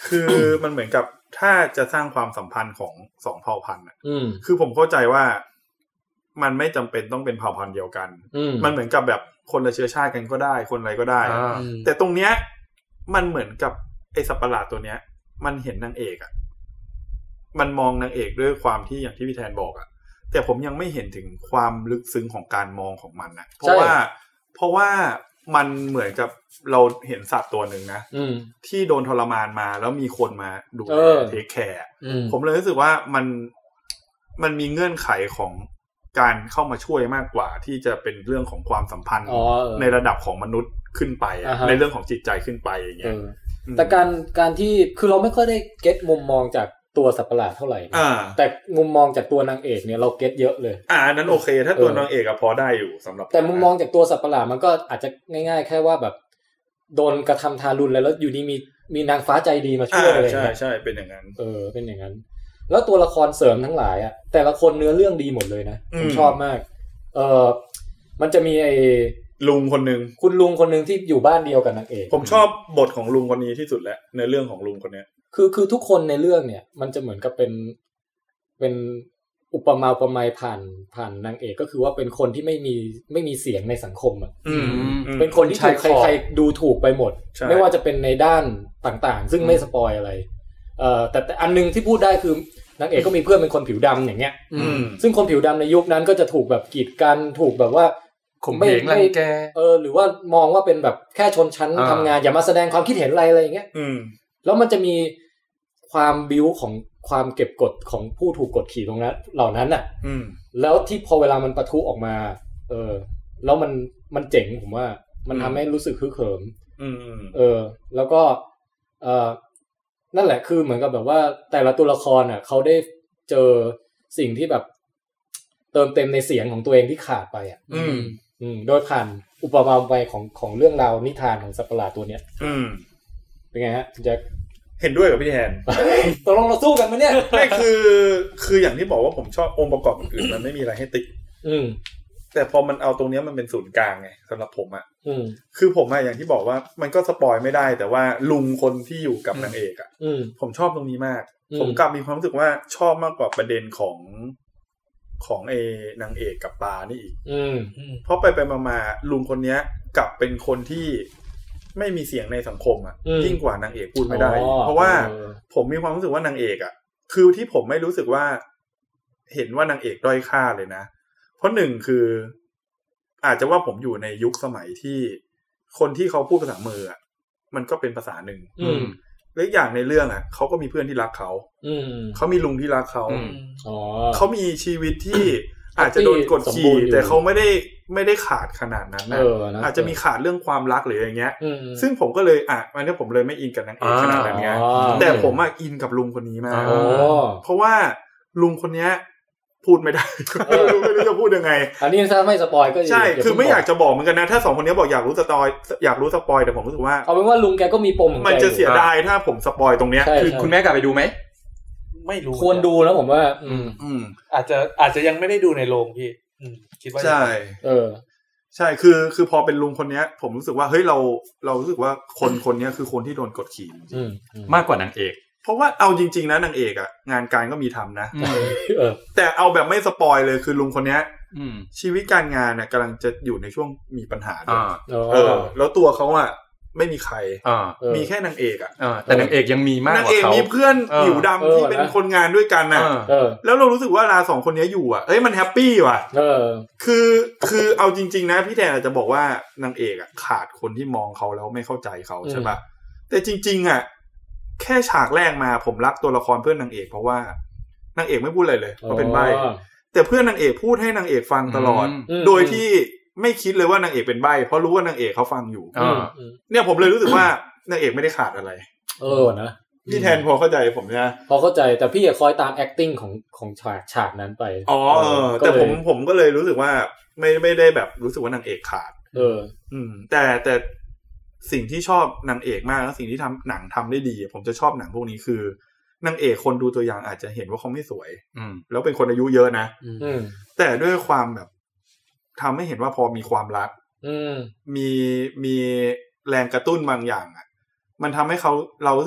คือมันเหมือนกับถ้าจะสร้างความสัมพันธ์ของสองเผ่าพันธุ์อ่ะคือผมเข้าใจว่ามันไม่จำเป็นต้องเป็นเผ่าพันธุ์เดียวกันมันเหมือนกับแบบคนละเชื้อชาติกันก็ได้คนอะไรก็ได้แต่ตรงเนี้ยมันเหมือนกับไอ้สัตว์ประหลาดตัวเนี้ยมันเห็นนางเอกอ่ะมันมองนางเอกด้วยความที่อย่างที่พี่แทนบอกอ่ะแต่ผมยังไม่เห็นถึงความลึกซึ้งของการมองของมันนะเพราะว่าเพราะว่ามันเหมือนกับเราเห็นสัตว์ตัวหนึ่งนะที่โดนทรมานมาแล้วมีคนมาดูแลเทคแคร์ผมเลยรู้สึกว่ามันมันมีเงื่อนไขของการเข้ามาช่วยมากกว่าที่จะเป็นเรื่องของความสัมพันธ์ในระดับของมนุษย์ขึ้นไปในเรื่องของจิตใจขึ้นไปอย่างเงี้ยแต่การการที่คือเราไม่ค่อยได้เก็ตมุมมองจากตัวสัตว์ประหลาดเท่าไหร่แต่มุมมองจากตัวนางเอกเนี่ยเราเก็ตเยอะเลยอ่านั้นโอเคถ้าตัวนางเอกอะพอได้อยู่สำหรับแต่มุมมองจากตัวสัตว์ประหลาดมันก็อาจจะง่ายๆแค่ว่าแบบโดนกระทำทารุณแล้วอยู่ดีมีมีนางฟ้าใจดีมาช่วยอะไรใช่ใช่เป็นอย่างนั้นเออเป็นอย่างนั้นแล้วตัวละครเสริมทั้งหลายอะแต่ละคนเนื้อเรื่องดีหมดเลยนะผมชอบมากเออมันจะมีไอ้ลุงคนนึงคุณลุงคนนึงที่อยู่บ้านเดียวกับนางเอกผมชอบบทของลุงคนนี้ที่สุดแล้วในเรื่องของลุงคนนี้คือคือทุกคนในเรื่องเนี่ยมันจะเหมือนกับเป็นเป็นอุปมาอุปไมยผ่านผ่านนางเอกก็คือว่าเป็นคนที่ไม่มีไม่มีเสียงในสังคมอ่ะเป็นคนที่ถูกใครๆดูถูกไปหมดไม่ว่าจะเป็นในด้านต่างๆซึ่งไม่สปอยอะไรเอ่อแต่แต่อันนึงที่พูดได้คือนางเอกก็มีเพื่อนเป็นคนผิวดำอย่างเงี้ยซึ่งคนผิวดำในยุคนั้นก็จะถูกแบบกีดกันถูกแบบว่าข่มเหงรังแกเออหรือว่ามองว่าเป็นแบบแค่ชนชั้นทำงานอย่ามาแสดงความคิดเห็นอะไรอะไรอย่างเงี้ยแล้วมันจะมีความบิ้วของความเก็บกดของผู้ถูกกดขี่ตรงนั้นเหล่านั้นน่ะแล้วที่พอเวลามันปะทุออกมาเออแล้วมันมันเจ๋งผมว่ามันทำให้รู้สึกฮึกเหิมเออแล้วก็เออนั่นแหละคือเหมือนกับแบบว่าแต่ละตัวละครอ่ะเขาได้เจอสิ่งที่แบบเติมเต็มในเสียงของตัวเองที่ขาดไปอ่ะอืมอืมโดยผ่านอุปมาไปของของเรื่องราวนิทานของสัตว์ประหลาดตัวเนี้ยอืมเป็นไงฮะจะเห็นด้วยกับพี่แทนตกลงเราสู้กันมั้ยเนี่ยไม่คือคืออย่างที่บอกว่าผมชอบองค์ประกอบอื่นมันไม่มีอะไรให้ติอืมแต่พอมันเอาตรงนี้มันเป็นศูนย์กลางไงสำหรับผมอ่ะอืมคือผมอะอย่างที่บอกว่ามันก็สปอยไม่ได้แต่ว่าลุงคนที่อยู่กับนางเอกอ่ะผมชอบตรงนี้มากผมกลับมีความรู้สึกว่าชอบมากกว่าประเด็นของของไอ้นางเอกกับปานี่อีกอืมเพราะไปไปมาๆลุงคนนี้กลับเป็นคนที่ไม่มีเสียงในสังคมอ่ะยิ่งกว่านางเอกพูดไม่ได้เพราะว่าผมมีความรู้สึกว่านางเอกอ่ะคือที่ผมไม่รู้สึกว่าเห็นว่านางเอกด้อยค่าเลยนะเพราะหนึ่งคืออาจจะว่าผมอยู่ในยุคสมัยที่คนที่เขาพูดภาษามืออ่ะมันก็เป็นภาษาหนึ่งและอย่างในเรื่องอ่ะเขาก็มีเพื่อนที่รักเขาเขามีลุงที่รักเขาเขามีชีวิตที่อาจจะโดนกดขี่แต่เขาไม่ได้ไม่ได้ขาดขนาดนั้นนะอาจจะมีขาดเรื่องความรักหรืออย่างเงี้ยซึ่งผมก็เลยอ่ะวันนี้ผมเลยไม่อินกับนางเอกขนาดนั้นไงแต่ผมอ่ะอินกับลุงคนนี้มากเพราะว่าลุงคนเนี้ยพูดไม่ได้ไม่รู้จะพูดยังไงอันนี้ถ้าไม่สปอยก็ใช่คือไม่อยากจะบอกเหมือนกันนะถ้าสองคนนี้บอกอยากรู้สปอยอยากรู้สปอยแต่ผมรู้สึกว่าเอาเป็นว่าลุงแกก็มีปมมันจะเสียดายถ้าผมสปอยตรงเนี้ยคือคุณแม่กลับไปดูไหมไม่รู้ควรดูนะผมว่าอืมอืมอาจจะอาจจะยังไม่ได้ดูในโรงพี่อืมคิดว่าใช่เออใช่คือคือพอเป็นลุงคนเนี้ยผมรู้สึกว่าเฮ้ยเราเรารู้สึกว่าคนคนนี้คือคนที่โดนกดขี่จริงมากกว่านางเอกเพราะว่าเอาจริงๆนะนางเอกอ่ะงานการก็มีทำนะแต่เอาแบบไม่สปอยเลยคือลุงคนนี้ชีวิตการงานเนี่ยกำลังจะอยู่ในช่วงมีปัญหาด้วยเออแล้วตัวเขาอ่ะไม่มีใครมีแค่นางเอกอ่ะแต่นางเอกยังมีมากกว่าเขานางเอกมีเพื่อนผิวดำที่เป็นคนงานด้วยกันน่ะแล้วเรารู้สึกว่าเวลาสองคนนี้อยู่อ่ะเอ้ยมันแฮปปี้ว่ะคือคือเอาจริงๆนะพี่แทนอาจจะบอกว่านางเอกอ่ะขาดคนที่มองเขาแล้วไม่เข้าใจเขาใช่ป่ะแต่จริงๆอ่ะแค่ฉากแรกมาผมรักตัวละครเพื่อนนางเอกเพราะว่านางเอกไม่พูดอะไรเลยเขาเป็นใบ้แต่เพื่อนนางเอกพูดให้นางเอกฟังตลอดโดยที่ไม่คิดเลยว่านางเอกเป็นใบ้เพราะรู้ว่านางเอกเขาฟังอยู่เนี่ยผมเลยรู้สึกว่านางเอกไม่ได้ขาดอะไรเออนะพี่แทนพอเข้าใจผมใช่ไหมพอเข้าใจแต่พี่คอยตาม acting ของของฉากฉากนั้นไปอ๋อแต่ผมผมก็เลยรู้สึกว่าไม่ไม่ได้แบบรู้สึกว่านางเอกขาดเอออืมแต่แต่สิ่งที่ชอบนางเอกมากแล้วสิ่งที่ทำหนังทำได้ดีผมจะชอบหนังพวกนี้คือนางเอกคนดูตัวอย่างอาจจะเห็นว่าเขาไม่สวยแล้วเป็นคนอายุเยอะนะแต่ด้วยความแบบทำให้เห็นว่าพอมีความรักมีมีแรงกระตุ้นบางอย่างอ่ะมันทำให้เขาเรารู้สึกว่า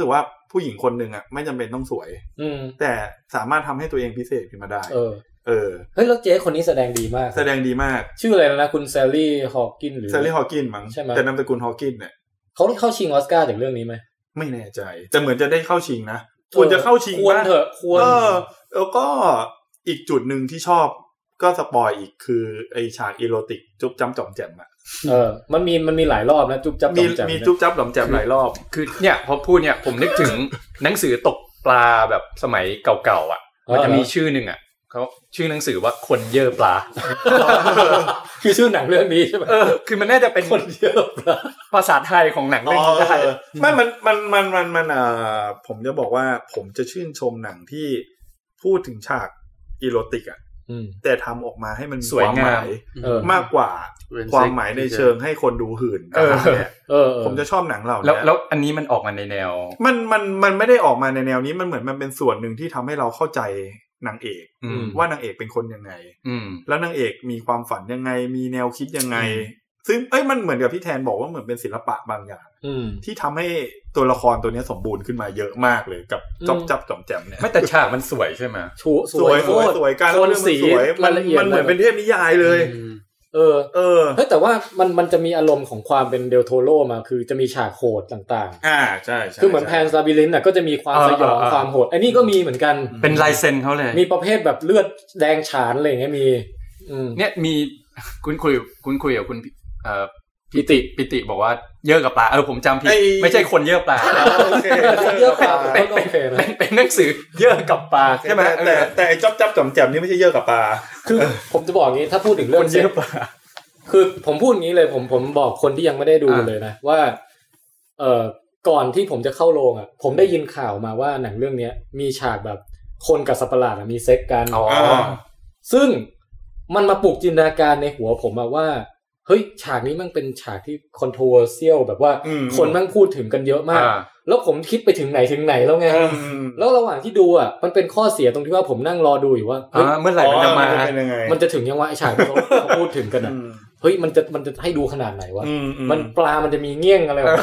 ผู้หญิงคนหนึ่งอ่ะไม่จำเป็นต้องสวยแต่สามารถทำให้ตัวเองพิเศษขึ้นมาได้เออเออเฮ้ยแล้วเจ๊คนนี้แสดงดีมากแสดงดีมากชื่ออะไรนะคุณแซลลี่ฮอว์กินหรือแซลลี่ฮอว์กินมั้งแต่นามสกุลฮอว์กินเนี่ยเขาได้เข้าชิงออสการ์จากเรื่องนี้ไหมไม่แน่ใจแต่เหมือนจะได้เข้าชิงนะควรจะเข้าชิงควรเถอะควรเออแล้วก็อีกจุดหนึ่งที่ชอบก็สปอยอีกคือไอฉากอีโรติกจุ๊บจ้ำจ่อมแจ่มอ่ะเออมันมีมันมีหลายรอบนะจุ๊บจ้ำจ่อมแจ่มมีจุ๊บจ้ำจ่อมแจ่มหลายรอบคือเนี่ยพอพูดเนี่ยผมนึกถึงหนังสือตกปลาแบบสมัยเก่าๆอ่ะมันจะมีชื่อนึงอ่ะเขาชื่อหนังสือว่าคนเยอะปลาคือชื่อหนังเรื่องนี้ใช่ไหมเออคือมันน่าจะเป็นคนเยอะปลาภาษาไทยของหนังเรื่องนี้ได้ไม่มันมันมันมันมันอ่าผมจะบอกว่าผมจะชื่นชมหนังที่พูดถึงฉากอีโรติกอ่ะแต่ทำออกมาให้มันสวยงามมากกว่าความหมายในเชิงให้คนดูหื่นเนี่ยผมจะชอบหนังเหล่านี้แล้วแล้วอันนี้มันออกมาในแนวมันมันมันไม่ได้ออกมาในแนวนี้มันเหมือนมันเป็นส่วนหนึ่งที่ทำให้เราเข้าใจนางเอกว่านางเอกเป็นคนยังไงแล้วนางเอกมีความฝันยังไงมีแนวคิดยังไงซึ่งเอ้ยมันเหมือนกับพี่แทนบอกว่าเหมือนเป็นศิลปะบางอย่างที่ทำให้ตัวละครตัวนี้สมบูรณ์ขึ้นมาเยอะมากเลยกับจ๊อบจับจ่อมแจ่มเนี่ยไม่แต่ฉากมันสวยใช่ไหมสวยสวยสวยการเรื่องมันสวยมันมันเหมือนเป็นเทพนิยายเลยเออเออเฮ้ยแต่ว่ามันมันจะมีอารมณ์ของความเป็นเดลโทโรมาคือจะมีฉากโหดต่างๆอ่าใช่ๆคือเหมือนแพนซาบิลินน่ะก็จะมีความสยองความโหดอันนี้ก็มีเหมือนกันเป็นลายเซ็นเขาเลยมีประเภทแบบเลือดแดงฉานอะไรอย่างเงี้ยมีเนี่ยมีคุณคุยคุณคุยกับคุณเอ่อปิติปิติบอกว่าเยอะกับปลาเออผมจำผิดไม่ใช่คนเยอะปลาเยอะปลาเป็นเป็นหนังสือเยอะกับปลาใช่ไหมแต่แต่ไอ้จ๊อบจับจ่อมแจ่มนี่ไม่ใช่เยอะกับปลาคือผมจะบอกงี้ถ้าพูดถึงเรื่องเยอะปลาคือผมพูดงี้เลยผมผมบอกคนที่ยังไม่ได้ดูเลยนะว่าเอ่อก่อนที่ผมจะเข้าโรงอ่ะผมได้ยินข่าวมาว่าหนังเรื่องนี้มีฉากแบบคนกับสัตว์ประหลาดมีเซ็กกันซึ่งมันมาปลุกจินตนาการในหัวผมอะว่าเฮ้ยฉากนี้มันเป็นฉากที่ controversial แบบว่าคนมันพูดถึงกันเยอะมากแล้วผมคิดไปถึงไหนถึงไหนแล้วไงแล้วระหว่างที่ดูอ่ะมันเป็นข้อเสียตรงที่ว่าผมนั่งรอดูอยู่ว่าเมื่อไหร่มันจะมามันจะถึงยังว่าไอ้ฉากที่เขาพูดถึงกันอ่ะเฮ้ยมันจะมันจะให้ดูขนาดไหนวะมันปลามันจะมีเงี้ยงอะไรวะ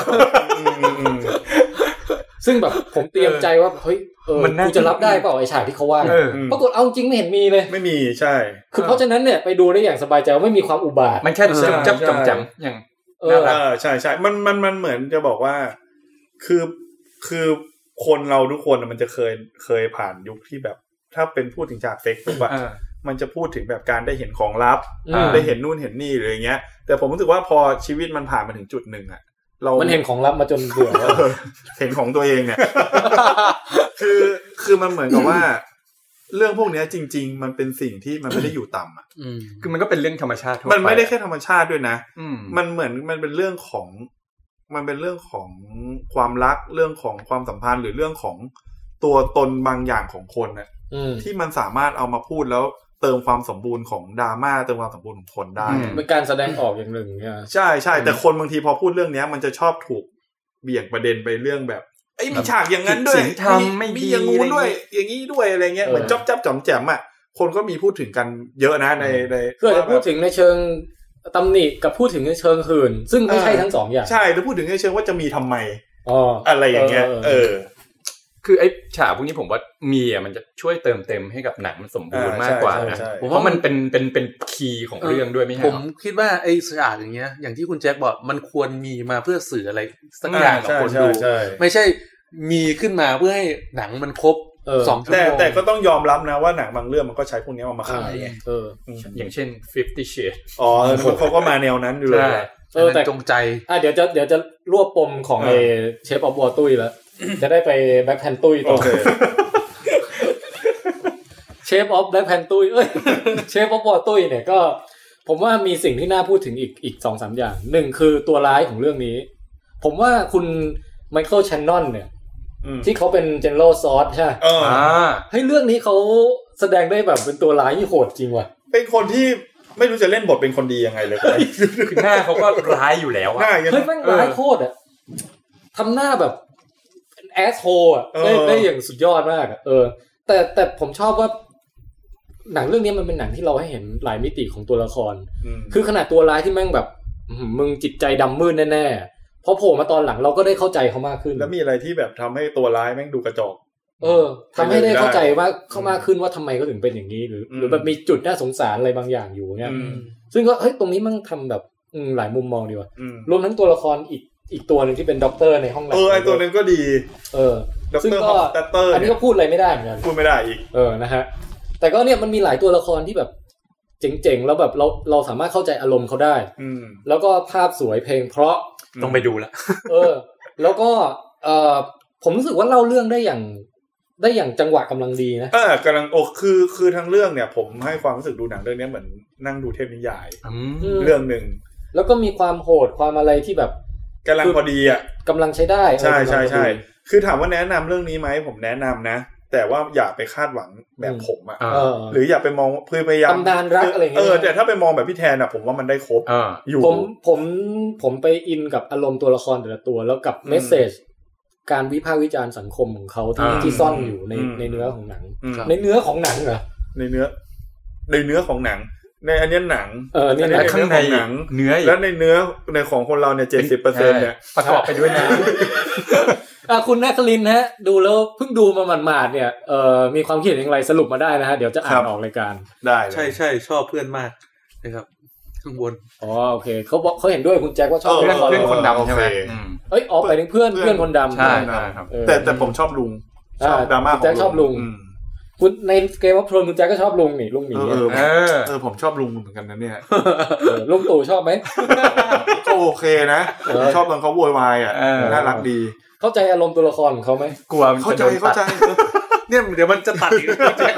ซึ่งแบบผมเตรียมใจว่าเฮ้ยเออกูจะรับได้เปล่าไอ้ฉากที่เขาว่าปรากฏเอาจริงไม่เห็นมีเลยไม่มีใช่คือเพราะฉะนั้นเนี่ยไปดูได้อย่างสบายใจว่าไม่มีความอุบาทมันแค่จับจับจำอย่างเออใช่ใช่มันมันมันเหมือนจะบอกว่าคือคือคนเราทุกคนมันจะเคยเคยผ่านยุคที่แบบถ้าเป็นพูดถึงฉากเซ็กซ์แบบมันจะพูดถึงแบบการได้เห็นของลับได้เห็นนู่นเห็นนี่หรืออย่างเงี้ยแต่ผมรู้สึกว่าพอชีวิตมันผ่านมาถึงจุดนึงอ่ะเรามันเห็นของลับมาจนเบื่อแล้วเห็นของตัวเองเนี่ยคือคือมันเหมือนกับว่าเรื่องพวกนี้จริงๆมันเป็นสิ่งที่มันไม่ได้อยู่ต่ำอ่ะคือมันก็เป็นเรื่องธรรมชาติมันไม่ได้แค่ธรรมชาติด้วยนะมันเหมือนมันเป็นเรื่องของมันเป็นเรื่องของความรักเรื่องของความสัมพันธ์หรือเรื่องของตัวตนบางอย่างของคนน่ะที่มันสามารถเอามาพูดแล้วเติมความสมบูรณ์ของดราม่าเติมความสมบูรณ์ของคนได้เป็นการแสดงออกอย่างหนึ่งเนี่ยใช่ใช่แต่คนบางทีพอพูดเรื่องนี้มันจะชอบถูกเบี่ยงประเด็นไปเรื่องแบบไอ้มีฉากอย่างนั้นด้วยมีอย่างงู้นด้วยอย่างนี้ด้วยอะไรเงี้ยเหมือนจ๊อบจับจ่อมแจ่มอ่ะคนก็มีพูดถึงกันเยอะนะในในก็จะพูดถึงในเชิงตำหนิกับพูดถึงในเชิงหื่นซึ่งไม่ใช่ทั้งสองอย่างใช่แล้วพูดถึงในเชิงว่าจะมีทำไมอ๋ออะไรอย่างเงี้ยเออคือไอ้ฉากพวกนี้ผมว่ามีอ่ะมันจะช่วยเติมเต็มให้กับหนังมันสมบูรณ์มากกว่านะเพราะมันเป็นเป็นเป็นคีย์ของเรื่องด้วยไม่ใช่ผมคิดว่าไอ้ฉากอย่างเงี้ยอย่างที่คุณแจ็คบอกมันควรมีมาเพื่อสื่ออะไรสักอย่างกับคนดูไม่ใช่มีขึ้นมาเพื่อให้หนังมันครบสองชั่วโมงแต่แต่ก็ต้องยอมรับนะว่าหนังบางเรื่องมันก็ใช้พวกนี้มาขายไงเอออย่างเช่น Fifty Shades อ๋อเขาก็มาแนวนั้นอยู่เลยเออแต่จงใจอ่ะเดี๋ยวจะเดี๋ยวจะรวบปมของไอ้เชฟออฟวอร์ตุ้ยแล้วจะได้ไปแบ็คแพนตุ้ยต่อเชฟออฟแบ็คแพนตุ้ยเอ้ยเชฟออฟวอร์ตุ้ยเนี่ยก็ผมว่ามีสิ่งที่น่าพูดถึงอีกอีก สองสาม อย่างหนึ่งคือตัวร้ายของเรื่องนี้ผมว่าคุณไมเคิลแชนนอนเนี่ยที่เขาเป็นเจนเนอเรลซอสใช่เออให้เรื่องนี้เขาแสดงได้แบบเป็นตัวร้ายที่โหดจริงว่ะเป็นคนที่ไม่รู้จะเล่นบทเป็นคนดียังไงเลยคือหน้าเขาก็ร้ายอยู่แล้วอ่ะเฮ้ยแม่งร้ายโคตรอ่ะทำหน้าแบบเป็นแอสโฮอ่ะได้ได้อย่างสุดยอดมากอ่ะเออแต่แต่ผมชอบว่าหนังเรื่องนี้มันเป็นหนังที่เราให้เห็นหลายมิติของตัวละครคือขนาดตัวร้ายที่แม่งแบบมึงจิตใจดำมืดแน่ๆพอโผล่มาตอนหลังเราก็ได้เข้าใจเขามากขึ้นแล้วมีอะไรที่แบบทำให้ตัวร้ายแม่งดูกระจอกเออทำให้ได้เข้าใจว่าเข้ามากขึ้นว่าทำไมเขาถึงเป็นอย่างนี้หรือหรือแบบมีจุดน่าสงสารอะไรบางอย่างอยู่เนี่ยซึ่งก็เฮ้ยตรงนี้มันทำแบบหลายมุมมองดีว่ะรวมทั้งตัวละครอีกอีกตัวนึงที่เป็นด็อกเตอร์ในห้องแลบเออไอตัวนึงก็ดีเออซึ่งก็อันนี้ก็พูดอะไรไม่ได้เหมือนกันพูดไม่ได้อีกเออนะฮะแต่ก็เนี่ยมันมีหลายตัวละครที่แบบเจ๋งๆแล้วแบบเราเราสามารถเข้าใจอารมณ์เขาได้แล้วก็ภาพสวยเพลงเพราะต้องไปดูละเออแล้วก็เออผมรู้สึกว่าเล่าเรื่องได้อย่างได้อย่างจังหวะกำลังดีนะเออกำลังโอ้คือคือทั้งเรื่องเนี่ยผมให้ความรู้สึกดูหนังเรื่องนี้เหมือนนั่งดูเทพนิยายเรื่องนึงแล้วก็มีความโหดความอะไรที่แบบกำลังพอดีอ่ะกำลังใช้ได้ใช่ใช่ใช่คือถามว่าแนะนำเรื่องนี้ไหมผมแนะนำนะแต่ว่าอย่าไปคาดหวังแบบผมอ่ะหรืออย่าไปมองเพื่อพยายามตำนานรักอะไรเงี้ยเออแต่ถ้าไปมองแบบพี่แทนอ่ะผมว่ามันได้ครบอยู่ผมผมผมไปอินกับอารมณ์ตัวละครแต่ละตัวแล้วกับเมสเสจการวิพากษ์วิจารณ์สังคมของเขาที่ที่ซ่อนอยู่ในในเนื้อของหนังในเนื้อของหนังเหรอในเนื้อในเนื้อของหนังในอันนี้หนังเออนี่ในข้างในหนังเนื้อแล้วในเนื้อในของคนเราเนี่ย เจ็ดสิบเปอร์เซ็นต์ เนี่ยประกอบไปด้วยน้ำอ่ะคุณแนคลินฮะดูแล้วเพิ่งดูมาหมาดๆเนี่ยเอ่อมีความคิดเห็นอย่างไรสรุปมาได้นะฮะเดี๋ยวจะอ่านออกรายการได้ใช่ๆชอบเพื่อนมากนะครับข้างบนอ๋อโอเคเขาบอกเขาเห็นด้วยคุณแจ็คว่าชอบเพื่อนเพื่อนคนดำใช่ไหมเอ้ยออกไปถึงเพื่อนเพื่อนคนดำใช่ครับแต่แต่ผมชอบลุงชอบดราม่าของแจ็คชอบลุงคุณในเกมว่าโทรคุณแจ็คก็ชอบลุงนี่ลุงหมีเออเออผมชอบลุงเหมือนกันนะเนี่ยลุงตู่ชอบไหมก็โอเคนะชอบตอนเขาโวยวายอ่ะน่ารักดีเข้าใจอารมณ์ตัวละครของเขาไหมกลัวเข้าใจเข้าใจเนี่ยเดี๋ยวมันจะตัดอีก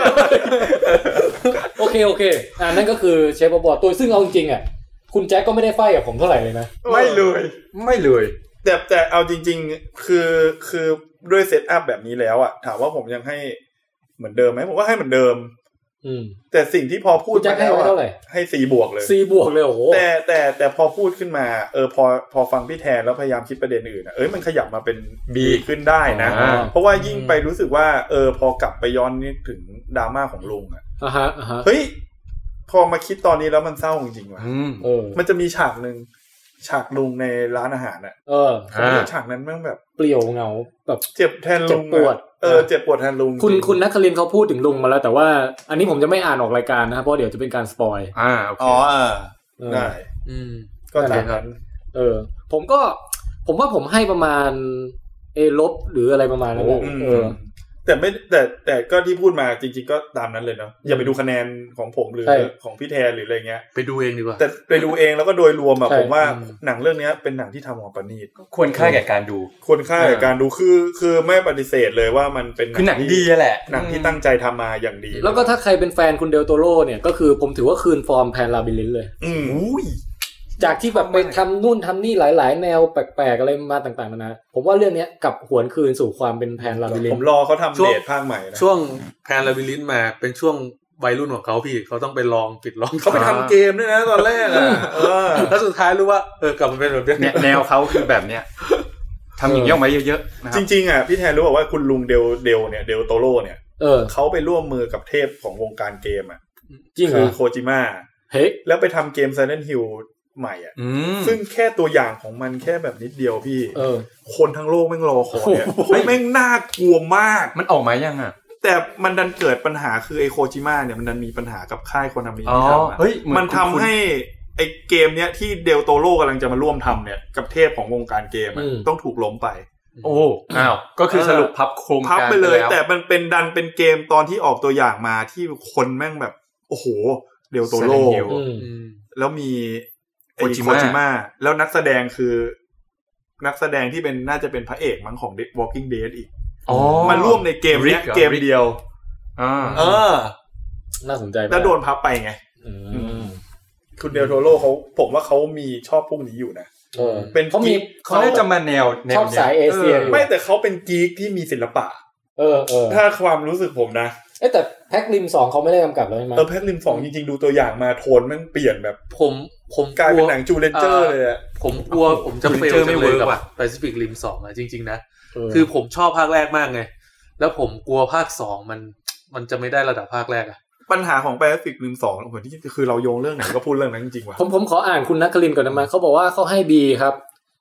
โอเคโอเคอ่านั่นก็คือเชฟบอร์ตัวซึ่งเอาจริงๆอ่ะคุณแจ็คก็ไม่ได้ไฟกับผมเท่าไหร่เลยนะไม่เลยไม่เลยแต่แต่เอาจริงๆคือคือด้วยเซตอัพแบบนี้แล้วอ่ะถามว่าผมยังให้เหมือนเดิมไหมผมก็ให้เหมือนเดิมแต่สิ่งที่พอพูดมาแล้วให้ C บวกเลย C บวกเลยโอ้โหแต่แต่แต่พอพูดขึ้นมาเออพอพอฟังพี่แทนแล้วพยายามคิดประเด็นอื่นอ่ะเอ้ยมันขยับมาเป็น B ขึ้นได้นะเพราะว่ายิ่งไปรู้สึกว่าเออพอกลับไปย้อนนึกถึงดราม่าของลุงอ่ะอ่าฮะอ่าฮะเฮ้ยพอมาคิดตอนนี้แล้วมันเศร้าจริงๆว่ะเออมันจะมีฉากนึงฉากลุงในร้านอาหารอ่ะเออฉากนั้นแม่งแบบเปลี่ยวเหงาแบบเจ็บแทนลุงปวดเออเจ็บปวดแทนลุงคุณคุณนักคลินเขาพูดถึงลุงมาแล้วแต่ว่าอันนี้ผมจะไม่อ่านออกรายการนะครับเพราะเดี๋ยวจะเป็นการสปอยอ่าโอเคอ๋อได้อืมก็ตามนั้นเออผมก็ผมว่าผมให้ประมาณ A ลบหรืออะไรประมาณนั้นเออแต่ไม่แต่แต่ก็ที่พูดมาจริงๆก็ตามนั้นเลยเนาะอย่าไปดูคะแนนของผมหรือของพี่แทนหรืออะไรเงี้ยไปดูเองดีกว่าแต่ไปดูเองแล้วก็โดยรวมอะผมว่าหนังเรื่องนี้เป็นหนังที่ทำออกมาประณีตควรค่าแก่การดูควรค่าแก่การดูคือคือไม่ปฏิเสธเลยว่ามันเป็นคือหนังดีแหละหนังที่ตั้งใจทำมาอย่างดีแล้วก็ถ้าใครเป็นแฟนคุณเดลโตโร่เนี่ยก็คือผมถือว่าคืนฟอร์มแพนลาบิลินเลยอืมจากที่แบบไปทำนู่นทำนี่หลายๆแนวแปลกๆอะไรมาต่างๆนะผมว่าเรื่องนี้กลับหวนคืนสู่ความเป็นแพนลาบิลินผมรอเขาทำเดทภาคใหม่นะช่วงแพนลาบิลินมาเป็นช่วงวัยรุ่นของเขาพี่เขาต้องไปลองปิดลองเขาไปทำเกมด้วยนะตอนแรกอ่ะแล้วสุดท้ายรู้ว่าเออกลับมาเป็นแบบนี้แนวเขาคือแบบเนี้ยทำอย่างนี้ออกมาเยอะๆนะครับจริงๆอ่ะพี่แทนรู้บอกว่าคุณลุงเดลเดลเนี่ยเดลโตโร่เนี่ยเขาไปร่วมมือกับเทพของวงการเกมอ่ะจริงคือโคจิมะเฮ้ยแล้วไปทำเกม Silent Hillใหม่อ่ะซึ่งแค่ตัวอย่างของมันแค่แบบนิดเดียวพี่คนทั้งโลกแม่งรอคอยอ่ะแม่งน่ากลัวมากมันออกมายังอ่ะแต่มันดันเกิดปัญหาคือไอโคจิมะเนี่ยมันดันมีปัญหากับค่ายโคนามิที่ทำอ่ะมันทำให้ไอเกมเนี้ยที่เดลโตโร่กำลังจะมาร่วมทำเนี่ยกับเทพของวงการเกมอ่ะต้องถูกล้มไปโอ้อ้าวก็คือสรุปพับโครงการพับไปเลยแต่มันเป็นดันเป็นเกมตอนที่ออกตัวอย่างมาที่คนแม่งแบบโอ้โหเดลโตโร่แล้วมีโคจิมะแล้วนักแสดงคือนักแสดงที่เป็นน่าจะเป็นพระเอกมั้งของ Walking Dead อีกมาร่วมในเกมเนี้ยเกมเดียวอ่าเออน่าสนใจแล้วโดนพับไปไงคุณเดลโทโร่เขาผมว่าเขามีชอบพวกนี้อยู่นะเออเป็นเขามีเขาได้จะมาแนวชอบสายเอเชียไม่แต่เขาเป็นกี๊กที่มีศิลปะเออเออถ้าความรู้สึกผมนะเอ๊ะแต่แพ็กริมสองเขาไม่ได้กำกับแล้วใช่ไหมเออแพ็กริมสองจริงๆดูตัวอย่างมาโทนมันเปลี่ยนแบบผมผมกลายเป็นหนังจูเลนเจอร์เลยอ่ะผมกลัวผมจะเฟลไม่เวิร์กว่ะ Pacific Rim สองอ่ะจริงๆนะคือผมชอบภาคแรกมากไงแล้วผมกลัวภาคสองมันมันจะไม่ได้ระดับภาคแรกอ่ะปัญหาของ Pacific Rim สองเหมือนที่คือเราโยงเรื่องไหนก็พูดเรื่องนั้นจริงๆว่ะผมผมขออ่านคุณนักคลินก่อนนะมาเขาบอกว่าเขาให้ B ครับ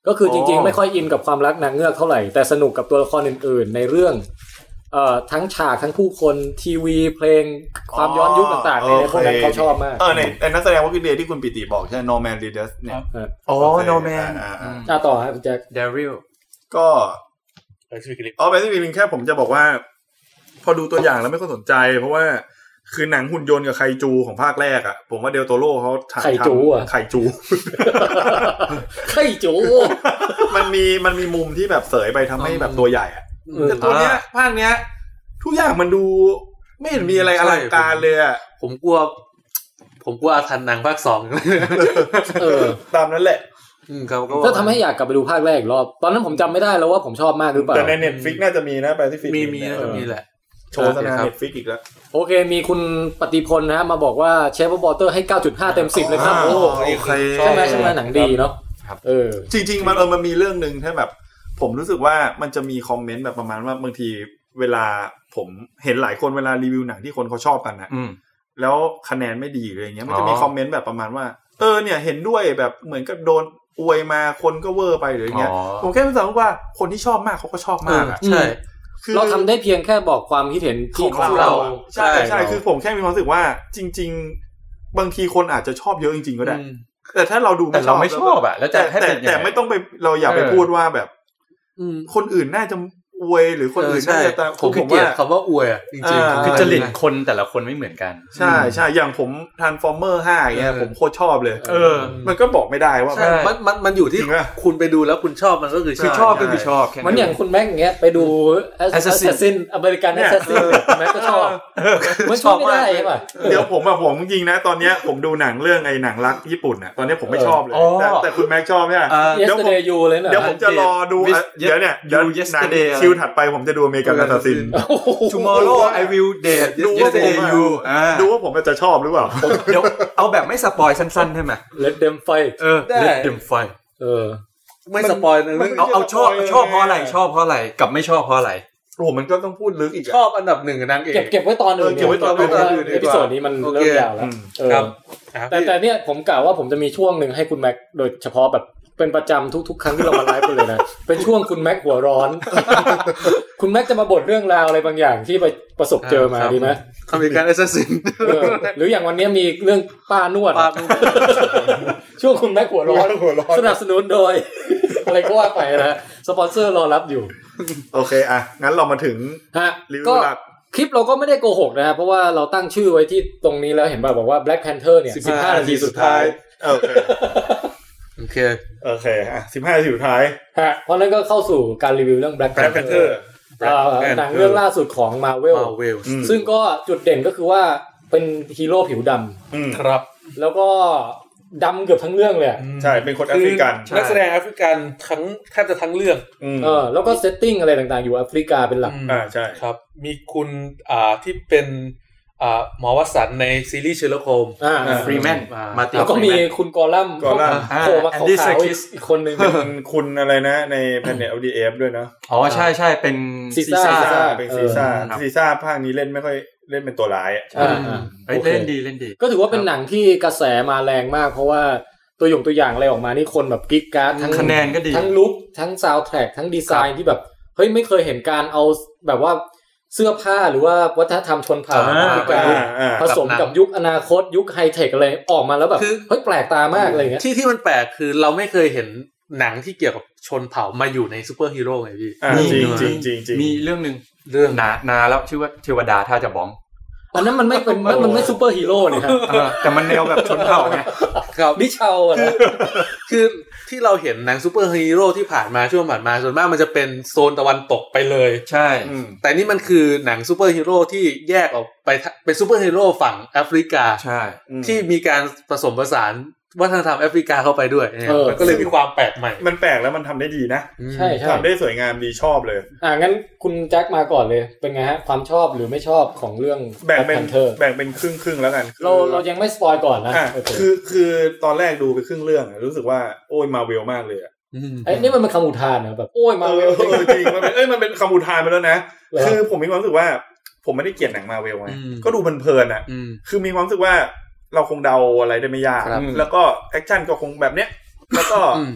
ก็คือจริงๆไม่ค่อยอินกับความรักนางเงือกเท่าไหร่แต่สนุกกับตัวละครอื่นๆในเรื่องเอ่อทั้งฉากทั้งผู้คนทีวีเพลงความย้อนยุคต่างๆในพวกนั้นเขาชอบมากเออในในนักแสดงว่าคือเดย์ที่คุณปิติบอกใช่ Norman Reedus เนี่ยอ๋อ Norman อ่าต่อฮะแจ็ค Daryl ก็อ๋อ Pacific Rim แค่ผมจะบอกว่าพอดูตัวอย่างแล้วไม่ค่อยสนใจเพราะว่าคือหนังหุ่นยนต์กับไคจูของภาคแรกอ่ะผมว่าเดลโตโร่เขาถ่ายไคจูอ่ะไคจูไคจูมันมีมันมีมุมที่แบบเสยไปทำให้แบบตัวใหญ่อ่ะแต่ตัวเนี้ยภาคเนี้ยทุกอย่างมันดูไม่เห็นมีอะไรอลังการเลยอ่ะผมกลัวผมกลัวอาถรรพ์หนังภาคสองเออตามนั้นแหละก็ทำให้อยากกลับไปดูภาคแรกอีกรอบตอนนั้นผมจำไม่ได้แล้วว่าผมชอบมากหรือเปล่าแต่ใน Netflix น่าจะมีนะไปที่ฟิล์มมีมีน่าจะมีแหละโชว์ใน Netflix อีกแล้วโอเคมีคุณปฏิพลนะมาบอกว่าเชฟบอเตอร์ให้ เก้าจุดห้า เต็มสิบเลยครับโอ้โอเคใช่ไหมใช่ไหมหนังดีเนาะเออจริงๆมันเออมันมีเรื่องนึงที่แบบผมรู้สึกว่ามันจะมีคอมเมนต์แบบประมาณว่าบางทีเวลาผมเห็นหลายคนเวลารีวิวหนังที่คนเขาชอบกันนะแล้วคะแนนไม่ดีเลยอย่างเงี้ยมันจะมีคอมเมนต์แบบประมาณว่าเออเนี่ยเห็นด้วยแบบเหมือนกับโดนอวยมาคนก็เวอร์ไปหรืออย่างเงี้ยผมแค่รู้สึกว่าคนที่ชอบมากเขาก็ชอบมากอ่ะใช่เราทำได้เพียงแค่บอกความคิดเห็นที่ของเราใช่ใช่คือผมแค่มีความรู้สึกว่าจริงๆบางทีคนอาจจะชอบเยอะจริงๆก็ได้แต่ถ้าเราดูแต่เราไม่ชอบอ่ะแล้วจะให้เป็นแต่ไม่ต้องไปเราอย่าไปพูดว่าแบบคนอื่นน่าจะอวยหรือคนอื่นน่าจะตามผมเกลียดคำว่าอวยอ่ะจริงๆคือจริตคนแต่ละคนไม่เหมือนกันใช่ใช่อย่างผม Transformer ห้าอย่างเงี้ยผมโคตรชอบเลยเออมันก็บอกไม่ได้ว่ามันมันมันอยู่ที่คุณไปดูแล้วคุณชอบมันก็คือชอบก็คือชอบมันอย่างคุณแม็กอย่างเงี้ยไปดู Assassin อเมริกัน Assassin แม็กก็ชอบมันชอบไม่ได้ใช่ป่ะเดี๋ยวผมอะผมจริงๆนะตอนเนี้ยผมดูหนังเรื่องไอ้หนังรักญี่ปุ่นน่ะตอนนี้ผมไม่ชอบเลยแต่แต่คุณแม็กชอบเนี่ยเดี๋ยวผมเดี๋ยวผมจะรอดูเดี๋ยวเนี่ยเดี๋ยวคิวถัดไปผมจะดูอเมริกันแอสซัสซิน Tomorrow I will date yesterday you ดูว่าผมจะชอบหรือเปล่าเดี๋ยวเอาแบบไม่สปอยสั้นๆใช่ไหม Let them fight เออ Let them fight เออไม่สปอยนะเอาเอาชอบชอบเพราะอะไรชอบเพราะอะไรกับไม่ชอบเพราะอะไรโอ้มันก็ต้องพูดลึกอีกชอบอันดับหนึ่งนางเอกเก็บเก็บไว้ตอนอื่นเก็บไว้ตอนอื่นเอพิโซดนี้มันเริ่มยาวแล้วครับแต่แต่เนี่ยผมกล่าวว่าผมจะมีช่วงนึงให้คุณแม็กโดยเฉพาะแบบเป็นประจำทุกๆครั้งที่เรามาไลฟ์กันเลยนะเป็นช่วงคุณแม็กหัวร้อนคุณแม็กจะมาบ่นเรื่องราวอะไรบางอย่างที่ไปประสบเจอมาดีไหมอเมริกันแอสซัสซินหรืออย่างวันนี้มีเรื่องป้านวดช่วงคุณแม็กหัวร้อนสนับสนุนโดยอะไรก็ว่าไปนะสปอนเซอร์รอรับอยู่โอเคอ่ะงั้นเรามาถึงรีวิวหลักคลิปเราก็ไม่ได้โกหกนะครับเพราะว่าเราตั้งชื่อไว้ที่ตรงนี้แล้วเห็นป่ะบอกว่า Black Panther เนี่ยสิบห้านาทีสุดท้ายโอเคโอเคโอเคอ่ะสิบห้านาทีสุดท้ายฮะเพราะนั้นก็เข้าสู่การรีวิวเรื่อง Black Panther หนังเรื่องล่าสุดของ Marvel ซึ่งก็จุดเด่นก็คือว่าเป็นฮีโร่ผิวดำครับแล้วก็ดำเกือบทั้งเรื่องเลยใช่เป็นคนแอฟริกันนักแสดงแอฟริกันทั้งแทบจะทั้งเรื่องเออแล้วก็เซตติ้งอะไรต่างๆอยู่แอฟริกาเป็นหลักอ่าใช่ครับมีคุณอ่าที่เป็นอ่าหมอวสันต์ในซีรีส์เชอร์ล็อกโฮมส์อ่าฟรีแมนมาติแล้วก็มีคุณกอลัมกอลัมโผล่มาขาวอีกคนนึงเป็นคุณอะไรนะใน Planet of the Apes ด้วยเนาะอ๋อใช่ๆเป็นซีซ่าเป็นซีซ่าซีซ่าภาคนี้เล่นไม่ค่อยเล่นเป็นตัวร้ายอ่ะอ่าเล่นดีเล่นดีก็ถือว่าเป็นหนังที่กระแสมาแรงมากเพราะว่าตัวอย่างตัวอย่างอะไรออกมานี่คนแบบกิ๊กการ์ดทั้งคะแนนก็ดีทั้งลุคทั้งซาวด์แทร็กทั้งดีไซน์ที่แบบเฮ้ยไม่เคยเห็นการเอาแบบว่าเสื้อผ้าหรือว่าวัฒนธรรมชนเผ่าผสมกับยุคอนาคตยุคไฮเทคอะไรออกมาแล้วแบบเฮ้ยแปลกตามากอะไรเงี้ยที่ที่มันแปลกคือเราไม่เคยเห็นหนังที่เกี่ยวกับชนเผ่ามาอยู่ในซูเปอร์ฮีโร่ไงพี่จริงจริงจริงจริงมีเรื่องนึงเรื่องนานาแล้วชื่อว่าเทวดาท่าจะบ้องอันนั้นมันไม่เป็นมันไม่ซูเปอร์ฮีโร่นี่ครับแต่มันแนวแบบชนเผ่าไงครับนิชาวอ่ะคือที่เราเห็นหนังซูเปอร์ฮีโร่ที่ผ่านมาช่วงผ่านมาส่วนมากมันจะเป็นโซนตะวันตกไปเลยใช่แต่นี่มันคือหนังซูเปอร์ฮีโร่ที่แยกออกไปเป็นซูเปอร์ฮีโร่ฝั่งแอฟริกาใช่ที่มีการผสมผสานวัฒนธรรมแอฟริกาเข้าไปด้วยมันก็เลยมีความแปลกใหม่มันแปลกแล้วมันทำได้ดีนะใช่ทำได้สวยงามดีชอบเลยอ่างั้นคุณแจ็คมาก่อนเลยเป็นไงฮะความชอบหรือไม่ชอบของเรื่องแบ่งเป็นแบ่งเป็นครึ่งครึ่งแล้วกันเราเรายังไม่สปอยก่อนนะคือคือตอนแรกดูไปครึ่งเรื่องรู้สึกว่าโอ้ยมาเวลมากเลยอ่ะไอ้นี่มันเป็นคำอุทานนะแบบโอ้ยมาเวลจริงมันเป็นเอ้ยมันเป็นคำอุทานไปแล้วนะคือผมมีความรู้สึกว่าผมไม่ได้เกลียดหนังมาเวลไงก็ดูเพลินๆอ่ะคือมีความรู้สึกว่าเราคงเดาอะไรได้ไม่ยากแล้วก็แอคชั่นก็คงแบบเนี้ยแล้วก็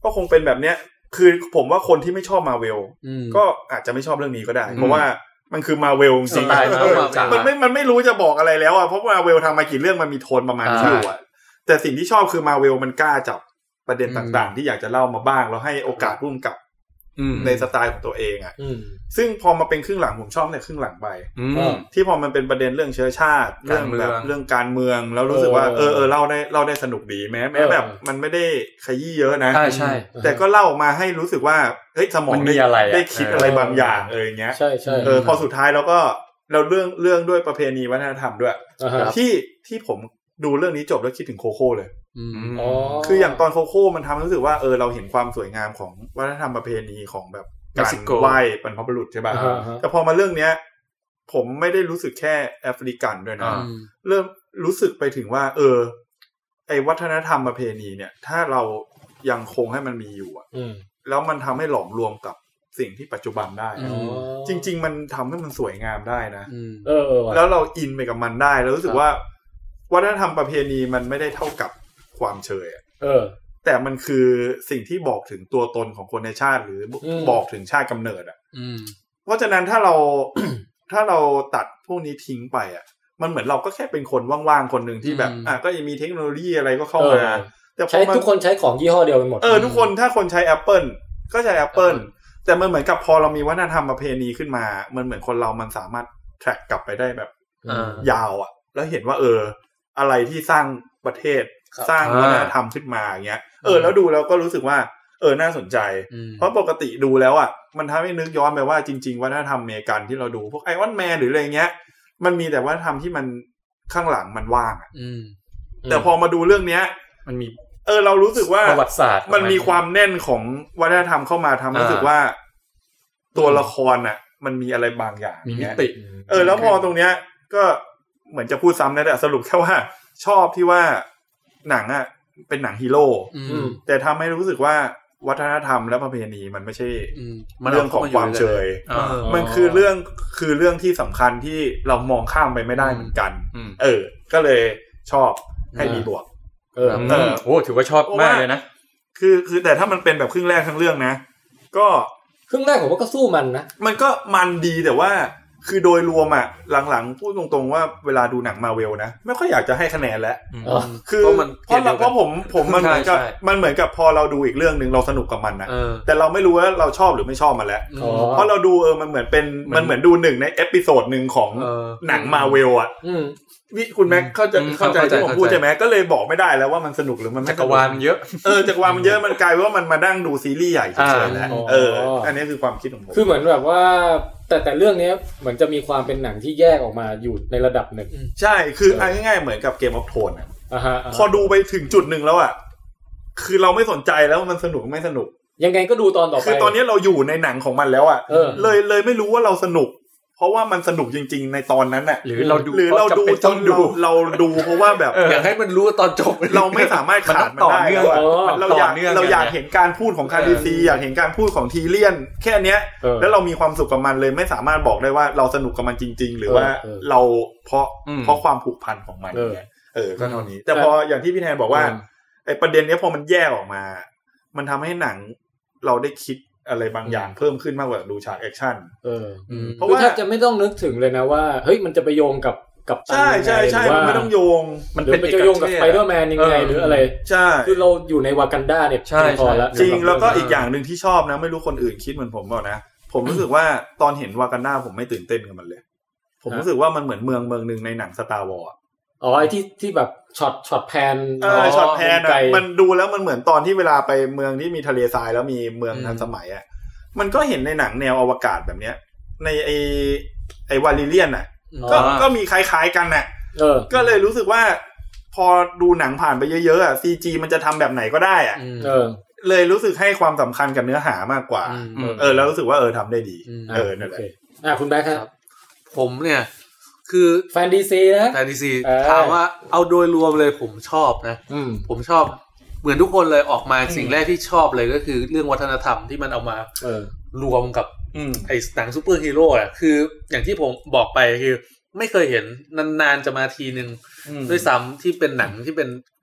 ก็คงเป็นแบบเนี้ยคือผมว่าคนที่ไม่ชอบมาเวลก็อาจจะไม่ชอบเรื่องนี้ก็ได้เพราะว่ามันคือมาเวลจริงๆมันไม่มันไม่รู้จะบอกอะไรแล้วอ่ะเพราะมาเวลทำมากี่เรื่องมันมีโทนประมาณนี้อยู่อ่ะแต่สิ่งที่ชอบคือมาเวลมันกล้าจับประเด็นต่างๆที่อยากจะเล่ามาบ้างแล้วให้โอกาสร่วมกับในสไตล์ของตัวเองอ่ะซึ่งพอมาเป็นครึ่งหลังผมชอบในครึ่งหลังไปที่พอมันเป็นประเด็นเรื่องเชื้อชาติเรื่องแบบเรื่องการเมืองแล้วรู้สึกว่าเออเออเล่าได้เล่าได้สนุกดีแม้แม้แบบมันไม่ได้ขยี้เยอะนะใช่ใช่แต่ก็เล่ามาให้รู้สึกว่าเฮ้ยสมองได้ได้คิดอะไรบางอย่างเอออย่างเงี้ยใช่ใช่เออพอสุดท้ายแล้วก็เราเรื่องเรื่องด้วยประเพณีวัฒนธรรมด้วยที่ที่ผมดูเรื่องนี้จบแล้วคิดถึงโคโค่เลยคืออย่างตอนโคโค่มันทำให้รู้สึกว่าเออเราเห็นความสวยงามของวัฒนธรรมประเพณีของแบบการไหว้บรรพบุรุษใช่ป่ะแต่พอมาเรื่องเนี้ยผมไม่ได้รู้สึกแค่แอฟริกันด้วยนะเริ่มรู้สึกไปถึงว่าเออไอวัฒนธรรมประเพณีเนี่ยถ้าเรายังคงให้มันมีอยู่อ่ะแล้วมันทำให้หลอมรวมกับสิ่งที่ปัจจุบันได้จริงๆมันทำให้มันสวยงามได้นะเออแล้วเราอินไปกับมันได้แล้วรู้สึกว่าวัฒนธรรมประเพณีมันไม่ได้เท่ากับความเชยเออแต่มันคือสิ่งที่บอกถึงตัวตนของคนในชาติหรือบอกถึงชาติกำเนิดอ่ะเพราะฉะนั้นถ้าเรา ถ้าเราตัดพวกนี้ทิ้งไปอ่ะมันเหมือนเราก็แค่เป็นคนว่างๆคนหนึ่งที่แบบอ่ะก็ยังมีเทคโนโลยีอะไรก็เข้ามาแต่ใช้ทุกคนใช้ของยี่ห้อเดียวกันหมดเออทุกคนถ้าคนใช้ Apple ก็ใช้ Apple แต่มันเหมือนกับพอเรามีวัฒนธรรมประเพณีขึ้นมามันเหมือนคนเรามันสามารถแทร็กกลับไปได้แบบยาวอ่ะแล้วเห็นว่าเอออะไรที่สร้างประเทศสร้างวัฒนธรรมขึ้นมาอย่างเงี้ยเออแล้วดูแล้วก็รู้สึกว่าเออน่าสนใจเพราะปกติดูแล้วอ่ะมันทำให้นึกย้อนไปว่าจริงๆวัฒนธรรมอเมริกันที่เราดูพวกไอรอนแมนหรืออะไรเงี้ยมันมีแต่วัฒนธรรมที่มันข้างหลังมันว่างอ่ะแต่พอมาดูเรื่องเนี้ยมันมีเออเรารู้สึกว่าประวัติศาสตร์มันมีความแน่นของวัฒนธรรมเข้ามาทำให้รู้สึกว่าตัวละครอ่ะมันมีอะไรบางอย่างมีมิติเออแล้วพอตรงเนี้ยก็เหมือนจะพูดซ้ำนะแต่สรุปแค่ว่าชอบที่ว่าหนังอ่ะเป็นหนังฮีโร่แต่ทำให้รู้สึกว่าวัฒนธรรมและประเพณีมันไม่ใช่เรื่องของความเชยมันคือเรื่องคือเรื่องที่สำคัญที่เรามองข้ามไปไม่ได้เหมือนกันเออก็เลยชอบให้มีบวกเออเออโอ้ถือว่าชอบมากเลยนะคือคือแต่ถ้ามันเป็นแบบครึ่งแรกทั้งเรื่องนะก็ครึ่งแรกผมว่าก็สู้มันนะมันก็มันดีแต่ว่าคือโดยรวมอ่ะหลังๆพูดตรงๆว่าเวลาดูหนังมาเวลนะไม่ค่อยอยากจะให้คะแนนแล้วคือเพราะมันเพราะเพราะผมผมมันเหมือนกับมันเหมือนกับพอเราดูอีกเรื่องนึงเราสนุกกับมันนะแต่เราไม่รู้ว่าเราชอบหรือไม่ชอบมันแล้วเพราะเราดูเออมันเหมือนเป็นมันเหมือนดูหนึ่งในเอพิโซดนึงของหนังมาเวลอ่ะวิคุณแม็กเข้าใจเข้าใจที่ผมพูดใช่ไหมก็เลยบอกไม่ได้แล้วว่ามันสนุกหรือมันไม่จักรวาลเยอะเออจักรวาลมันเยอะมันกลายว่ามันมานั่งดูซีรีส์ใหญ่เฉยๆแล้วเอออันนี้คือความคิดของผมคือเหมือนแบบว่าแต่แต่เรื่องนี้เหมือนจะมีความเป็นหนังที่แยกออกมาอยู่ในระดับหนึ่งใช่คือเอาง่ายๆเหมือนกับเกมออฟโทนอ่ะพอดูไปถึงจุดหนึ่งแล้วอ่ะคือเราไม่สนใจแล้วมันสนุกไม่สนุกยังไงก็ดูตอนต่อไปคือตอนนี้เราอยู่ในหนังของมันแล้วอ่ะเลยเลยไม่รู้ว่าเราสนุกเพราะว่ามันสนุกจริงๆในตอนนั้นน่ะหรือเราดูหรือเราดูจนดูเราดูเพราะว่าแบบอยากให้มันรู้ตอนจบเราไม่สามารถขาดมันได้เราอยากเราอยากเห็นการพูดของคาริซีอยากเห็นการพูดของทีเลียนแค่เนี้ยแล้วเรามีความสุขกับมันเลยไม่สามารถบอกได้ว่าเราสนุกกับมันจริงๆหรือว่าเราเพราะเพราะความผูกพันของมันเนี่ยเออก็เท่านี้แต่พออย่างที่พี่แทนบอกว่าไอ้ประเด็นนี้พอมันแยกออกมามันทำให้หนังเราได้คิดอะไรบางอย่างเพิ่มขึ้นมากกว่าดูฉากแอคชั่นเออเพราะว่าแทบจะไม่ต้องนึกถึงเลยนะว่าเฮ้ยมันจะไปโยงกับกับใช่ใช่ใช่มันไม่ต้องโยงมันเป็นจะโยงกับสไปเดอร์แมนยังไงหรืออะไรใช่คือเราอยู่ในวากันดาเนี่ยพอแล้วจริงแล้วก็อีกอย่างนึงที่ชอบนะไม่รู้คนอื่นคิดเหมือนผมเปล่านะผมรู้สึกว่าตอนเห็นวากันดาผมไม่ตื่นเต้นกับมันเลยผมรู้สึกว่ามันเหมือนเมืองเมืองนึงในหนัง Star Wars อ๋อไอ้ที่ที่แบบช็อตช็อตแพนเออช็อตแพนมันดูแล้วมันเหมือนตอนที่เวลาไปเมืองที่มีทะเลทรายแล้วมีเมืองทันสมัยอ่ะมันก็เห็นในหนังแนวอวกาศแบบเนี้ยในไอไอวาลิเลียนอ่ะก็ก็มีคล้ายๆกันน่ะก็เลยรู้สึกว่าพอดูหนังผ่านไปเยอะๆอ่ะ ซี จี มันจะทำแบบไหนก็ได้อ่ะเลยรู้สึกให้ความสำคัญกับเนื้อหามากกว่าเออแล้วรู้สึกว่าเออทำได้ดีเออนั่นแหละอ่ะคุณแบ๊คครับผมเนี่ยคือแฟนดีซีนะแฟนดีซีถามว่าเอาโดยรวมเลยผมชอบนะผมชอบเหมือนทุกคนเลยออกมาสิ่งแรกที่ชอบเลยก็คือเรื่องวัฒนธรรมที่มันเอามารวมกับไอ้หนังซูเปอร์ฮีโร่อ่ะคืออย่างที่ผมบอกไปคือไม่เคยเห็นนานๆจะมาทีนึงด้วยซ้ำที่เป็นหนังที่เป็น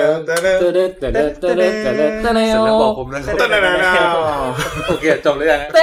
แล้วบอกผมเลยโอเคจบเลยนะ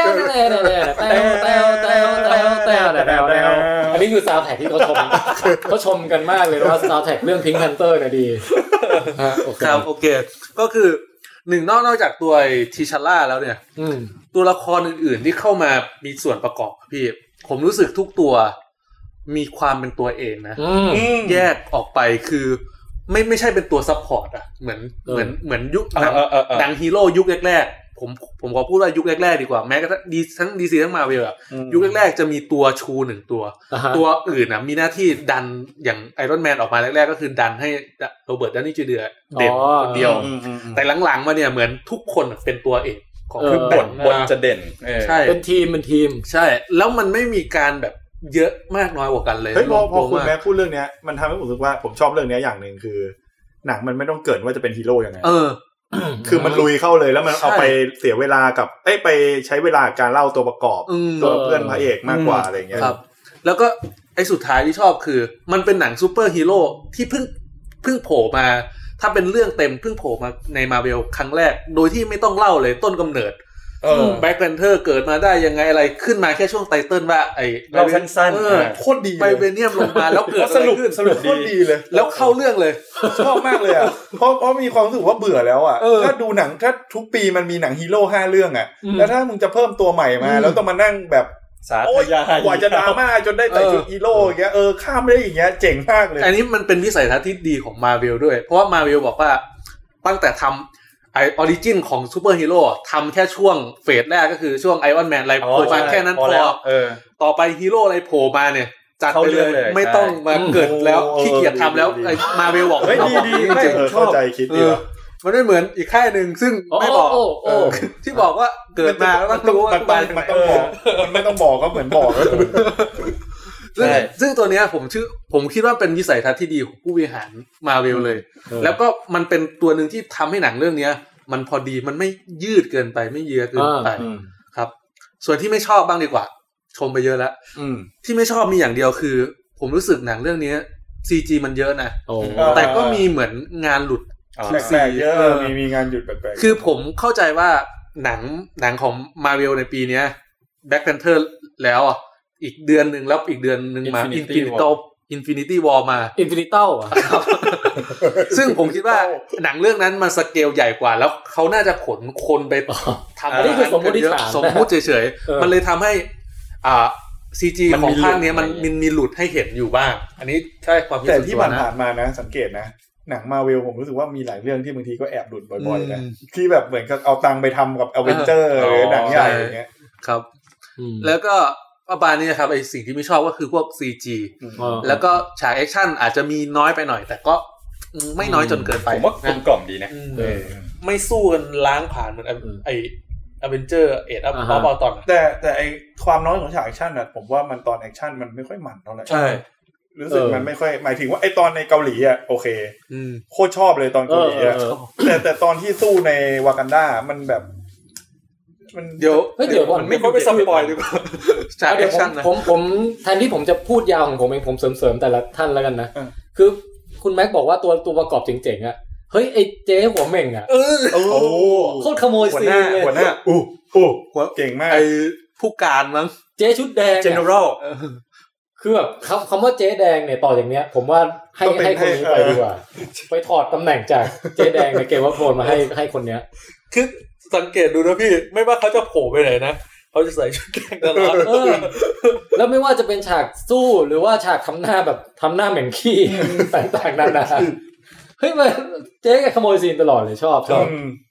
อันนี้คือซาวด์แทร็กที่เขาชมเขาชมกันมากเลยว่าซาวด์แทร็กเรื่อง Pink Panther เนี่ยดีครับโอเคก็คือหนึ่งนอกนอกจากตัวทิชาร่าแล้วเนี่ยตัวละครอื่นๆที่เข้ามามีส่วนประกอบพี่ผมรู้สึกทุกตัวมีความเป็นตัวเองนะแยกออกไปคือไม่ไม่ใช่เป็นตัวซัพพอร์ตอ่ะเหมือนเหมือนเหมือนยุคหนังหนังฮีโร่ยุคแรกๆผมผมขอพูดว่ายุคแรกๆดีกว่าแม้กระทั่งดีทั้ง ดี ซี ทั้ง Marvel อ่ะยุคแรกๆจะมีตัวชูหนึ่งตัวตัวอื่นน่ะมีหน้าที่ดันอย่างไอรอนแมนออกมาแรกๆก็คือดันให้โรเบิร์ตดาวนี่จูเนียร์เด่นคนเดียวแต่หลังๆมาเนี่ยเหมือนทุกคนเป็นตัวเอกของคือบทบทจะเด่นใช่เป็นทีมเป็นทีมใช่แล้วมันไม่มีการแบบเยอะมากน้อยกว่ากันเลยเฮ้ยพอพอคุณแม่พูดเรื่องนี้มันทำให้ผมรู้สึกว่าผมชอบเรื่องนี้อย่างนึงคือหนังมันไม่ต้องเกิดว่าจะเป็นฮีโร่ยังไงเออคือมันลุยเข้าเลยแล้วมันเอาไปเสียเวลากับเอ้ยไปใช้เวลาการเล่าตัวประกอบตัวเพื่อนพระเอกมากกว่าอะไรอย่างเงี้ยครับแล้วก็ไอ้สุดท้ายที่ชอบคือมันเป็นหนังซูเปอร์ฮีโร่ที่เพิ่งเพิ่งโผล่มาถ้าเป็นเรื่องเต็มเพิ่งโผล่มาใน Marvel ครั้งแรกโดยที่ไม่ต้องเล่าเลยต้นกำเนิดเออแบล็คแพนเทอร์เกิดมาได้ยังไงอะไรขึ้นมาแค่ช่วงไตเติ้ลว่าไอ้เราสั้นๆโคตรดีไบเวเนียมลงมาแล้วเกิดอะไรขึ้นสรุปโคตรดีเลยแล้วเข้าเรื่องเลยชอบมากเลยอ่ะเพราะเพราะมีความรู้สึกว่าเบื่อแล้วอ่ะถ้าดูหนังถ้าทุกปีมันมีหนังฮีโร่ห้าเรื่องอ่ะแล้วถ้ามึงจะเพิ่มตัวใหม่มาแล้วต้องมานั่งแบบสาธยายกว่าจะดราม่าจนได้ใส่ชุดฮีโร่อย่างเงี้ยเออข้ามได้อย่างเงี้ยเจ๋งมากเลยอันนี้มันเป็นวิสัยทัศน์ที่ดีของ Marvel ด้วยเพราะว่า Marvel บอกว่าตั้งแต่ทำไอออริจินของซูเปอร์ฮีโร่ทำแค่ช่วงเฟสแรกก็คือช่วงไอออนแมนอะไรโผล่มาแค่นั้นพอต่อไปฮีโร่อะไรโผล่มาเนี่ยจัดไปเลยไม่ต้องมาเกิดแล้วขี้เกียจทำแล้วไอมาเวลบอกเฮ้ยดีดีไม่เข้าใจคิดดีว่ะมันไม่เหมือนอีกค่ายหนึ่งซึ่งไม่บอกที่บอกว่าเกิดมาแล้วต้องรู้ว่าไปมันต้องบอกมันไม่ต้องบอกก็เหมือนบอกแล้วซึ่งซึ่งตัวเนี้ยผมชื่อผมคิดว่าเป็นวิสัยทัศน์ที่ดีของผู้บริหารมาเวลเลยแล้วก็มันเป็นตัวนึงที่ทำให้หนังเรื่องนี้มันพอดีมันไม่ยืดเกินไปไม่เยื้อเกินไปครับส่วนที่ไม่ชอบบ้างดีกว่าชมไปเยอะแล้วที่ไม่ชอบมีอย่างเดียวคือผมรู้สึกหนังเรื่องนี้ ซี จี มันเยอะนะแต่ก็มีเหมือนงานหลุดแปลกๆเยอะมีมีงานหยุดแปลกๆคือผมเข้าใจว่าหนังหนังของมาเวลในปีนี้ Black Panther แล้วอ่ะอีกเดือนนึงแล้วอีกเดือนนึงมา Infinity Infinity War มา Infinity อ่ะซึ่งผมคิดว่าหนังเรื่องนั้นมันสเกลใหญ่กว่าแล้วเขาน่าจะขนคนไปทำอันนี้คือสมมุติฐานสมมุติเฉยๆมันเลยทำให้อ่า ซี จี ของภาคนี้มันมันมีหลุดให้เห็นอยู่บ้างอันนี้ใช่ความคิดส่วนตัวนะแต่ที่ผ่านมานะสังเกตนะหนังมาเวลผมรู้สึกว่ามีหลายเรื่องที่บางทีก็แอบหลุดบ่อยๆนะที่แบบเหมือนกับเอาตังค์ไปทำกับอเวนเจอร์หรือหนังใหญ่อย่างเงี้ยครับแล้วก็ประมาณนี้ครับไอสิ่งที่ไม่ชอบก็คือพวก ซี จี แล้วก็ฉากแอคชั่นอาจจะมีน้อยไปหน่อยแต่ก็ไม่น้อยจนเกินไปผมว่ากลมกล่อมดีนะไม่สู้กันล้างผ่านเหมือนไออเวนเจอร์เอ็ดอัพพอตอนแต่แต่ไอความน้อยของฉากแอคชั่นน่ะผมว่ามันตอนแอคชั่นมันไม่ค่อยมันเท่าไหร่ใช่รู้สึกมันไม่ค่อยหมายถึงว่าไอตอนในเกาหลีอ่ะโอเคโคตรชอบเลยตอนเกาหลีอ่ะแต่แต่ตอนที่สู้ในวากันดามันแบบมันเดี๋ยวเดี๋ยวมันไม่ค่อยไปสปอยดีกว่าฉากแอคชั่นนะผมผมแทนที่ผมจะพูดยาวของผมเองผมเสริมๆแต่ละท่านแล้วกันนะคือคุณแม็กบอกว่าตัวตัวประกอบเจ๋งๆอ่ะเฮ้ยไอ้เจ๊หัวเหม่งอ่ะเออโอ้โคตรขโมยซีนเลยหัวหน้าอู้อู้เก่งมากไอ้ผู้การมั้งเจ๊ชุดแดง General คือแบบคำคำว่าเจ๊แดงเนี่ยต่ออย่างเนี้ยผมว่าให้ให้คนนี้ไปดีกว่าไปถอดตำแหน่งจากเจ๊แดงในเกมวัฟโฟนมาให้ให้คนเนี้ยคือสังเกตดูนะพี่ไม่ว่าเขาจะโผล่ไปไหนนะเขาจะใส่ชุดแดงตลอดแล้วไม่ว่าจะเป็นฉากสู้หรือว่าฉากทำหน้าแบบทำหน้าเหม็นขี้ต่างๆนานาเฮ้ยมันเจ๊แกขโมยซีนตลอดเลยชอบชอบ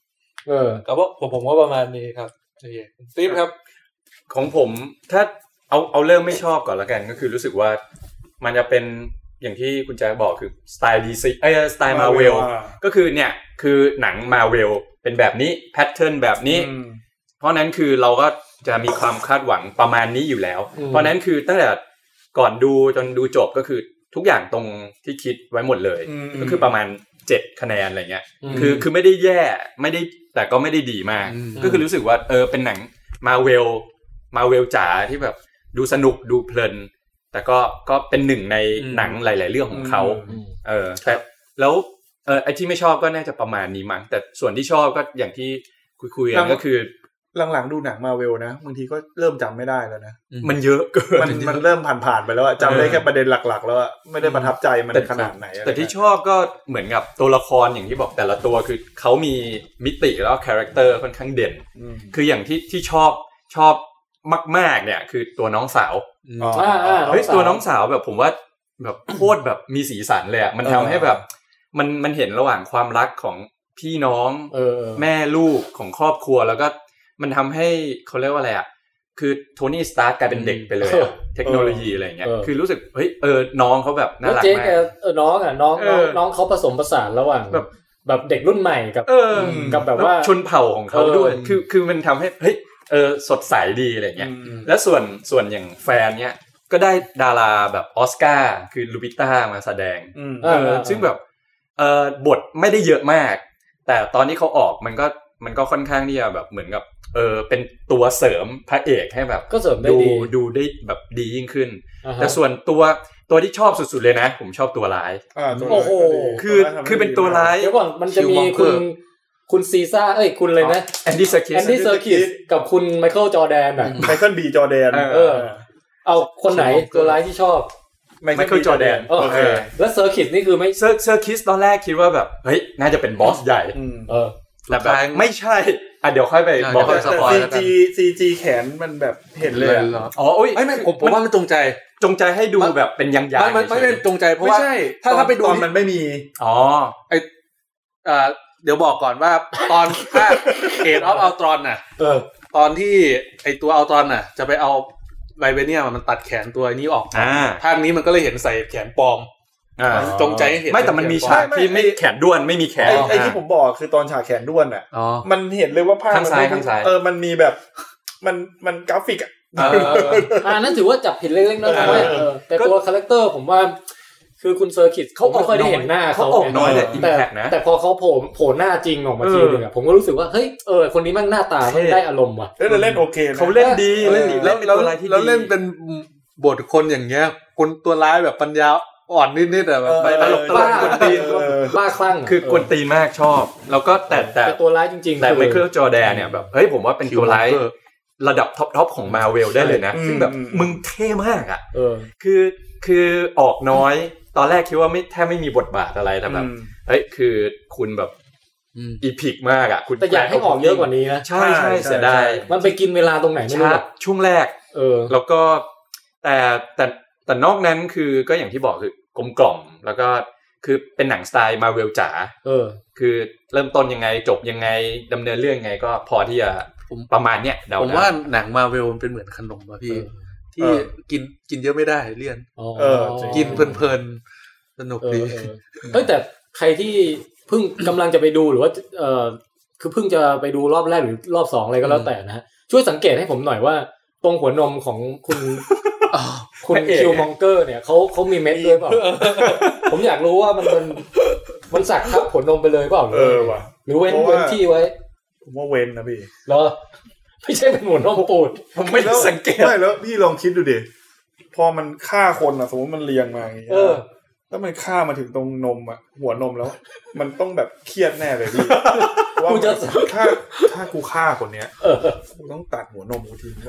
เออก็ผมผมก็ประมาณนี้ครับโอเคติ๊บครับของผมถ้าเอาเอาเริ่มไม่ชอบก่อนละกันก็คือรู้สึกว่ามันจะเป็นอย่างที่คุณแจ๊คบอกคือสไตล์ ดี ซี เอ้ยสไตล์ Marvel ก็คือเนี่ยคือหนัง Marvel เป็นแบบนี้แพทเทิร์นแบบนี้เพราะนั้นคือเราก็จะมีความคาดหวังประมาณนี้อยู่แล้วเพราะนั้นคือตั้งแต่ก่อนดูจนดูจบก็คือทุกอย่างตรงที่คิดไว้หมดเลยก็คือประมาณเจ็ดคะแนนอะไรเงี้ยคือคือไม่ได้แย่ไม่ได้แต่ก็ไม่ได้ดีมากก็คือรู้สึกว่าเออเป็นหนัง Marvel Marvel จ๋าที่แบบดูสนุกดูเพลินแต่ก็ก็เป็นหนึ่งในหนังหลายๆเรื่องของเขาเออแต่แล้วเออไอ้ที่ไม่ชอบก็น่าจะประมาณนี้มั้งแต่ส่วนที่ชอบก็อย่างที่คุยๆกันก็คือหลังๆดูหนัง Marvel นะบางทีก็เริ่มจำไม่ได้แล้วนะมันเยอะเกินมันมันเริ่มผ่านๆไปแล้วจำได้แค่ประเด็นหลักๆแล้วไม่ได้ประทับใจมันขนาดไหนแต่ที่ชอบก็เหมือนกับตัวละครอย่างที่บอกแต่ละตัวคือเขามีมิติแล้วคาแรคเตอร์ค่อนข้างเด่นคืออย่างที่ที่ชอบชอบมากๆเนี่ยคือตัวน้องสาวอ่าเฮ้ยตัวน้องสาวแบบผมว่าแบบโคตรแบบมีสีสันเลยอ่ะมันทำให้แบบมันมันเห็นระหว่างความรักของพี่น้องแม่ลูกของครอบครัวแล้วก็มันทำให้เขาเรียกว่าอะไรอ่ะคือโทนี่สตาร์กกลายเป็นเด็กไปเลยเทคโนโลยีอะไรเงี้ยคือรู้สึกเฮ้ยเออน้องเขาแบบน่ารักมากเออน้องอ่ะน้องน้องเขาผสมผสานระหว่างแบบแบบเด็กรุ่นใหม่กับกับแบบว่าชนเผ่าของเขาด้วยคือคือมันทำให้เฮ้ยเออสดใสดีอะไรเงี้ยแล้วส่วนส่วนอย่างแฟนเนี้ยก็ได้ดาราแบบออสการ์คือลูบิต้ามาแสดงเออซึ่งแบบเออบทไม่ได้เยอะมากแต่ตอนที่เขาออกมันก็มันก็ค่อนข้างที่จะแบบเหมือนกับเออเป็นตัวเสริมพระเอกให้แบบก็เสริมได้ดีดูได้แบบดียิ่งขึ้นแต่ส่วนตัวตัวที่ชอบสุดๆเลยนะผมชอบตัวร้ายโอ้โหคือคือเป็นตัวร้ายเดี๋ยวก่อนมันจะมีคุณคุณซีซ่าเอ้ยคุณเลยนะแอนดี้เซอร์คิสแอนดี้เซอร์คิสกับคุณไมเคิลจอร์แดนอ่ะไมเคิลบีจอร์แดนเออเอาคนไหนตัวร้ายที่ชอบไมเคิลจอร์แดนโอเคแล้วเซอร์คิสนี่คือไม่เซอร์เซอร์คิสตอนแรกคิดว่าแบบเฮ้ยน่าจะเป็นบอสใหญ่เออแต่แบบไม่ใช่อ่ะเดี๋ยวค่อยไปบอกแต่ ซี จี ซี จี แขนมันแบบเห็นเลยอ๋ออุ้ยไม่ไม่ผมผมว่ามันจงใจจงใจให้ดูแบบเป็นยังๆไม่ไม่ไม่จงใจเพราะว่าถ้าถ้าไปดูมันไม่มีอ๋อไออ่าเดี๋ยวบอกก่อนว่าตอนภาคเอทออฟอัลตรอนน่ะเออตอนที่ไอตัวอัลตรอนน่ะจะไปเอาไวเบเนียมันตัดแขนตัวนี้ออกภาคนี้มันก็เลยเห็นใส่แขนปลอมจงใจให้เห็นไม่แต่มันมีฉากที่ไม่แขนด้วนไม่มีแขนไอ้ที่ผมบอกคือตอนฉากแขนด้วนอ่ะมันเห็นเลยว่าภาพมันเออมันมีแบบมันมันกราฟิกอ่ะอ่านั่นถือว่าจับผิดเล็กๆน้อยๆแต่ตัวคาแรคเตอร์ผมว่าคือคุณเซอร์คิสเขาไม่ค่อยได้เห็นหน้าเขาแต่แต่พอเขาโผล่โผล่หน้าจริงออกมาทีนึงอ่ะผมก็รู้สึกว่าเฮ้ยเออคนนี้มันหน้าตาไม่ได้อารมณ์ว่ะเล่นโอเคเขาเล่นดีเล่นดีเล่นเป็นตัวร้ายที่ดีแล้วเล่นเป็นบทคนอย่างเงี้ยคนตัวร้ายแบบปัญญาอ่อนนิดๆแต่แบบตลกตลกกวนตีนบ้าคลั่งคือกวนตีนมากชอบแล้วก็แต่แต่ตัวร้ายจริงๆแต่ไมเคิลจอร์แดนเนี่ยแบบเฮ้ยผมว่าเป็นตัวร้ายระดับท็อปๆของ Marvel ได้เลยนะซึ่งแบบมึงเท่มากอ่ะคือคือออกน้อยตอนแรกคิดว่าไม่แทบไม่มีบทบาทอะไรแต่แบบเฮ้ยคือคุณแบบอีพิกมากอ่ะคุณแต่อยากให้ออกเยอะกว่านี้นะใช่ใช่เสียดายมันไปกินเวลาตรงไหนไม่รู้ช่วงแรกเออแล้วก็แต่แต่แต่นอกนั้นคือก็อย่างที่บอกคือกลมกล่อมแล้วก็คือเป็นหนังสไตล์ Marvel จ๋าเออคือเริ่มต้นยังไงจบยังไงดำเนินเรื่องยังไงก็พอที่จะประมาณเนี้ยเดาผมว่าหนัง Marvel มันเป็นเหมือนขนมอ่ะพี่ที่กินกินเยอะไม่ได้เลี่ยนเออกินเพลินๆสนุกดีเฮ้ยแต่ใครที่เพิ่งกำลังจะไปดูหรือว่าเออคือเพิ่งจะไปดูรอบแรกหรือรอบสองอะไรก็แล้วแต่นะช่วยสังเกตให้ผมหน่อยว่าตรงหัวนมของคุณคุณคิวมองเกอร์เนี่ยเขาเขามีเม็ดด้วยเปล่าผมอยากรู้ว่ามันมันมันสักทับหัวนมไปเลยเปล่าเออว่ะหรือเว้นเว้นที่ไว้ผมว่าเว้นนะพี่เหรอไม่ใช่เป็นหัวนมปูดผมไม่ได้สังเกตไม่แล้วพี่ลองคิดดูดิพอมันฆ่าคนอ่ะสมมติมันเรียงมาอย่างเงี้ยถ้ามันฆ่ามาถึงตรงนมอ่ะหัวนมแล้วมันต้องแบบเครียดแน่เลยพี่ว่าถ้าถ้ากูฆ่าคนเนี้ยกูต้องตัดหัวนมกูทิ้ง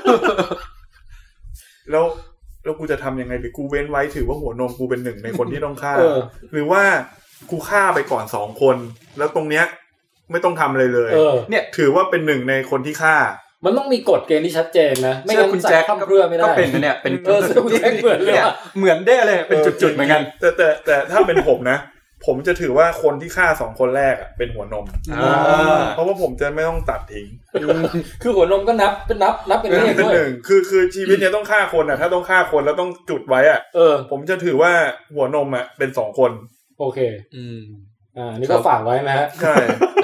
แล้วแล้วกูจะทำยังไงหรือกูเว้นไว้ถือว่าหัวนมกูเป็นหนึ่งในคนที่ต้องฆ่าหรือว่ากูฆ่าไปก่อนสองคนแล้วตรงเนี้ยไม่ต้องทำอะไรเลยเนี่ยถือว่าเป็นหนึ่งในคนที่ฆ่ามันต้องมีกฎเกณฑ์ที่ชัดเจนนะไม่งั้นคุณแจ็คก็เพื่อไม่ได้ก็เป็นเนี่ยเป็นคุณแจ็คเหมือนเลยเหมือนได้เลยเป็นจุดๆเหมือนกันแต่แต่แต่ถ้าเป็นผมนะผมจะถือว่าคนที่ฆ่าสองคนแรกอ่ะเป็นหัวนมเพราะว่าผมจะไม่ต้องตัดทิ้งคือหัวนมก็นับเป็นนับนับเป็นเลขด้วยหนึ่งคือคือชีวิตเนี่ยต้องฆ่าคนอ่ะถ้าต้องฆ่าคนแล้วต้องจุดไว้อ่ะเออผมจะถือว่าหัวนมอ่ะเป็นสองคนโอเคอืมอ่านี่ก็ฝากไว้นะฮะใช่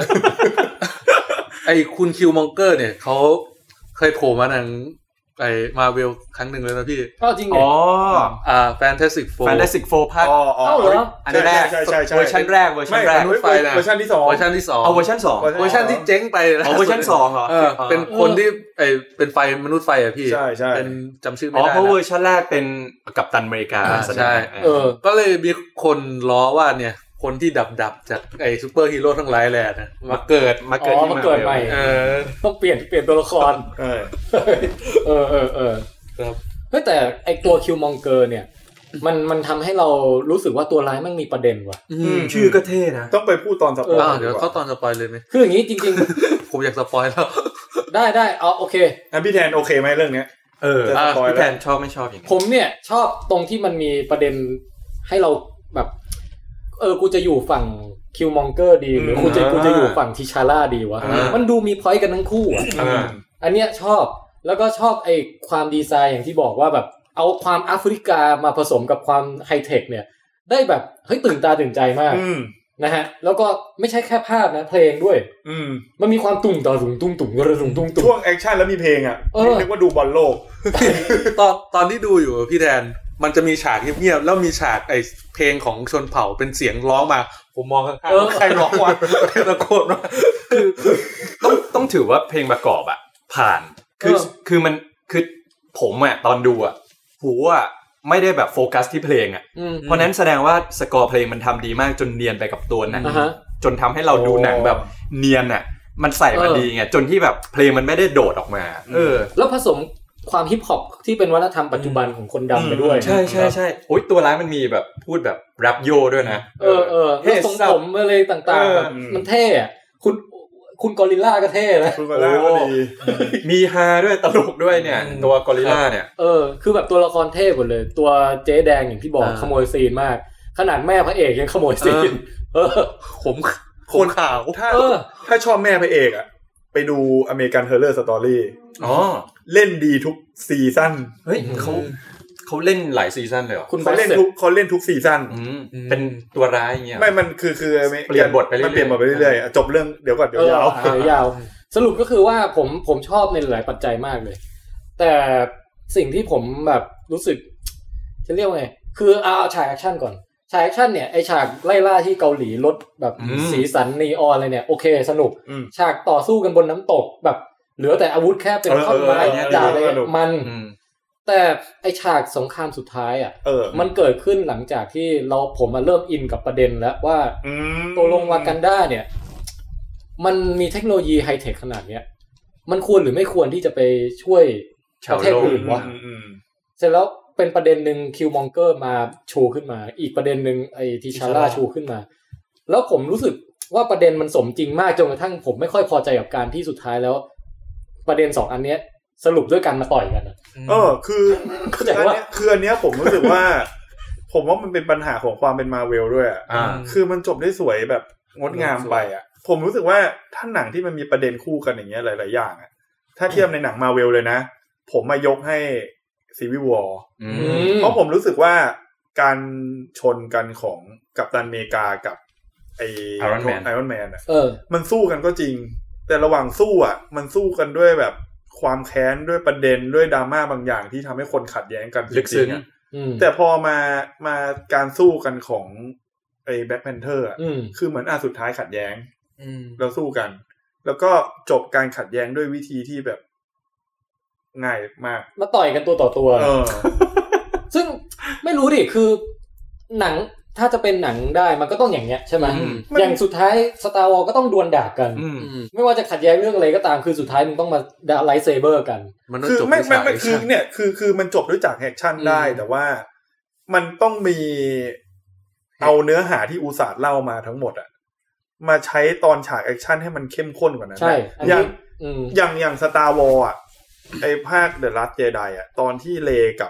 ไอ้คุณคิวมองเกอร์เนี่ยเขาเคยโผล่มาหนังไอ้มาเวลครั้งหนึ่งเลยนะพี่ก็จริงอ๋ออ่า Fantastic Four Fantastic Four ภาคอ๋อเหรออันแรกเวอร์ชันแรกเวอร์ชันแรกเวอร์ชันที่สองเวอร์ชันที่สองเอาเวอร์ชันสองเวอร์ชันที่เจ๊งไปอ๋อเวอร์ชันสองเหรอเป็นคนที่ไอ้เป็นไฟมนุษย์ไฟอ่ะพี่ใช่ๆเป็นจำชื่อไม่ได้อ๋อเพราะเวอร์ชันแรกเป็นกัปตันอเมริกาใช่เออก็เลยมีคนล้อว่าเนี่ยคนที่ดับๆจากไอ้ซูเปอร์ฮีโร่ทั้งหลายแหละนะมาเกิดมาเกิดที่มาเกิดใหม่เออต้องเปลี่ยนเปลี่ยนตัวละครเออเออเออเออครับเฮ้ยแต่ไอ้ตัวคิวมองเกอร์เนี่ยมันมันทำให้เรารู้สึกว่าตัวร้ายมันมีประเด็นว่ะชื่อก็เท่นะต้องไปพูดตอนสปอยเดี๋ยวเข้าตอนสปอยเลยไหมคืออย่างนี้จริงๆผมอยากสปอยแล้วได้ได้เอาโอเคงั้นพี่แทนโอเคไหมเรื่องเนี้ยเออพี่แทนชอบไม่ชอบอย่างผมเนี่ยชอบตรงที่มันมีประเด็นให้เราแบบเออกูจะอยู่ฝั่งคิวมองเกอร์ดีหรือกูจะกูจะอยู่ฝั่งทิชาร่าดีวะมันดูมีพอยต์กันทั้งคู่อ่ะอันเนี้ยชอบแล้วก็ชอบไอ้ความดีไซน์อย่างที่บอกว่าแบบเอาความแอฟริกามาผสมกับความไฮเทคเนี่ยได้แบบเฮ้ยตื่นตาตื่นใจมากนะฮะแล้วก็ไม่ใช่แค่ภาพนะเพลงด้วยมันมีความตุ่งต่อตุ่งตุ่งตุ่งกระตุ่งตุ่งตุ่งช่วงแอคชั่นแล้วมีเพลงอ่ะเรียกว่าดูบอลโลกตอนตอนที่ดูอยู่พี่แดนมันจะมีฉากเงียบๆแล้วมีฉากไอ้เพลงของชนเผ่าเป็นเสียงร้องมาผมมองข้างๆใครร้องวะตะโกนว่าคือต้องต้องถือว่าเพลงประกอบอ่ะผ่านคือคือมันคือผมอ่ะตอนดูอ่ะหูอ่ะไม่ได้แบบโฟกัสที่เพลงอ่ะเพราะนั้นแสดงว่าสกอร์เพลงมันทำดีมากจนเนียนไปกับตัวหนังจนทำให้เราดูหนังแบบเนียนอ่ะมันใส่มาดีไงจนที่แบบเพลงมันไม่ได้โดดออกมาเออแล้วผสมความฮิปฮอปที่เป็นวัฒนธรรมปัจจุบันของคนดำไปด้วยใช่ใช่ใช่โอ๊ยตัวร้ายมันมีแบบพูดแบบแรปโยด้วยนะเออเออแล้วทรงผมอะไรต่างๆแบบมันเท่อะคุณคุณกอริลล่าก็เท่นะคุณกอริลล่าก็ดีมีฮาด้วยตลกด้วยเนี่ยตัวกอริลล่าเนี่ยเออคือแบบตัวละครเท่หมดเลยตัวเจ๊แดงอย่างที่บอกขโมยซีนมากขนาดแม่พระเอกยังขโมยซีนเออผมคนข่าวถ้าถ้าชอบแม่พระเอกอ่ะไปดูอเมริกันเฮอร์เรอร์สตอรี่อ๋อเล่นดีทุกซีซั่นเฮ้ยเขาเขาเล่นหลายซีซั่นเลยเหรอเขาเล่นทุกเขาเล่นทุกซีซั่นเป็นตัวร้ายอย่างเงี้ยไม่มันคือคือเปลี่ยนบทไปเรื่อยๆเปลี่ยนบทไปเรื่อยๆจบเรื่องเดี๋ยวก่อนเดี๋ยวยาวเดี๋ยวยาวสรุปก็คือว่าผมผมชอบในหลายปัจจัยมากเลยแต่สิ่งที่ผมแบบรู้สึกจะเรียกว่าไงคือเอาฉากแอคชั่นก่อนฉากแอคชั่นเนี่ยไอฉากไล่ล่าที่เกาหลีรถแบบสีสันนีออนอะไรเนี่ยโอเคสนุกฉากต่อสู้กันบนน้ำตกแบบเหลือแต่อาวุธแค่เป็นท่อนไม้จ่าเลยมันแต่ไอฉากสงครามสุดท้ายอ่ะมันเกิดขึ้นหลังจากที่เราผมมาเริ่มอินกับประเด็นแล้วว่าตัวลงวากันดาเนี่ยมันมีเทคโนโลยีไฮเทคขนาดเนี้ยมันควรหรือไม่ควรที่จะไปช่วยประเทศอื่นวะเสร็จแล้วเป็นประเด็นหนึ่งคิวมองเกอร์มาชูขึ้นมาอีกประเด็นหนึ่งไอทิชาร่าชูขึ้นมาแล้วผมรู้สึกว่าประเด็นมันสมจริงมากจนกระทั่งผมไม่ค่อยพอใจกับการที่สุดท้ายแล้วประเด็นสองอันเนี้ยสรุปด้วยกันมาต่อยกันนะเออคือคืออันเนี้ยคืออันเนี้ยผมรู้สึกว่าผมว่ามันเป็นปัญหาของความเป็นมาเวลด้วยอ่ะคือมันจบได้สวยแบบงดงามไปอ่ะผมรู้สึกว่าถ้าหนังที่มันมีประเด็นคู่กันอย่างเงี้ยหลายๆอย่างอ่ะถ้าเทียบในหนังมาเวลเลยนะผมมายกให้ซีวิววอร์เพราะผมรู้สึกว่าการชนกันของกัปตันอเมริกากับไอไอรอนแมนอ่ะมันสู้กันก็จริงแต่ระหว่างสู้อ่ะมันสู้กันด้วยแบบความแค้นด้วยประเด็นด้วยดราม่าบางอย่างที่ทำให้คนขัดแย้งกันลึกซึ้งอ่ะแต่พอมามาการสู้กันของไอ้แบล็คแพนเทอร์อ่ะคือเหมือนอ่ะสุดท้ายขัดแย้งเราสู้กันแล้วก็จบการขัดแย้งด้วยวิธีที่แบบง่ายมากมาต่อยกันตัวต่อตัวซึ่งไม่รู้ดิคือหนังถ้าจะเป็นหนังได้มันก็ต้องอย่างเงี้ยใช่ไหมอย่างสุดท้าย Star Wars ก็ต้องดวลดาบกันไม่ว่าจะขัดแย้งเรื่องอะไรก็ตามคือสุดท้ายมึงต้องมาดาไลท์เซเบอร์กันคือไม่ไม่ไม่คือเนี่ยคือคือมันจบด้วยจากแอคชั่นได้แต่ว่ามันต้องมีเอาเนื้อหาที่อุตส่าห์เล่ามาทั้งหมดอะมาใช้ตอนฉากแอคชั่นให้มันเข้มข้นกว่านั้นใช่อย่างอย่างอย่าง Star Wars อ่ะไอ้ภาค The Last Jedi อ่ะตอนที่เลกับไ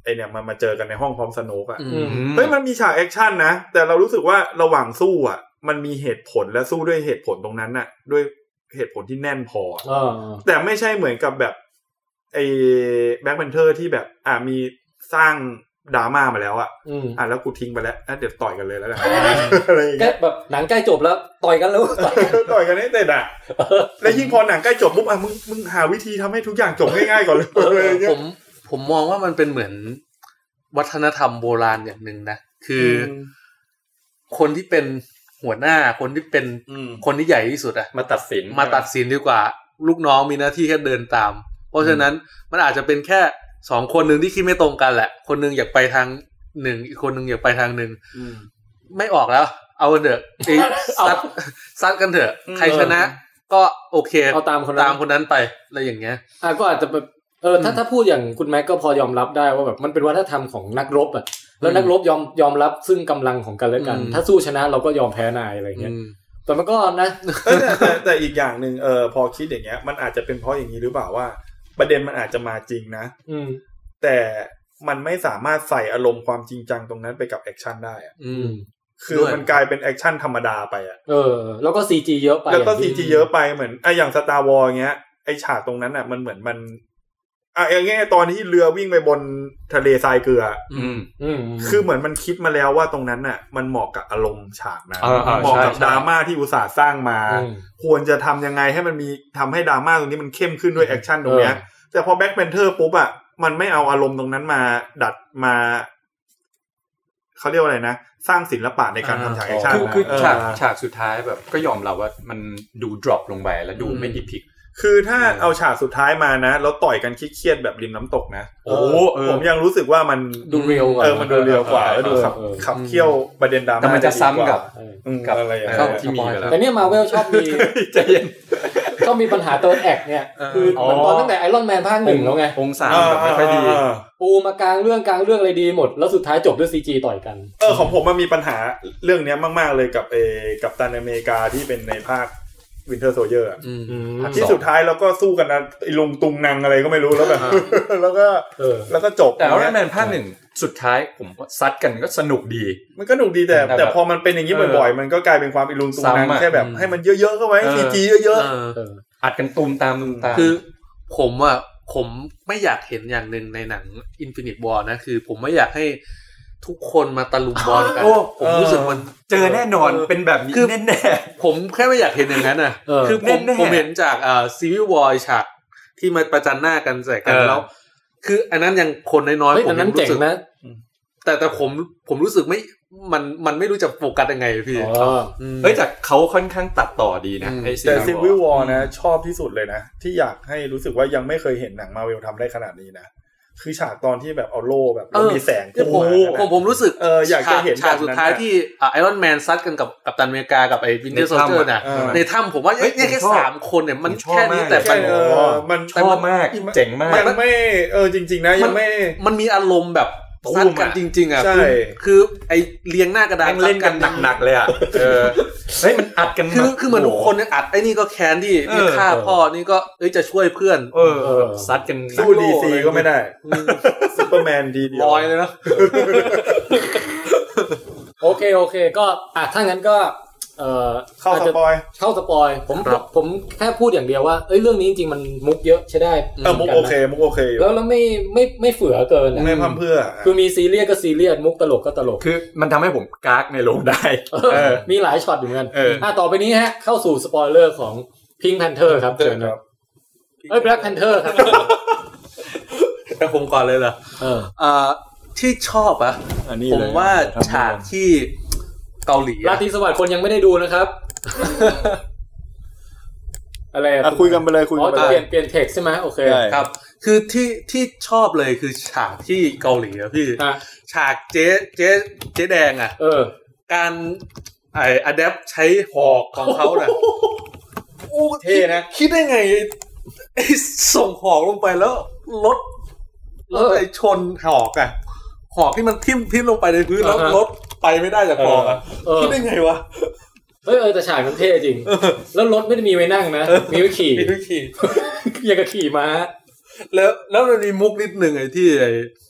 ไอเนี่ยมันมาเจอกันในห้องพร้อมสโนกอ่ะเฮ้ยมันมีฉากแอคชั่นนะแต่เรารู้สึกว่าระหว่างสู้อ่ะมันมีเหตุผลและสู้ด้วยเหตุผลตรงนั้นน่ะด้วยเหตุผลที่แน่นพอแต่ไม่ใช่เหมือนกับแบบไอ้แบล็คแพนเทอร์ที่แบบอ่ะมีสร้างดราม่ามาแล้วอ่ะอ่ะแล้วกูทิ้งไปแล้วเดี๋ยวต่อยกันเลยแล้วกันอะไรอย่างเงี้ยแบบหนังใกล้จบแล้วต่อยกันแล้วต่อยกันให้เสร็จอ่ะแล้วยิ่งพอหนังใกล้จบปุ๊บอ่ะมึงมึงหาวิธีทำให้ทุกอย่างจบง่ายๆก่อนเลยผมผมมองว่ามันเป็นเหมือนวัฒนธรรมโบราณอย่างนึงนะคือคนที่เป็นหัวหน้าคนที่เป็นคนที่ใหญ่ที่สุดอะมาตัดสินมาตัดสินดีกว่าลูกน้องมีหน้าที่แค่เดินตามเพราะฉะนั้นมันอาจจะเป็นแค่สองคนนึงที่คิดไม่ตรงกันแหละคนนึงอยากไปทางหนึ่งอีกคนนึงอยากไปทางนึงไม่ออกแล้วเอาเถอะซัดซัดกันเถอะใครชนะก็โอเคเอาตามคนตามคนนั้นไปอะไรอย่างเงี้ยอ่ะก็อาจจะแบบเออถ้าถ้าพูดอย่างคุณแม็กก็พอยอมรับได้ว่าแบบมันเป็นวัฒนธรรมของนักรบอ่ะแล้วนักรบยอมยอมรับซึ่งกำลังของกันและกันถ้าสู้ชนะเราก็ยอมแพ้นายอะไรเงี้ยแต่มันก็นะแต่แต่อีกอย่างนึงเออพอคิดอย่างเงี้ยมันอาจจะเป็นเพราะอย่างนี้หรือเปล่าว่าประเด็นมันอาจจะมาจริงนะแต่มันไม่สามารถใส่อารมณ์ความจริงจังตรงนั้นไปกับแอคชั่นได้อ่ะคือมันกลายเป็นแอคชั่นธรรมดาไปอ่ะเออแล้วก็ ซี จี เยอะไปแล้วก็ ซี จี เยอะไปเหมือนไอ้อย่าง Star Wars เงี้ยไอ้ฉากตรงนั้นอ่ะมันเหมือนมันอ่ะอย่างเงี้ยตอนที่เรือวิ่งไปบนทะเลทรายเกลืออืมอืมคือเหมือนมันคิดมาแล้วว่าตรงนั้นน่ะมันเหมาะกับอารมณ์ฉากนั้นเหมาะกับดราม่าที่อุตสาห์สร้างมาควรจะทำยังไงให้มันมีทำให้ดราม่าตรงนี้มันเข้มขึ้นด้วยแอคชั่นตรงเนี้ยแต่พอ Black Panther ปุ๊บอ่ะมันไม่เอาอารมณ์ตรงนั้นมาดัดมาเขาเรียกว่าอะไรนะสร้างศิลปะในการทำฉากแอคชั่นคือคือฉากฉากสุดท้ายแบบก็ยอมรับว่ามันดูดรอปลงไปแล้วดูไม่อีพิกคือถ้าเอาฉากสุดท้ายมานะแล้วต่อยกันเครียดๆแบบริมน้ำตกนะโอ้ผมยังรู้สึกว่ามันดูเรียลกว่าเออมันดูเรียลกว่าแล้วดูขับขับเคี่ยวประเด็นดราม่าแต่มันจะซ้ำกับกับอะไรอย่างเงี้ยที่มีกันแล้วแต่เนี่ยมาเวลชอบมีใจเย็นชอบมีปัญหาเติร์ดแอคเนี่ยคือเหมือนตอนตั้งแต่ไอรอนแมนภาคหนึ่งแล้วไงองศาแบบไม่ค่อยดีปูมากลางเรื่องกลางเรื่องอะไรดีหมดแล้วสุดท้ายจบด้วย ซี จี ต่อยกันเออของผมมันมีปัญหาเรื่องนี้มากๆเลยกับเอกับตันอเมริกาที่เป็นในภาคWinter Soldier อ่ะที่สุดท้ายเราก็สู้กันนะไอ้ลุงตุงนางอะไรก็ไม่รู้แล้วแบบแล้วก็แล้วก็จบแต่ว่าแมนภาคหนึ่งสุดท้ายผมซัดกันก็สนุกดีมันก็สนุกดีแต่แต่พอมันเป็นอย่างนี้บ่อยๆมันก็กลายเป็นความไอ้ลุงตุงนางแค่แบบให้มันเยอะๆเข้าไว้ ซี จี เยอะๆอัดกันตุมตามตุมตามคือผมอ่ะผมไม่อยากเห็นอย่างนึงในหนัง Infinite War นะคือผมไม่อยากให้ทุกคนมาตะลุมบอลกันผมรู้สึกมันเจอแน่นอนเป็นแบบนี้แน่ๆผมแค่ไม่อยากเห็นอย่างนั้นน่ะคือผมผมเห็นจากอ่า Civil War ฉากที่มาประจันหน้ากันใส่กันแล้วคืออันนั้นยังคนน้อยๆผมรู้สึกนะแต่แต่ผมผมรู้สึกไม่มันมันไม่รู้จะโฟกัสยังไงพี่เฮ้ยแต่เขาค่อนข้างตัดต่อดีนะแต่ Civil War นะชอบที่สุดเลยนะที่อยากให้รู้สึกว่ายังไม่เคยเห็นหนัง Marvel ทำได้ขนาดนี้นะคือฉากตอนที่แบบเอาโล่แบบแล้วมีแสงพุ่งมาผมผมรู้สึกเอออยากจะเห็นฉากสุดท้ายที่ไอรอนแมนซัดกันกับกัปตันอเมริกากับไอ้วินเทอร์โซลเจอร์น่ะในถ้ำผมว่าเนี่ยแค่สามคนเนี่ยมันแค่นี้แต่มันมันชอบมากเจ๋งมากมันไม่เออจริงๆนะยังไม่มันมีอารมณ์แบบซัดกันจริงๆอ่ะคือไอเรียงหน้ากระดานเล่นกันหนักๆเลยอ่ะเออเฮ้ยมันอัดกันคือคือเหมือนทุกคนเนี่ยอัดไอ้นี่ก็แค้นที่นี่ฆ่าพ่อนี่ก็เอ้ยจะช่วยเพื่อนเออซัดกันสู้ ดี ซี ก็ไม่ได้ซุปเปอร์แมนดีเดียวลอยเลยนะโอเคโอเคก็อ่ะถ้างั้นก็เอ่อเข้าสปอยเข้าสปอยผมผมแค่พูดอย่างเดียวว่าเอ้ยเรื่องนี้จริงๆมันมุกเยอะใช่ได้เออมุกโอเคมุกโอเคอยู่แล้วแล้วไม่ไม่ไม่เฟื่อเกินไม่พั่มเพื่อคือมีซีเรียสก็ซีเรียสมุกตลกก็ตลกคือมันทำให้ผมกากในโรงได้มีหลายช็อตอยู่เหมือนกันอ่ะต่อไปนี้ฮะเข้าสู่สปอยเลอร์ของ Pink Panther ครับเชิญครับเอ้ย Black Panther ครับแต่ผมก่อนเลยเหรอเอออ่าที่ชอบอ่ะผมว่าฉากที่เกาหลีราตรีสวัสดิ์คนยังไม่ได้ดูนะครับอะไรอ่ะคุยกันไปเลยคุยกันไปเปลี่ยนเปลี่ยนเท็กซ์ใช่ไหมโอเคครับคือที่ที่ชอบเลยคือฉากที่เกาหลีอะพี่ฉากเจ๊เจ๊เจ๊แดงอ่ะเออการไอ้อะแดปใช้หอกของเขาน่ะโอ้เท่นะคิดได้ไงไอ้ส่งหอกลงไปแล้วรถรถไอ้ชนหอกอ่ะหอกที่มันทิ่มทิ่มลงไปในพื้นแล้วรถไปไม่ได้จากหอกอ่ะคิดได้ไงวะเฮ้ยเออแต่ฉากมันเท่จริงแล้วรถไม่ได้มีไว้นั่งนะมีไว้ขี่มีไว้ขี่อย่างกับขี่ม้าแล้วแล้วมันมีมุกนิดนึงไอ้ที่ไอ้ท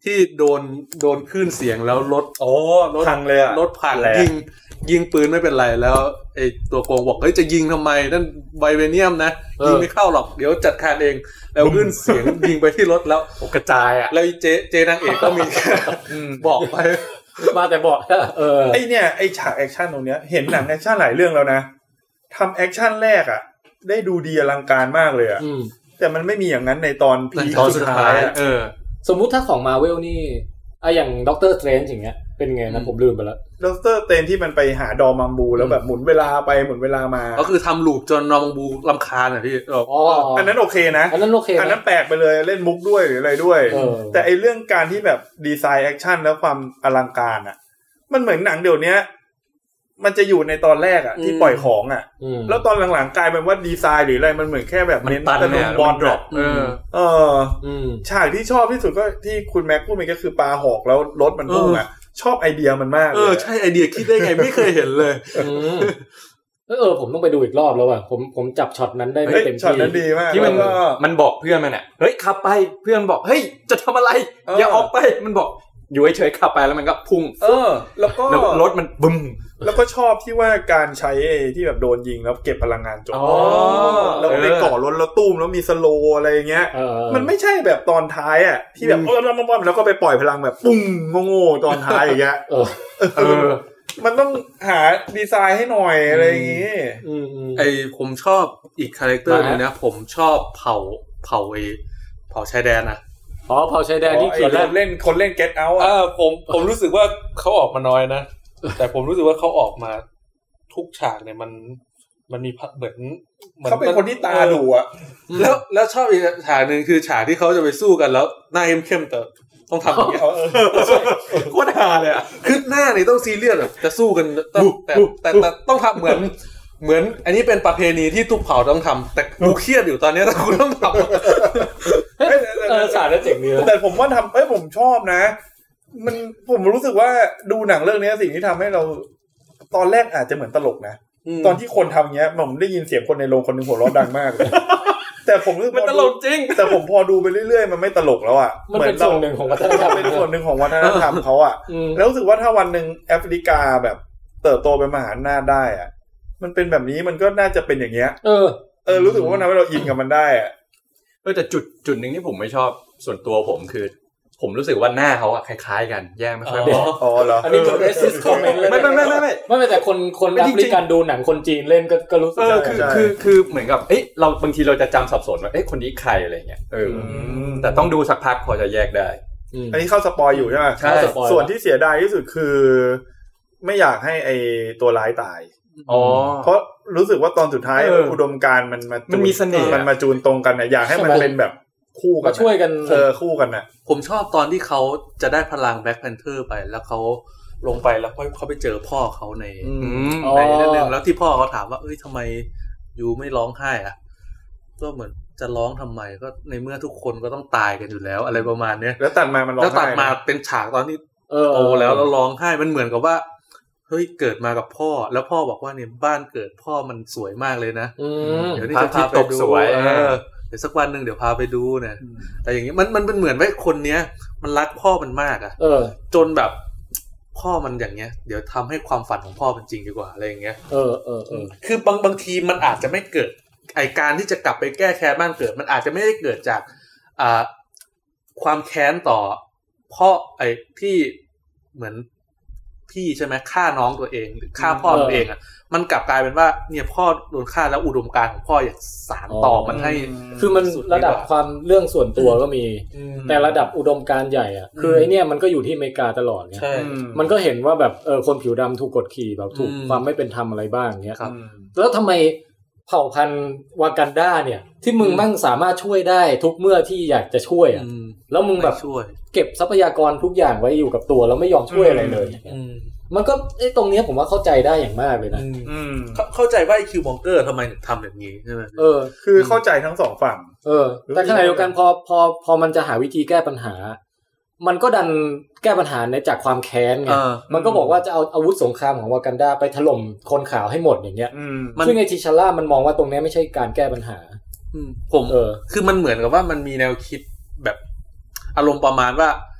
ที่โดนโดนคลื่นเสียงแล้วรถโอ้รถพังเลยอะรถพังยิงยิงปืนไม่เป็นไรแล้วไอ้ตัวโกงบอกเฮ้ยจะยิงทำไมนั่นไวเบเนียมนะยิงไม่เข้าหรอกเดี๋ยวจัดการเองแล้วคลื่นเสียงยิงไปที่รถแล้วกระจายอ่ะแล้วเจเจนางเอกก็มีบอกไปมาแต่บอกเออไอเนี่ยไอฉากแอคชั่นตรงเนี้ยเห็นหนังแอคชั่นหลายเรื่องแล้วนะทำแอคชั่นแรกอ่ะได้ดูดีอลังการมากเลยอ่ะแต่มันไม่มีอย่างนั้นในตอนพีตอนสุดท้ายเออสมมุติถ้าของ Marvel นี่อ่ะอย่างด็อกเตอร์สเตรนจ์อย่างเงี้ยเป็นไงนะผมลืมไปแล้วด็อกเตอร์สเตรนจ์ที่มันไปหาดอมัมบูแล้วแบบหมุนเวลาไปหมุนเวลามาก็คือทำลูปจนดอมัมบูรำคาญอ่ะพี่อ๋ออันนั้นโอเคนะอันนั้นโอเคอันนั้นแปลกไปเลยเล่นมุกด้วยหรืออะไรด้วยแต่ไอเรื่องการที่แบบดีไซน์แอคชั่นแล้วความอลังการอ่ะมันเหมือนหนังเดี๋ยวนี้มันจะอยู่ในตอนแรกอ่ะที่ปล่อยของอ่ะแล้วตอนหลังๆกลายเป็นว่าดีไซน์หรืออะไรมันเหมือนแค่แบบเน้นตะลุมบอลดรอปเออเออฉากที่ชอบที่สุดก็ที่คุณแม็กพูดมันก็คือปลาหอกแล้วรถมันพุ่งอ่ะชอบไอเดียมันมากเออใช่ไอเดียคิดได้ไงไม่เคยเห็นเลยเออผมต้องไปดูอีกรอบแล้วอ่ะผมผมจับช็อตนั้นได้ไม่เต็มที่ช็อตนั้นดีมากที่มันมันบอกเพื่อนมันอ่ะเฮ้ยขับไปเพื่อนบอกเฮ้ยจะทำอะไรอย่าออกไปมันบอกอยู่เฉยๆขับไปแล้วมันก็พุ่งเออแล้วก็รถมันบึ้มแล้วก็ชอบที่ว่าการใช้ไอ้ที่แบบโดนยิงแล้วเก็บพลังงานจบอ๋อแล้วได้ก่อรถแล้วตุ้มแล้วมีสโลอะไรอย่างเงี้ยมันไม่ใช่แบบตอนท้ายอ่ะที่แบบป้อมๆแล้วก็ไปปล่อยพลังแบบปุ้งโง่ๆตอนท้ายอย่างเงี้ยเออมันต้องหาดีไซน์ให้หน่อยอะไรอย่างงี้ไอผมชอบอีกคาแรคเตอร์นึงนะผมชอบเผ่าเผ่าไอเผ่าชายแดนนะอ๋อเผ่าชายแดนที่เขียนเล่นคนเล่น Get Out อ่ะผมผมรู้สึกว่าเขาออกมาน้อยนะแต่ผมรู้สึกว่าเขาออกมาทุกฉากเนี่ยมันมันมีเหมือนเขาเป็นคนที่ตาดุอ่ะแล้วแล้วชอบอีกฉากนึงคือฉากที่เขาจะไปสู้กันแล้วหน้าเข้มๆแต่ต้องทำอย่างเงี้ยโคตรฮาเลยอ่ะคือหน้านี่ต้องซีเรียสแบบจะสู้กันแต่แต่แต่ต้องทำเหมือนเหมือนอันนี้เป็นประเพณีที่ทุกเผ่าต้องทำแต่กูเครียดอยู่ตอนนี้แต่กูต้องทำเออฉากนั้นเจ๋งดีแต่ผมว่าทำเอ้ยผมชอบนะมันผมรู้สึกว่าดูหนังเรื่องนี้สิ่งที่ทำให้เราตอนแรกอาจจะเหมือนตลกนะตอนที่คนทำเงี้ยผมได้ยินเสียงคนในโรงคนนึงหัวเราะดังมากเลยแต่ผมรู้สึกมันตลกจริงแต่ผมพอดูไปเรื่อยๆมันไม่ตลกแล้วอ่ะมันเป็นส่วนหนึ่งของวัฒนธรรมเป็นส่วนหนึ่งของวัฒนธรรมเขาอ่ะแล้วรู้สึกว่าถ้าวันนึงแอฟริกาแบบเติบโตเป็นมหาอำนาจได้อ่ะมันเป็นแบบนี้มันก็น่าจะเป็นอย่างเงี้ยเออเออรู้สึกว่ามันทำให้เราอินกับมันได้อ่ะเออแต่จุดจุดนึงที่ผมไม่ชอบส่วนตัวผมคือผมรู้สึกว่าหน้าเขาอะคล้ายๆกันแยกไม่ค่อยออกอ๋อเหรออันนี้เป็น racist comment เลยไม่ไม่ไม่ไม่ไม่ไม่แต่คนคนแอฟริกันดูหนังคนจีนเล่นก็ก็รู้สึกได้คือคือคือเหมือนกับเอ๊ะเราบางทีเราจะจำสับสนว่าเอ๊ะคนนี้ใครอะไรเงี้ยเออแต่ต้องดูสักพักพอจะแยกได้อันนี้เข้าสปอยอยู่ใช่ไหมส่วนที่เสียดายที่สุดคือไม่อยากให้ไอตัวร้ายตายอ๋อเพราะรู้สึกว่าตอนสุดท้ายอุดมการณ์มันมามันมีเสน่ห์มันมาจูนตรงกันนะอยากให้มันเป็นแบบคู่กันช่วยกันเออคู่กันน่ะผมชอบตอนที่เขาจะได้พลังแบล็คแพนเทอร์ไปแล้วเขาลงไปแล้วเขาไปเจอพ่อเขาในในนั่นนึงแล้วที่พ่อเขาถามว่าเอ้ยทำไมยูไม่ร้องไห้อ่ะก็เหมือนจะร้องทำไมก็ในเมื่อทุกคนก็ต้องตายกันอยู่แล้วอะไรประมาณเนี้ยแล้วตัดมามันร้องไห้แล้วตัดมาเป็นฉากตอนที่โตแล้วแล้วร้องไห้มันเหมือนกับว่าเฮ้ยเกิดมากับพ่อแล้วพ่อบอกว่าเนี่ยบ้านเกิดพ่อมันสวยมากเลยนะเดี๋ยวนี้จะพาไปดูเออเดี๋ยวสักวันนึงเดี๋ยวพาไปดูเนี่ยแต่อย่างนี้มันมันเป็นเหมือนว่าคนเนี้ยมันรักพ่อมันมากอ่ะเออจนแบบพ่อมันอย่างเงี้ยเดี๋ยวทำให้ความฝันของพ่อเป็นจริงดีกว่าอะไรอย่างเงี้ยเออเออเออคือบางบางทีมันอาจจะไม่เกิดไอการที่จะกลับไปแก้แค้นบ้านเกิดมันอาจจะไม่ได้เกิดจากอ่าความแค้นต่อพ่อไอที่เหมือนพี่ใช่ไหมฆ่าน้องตัวเองหรือฆ่าพ่อตัวเองอ่ะมันกลับกลายเป็นว่าเนี่ยพ่อโดนฆ่าแล้วอุดมการณ์ของพ่ออยากสานต่อมันให้คือมันระดับความเรื่องส่วนตัวก็มีแต่ระดับอุดมการณ์ใหญ่อ่ะคือไอเนี่ยมันก็อยู่ที่อเมริกาตลอดเนี่ยมันก็เห็นว่าแบบเออคนผิวดำถูกกดขี่แบบถูกความไม่เป็นธรรมอะไรบ้างเงี้ยแล้วทำไมเผ่าพันธุ์วากันดาเนี่ยที่มึงมั่งสามารถช่วยได้ทุกเมื่อที่อยากจะช่วยอ่ะแล้วมึงแบบเก็บทรัพยากรทุกอย่างไว้อยู่กับตัวแล้วไม่ยอมช่วยอะไรเลยมันก็ไอ้ตรงนี้ผมว่าเข้าใจได้อย่างมากเลยนะเข้าใจว่าไอ้คิวมองเกอร์ทำไมถึงทำแบบนี้ใช่ไหมเออคือเข้าใจทั้งสองฝั่งเออแต่ขณะเดียวกันพอพอพอมันจะหาวิธีแก้ปัญหามันก็ดันแก้ปัญหาในจากความแค้นไงมันก็บอกว่าจะเอาอาวุธสงครามของวากันดาไปถล่มคนขาวให้หมดอย่างเงี้ยซึ่งไอ้ทิชาร่ามันมองว่าตรงนี้ไม่ใช่การแก้ปัญหาผมเออคือมันเหมือนกับว่ามันมีแนวคิดแบบอารมณ์ประมาณว่า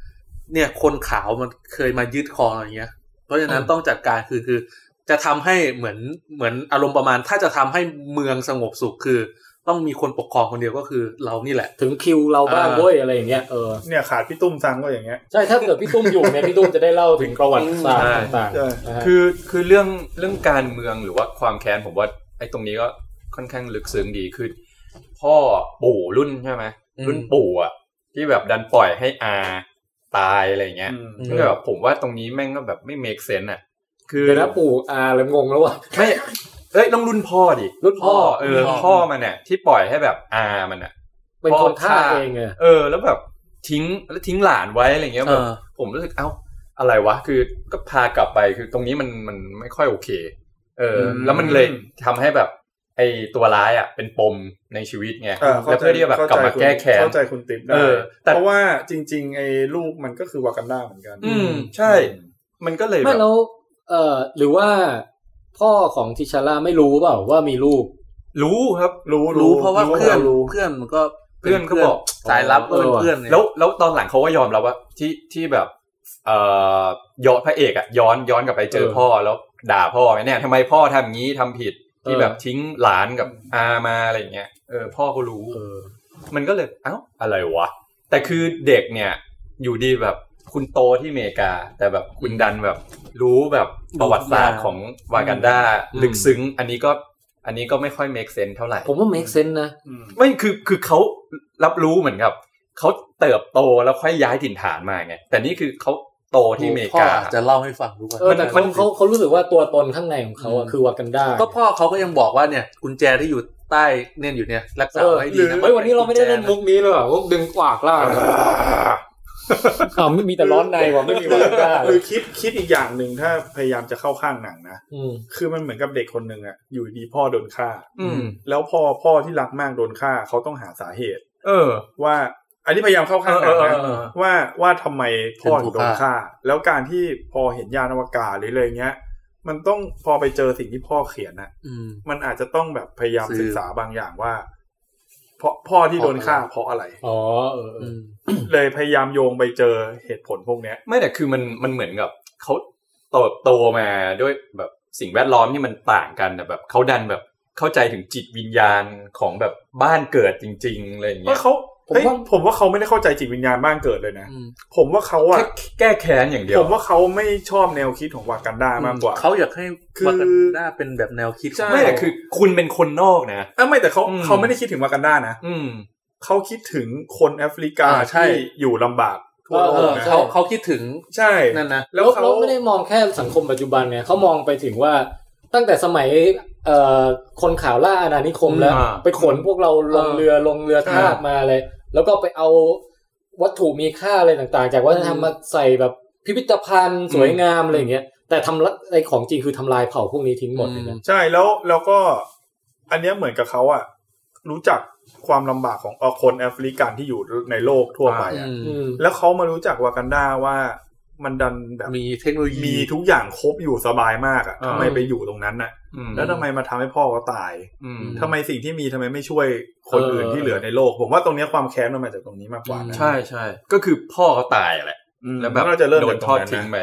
เนี่ยคนขาวมันเคยมายึดครองอะไรเงี้ยเพราะฉะนั้นต้องจัดการคือคือจะทำให้เหมือนเหมือนอารมณ์ประมาณถ้าจะทำให้เมืองสงบสุขคือต้องมีคนปกครองคนเดียวก็คือเรานี่แหละถึงคิวเราบ้างเว้ยอะไรอย่างเงี้ยเออเนี่ยขาดพี่ตุ้มซังก็อย่างเงี้ยใช่ถ้าเกิดพี่ตุ้มอยู่เนี่ยพี่ตุ้มจะได้เล่าถึงประวัติศาสตร์ต่างๆคือคือเรื่องเรื่องการเมืองหรือว่าความแค้นผมว่าไอ้ตรงนี้ก็ค่อนข้างลึกซึ้งดีคือพ่อปู่รุ่นใช่ไหมรุ่นปู่อ่ะที่แบบดันปล่อยให้อาตายอะไรเงี้ยซึ่งแบบผมว่าตรงนี้แม่งก็แบบไม่เมคเซนส์อ่ะคือเดี๋ยวนะปู่อาแล้วงงแล้วว่ะไม่เอ้ยต้องรุ่นพ่อดิรุ่นพ่อเออพ่อมันเนี่ยที่ปล่อยให้แบบอามันอ่ะเป็นคนฆ่าเองไงเออแล้วแบบทิ้งแล้วทิ้งหลานไว้อะไรเงี้ยแบบผมรู้สึกเอ้าอะไรวะคือก็พากลับไปคือตรงนี้มันมันไม่ค่อยโอเคเออแล้วมันเลยทำให้แบบไอตัวร้ายอ่ะเป็นปมในชีวิตไงแล้วเพื่อที่จะแบบกลับมาแก้แค้นเข้าใจคุณติ๊บได้เพราะว่าจริงๆไอ้ลูกมันก็คือวากันดาเหมือนกันอืมใช่มันก็เลยไม่แล้วเอ่อหรือว่าพ่อของทิชาร่าไม่รู้เปล่าว่ามีลูกรู้ครับรู้รู้เพราะว่าเพื่อนเพื่อนมันก็เพื่อนก็บอกสายลับก็เป็นเพื่อนแล้วแล้วตอนหลังเขาก็ยอมรับว่าที่ที่แบบเอ่อย้อนพระเอกอ่ะย้อนย้อนกลับไปเจอพ่อแล้วด่าพ่อไงเนี่ยทำไมพ่อทำอย่างนี้ทำผิดที่แบบทิ้งหลานกับอามาอะไรอย่างเงี้ยเออพ่อก็รู้เออมันก็เลยเอ้าอะไรวะแต่คือเด็กเนี่ยอยู่ดีแบบคุณโตที่อเมริกาแต่แบบคุณดันแบบรู้แบบประวัติศาสตร์ของวากันดาลึกซึ้งอันนี้ก็อันนี้ก็ไม่ค่อยเมคเซนส์เท่าไหร่ผมว่าเมคเซนส์นะไม่คือคือเขารับรู้เหมือนกับเขาเติบโตแล้วค่อยย้ายถิ่นฐานมาไงแต่นี่คือเขาโตที่อเมริกาจะเล่าให้ฟังรู้ป่ะเออแต่เขาเขาเขารู้สึกว่าตัวตนข้างในของเขาอ่ะคือวากันดาก็พ่อเขาก็ยังบอกว่าเนี่ยกุญแจที่อยู่ใต้เนี่ยอยู่เนี่ยรักษาไว้ดีนะเฮ้ยวันนี้เราไม่ได้เล่นมุกนี้เลยอ่ะมุกดึงกวากล่าอ้าวไม่มีแต่ร้อนในว่ะไม่มีวากันดาคือคิดคิดอีกอย่างนึงถ้าพยายามจะเข้าข้างหนังนะคือมันเหมือนกับเด็กคนนึงอ่ะอยู่ดีพ่อโดนฆ่าแล้วพ่อพ่อที่รักมากโดนฆ่าเขาต้องหาสาเหตุเออว่าอันนี้พยายามเข้าข้างหนังนะว่าว่าทำไมพ่อถึงโดนฆ่าแล้วการที่พอเห็นยานอวกาศหรืออะไรเงี้ยมันต้องพอไปเจอสิ่งที่พ่อเขียนน่ะมันอาจจะต้องแบบพยายามศึกษาบางอย่างว่าเพราะพ่อที่โดนฆ่าเพราะอะไรอ๋อเออเลยพยายามโยงไปเจอเหตุผลพวกเนี้ยไม่แต่คือมันมันเหมือนกับเขาโตโตมาด้วยแบบสิ่งแวดล้อมที่มันต่างกันแบบเขาดันแบบเข้าใจถึงจิตวิญญาณของแบบบ้านเกิดจริงๆอะไรอย่างเงี้ยเขาผมว่าผมว่าเขาไม่ได้เข้าใจจิตวิญญาณบ้านเกิดเลยนะผมว่าเขาอะแก้แค้นอย่างเดียวผมว่าเขาไม่ชอบแนวคิดของวากันดามากกว่าเขาอยากให้วากันดาเป็นแบบแนวคิดไม่แต่คือคุณเป็นคนนอกนะเออไม่แต่เขาเขาไม่ได้คิดถึงวากันดานะเขาคิดถึงคนแอฟริกาที่อยู่ลำบากทั่วโลกนะเขาเขาคิดถึงใช่นั่นนะแล้วเขาไม่ได้มองแค่สังคมปัจจุบันไงเขามองไปถึงว่าตั้งแต่สมัยเอ่อคนข่าวล่าอาณานิคมแล้วไปขนพวกเราลงเรือลงเรือทาสมาเลยแล้วก็ไปเอาวัตถุมีค่าอะไรต่างๆจากวัฒนธรรมมาใส่แบบพิพิธภัณฑ์สวยงามอะไรอย่างเงี้ยแต่ทำไอ้ของจริงคือทำลายเผ่าพวกนี้ทิ้งหมดเลยนะใช่แล้วแล้วก็อันนี้เหมือนกับเขาอะรู้จักความลำบากของคนแอฟริกันที่อยู่ในโลกทั่วไปอะแล้วเขามารู้จักวากันดาว่ามันดันแบบมีเทคโนโลยีมีทุกอย่างครบอยู่สบายมากอ่ะทำไมไปอยู่ตรงนั้นน่ะแล้วทำไมมาทำให้พ่อเขาตายทำไมสิ่งที่มีทำไมไม่ช่วยคนอื่นที่เหลือในโลกผมว่าตรงนี้ความแค้นมันมาจากตรงนี้มากกว่าใช่ใช่ก็คือพ่อเขาตายแหละแล้วแบบโดนทอดทิ้งไป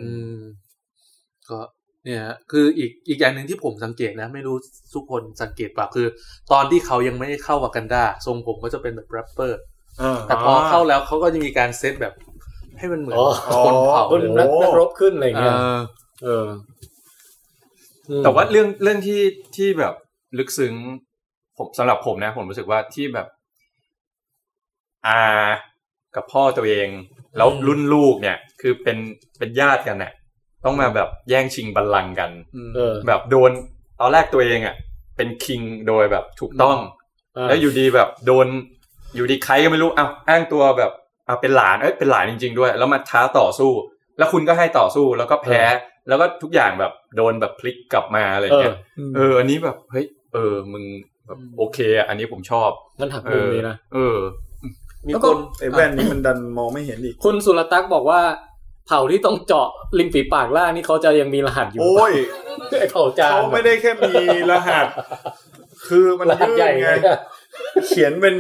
ก็เนี่ยคืออีกอีกอย่างหนึ่งที่ผมสังเกตนะไม่รู้ทุกคนสังเกตป่ะคือตอนที่เขายังไม่ได้เข้าวากันดาทรงผมก็จะเป็นแบบแรปเปอร์แต่พอเข้าแล้วเขาก็จะมีการเซตแบบให้มันเหมือนคนเผ่าเป็นนักรบขึ้นอะไรเงี้ยเออแต่ว่าเรื่องเรื่องที่ที่แบบลึกซึ้งผมสำหรับผมนะผมรู้สึกว่าที่แบบอากับพ่อตัวเองแล้วรุ่นลูกเนี่ยคือเป็นเป็นญาติกันเนี่ยต้องมาแบบแย่งชิงบัลลังก์กันแบบโดนตอนแรกตัวเองอ่ะเป็นคิงโดยแบบถูกต้องแล้วอยู่ดีแบบโดนอยู่ดีใครก็ไม่รู้อ้าวอ้างตัวแบบอ่ะเป็นหลานเอ้ยเป็นหลานจริงๆด้วยแล้วมาท้าต่อสู้แล้วคุณก็ให้ต่อสู้แล้วก็แพ้แล้วก็ทุกอย่างแบบโดนแบบพลิกกลับมาอะไรเงี้ยเอออันนี้แบบเฮ้ยเออมึงแบบโอเคอ่ะอันนี้ผมชอบมันหักมุมเลยนะเออมีคนไอ้แว่นนี้มันดันมองไม่เห็นอีกคุณสุรตักบอกว่าเผ่าที่ต้องเจาะริมฝีปากล่างนี่เขาจะยังมีรหัสอยู่โอ้ยไอ้เผ่าจานเขาไม่ได้แค่มีรหัสคือมันยืดไงเขียนเป็น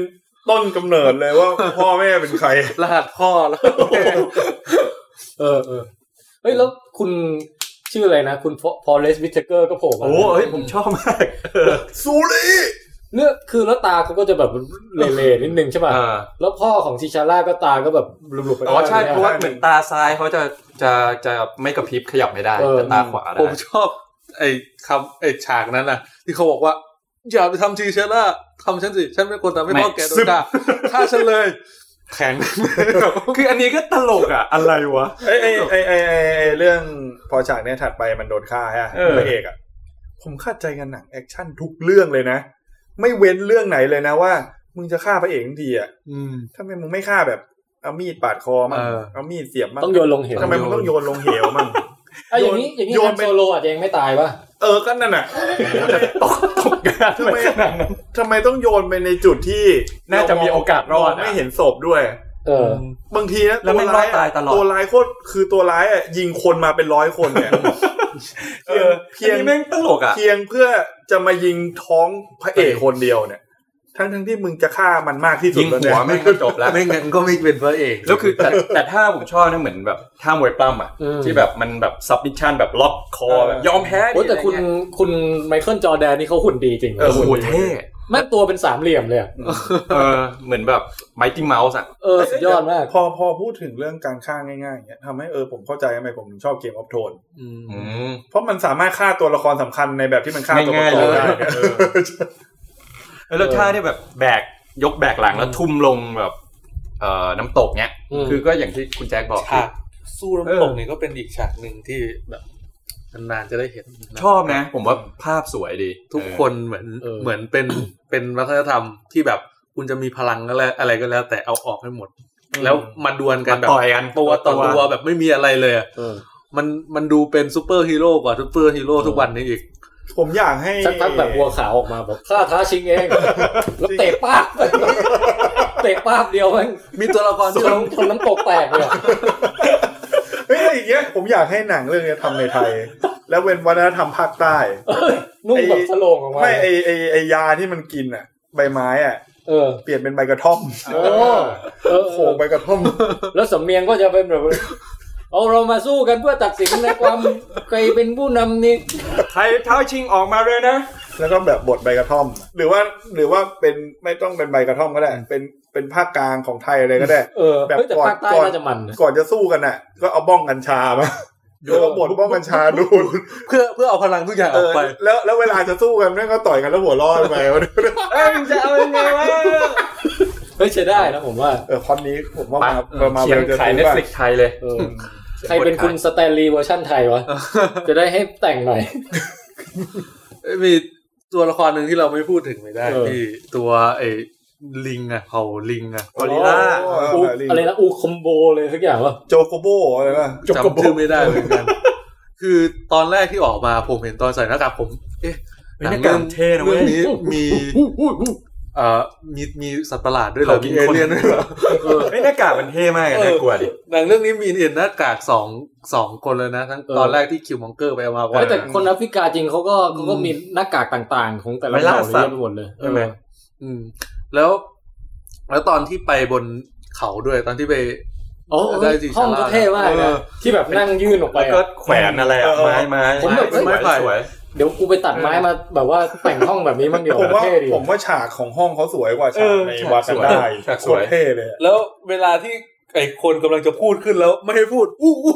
ต้นกำเนิดเลยว่าพ่อแม่เป็นใครรหัสพ่อแล้วเออเออเฮ้ยแล้วคุณชื่ออะไรนะคุณฟอเรสต์วิทเทเกอร์ก็โผล่มาโอ้เฮ้ยผมชอบมากซูริเนี่ยคือแล้วตาเขาก็จะแบบเล่ๆนิดนึงใช่ป่ะแล้วพ่อของทิชาร่าก็ตาก็แบบหลุดๆไปอ๋อใช่เพราะว่าเหมือนตาซ้ายเขาจะจะจะไม่กระพริบขยับไม่ได้แต่ตาขวาได้ผมชอบไอ้คำไอ้ฉากนั้นน่ะที่เขาบอกว่าอย่าไปทำทิชาร่าทำฉันสิฉันเป็นคนทำให้พ่อแกโดนด่าฆ่าฉันเลยแข็งคืออันนี้ก็ตลกอ่ะอะไรวะไอ้ไอ้ไอ้ไอ้ไอ้เรื่องพอฉากนี้ถัดไปมันโดนฆ่าฮะพระเอกอ่ะผมคาดใจกันหนังแอคชั่นทุกเรื่องเลยนะไม่เว้นเรื่องไหนเลยนะว่ามึงจะฆ่าพระเอกทันทีอ่ะทำไมมึงไม่ฆ่าแบบเอามีดปาดคอมันเอามีดเสียบมันต้องโยนลงเหวทำไมมึงต้องโยนลงเหวมันไอ้อย่างนี้อย่างนี้โยนโซโลอาจจะยังไม่ตายป่ะเออก็นั่นน่ะตกตกงานทำไมทำไมต้องโยนไปในจุดที่น่าจะมีโอกาสรอดไม่เห็นศพด้วยเออบางทีนะตัวร้ายตัวร้ายโคตรคือตัวร้ายอ่ะยิงคนมาเป็นร้อยคนเนี่ยเออเพียงแม่งตลกอ่ะเพียงเพื่อจะมายิงท้องพระเอกคนเดียวเนี่ยทั้งทั้งที่มึงจะฆ่ามันมากที่สุดแล้วเนี่ยยิงหัวแม่งก็จบแล้วไม่งั้นก็ไม่เป็นพระเอกแล้วคือแต่แต่ถ้าผมชอบนะเหมือนแบบท่ามวยปล้ำอ่ะที่แบบมันแบบซับมิชชั่นแบบล็อกคอแบบยอมแพ้ดิแต่คุณคุณไมเคิลจอร์แดนนี่เขาหุ่นดีจริงเออหุ่นเท่แม่ตัวเป็นสามเหลี่ยมเลยเออเหมือนแบบไมตี้เมาส์อ่ะเออสุดยอดมากพอพอพูดถึงเรื่องการฆ่าง่ายๆอย่างเงี้ยทำให้เออผมเข้าใจทำไมผมถึงชอบเกมออฟโทนเพราะมันสามารถฆ่าตัวละครสำคัญในแบบที่มันฆ่าตัวละครได้เออแล้วท่าที่แบบแบกยกแบกหลังแล้วทุ่มลงแบบเอ่อน้ำตกเนี้ยคือก็อย่างที่คุณแจ็คบอกฉากสู้น้ำตกนี่ก็เป็นอีกฉากนึงที่แบบนานๆจะได้เห็นชอบนะผมว่าภาพสวยดีทุกคนเหมือนเหมือนเป็นเป็นวัฒนธรรมที่แบบคุณจะมีพลังอะไรอะไรก็แล้วแต่เอาออกให้หมดแล้วมาดวลกันแบบต่อยกันตัวต่อตัวแบบไม่มีอะไรเลยมันมันดูเป็นซูเปอร์ฮีโร่กว่าซูเปอร์ฮีโร่ทุกวันนี้อีกผมอยากให้สักพักแบบบัวขาวออกมาแบบฆ่าท้าชิงเองแล้วเตะป้าบเตะป้าบเดียวมันมีตัวละครที่เราทนน้ำตกแตกเลยเฮ้ยอย่างเงี้ยผมอยากให้หนังเรื่องนี้ทำในไทยแล้วเป็นวัฒนธรรมภาคใต้นุ่งแบบสโลงออกมาไม่ไอไอไอยาที่มันกินอ่ะใบไม้อ่ะเออเปลี่ยนเป็นใบกระท่อมโอ้เออโขกใบกระท่อมแล้วสำเนียงก็จะเป็นแบบเอาเรามาสู้กันเพื่อตัดสินในความใครเป็นผู้นำนี่ใครท้าชิงออกมาเลยนะแล้วก็แบบบทใบกระท่อมหรือว่าหรือว่าเป็นไม่ต้องเป็นใบกระท่อมก็ได้เป็นเป็นภาคกลางของไทยอะไรก็ได้แบบก่อนก่อนก่อนจะสู้กันน่ะก็เอาบ้องกัญชามาแล้วก็บดบ้องกัญชาดูเพื่อเพื่อเอาพลังทุกอย่างออกไปแล้วแล้วเวลาจะสู้กันแม่งก็ต่อยกันแล้วหัวร้อนไปเอ้ยมึงจะเอายังไงวะเฮ้ยใช้ได้นะผมว่าเออคอนนี้ผมว่ามามาเวลจะขาย Netflix ไทยเลยใครเป็นคุณสแตนลีย์เวอร์ชั่นไทยวะจะได้ให้แต่งหน่อยมีตัวละครหนึ่งที่เราไม่พูดถึงไม่ได้ที่ตัวไอ้ลิงอ่ะเผ่าลิงอ่ะกอริลล่าอะไรนะอูคอมโบเลยทุกอย่างวะโจโกโบอะไรวะจำชื่อไม่ได้เหมือนกันคือตอนแรกที่ออกมาผมเห็นตอนใส่หน้ากากผมเอ๊ะหนังเรื่องเท่นะเว้ยนี้มีเอ่อมีมีสัตว์ประหลาดด้วยเหรอมีเอเลี่ยนด้วยเหรอเออไอ้หน้ากากมันเท่มากน่ากลัวดิหนังเรื่องนี้มีเห็นหน้ากากสอง สองคนเลยนะทั้งตอนแรกที่คิวมองเกอร์ไปเอามาแต่คนแอฟริกาจริงเขาก็เขาก็มีหน้ากากต่างๆของแต่ละเผ่าเยอะไปหมดเลยใช่มั้ยอืมแล้วแล้วตอนที่ไปบนเขาด้วยตอนที่ไปโอ้ห้องก็เท่มากนะที่แบบนั่งยื่นออกไปก็แขวนอะไรอ่ะไม้ไม้ผมแบบไม่สวยเดี๋ยวกูไปตัดไม้มาแบบว่าแต่งห้องแบบนี้มั่งเดี๋ยวผมว่าผมว่าฉากของห้องเขาสวยกว่าฉากในวากันได้โคตรเท่เลยแล้วเวลาที่ไอ้คนกำลังจะพูดขึ้นแล้วไม่ให้พูดอู้อู้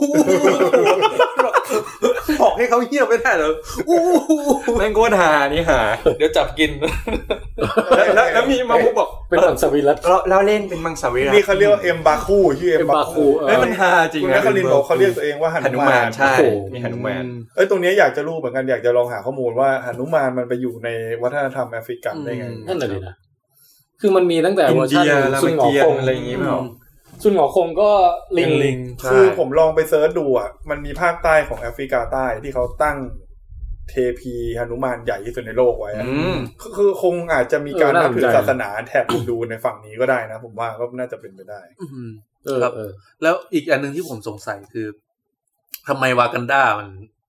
บอกให้เขาเงียบไม่ได้เหรออู้แม่งโคตรหานี่หาเดี๋ยวจับกินแล้วแล้วมีมาบอกเป็นมังสวิรัติแล้วเล่นเป็นมังสวิรัตินี่เขาเรียกว่าเอ็มบาคูชื่อเอ็มบาคูเอ้ยมันหาจริงนะเขาเรียกเขาเรียกตัวเองว่าหนุมานใช่มีหนุมานเอ้ยตรงนี้อยากจะรู้เหมือนกันอยากจะลองหาข้อมูลว่าหนุมานมันไปอยู่ในวัฒนธรรมแอฟริกันได้ไงนั่นแหละดินะคือมันมีตั้งแต่เวอร์ชันซุนหงอคงอะไรอย่างงี้มั้ยซุนหงอคงก็ลิงลิงคือผมลองไปเซิร์ชดูอ่ะมันมีภาคใต้ของแอฟริกาใต้ที่เขาตั้งเทพีหนุมานใหญ่ที่สุดในโลกไว้อ่ะคือคงอาจจะมีการนับถือศาสนาแถบฮินดูในฝั่งนี้ก็ได้นะผมว่าก็น่าจะเป็นไปได้ครับแล้วอีกอันนึงที่ผมสงสัยคือทำไมวากันดามัน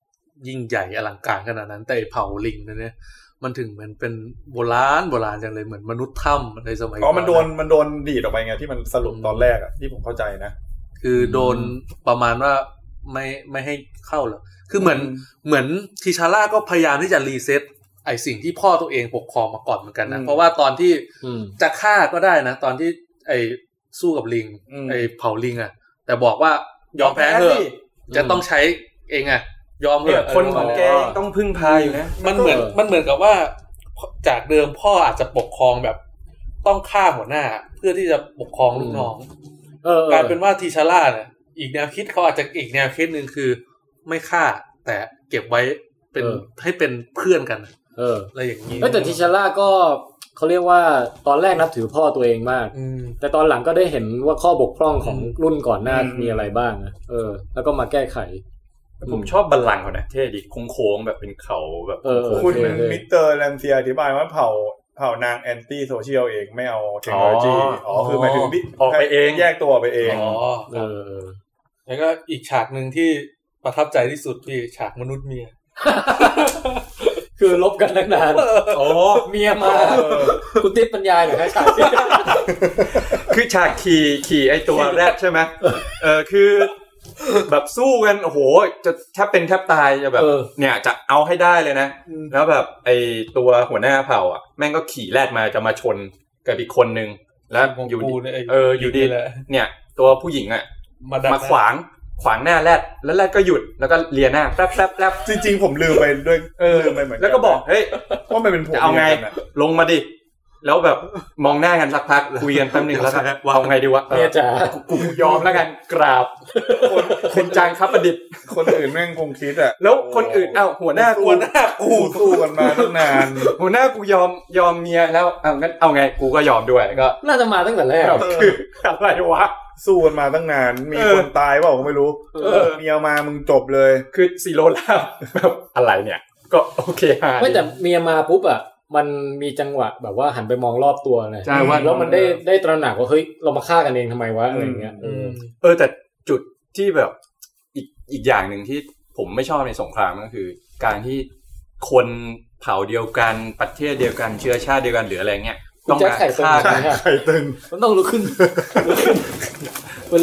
ยิ่งใหญ่อลังการขนาดนั้นแต่เผ่าลิงเนี่ยมันถึงเหมือนเป็นโบราณโบราณจังเลยเหมือนมนุษย์ถ้ำในสมัยก่อนอ๋อมันโดนมันโดนดีดออกไปไงที่มันสรุปตอนแรกอ่ะที่ผมเข้าใจนะคือโดนประมาณว่าไม่ไม่ให้เข้าหรอกคือเหมือนเหมือนทิชาร่าก็พยายามที่จะรีเซ็ตไอสิ่งที่พ่อตัวเองปกครองมาก่อนเหมือนกันนะเพราะว่าตอนที่จะฆ่าก็ได้นะตอนที่ไอสู้กับลิงไอเผาลิงอ่ะแต่บอกว่ายอมแพ้เถอะจะต้องใช้เองอ่ะยอมเถอะคนของแกต้องพึ่งพาอยู่นะมันเหมือนมันเหมือนกับว่าจากเดิมพ่ออาจจะปกครองแบบต้องฆ่าหัวหน้าเพื่อที่จะปกครองลูกน้องกลายเป็นว่าทิชาร่าเนี่ยอีกแนวคิดเขาอาจจะอีกแนวคิดนึงคือไม่ฆ่าแต่เก็บไว้เป็นให้เป็นเพื่อนกันเอออะไรอย่างนี้แต่ทิชาร่าก็เขาเรียกว่าตอนแรกนับถือพ่อตัวเองมากแต่ตอนหลังก็ได้เห็นว่าข้อบกพร่องของรุ่นก่อนหน้ามีอะไรบ้างนะเออแล้วก็มาแก้ไขผมชอบบัลลังก์เขานะเท่ดิโค้งๆแบบเป็นเขาแบบคุณมิสเตอร์แลมเซียอธิบายว่าเผ่าเผ่านางแอนตี้โซเชียลเองไม่เอาเทคโนโลยีอ๋อคือหมายถึงออกไปเองแยกตัวไปเองอ๋อเออแล้วก็อีกฉากนึงที่ประทับใจที่สุดที่ฉากมนุษย์เมียคือลบกันตั้งนานโอ้เมียมาคุณติ๊บบรรยายหน่อยครับฉากคือฉากขี่ขี่ไอตัวแรดใช่ไหมเออคือแบบสู้กันโอ้โหจะแทบเป็นแทบตายจะแบบเนี่ยจะเอาให้ได้เลยนะแล้วแบบไอตัวหัวหน้าเผ่าอ่ะแม่งก็ขี่แรดมาจะมาชนกับอีกคนนึงแล้วอยู่เอออยู่ดีเนี่ยตัวผู้หญิงอ่ะมาขวางขวางหน้าแรดแล้วแรดก็หยุดแล้วก็เลียหน้าแป๊บแป๊บแป๊บจริงๆผมลืมไปด้วยลืมไปเหมือนกันแล้วก็บอกเฮ้ยว่ามันเป็นผมเอาไงลงมาดิแล้วแบบมองหน้ากันสักพักคุยกันแป๊บนึงแล้วว่าเอาไงดีวะเนี่ยจ๋ากูยอมแล้วกันกราบคนคนจางครับประดิษฐ์คนอื่นแม่งคงคิดอ่ะแล้วคนอื่นเอ้าหัวหน้ากูหัวหน้ากูสู้กันมาตั้งนานหัวหน้ากูยอมยอมเมียแล้วเอางั้นเอาไงกูก็ยอมด้วยก็น่าจะมาตั้งแต่แรกคืออะไรวะสู้กันมาตั้งนานมีคนตายเปล่าก็ไม่รู้เมียมามึงจบเลยคือซีโร่ล่าแบบอะไรเนี่ยก็โอเคฮะไม่แต่เมียมาปุ๊บอ่ะมันมีจังหวะแบบว่าหันไปมองรอบตัวนะใช่ว่าแล้วมันได้ได้ตระหนักว่าเฮ้ยเรามาฆ่ากันเองทำไมวะอะไรเงี้ยเออเออแต่จุดที่แบบอีกอีกอย่างนึงที่ผมไม่ชอบในสงครามก็คือการที่คนเผ่าเดียวกันประเทศเดียวกันเชื้อชาติเดียวกันหรืออะไรเงี้ยต้องมาฆ่ากันไข่ตึงมันต้องลุกขึ้นมัน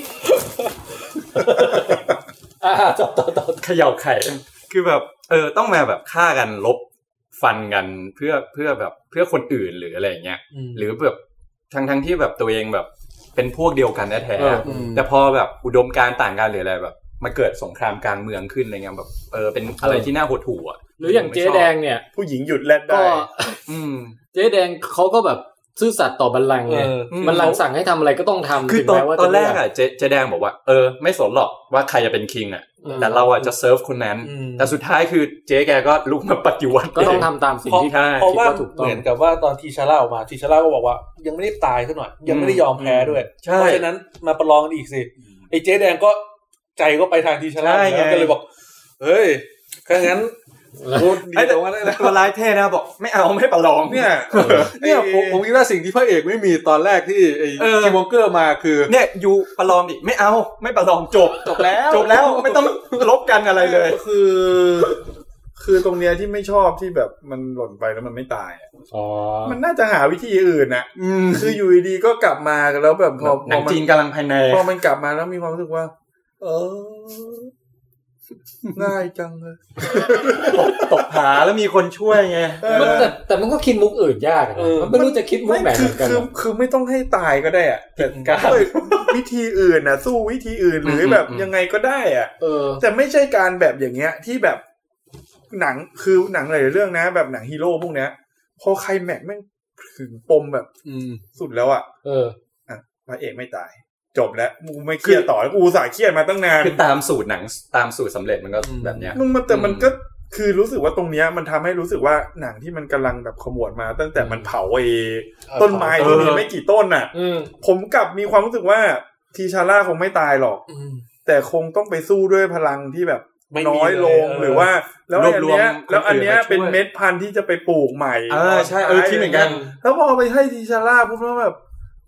อ่าต่อต่อเขย่าไข่คือแบบเออต้องมาแบบฆ่ากันลบฟันกันเพื่อเพื่อแบบเพื่อคนอื่นหรืออะไรอย่างเงี้ยหรือแบบทั้งทั้งที่แบบตัวเองแบบเป็นพวกเดียวกันแท้ๆแต่พอแบบอุดมการณ์ต่างกันหรืออะไรแบบมาเกิดสงครามกลางเมืองขึ้นอะไรเงี้ยแบบเออเป็นอะไรที่น่าหดหู่อ่ะหรืออย่างเจ๊แดงเนี่ยผู้หญิงหยุดแลดได้อืมเจ๊แดงเขาก็แบบซื่อสัตย์ต่อบัลลังก์ไงบัลลังก์สั่งให้ทำอะไรก็ต้องทำคือตอนตอนแรกอ่ะเจ๊เจ๊แดงบอกว่าเออไม่สนหรอกว่าใครจะเป็นคิงอ่ะแต่เราอ่ะจะเซิร์ฟคนนั้นแต่สุดท้ายคือเจ๊แกก็ลุกมาปฏิวัติก็ต้องทำตามสิ่งที่เพราะว่าเหมือนกับว่าตอนทีชาร่าออกมาทีชาร่าก็บอกว่ายังไม่ได้ตายซะหน่อยยังไม่ได้ยอมแพ้ด้วยเพราะฉะนั้นมาประลองอีกสิไอ้เจ๊แดงก็ใจก็ไปทางทีชาร่าก็เลยบอกเฮ้ยถ้างั้นพูดดีตรงนั้นเลยตัวร้ายเท่นะบอกไม่เอาไม่ประลองเนี่ยเนี่ยผมผมคิดว่าสิ่งที่พระเอกไม่มีตอนแรกที่ไอ้คิมวองเกอร์มาคือเนี่ยอยู่ประลองดิไม่เอาไม่ประลองจบจบแล้วจบแล้วไม่ต้องลบกันอะไรเลยคือคือตรงเนี้ยที่ไม่ชอบที่แบบมันหล่นไปแล้วมันไม่ตายอ๋อมันน่าจะหาวิธีอื่นน่ะคืออยู่ดีๆก็กลับมาแล้วแบบพอหนังจีนกำลังภายในพอมันกลับมาแล้วมีความรู้สึกว่าเออง่ายจังเลยตกผาแล้วมีคนช่วยไงแต่แต่มันก็คิดมุกอื่นยากมันไม่รู้จะคิดมุกไหนเหมือนกันคือคือไม่ต้องให้ตายก็ได้อะแต่การวิธีอื่นน่ะสู้วิธีอื่นหรือแบบยังไงก็ได้อ่ะแต่ไม่ใช่การแบบอย่างเงี้ยที่แบบหนังคือหนังหลายเรื่องนะแบบหนังฮีโร่พวกเนี้ยพอใครแม็กแม่งถึงปมแบบสุดแล้วอ่ะเอออ่ะพระเอกไม่ตายจบแล้วกูไม่เครียดต่อแล้วกูอุตส่าห์เครียดมาตั้งนานคือตามสูตรหนังตามสูตรสำเร็จมันก็แบบเนี้ยมันแต่มันก็คือรู้สึกว่าตรงเนี้ยมันทำให้รู้สึกว่าหนังที่มันกำลังแบบขมวดมาตั้งแต่มันเผาไอ้ต้นไม้ที่มีไม่กี่ต้นน่ะผมกลับมีความรู้สึกว่าทีชาร่าคงไม่ตายหรอกแต่คงต้องไปสู้ด้วยพลังที่แบบน้อยลงหรือว่าแล้วอันเนี้ยแล้วอันเนี้ยเป็นเม็ดพันธุ์ที่จะไปปลูกใหม่เออใช่เออคิดเหมือนกันแล้วพอไปให้ทีชาร่าปุ๊บแล้วแบบ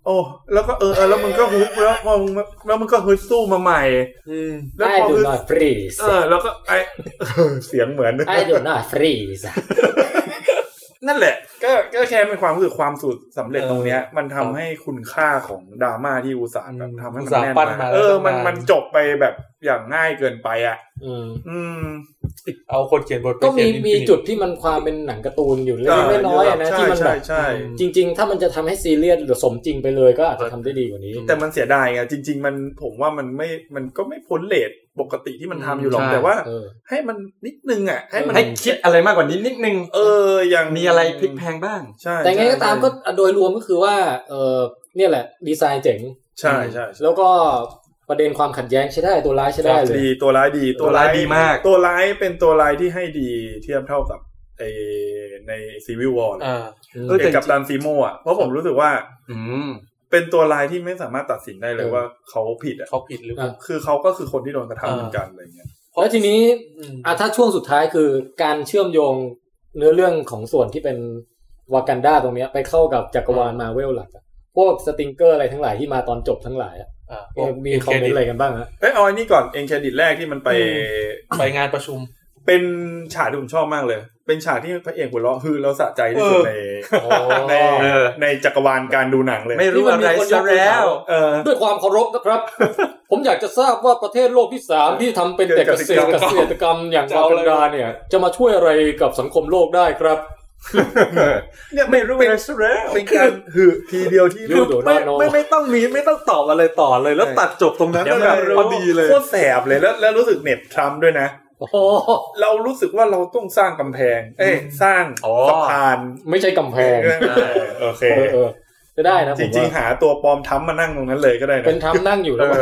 โอ้แล้วก็เออแล้วมันก็ฮุบแล้วพอแล้วมันก็ฮึดสู้มาใหม่แล้วพอฮึดฟรีซเออแล้วก็ไอเสียงเหมือนไอดูน่าฟรีซนั่นแหละก็ก็แค่เป็นความรู้สึกความสุดสำเร็จตรงเนี้ยมันทำให้คุณค่าของดราม่าที่อุตส่าห์แบบทำให้มันแน่นมาเออมันมันจบไปแบบอย่างง่ายเกินไปอ่ะอืมอืมเอาคนเขียนบทก็มีมีจุดที่มันความเป็นหนังการ์ตูนอยู่เล็กๆน้อยๆนะที่มันแบบจริงๆถ้ามันจะทำให้ซีเรียสหรือสมจริงไปเลยก็อาจจะทำได้ดีกว่านี้แต่มันเสียดายไงจริงๆมันผมว่ามันไม่มันก็ไม่พ้นเรทปกติที่มันทำอยู่หรอกแต่ว่าให้มันนิดนึงอ่ะให้มันให้คิดอะไรมากกว่านี้นิดนึงเอออย่างมีอะไรพลิกแพงบ้างใช่แต่ไงก็ตามก็โดยรวมก็คือว่าเออเนี่ยแหละดีไซน์เจ๋งใช่ใช่แล้วก็ประเด็นความขัดแย้งใช้ได้ตัวร้ายใช้ได้เลยดีตัวร้ายดีตัวร้ายดีมากตัวร้ายเป็นตัวร้ายที่ให้ดีเทียบเท่ากับไอใน Civil War เลยเออกับดันซีโมอ่ะเพราะผมรู้สึกว่าอืมเป็นตัวร้ายที่ไม่สามารถตัดสินได้เลยว่าเขาผิดอ่ะเขาผิดหรือเปล่าคือเขาก็คือคนที่โดนกระทำเหมือนกันอะไรเงี้ยแล้วทีนี้อ่ะถ้าช่วงสุดท้ายคือการเชื่อมโยงเนื้อเรื่องของส่วนที่เป็นวากันดาตรงเนี้ยไปเข้ากับจักรวาลมาเวลหลักพวกสติงเกอร์อะไรทั้งหลายที่มาตอนจบทั้งหลายอ่ะมีคอมเมนต์อะไรกันบ้างฮะเอ้ยเอาอันนี้ก่อนเอ็นเครดิตแรกที่มันไปไปงานประชุมเป็นฉากที่ผมชอบมากเลยเป็นฉากที่พระเอกหัวเราะคือเราสะใจที่สุดในในในจักรวาลการดูหนังเลยไม่รู้อะไรซะแล้วด้วยความเคารพนะครับ ผมอยากจะทราบว่าประเทศโลกที่สามที่ทำเป็นแต่เกษตรเกษตรกรรมอย่างวากันดาเนี่ยจะมาช่วยอะไรกับสังคมโลกได้ครับเนี่ยไม่รู้อะไรซะแล้วเป็นการหือทีเดียวที่ไม่ไม่ไม่ต้องมีไม่ต้องตอบอะไรต่อเลยแล้วตัดจบตรงนั้นแบบพอดีเลยโคตรแสบเลยแล้วแล้วรู้สึกเน็ตทรัมป์ด้วยนะเรารู้สึกว่าเราต้องสร้างกำแพงเอ้ยสร้างสะพานไม่ใช่กำแพงโอเคจะได้นะจริงๆหาตัวปลอมทำมานั่งตรงนั้นเลยก็ได้นะเป็นทำนั่งอยู่แล้ว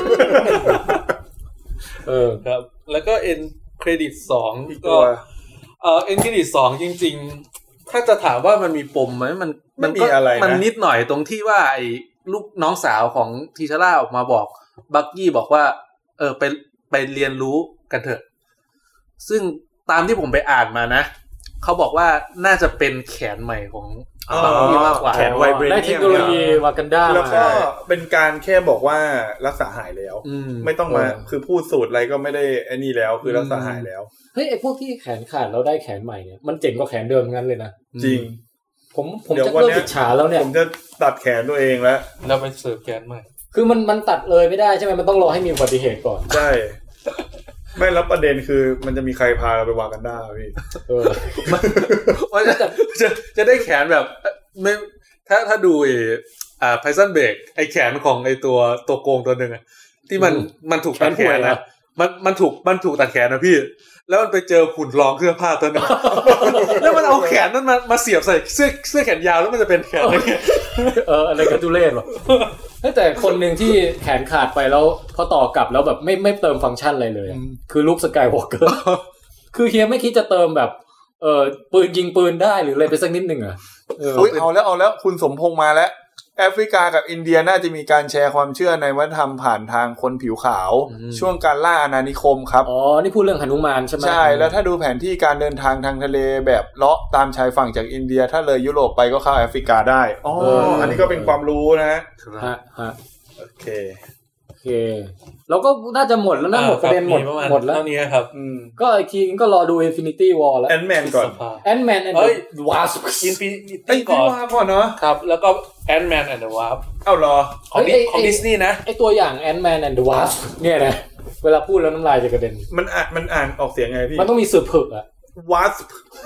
เออครับแล้วก็เอ็นเครดิตสองก็เออเอ็นเครดิตสองจริงๆถ้าจะถามว่ามันมีปมไหมมันมันมีอะไรมันนิดหน่อยตรงที่ว่าไอ้ลูกน้องสาวของทีชาร่าออกมาบอกบักกี้บอกว่าเออไปไปเรียนรู้กันเถอะซึ่งตามที่ผมไปอ่านมานะเขาบอกว่าน่าจะเป็นแขนใหม่ของบักกี้มากกว่าแขนไวเบรเนียมได้เทคโนโลยีวากันดาแล้วก็เป็นการแค่บอกว่ารักษาหายแล้วไม่ต้องมาคือพูดสูตรอะไรก็ไม่ได้ไอ้นี่แล้วคือรักษาหายแล้วเฮ้ยไอ้พวกที่แขนขาดแล้วได้แขนใหม่เนี่ยมันเจ๋งกว่าแขนเดิมงั้นเลยนะจริงผมผมจะเริ่มอิจฉาแล้วเนี่ยผมจะตัดแขนตัวเองแล้วแล้วไปเสริมแขนใหม่คือมันมันตัดเลยไม่ได้ใช่ไหมมันต้องรอให้มีอุบัติเหตุก่อนใช่ไม่รับประเด็นคือมันจะมีใครพาเราไปวากันดาพี่เออว่าจะจะจะได้แขนแบบไม่ถ้าถ้าดูไอ้อ่าไพซันเบรกไอ้แขนของไอ้ตัวตัวโกงตัวนึงอ่ะที่มันมันถูกตัดแขนนะมันมันถูกมันถูกตัดแขนนะพี่แล้วมันไปเจอหุ่นรองเสื้อผ้าตัวนึงแล้วมันเอาแขนนั้นมามาเสียบใส่เสื้อเสื้อแขนยาวแล้วมันจะเป็นแขนอะไรเงี้ยเอออะไรกันทุเรศวะแต่คนนึงที่แขนขาดไปแล้วพอต่อกลับแล้วแบบไม่ไม่เติมฟังก์ชันอะไรเลยคือลุคสกายวอล์กเกอร์คือเฮียไม่คิดจะเติมแบบเออปืนยิงปืนได้หรืออะไรไปสักนิดนึงอ่ะเออเอาแล้วเอาแล้วคุณสมพงษ์มาแล้วแอฟริกากับอินเดียน่าจะมีการแชร์ความเชื่อในวัฒนธรรมผ่านทางคนผิวขาวช่วงการล่าอาณานิคมครับอ๋อนี่พูดเรื่องหนุมานใช่ไหมใช่แล้วถ้าดูแผนที่การเดินทางทางทะเลแบบเลาะตามชายฝั่งจากอินเดียถ้าเลยยุโรปไปก็เข้าแอฟริกาได้อ๋ออันนี้ก็เป็นความรู้นะฮะฮะโอเคโอเคเราก็น่าจะหมดแล้วนะหมดประเด็นหมดหมดแล้วเท่านี้ครับก็อีกทีก็รอดู Infinity War แล้ว Ant-Man ก่อน Ant-Man and the Wasp Infinity ก่อนเนาะครับแล้วก็ Ant-Man and the Wasp เอ้ารอของของดิสนีย์นะไอตัวอย่าง Ant-Man and the Wasp เนี่ยนะเวลาพูดแล้วน้ำลายจะกระเด็นมันอ่านมันอ่านออกเสียงไงพี่มันต้องมีสืบผึกอ่ะ Wasp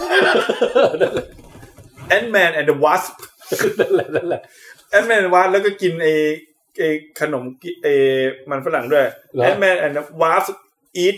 Ant-Man and the Wasp นั่นแหละนั่นแหละ Ant-Man and the Wasp แล้วก็กินไอไอ้ขนมไอ้มันฝรั่งด้วย Ant-Man and the Wasp eat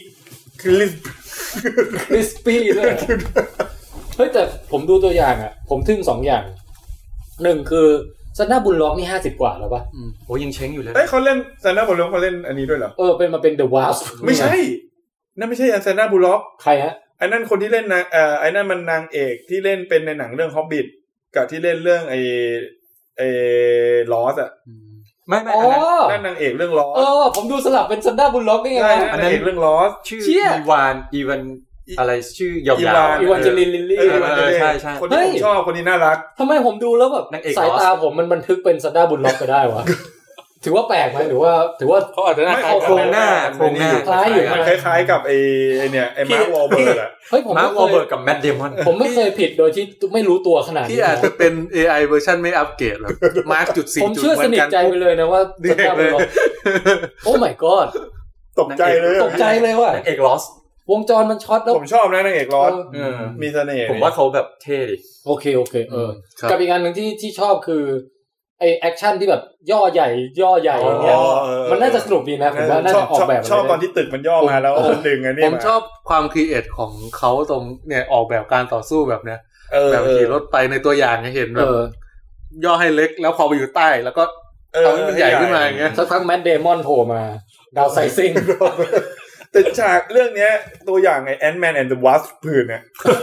crispy ด้วยเฮ้ยแต่ผมดูตัวอย่างอ่ะผมทึ่งสองอย่างหนึ่งคือซันน่าบุลล็อกนี่ห้าสิบกว่าแล้วป่ะโอ้ยังเช้งอยู่เลยเอ้ยเขาเล่นซันน่าบุลล็อกมาเล่นอันนี้ด้วยเหรอเออเป็นมาเป็น The Wasp ไม่ใช่นั่นไม่ใช่ซันน่าบุลล็อกใครฮะไอ้นั่นคนที่เล่นนะเอ่อไอ้นั่นมันนางเอกที่เล่นเป็นในหนังเรื่อง Hobbit กับที่เล่นเรื่องไอ้ไอ้ Lost อ่ะไม่ไม่อันนั้นนางเอกเรื่องล้อเออผมดูสลับเป็นซันด้าบุลล็อกนี่ไงอันนั้นเอกเรื่องล้อชื่ออีวานอีวานอะไรชื่อยาวๆอีวานเจลินลิลลี่ใช่ใช่คนที่ผมชอบคนนี้น่ารักทำไมผมดูแล้วแบบสายตาผมมันบันทึกเป็นซันด้าบุลล็อกไปได้วะถือว่าแปลกไหมหรือว่าถือว่าเขาอาจจะหน้าคล้ายโครงหน้าโครงหน้าคล้ายอยู่มันคล้ายๆกับไอ้ไอ้เนี่ยไอ้มาร์ควอลเบิร์กอะเฮ้ยผมมาร์ควอลเบิร์กกับแมทเดมอนผมไม่เคยผิดโดยที่ไม่รู้ตัวขนาดนี้ที่อาจจะเป็น เอ ไอ เวอร์ชันไม่อัปเกรดหรอกมาร์กจุดสี่ผมเชื่อสนิทใจไปเลยนะว่าซันด้าบุลล็อกโอ้ my god ตกใจเลยตกใจเลยว่ะนางเอกลอสวงจรมันช็อตแล้วผมชอบนะนางเอกลอสมีเสน่ห์ผมว่าเขาแบบเท่ดิโอเคโอเคเออกับอีกงานหนึ่งที่ที่ชอบคือไอแอคชั่นที่แบบย่อใหญ่ย่อใหญ่อย่างเงี้ยมันน่าจะสนุกดีนะผมว่าน่าจะออกแบบชอบตอนที่ตึกมันย่อมาแล้วมันดึงอันนี้ผมชอบความครีเอทของเขาตรงเนี่ยออกแบบการต่อสู้แบบเนี้ยแบบขี่รถไปในตัวอย่างเห็นแบบย่อให้เล็กแล้วพอไปอยู่ใต้แล้วก็ทำให้มันใหญ่ขึ้นมาอย่างเงี้ยสักพักแมทเดมอนโผล่มาดาวไซซิ่งแต่ฉากเรื่องนี้ตัวอย่างไอ้ Ant-Man and the Wasp ผื่นเนี่ย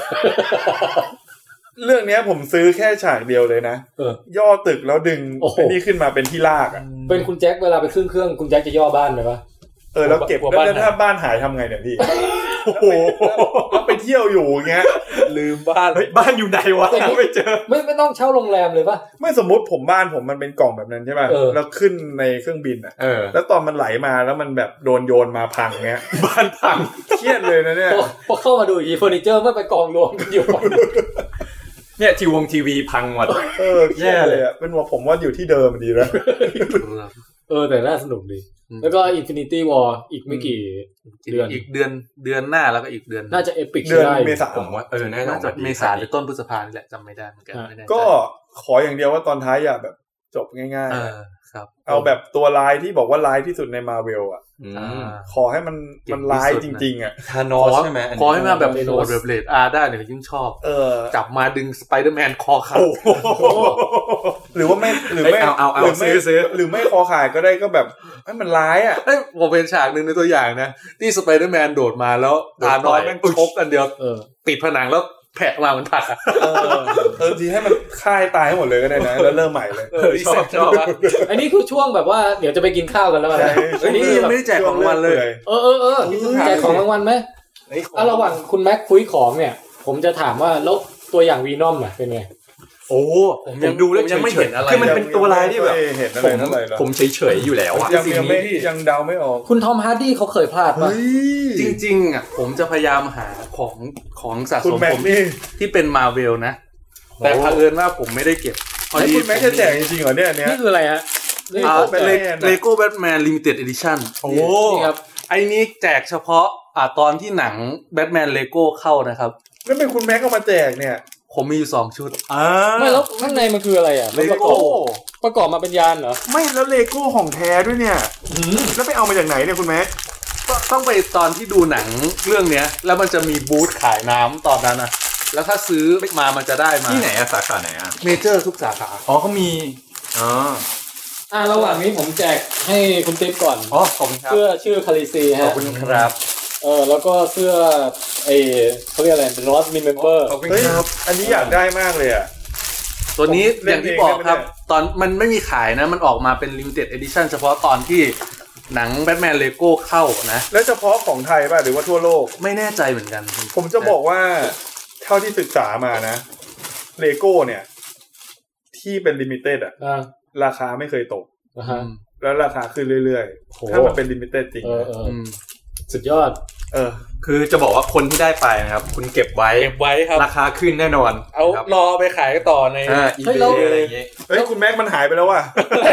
เรื่องนี้ผมซื้อแค่ฉากเดียวเลยนะย่อตึกแล้วดึงนี่ขึ้นมาเป็นที่ลากอ่ะเป็นคุณแจ็คเวลาไปขึ้นเครื่องคุณแจ็คจะย่อบ้านไหมวะเออแล้วเก็บแล้วถ้าบ้านหายทำไงเนี่ยพี่โอ้โหแล้วไปเที่ยวอยู่เงี้ยลืมบ้านบ้านอยู่ไหนวะไม่เจอไม่ไม่ต้องเช่าโรงแรมเลยป่ะไม่สมมติผมบ้านผมมันเป็นกล่องแบบนั้นใช่ป่ะแล้วขึ้นในเครื่องบินอ่ะแล้วตอนมันไหลมาแล้วมันแบบโดนโยนมาพังเงี้ยบ้านพังเครียดเลยนะเนี่ยพอเข้ามาดูอีเฟอร์นิเจอร์ไม่ไปกองรวมกันอยู่เนี่ยทีวงทีวีพังหมดเออแย่เลยอ่ะเป็นว่าผมว่าอยู่ที่เดิมดีแล้วเออแต่น่าสนุกดีแล้วก็ Infinity War อีกไม่กี่เดือนอีกเดือนเดือนหน้าแล้วก็อีกเดือนน่าจะเอปิกเดือนเมษาผมว่าเออน่าจะเมษาหรือต้นพฤษภาคมนี่แหละจำไม่ได้เหมือนกันไม่แน่ใจก็ขออย่างเดียวว่าตอนท้ายอย่าแบบจบง่ายๆเออครับเอาแบบตัวร้ายที่บอกว่าร้ายที่สุดใน Marvel อ่ะขอให้มันมันร้ายจริงๆอ่ะธานอสใช่มั้ยขอให้มาแบบโหดแบบเรดอาร์ได้เนี่ยยิ่งชอบเออจับมาดึงสไปเดอร์แมนคอขาดหรือว่าไม่หรือไม่หรือไม่หรือไม่คอขาดก็ได้ก็แบบให้มันร้ายอ่ะเอ้ยผมเป็นฉากนึงในตัวอย่างนะที่สไปเดอร์แมนโดดมาแล้วธานอสแม่งชกกันเดียวติดผนังแล้วแผลมาเหมือนผักเออเออทีให้มันฆ่าให้ตายให้หมดเลยก็ได้นะแล้วเริ่มใหม่เลยเออชอบชอบอันนี้คือช่วงแบบว่าเดี๋ยวจะไปกินข้าวกันแล้วนะอันนี้ยังไม่ได้แจกของรางวัลเลยเออเออเออแจกของรางวัลไหมอ่ะระหว่างคุณแม็กคุยของเนี่ยผมจะถามว่าแล้วตัวอย่างวีนอมอ่ะเป็นไงโอ้ผมยังดูแล้วยังไม่เห็นอะไรคือมันเป็นตัวลายที่แบบผมผมเฉยๆอยู่แล้วอ่ะยังยังไม่ยังเดาไม่ออกคุณทอมฮาร์ดี้เขาเคยพลาดป่ะจริงๆอ่ะผมจะพยายามหาของของสะสมผมที่เป็นมาเวลนะแต่เผอิญว่าผมไม่ได้เก็บพอดีคุณแม็กจะแจกจริงๆเหรอเนี่ยอันเนี้ยนี่คืออะไรฮะเลโก้แบทแมนลิมิเต็ดเอดิชั่นโอ้ครับไอ้นี้แจกเฉพาะอ่าตอนที่หนังแบทแมนเลโก้เข้านะครับแล้วเป็นคุณแม็กเอามาแจกเนี่ยผมมีอยู่สองชุดอ่าไม่แล้วข้างในมันคืออะไรอ่ะเลโก้ประกอบมาเป็นยานเหรอไม่แล้วเลโก้ของแท้ด้วยเนี่ยแล้วไปเอามาจากไหนเนี่ยคุณแม็กต้องไปตอนที่ดูหนังเรื่องเนี้ยแล้วมันจะมีบูธขายน้ำตอนนั้นนะแล้วถ้าซื้อมามันจะได้มาที่ไหนอะสาขาไหนอะเมเจอร์ทุกสาขาอ๋อเขามีอ๋ออ่าระหว่างนี้ผมแจกให้คุณติ๊บก่อนอ๋อขอบคุณครับเสื้อชื่อคาริซีฮะขอบคุณครับเออแล้วก็เสื้อไอ้เขาเรียกอะไรเป็นลอสมิเมมเบอร์เฮ้ยอันนี้อยากได้มากเลยอ่ะตัวนี้อย่างที่บอกครับตอนมันไม่มีขายนะมันออกมาเป็น limited edition เฉพาะตอนที่หนังแบทแมนเลโก้เข้านะแล้วเฉพาะของไทยป่ะหรือว่าทั่วโลกไม่แน่ใจเหมือนกันผมจะบอกว่าเท่าที่ศึกษามานะเลโก้เนี่ยที่เป็น limited อ่ะราคาไม่เคยตกแล้วราคาขึ้นเรื่อยๆถ้ามันเป็น limited จริงสุดยอดเออคือจะบอกว่าคนที่ได้ไปนะครับคุณเก็บไว้เก็บไว้ครับราคาขึ้นแน่นอนเอารอไปขายต่อในอีเบย์อะไรอย่างเงี้ยเฮ้ยคุณแม็กมันหายไปแล้วว่ะ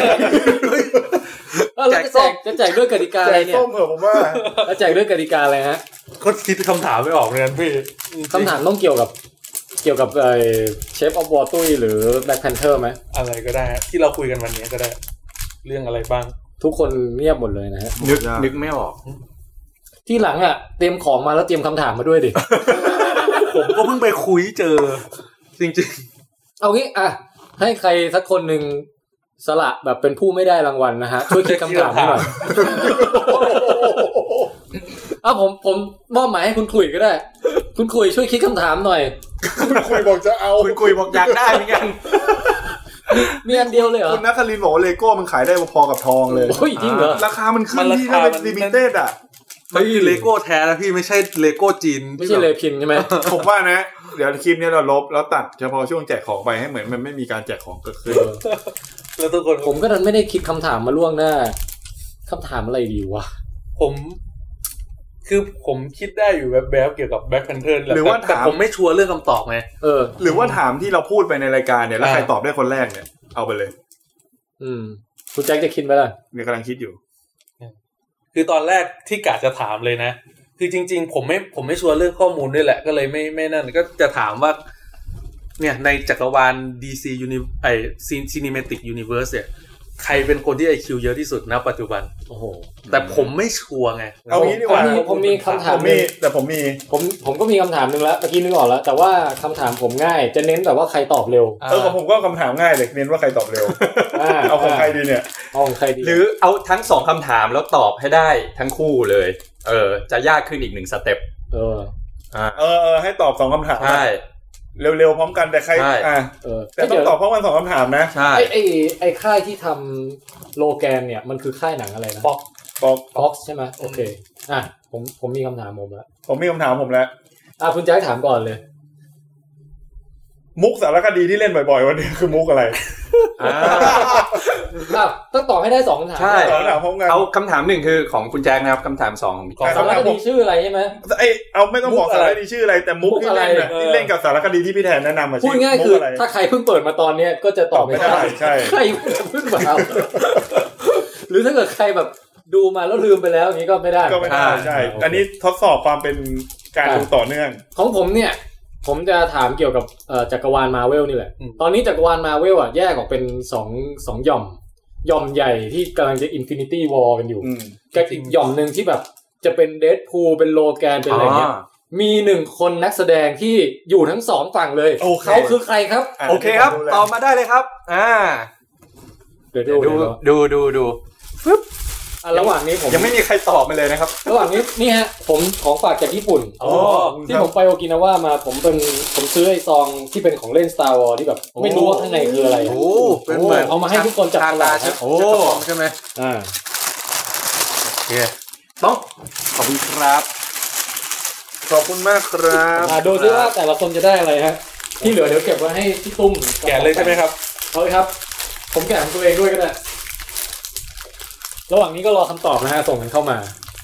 แจกส้มจะแจกด้วยกติกาอะไรเนี่ยแจกส้มเหรอผมว่าแล้วแจกด้วยกติกาอะไรฮะก็คิดคำถามไม่ออกเลยพี่คำถามต้องเกี่ยวกับเกี่ยวกับไอ้เชฟออฟวอร์ตุ้ยหรือแบล็คแพนเทอร์ไหมอะไรก็ได้ที่เราคุยกันวันนี้ก็ได้เรื่องอะไรบ้างทุกคนเงียบหมดเลยนะฮะนึกนึกไม่ออกที่หลังอ่ะเตรียมของมาแล้วเตรียมคำถามมาด้วยดิผมก็เพิ่งไปคุยเจอจริงๆเอางี้อ่ะให้ใครสักคนหนึ่งสละแบบเป็นผู้ไม่ได้รางวัลนะฮะช่วยคิดคำถามให้หน่อยอ่ะผมผมมอบหมายให้คุณคุยก็ได้คุณคุยช่วยคิดคำถามหน่อยคุณคุยบอกจะเอาคุณคุยบอกอยากได้เหมือนกันมีอันเดียวเลยเหรอคุณนักคลินบอกว่าเลโก้มันขายได้พอกับทองเลยโอ้ยจริงเหรอราคามันขึ้นที่ถ้าเป็นลิมิเต็ดอ่ะมันคือเลโก้แท้นะพี่ไม่ใช่เลโก้จีนไม่ใช่เลพินใช่ไหมผมว่านะเดี๋ยวคลิปนี้เราลบแล้วตัดเฉพาะช่วงแจกของไปให้เหมือนมันไม่มีการแจกของเกิดขึ้นแล้วทุกคนผมก็ดันไม่ได้คิดคำถามมาล่วงหน้าคำถามอะไรดีวะผมคือผมคิดได้อยู่แบบๆเกี่ยวกับแบ็คแพนเทอร์หรือว่าแต่ผมไม่ชัวร์เรื่องคำตอบไงเออหรือว่าถามที่เราพูดไปในรายการเนี่ยแล้วใครตอบได้คนแรกเนี่ยเอาไปเลยอืมคุณแจ็คจะคิดไหมล่ะเนี่ยกำลังคิดอยู่คือตอนแรกที่กะจะถามเลยนะคือจริงๆผมไม่ผมไม่ชัวร์เรื่องข้อมูลด้วยแหละก็เลยไม่ไม่นั่นก็จะถามว่าเนี่ยในจักรวาล ดี ซี Uni ไอ้ Cinematic Universe เนี่ยใครเป็นคนที่ ไอ คิว เยอะที่สุดณปัจจุบันโอ้โหแต่ผมไม่ชัวร์ไงเอางี้ดีกว่าผมมีคำถามมีแต่ผมมีผมผมก็มีคำถามนึงแล้วเมื่อกี้นึกออกแล้วแต่ว่าคำถามผมง่ายจะเน้นแบบว่าใครตอบเร็วเออผมก็คำถามง่ายเลยเน้นว่าใครตอบเร็วเอาของใครดีเนี่ยเอาของใครดีหรือเอาทั้งสองคำถามแล้วตอบให้ได้ทั้งคู่เลยเออจะยากขึ้นอีกหนึ่งสเต็ปเอออ่าเออเออให้ตอบสองคำถามใช่เร็วๆพร้อมกันแต่ใครอ่าเออแต่ต้องตอบพร้อมกันสองคำถามนะใช่ไอ้ไอ้ไอ้ค่ายที่ทำโลแกนเนี่ยมันคือค่ายหนังอะไรนะฟ็อกฟ็อกฟ็อกใช่ไหมโอเคอ่ะผมผมมีคำถามผมแล้วผมมีคำถามผมแล้วอ่ะคุณแจ็คถามก่อนเลยมุกสารคดีที่เล่นบ่อยๆวันนี้คือมุกอะไรอ่าต้องตอบให้ได้สองคำถามใช่สองคำถามพร้อมกันเอาคำถามหนึ่งคือของคุณแจ็คนะครับคำถามสองของสารคดีชื่ออะไรใช่ไหมไอเอาไม่ต้องบอกสารคดีชื่ออะไรแต่มุกที่เล่นที่เล่นกับสารคดีที่พี่แทนแนะนำมาพูดง่ายคือถ้าใครเพิ่งเปิดมาตอนนี้ก็จะตอบไม่ได้ใช่ใครเพิ่งมาหรือถ้าเกิดใครแบบดูมาแล้วลืมไปแล้วนี้ก็ไม่ได้ก็ไม่ได้ใช่อันนี้ทดสอบความเป็นการดูต่อเนื่องของผมเนี่ยผมจะถามเกี่ยวกับจักรวาล Marvel นี่แหละตอนนี้จักรวาล Marvel อ่ะแยกออกเป็นสอง สองหย่อมหย่อมใหญ่ที่กำลังจะ Infinity War กันอยู่กับอีกหย่อมนึงที่แบบจะเป็น Deadpool เป็น Logan เป็นอะไรเงี้ยมีหนึ่งคนนักแสดงที่อยู่ทั้งสองฝั่งเลยเขาคือใครครับโอเคครับตอบมาได้เลยครับอ่าเดี๋ยวดูดูดูดูปึ๊บอ่ะระหว่างนี้ผมยังไม่มีใครตอบมาเลยนะครับระหว่างนี้นี่ฮะผมของฝากจากญี่ปุ่นอ๋อที่ผมไปโอกินาวามาผมเป็นผมซื้อไอ้ซองที่เป็นของเล่น Star Wars ที่แบบไม่รู้ว่าข้างในคืออะไรโอ้เป็นเหมือนเอามาให้ทุกคนจับตาโอ้ใช่ไหมอ่าโอเคต้องขอบคุณครับขอบคุณมากครับอ่าดูซิว่าแต่ละคนจะได้อะไรฮะที่เหลือเดี๋ยวเก็บไว้ให้พี่ตุ้มแกะเลยใช่ไหมครับเอาเลยครับผมแกะของตัวเองด้วยก็ได้ระหว่างนี้ก็รอคำตอบนะฮะส่งกันเข้ามา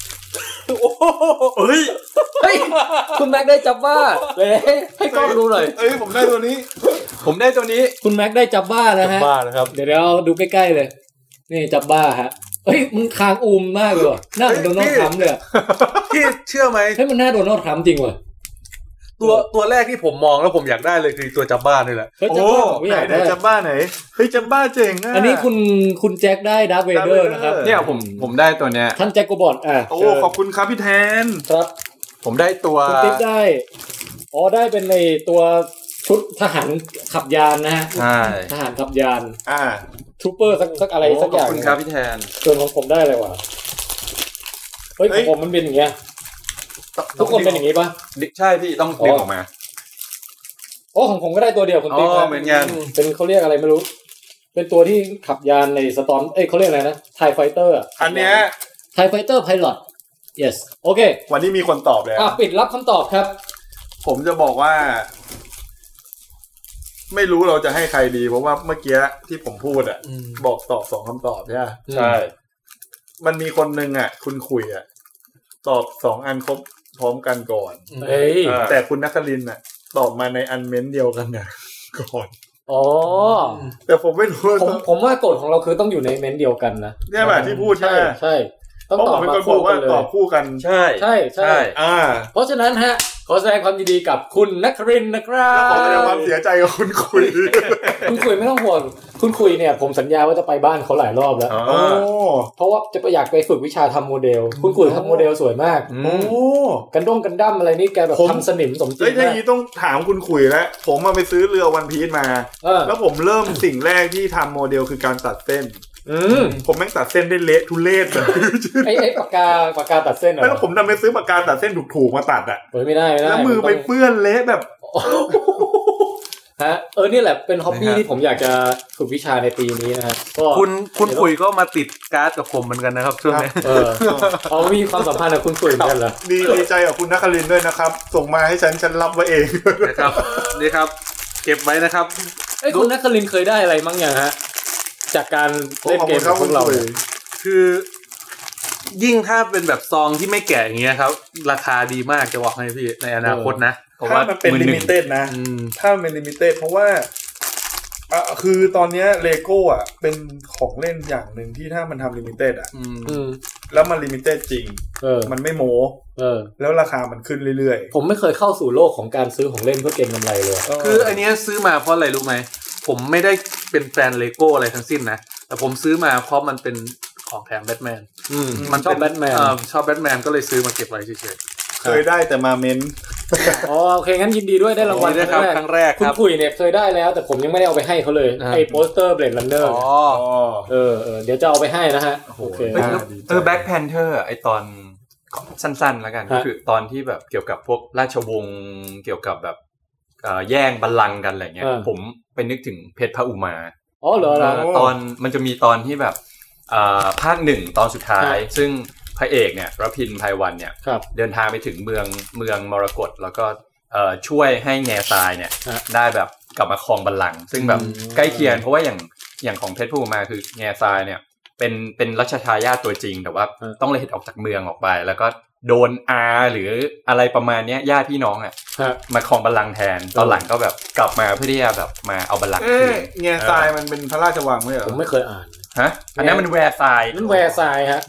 เฮ้ยเฮ้ยคุณแม็กได้จับบ้าเลยให้กล้องดูหน่อยเอ้ยผมได้ตัวนี้ผมได้ตัวนี้คุณแม็กได้จับบ้านะฮะจับบ้านะครับเดี๋ยวเราดูใกล้ๆเลยนี่จับบ้าฮะเฮ้ยมึงคางอูมมากเลยว่ะหน้าเหมือนโดนัลด์ทรัมป์เลยพี่เชื่อไหมเฮ้ยมันหน้าโดนัลด์ทรัมป์จริงว่ะตัวตัวแรกที่ผมมองแล้วผมอยากได้เลยคือตัวจับบ้านี่แหละโอ้ไหนไหนจับบ้าไหนเฮ้ยจับบ้าเจ๋งอ่ะอันนี้คุณคุณแจ็คได้ดาร์ธเวเดอร์นะครับเนี่ยผมผมได้ตัวเนี้ยท่านแจ็คโกบอทอ่ะโอ้ขอบคุณครับพี่แทนครับผมได้ตัวคุณติ๊บได้อ๋อได้เป็นในตัวชุดทหารขับยานนะฮะใช่ทหารขับยานอ่าทูเปอร์สักสักอะไรสักอย่างขอบคุณครับพี่แทนส่วนของผมได้อะไรวะเฮ้ยของผมมันเป็นอย่างเงี้ยทุกคนเป็นอย่างงี้ป่ะใช่พี่ต้องดึงออกมาโอ้ของผมก็ได้ตัวเดียวคุณติ๊กเหมือนกันเป็นเขาเรียกอะไรไม่รู้เป็นตัวที่ขับยานในสตอร์มเอ้ยเขาเรียกอะไรนะไทไฟเตอร์อันเนี้ยไทไฟเตอร์ไพลอต yes โอเควันนี้มีคนตอบแล้วอ่ะปิดรับคำตอบครับผมจะบอกว่าไม่รู้เราจะให้ใครดีเพราะว่าเมื่อกี้ที่ผมพูดอ่ะบอกตอบสองคำตอบใช่ไหมใช่มันมีคนนึงอ่ะคุณคุยอ่ะตอบสองอันครบพร้อมกันก่อนแต่คุณนักครินทร์อ่ะตอบมาในอันเม้นเดียวกันนะก่อนอ๋อแต่ผมไม่รู้ผมผมว่ากฎของเราคือต้องอยู่ในเม้นเดียวกันนะเนี่ยแบบที่พูดใช่ใช่ต้องตอบมาคู่กันเลยตอบคู่กันใช่ใช่ใช่อ่าเพราะฉะนั้นฮะขอแสดงความยินดีกับคุณนักครินทร์นะครับขอแสดงความเสียใจกับคุณคุยคุณคุยไม่ต้องห่วงคุณคุยเนี่ยผมสัญญาว่าจะไปบ้านเขาหลายรอบแล้วเพราะว่าจะไปอยากไปฝึกวิชาทำโมเดลคุณคุยทำโมเดลสวยมากโอ้กันด้งกันดั้มอะไรนี่แกแบบทำสนิมสมจริงมากเฮ้ยทีนี้ต้องถามคุณคุยแล้วผมมาไปซื้อเรือวันพีซมาแล้วผมเริ่มสิ่งแรกที่ทำโมเดลคือการตัดเส้นอืมผมแม่งตัดเส้นได้เละทุเรศเลยไอ้ไอ้ปากกาปากกาตัดเส้นเหรอแล้วผมดันไปซื้อปากกาตัดเส้นถูกๆมาตัดอ่ะเฮ้ยไม่ได้ไม่ได้แล้วมือไปเปื้อนเละแบบฮะเออนี่แหละเป็นฮ็อบบี้ที่ผมอยากจะฝึกวิชาในปีนี้นะฮะก็คุณคุณปุ๋ยก็มาติดการ์ดกับผมเหมือนกันนะครับช่วงนี้เออเอามีความสัมพันธ์กับคุณปุ๋ยกันเหรอดีดีใจกับคุณนครินทร์ด้วยนะครับส่งมาให้ฉันฉันรับไว้เองนะครับนี่ครับเก็บไว้นะครับไอ้คุณนครินทร์เคยได้อะไรมั้งอย่างฮะจากการเล่นเกมของพวกเราคือยิ่งถ้าเป็นแบบซองที่ไม่แก่อย่างเงี้ยครับราคาดีมากจะบอกให้พี่ในอนาคตนะถ้ามันเป็นลิมิเต็ดนะถ้ามันเป็นลิมิเต็ดเพราะว่าอ่ะคือตอนนี้เลโก้อ่ะเป็นของเล่นอย่างหนึ่งที่ถ้ามันทำลิมิเต็ดอ่ะแล้วมันลิมิเต็ดจริงมันไม่โม้แล้วราคามันขึ้นเรื่อยๆผมไม่เคยเข้าสู่โลกของการซื้อของเล่นเพื่อเก็งกำไรเลยคืออันนี้ซื้อมาเพราะอะไรรู้ไหมผมไม่ได้เป็นแฟนเลโก้อะไรทั้งสิ้นนะแต่ผมซื้อมาเพราะมันเป็นของแถมแบทแมนมันชอบแบทแมนชอบแบทแมนก็เลยซื้อมาเก็บไว้เฉยๆเคยได้แต่มาเม้นอ๋อโอเคงั้นยินดีด้วยได้รางวัลครั้งแรกครั้งแรกคุณคุยเนี่ยเคยได้แล้วแต่ผมยังไม่ได้เอาไปให้เขาเลยไอ้โปสเตอร์เบลดรันเนอร์อ๋อเออเออเดี๋ยวจะเอาไปให้นะฮะโอเคเออแบ็คแพนเทอร์ไอ้ตอนสั้นๆแล้วกันก็คือตอนที่แบบเกี่ยวกับพวกราชวงศ์เกี่ยวกับแบบแย่งบัลลังก์กันอะไรเงี้ยผมไปนึกถึงเพชรพระอุมาอ๋อเหรอตอนมันจะมีตอนที่แบบภาคหนึ่งตอนสุดท้ายซึ่งพระเอกเนี่ยรพินไพวันเนี่ยเดินทางไปถึงเมืองเมืองมรกตแล้วก็ช่วยให้แง่ทรายเนี่ยได้แบบกลับมาครองบัลลังก์ซึ่งแบบใกล้เคียงเพราะว่าอย่างอย่างของเพชรพระอุมาคือแง่ทรายเนี่ยเป็นเป็นรัชทายาทตัวจริงแต่ว่าต้องเลยเหตุออกจากเมืองออกไปแล้วก็โดนอาหรืออะไรประมาณนี้ญาติพี่น้องอ่ะมาครองบัลลังก์แทนตอนหลังก็แบบกลับมาเพื่อที่จะแบบมาเอาบัลลังก์คืนแง่ทรายมันเป็นพระราชวังไม่เหรอผมไม่เคยอ่านฮะอันนั้นมันแวร์ทรายนั่นแวร์ทรายฮะ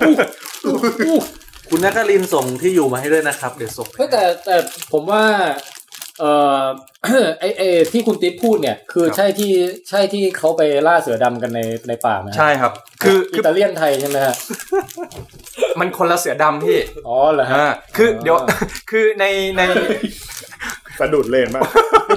คุณนครินทร์ส่งที่อยู่มาให้ด้วยนะครับเดี๋ยวส่งแต่แต่ผมว่าเอ่อไอ้ไอ้ที่คุณติ๊บพูดเนี่ยคือใช่ที่ใช่ที่เขาไปล่าเสือดำกันในในป่าไหมใช่ครับคืออิตาเลียนไทยใช่ไหมฮะมันคนละเสือดำพี่อ๋อเหรอฮะคือเดี๋ยวคือในในสะดุดเล่นมาก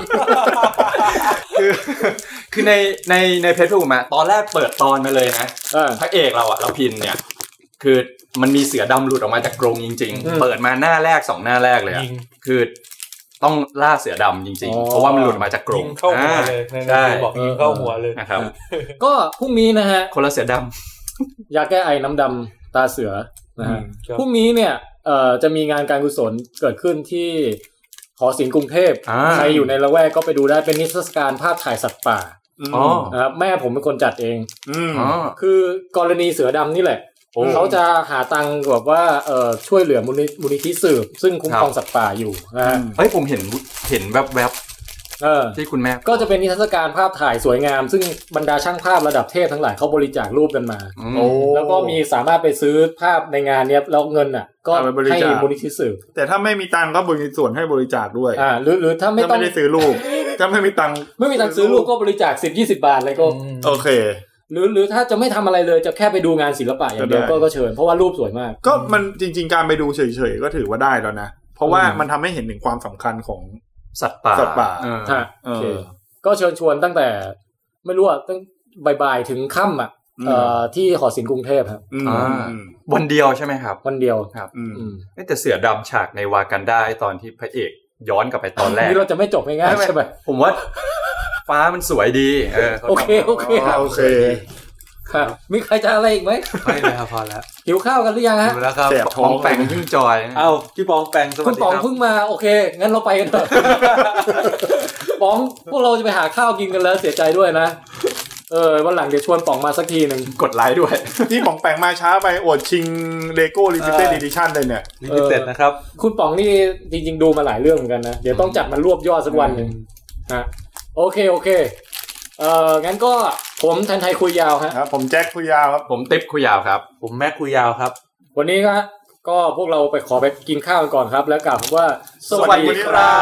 คือคือในในในเพจพูดมาตอนแรกเปิดตอนมาเลยนะพระเอกเราอ่ะเราพินเนี่ยคือมันมีเสือดำหลุดออกมาจากกรงจริงๆเปิดมาหน้าแรกสองหน้าแรกเลยอ่ะคือต้องล่าเสือดำจริงๆเพราะว่ามันหลุดมาจากกรงเข้าหัวเลยใช่บอกยิงเข้าหัวเลยนะครับก็พรุ่งนี้นะฮะคนละเสือดำยาแก้ไอน้ำดำตาเสือนะฮะพรุ่งนี้เนี่ยเอ่อจะมีงานการกุศลเกิดขึ้นที่หอศิลป์กรุงเทพใครอยู่ในละแวกก็ไปดูได้เป็นนิทรรศการภาพถ่ายสัตว์ป่าอ๋อนะครับแม่ผมเป็นคนจัดเองอ๋อคือกรณีเสือดำนี่แหละเขาจะหาตังค์แบบว่าเอ่อช่วยเหลือมูลมูลนิธิสืบซึ่งคุ้มครองสัตว์ป่าอยู่นะฮะเฮ้ยผมเห็นเห็นแวบๆเออที่คุณแม่ก็จะเป็นนิทรรศการภาพถ่ายสวยงามซึ่งบรรดาช่างภาพระดับเทพทั้งหลายเขาบริจาครูปกันมาแล้วก็มีสามารถไปซื้อภาพในงานเนี้ยแล้วเงินอ่ะก็ให้มูลนิธิสืบแต่ถ้าไม่มีตังค์ก็บริส่วนให้บริจาคด้วยอ่าหรือหรือถ้าไม่ต้องไม่ได้ซื้อรูปถ้าไม่มีตังค์ไม่มีตังค์ซื้อรูปก็บริจาค สิบ ยี่สิบบาทอะไรก็โอเคหรือหรือถ้าจะไม่ทำอะไรเลยจะแค่ไปดูงานศิลปะอย่างเดียวก็ก็เชิญเพราะว่ารูปสวยมากก็มันจริงๆการไปดูเฉยๆก็ถือว่าได้แล้วนะเพราะว่ามันทำให้เห็นถึงความสำคัญของสัตว์ป่าสัตว์ป่าโอเคก็เชิญชวนตั้งแต่ไม่รู้อ่ะตั้งบ่ายๆถึงค่ำอ่ะที่หอศิลป์กรุงเทพครับวันเดียวใช่ไหมครับวันเดียวครับแต่เสือดำฉากในวากันดาตอนที่พระเอกย้อนกลับไปตอนแรกนี่เราจะไม่จบง่ายๆใช่ไหมผมว่าฟ้ามันสวยดีเออโอเคโอเคโอเคครับมีใครจะอะไรอีกไหมไม่แล้วพอแล้วหิวข้าวกันหรือยังฮะหิวแล้วครับปองแปงพึ่งจอยเอ้าพี่ปองแปงสวัสดีครับคุณปองพึ่งมาโอเคงั้นเราไปกันเถอะปองพวกเราจะไปหาข้าวกินกันแล้วเสียใจด้วยนะเออวันหลังเดี๋ยวชวนปองมาสักทีนึงกดไลค์ด้วยที่ปองแปงมาช้าไปอดชิง Lego Limited Edition เลยเนี่ย Limited นะครับคุณปองนี่จริงๆดูมาหลายเรื่องเหมือนกันนะเดี๋ยวต้องจัดมารวบยอดสักวันนึงฮะโอเคโอเคเอ่องั้นก็ผมแทนไทยคุยยาวครับผมแจ็คคุยยาวครับผมติ๊บคุยยาวครับผมแม็กคุยยาวครับวันนี้ก็ก็พวกเราไปขอไปกินข้าวกันก่อนครับแล้วกล่าวว่าสวัสดีครับ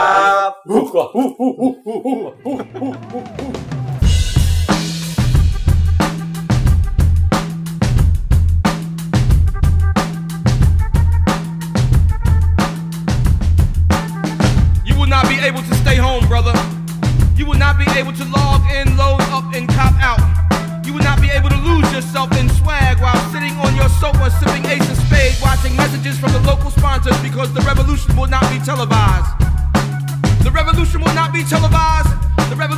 You will not be able to stay home, brother. You will not be able to log in, load up, and cop out. You will not be able to lose yourself in swag while sitting on your sofa sipping Ace of Spade, watching messages from the local sponsors because the revolution will not be televised. The revolution will not be televised. The revolution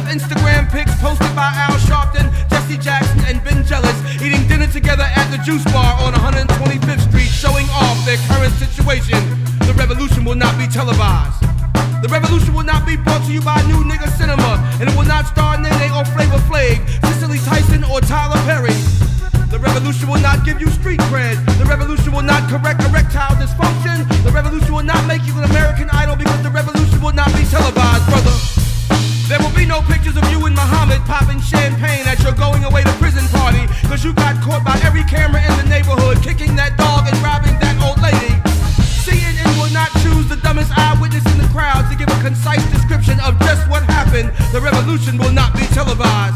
Instagram pics posted by Al Sharpton, Jesse Jackson, and Ben Jealous eating dinner together at the Juice Bar on one hundred twenty-fifth Street, showing off their current situation. The revolution will not be televised. The revolution will not be brought to you by New Nigga Cinema, and it will not star Nene or Flavor Flav, Cicely Tyson or Tyler Perry. The revolution will not give you street cred. The revolution will not correct erectile dysfunction. The revolution will not make you an American Idol because the revolution will not be televised, brother. There will be no pictures of you and Muhammad popping champagne at your going away to prison party because you got caught by every camera in the neighborhood kicking that dog and robbing that old lady. C N N will not choose the dumbest eyewitness in the crowd to give a concise description of just what happened. The revolution will not be televised.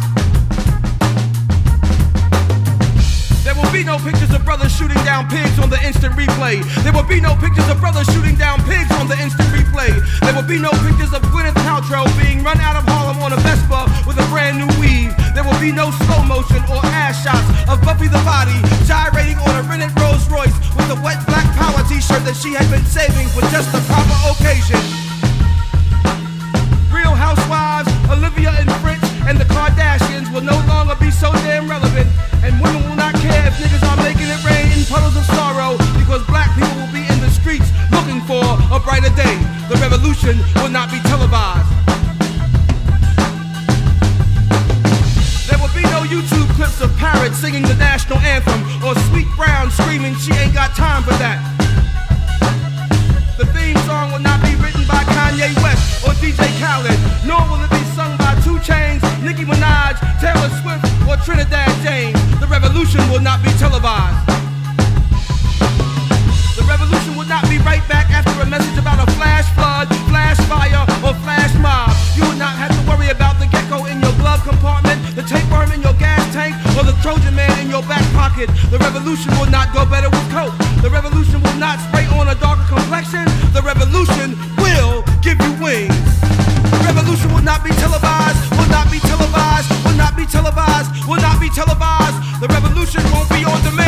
There will be no pictures of brothers shooting down pigs on the instant replay. There will be no pictures of brothers shooting down pigs on the instant replay. There will be no pictures of Gwyneth Paltrow being run out of Harlem on a Vespa with a brand new weave. There will be no slow motion or ass shots of Buffy the Body gyrating on a rented Rolls Royce with a wet Black Power t-shirt that she had been saving for just the proper occasion. Real Housewives, Olivia and Fritz, and the Kardashians will no longer be so damn relevant. And women will not care if niggas are making it rain in puddles of sorrow because black people will be in the streets looking for a brighter day. The revolution will not be televised. There will be no YouTube clips of parrots singing the national anthem or Sweet Brown screaming she ain't got time for that. The theme song will not be written by Kanye West or D J Khaled, nor will it be sung by two Chainz, Nicki Minaj, Taylor Swift, or Trinidad James. The revolution will not be televised. The revolution will not be right back after a message about a flash flood, flash fire, or flash mob. You will not have to worry about the gecko in your glove compartment, the tapeworm in your gas tank, or the Trojan man in your back pocket. The revolution will not go better with coke. The revolution will not spray on a darker complexion. The revolution will give you wings. The revolution will not be televised, will not be televised, will not be televised, will not be televised. The revolution won't be on demand.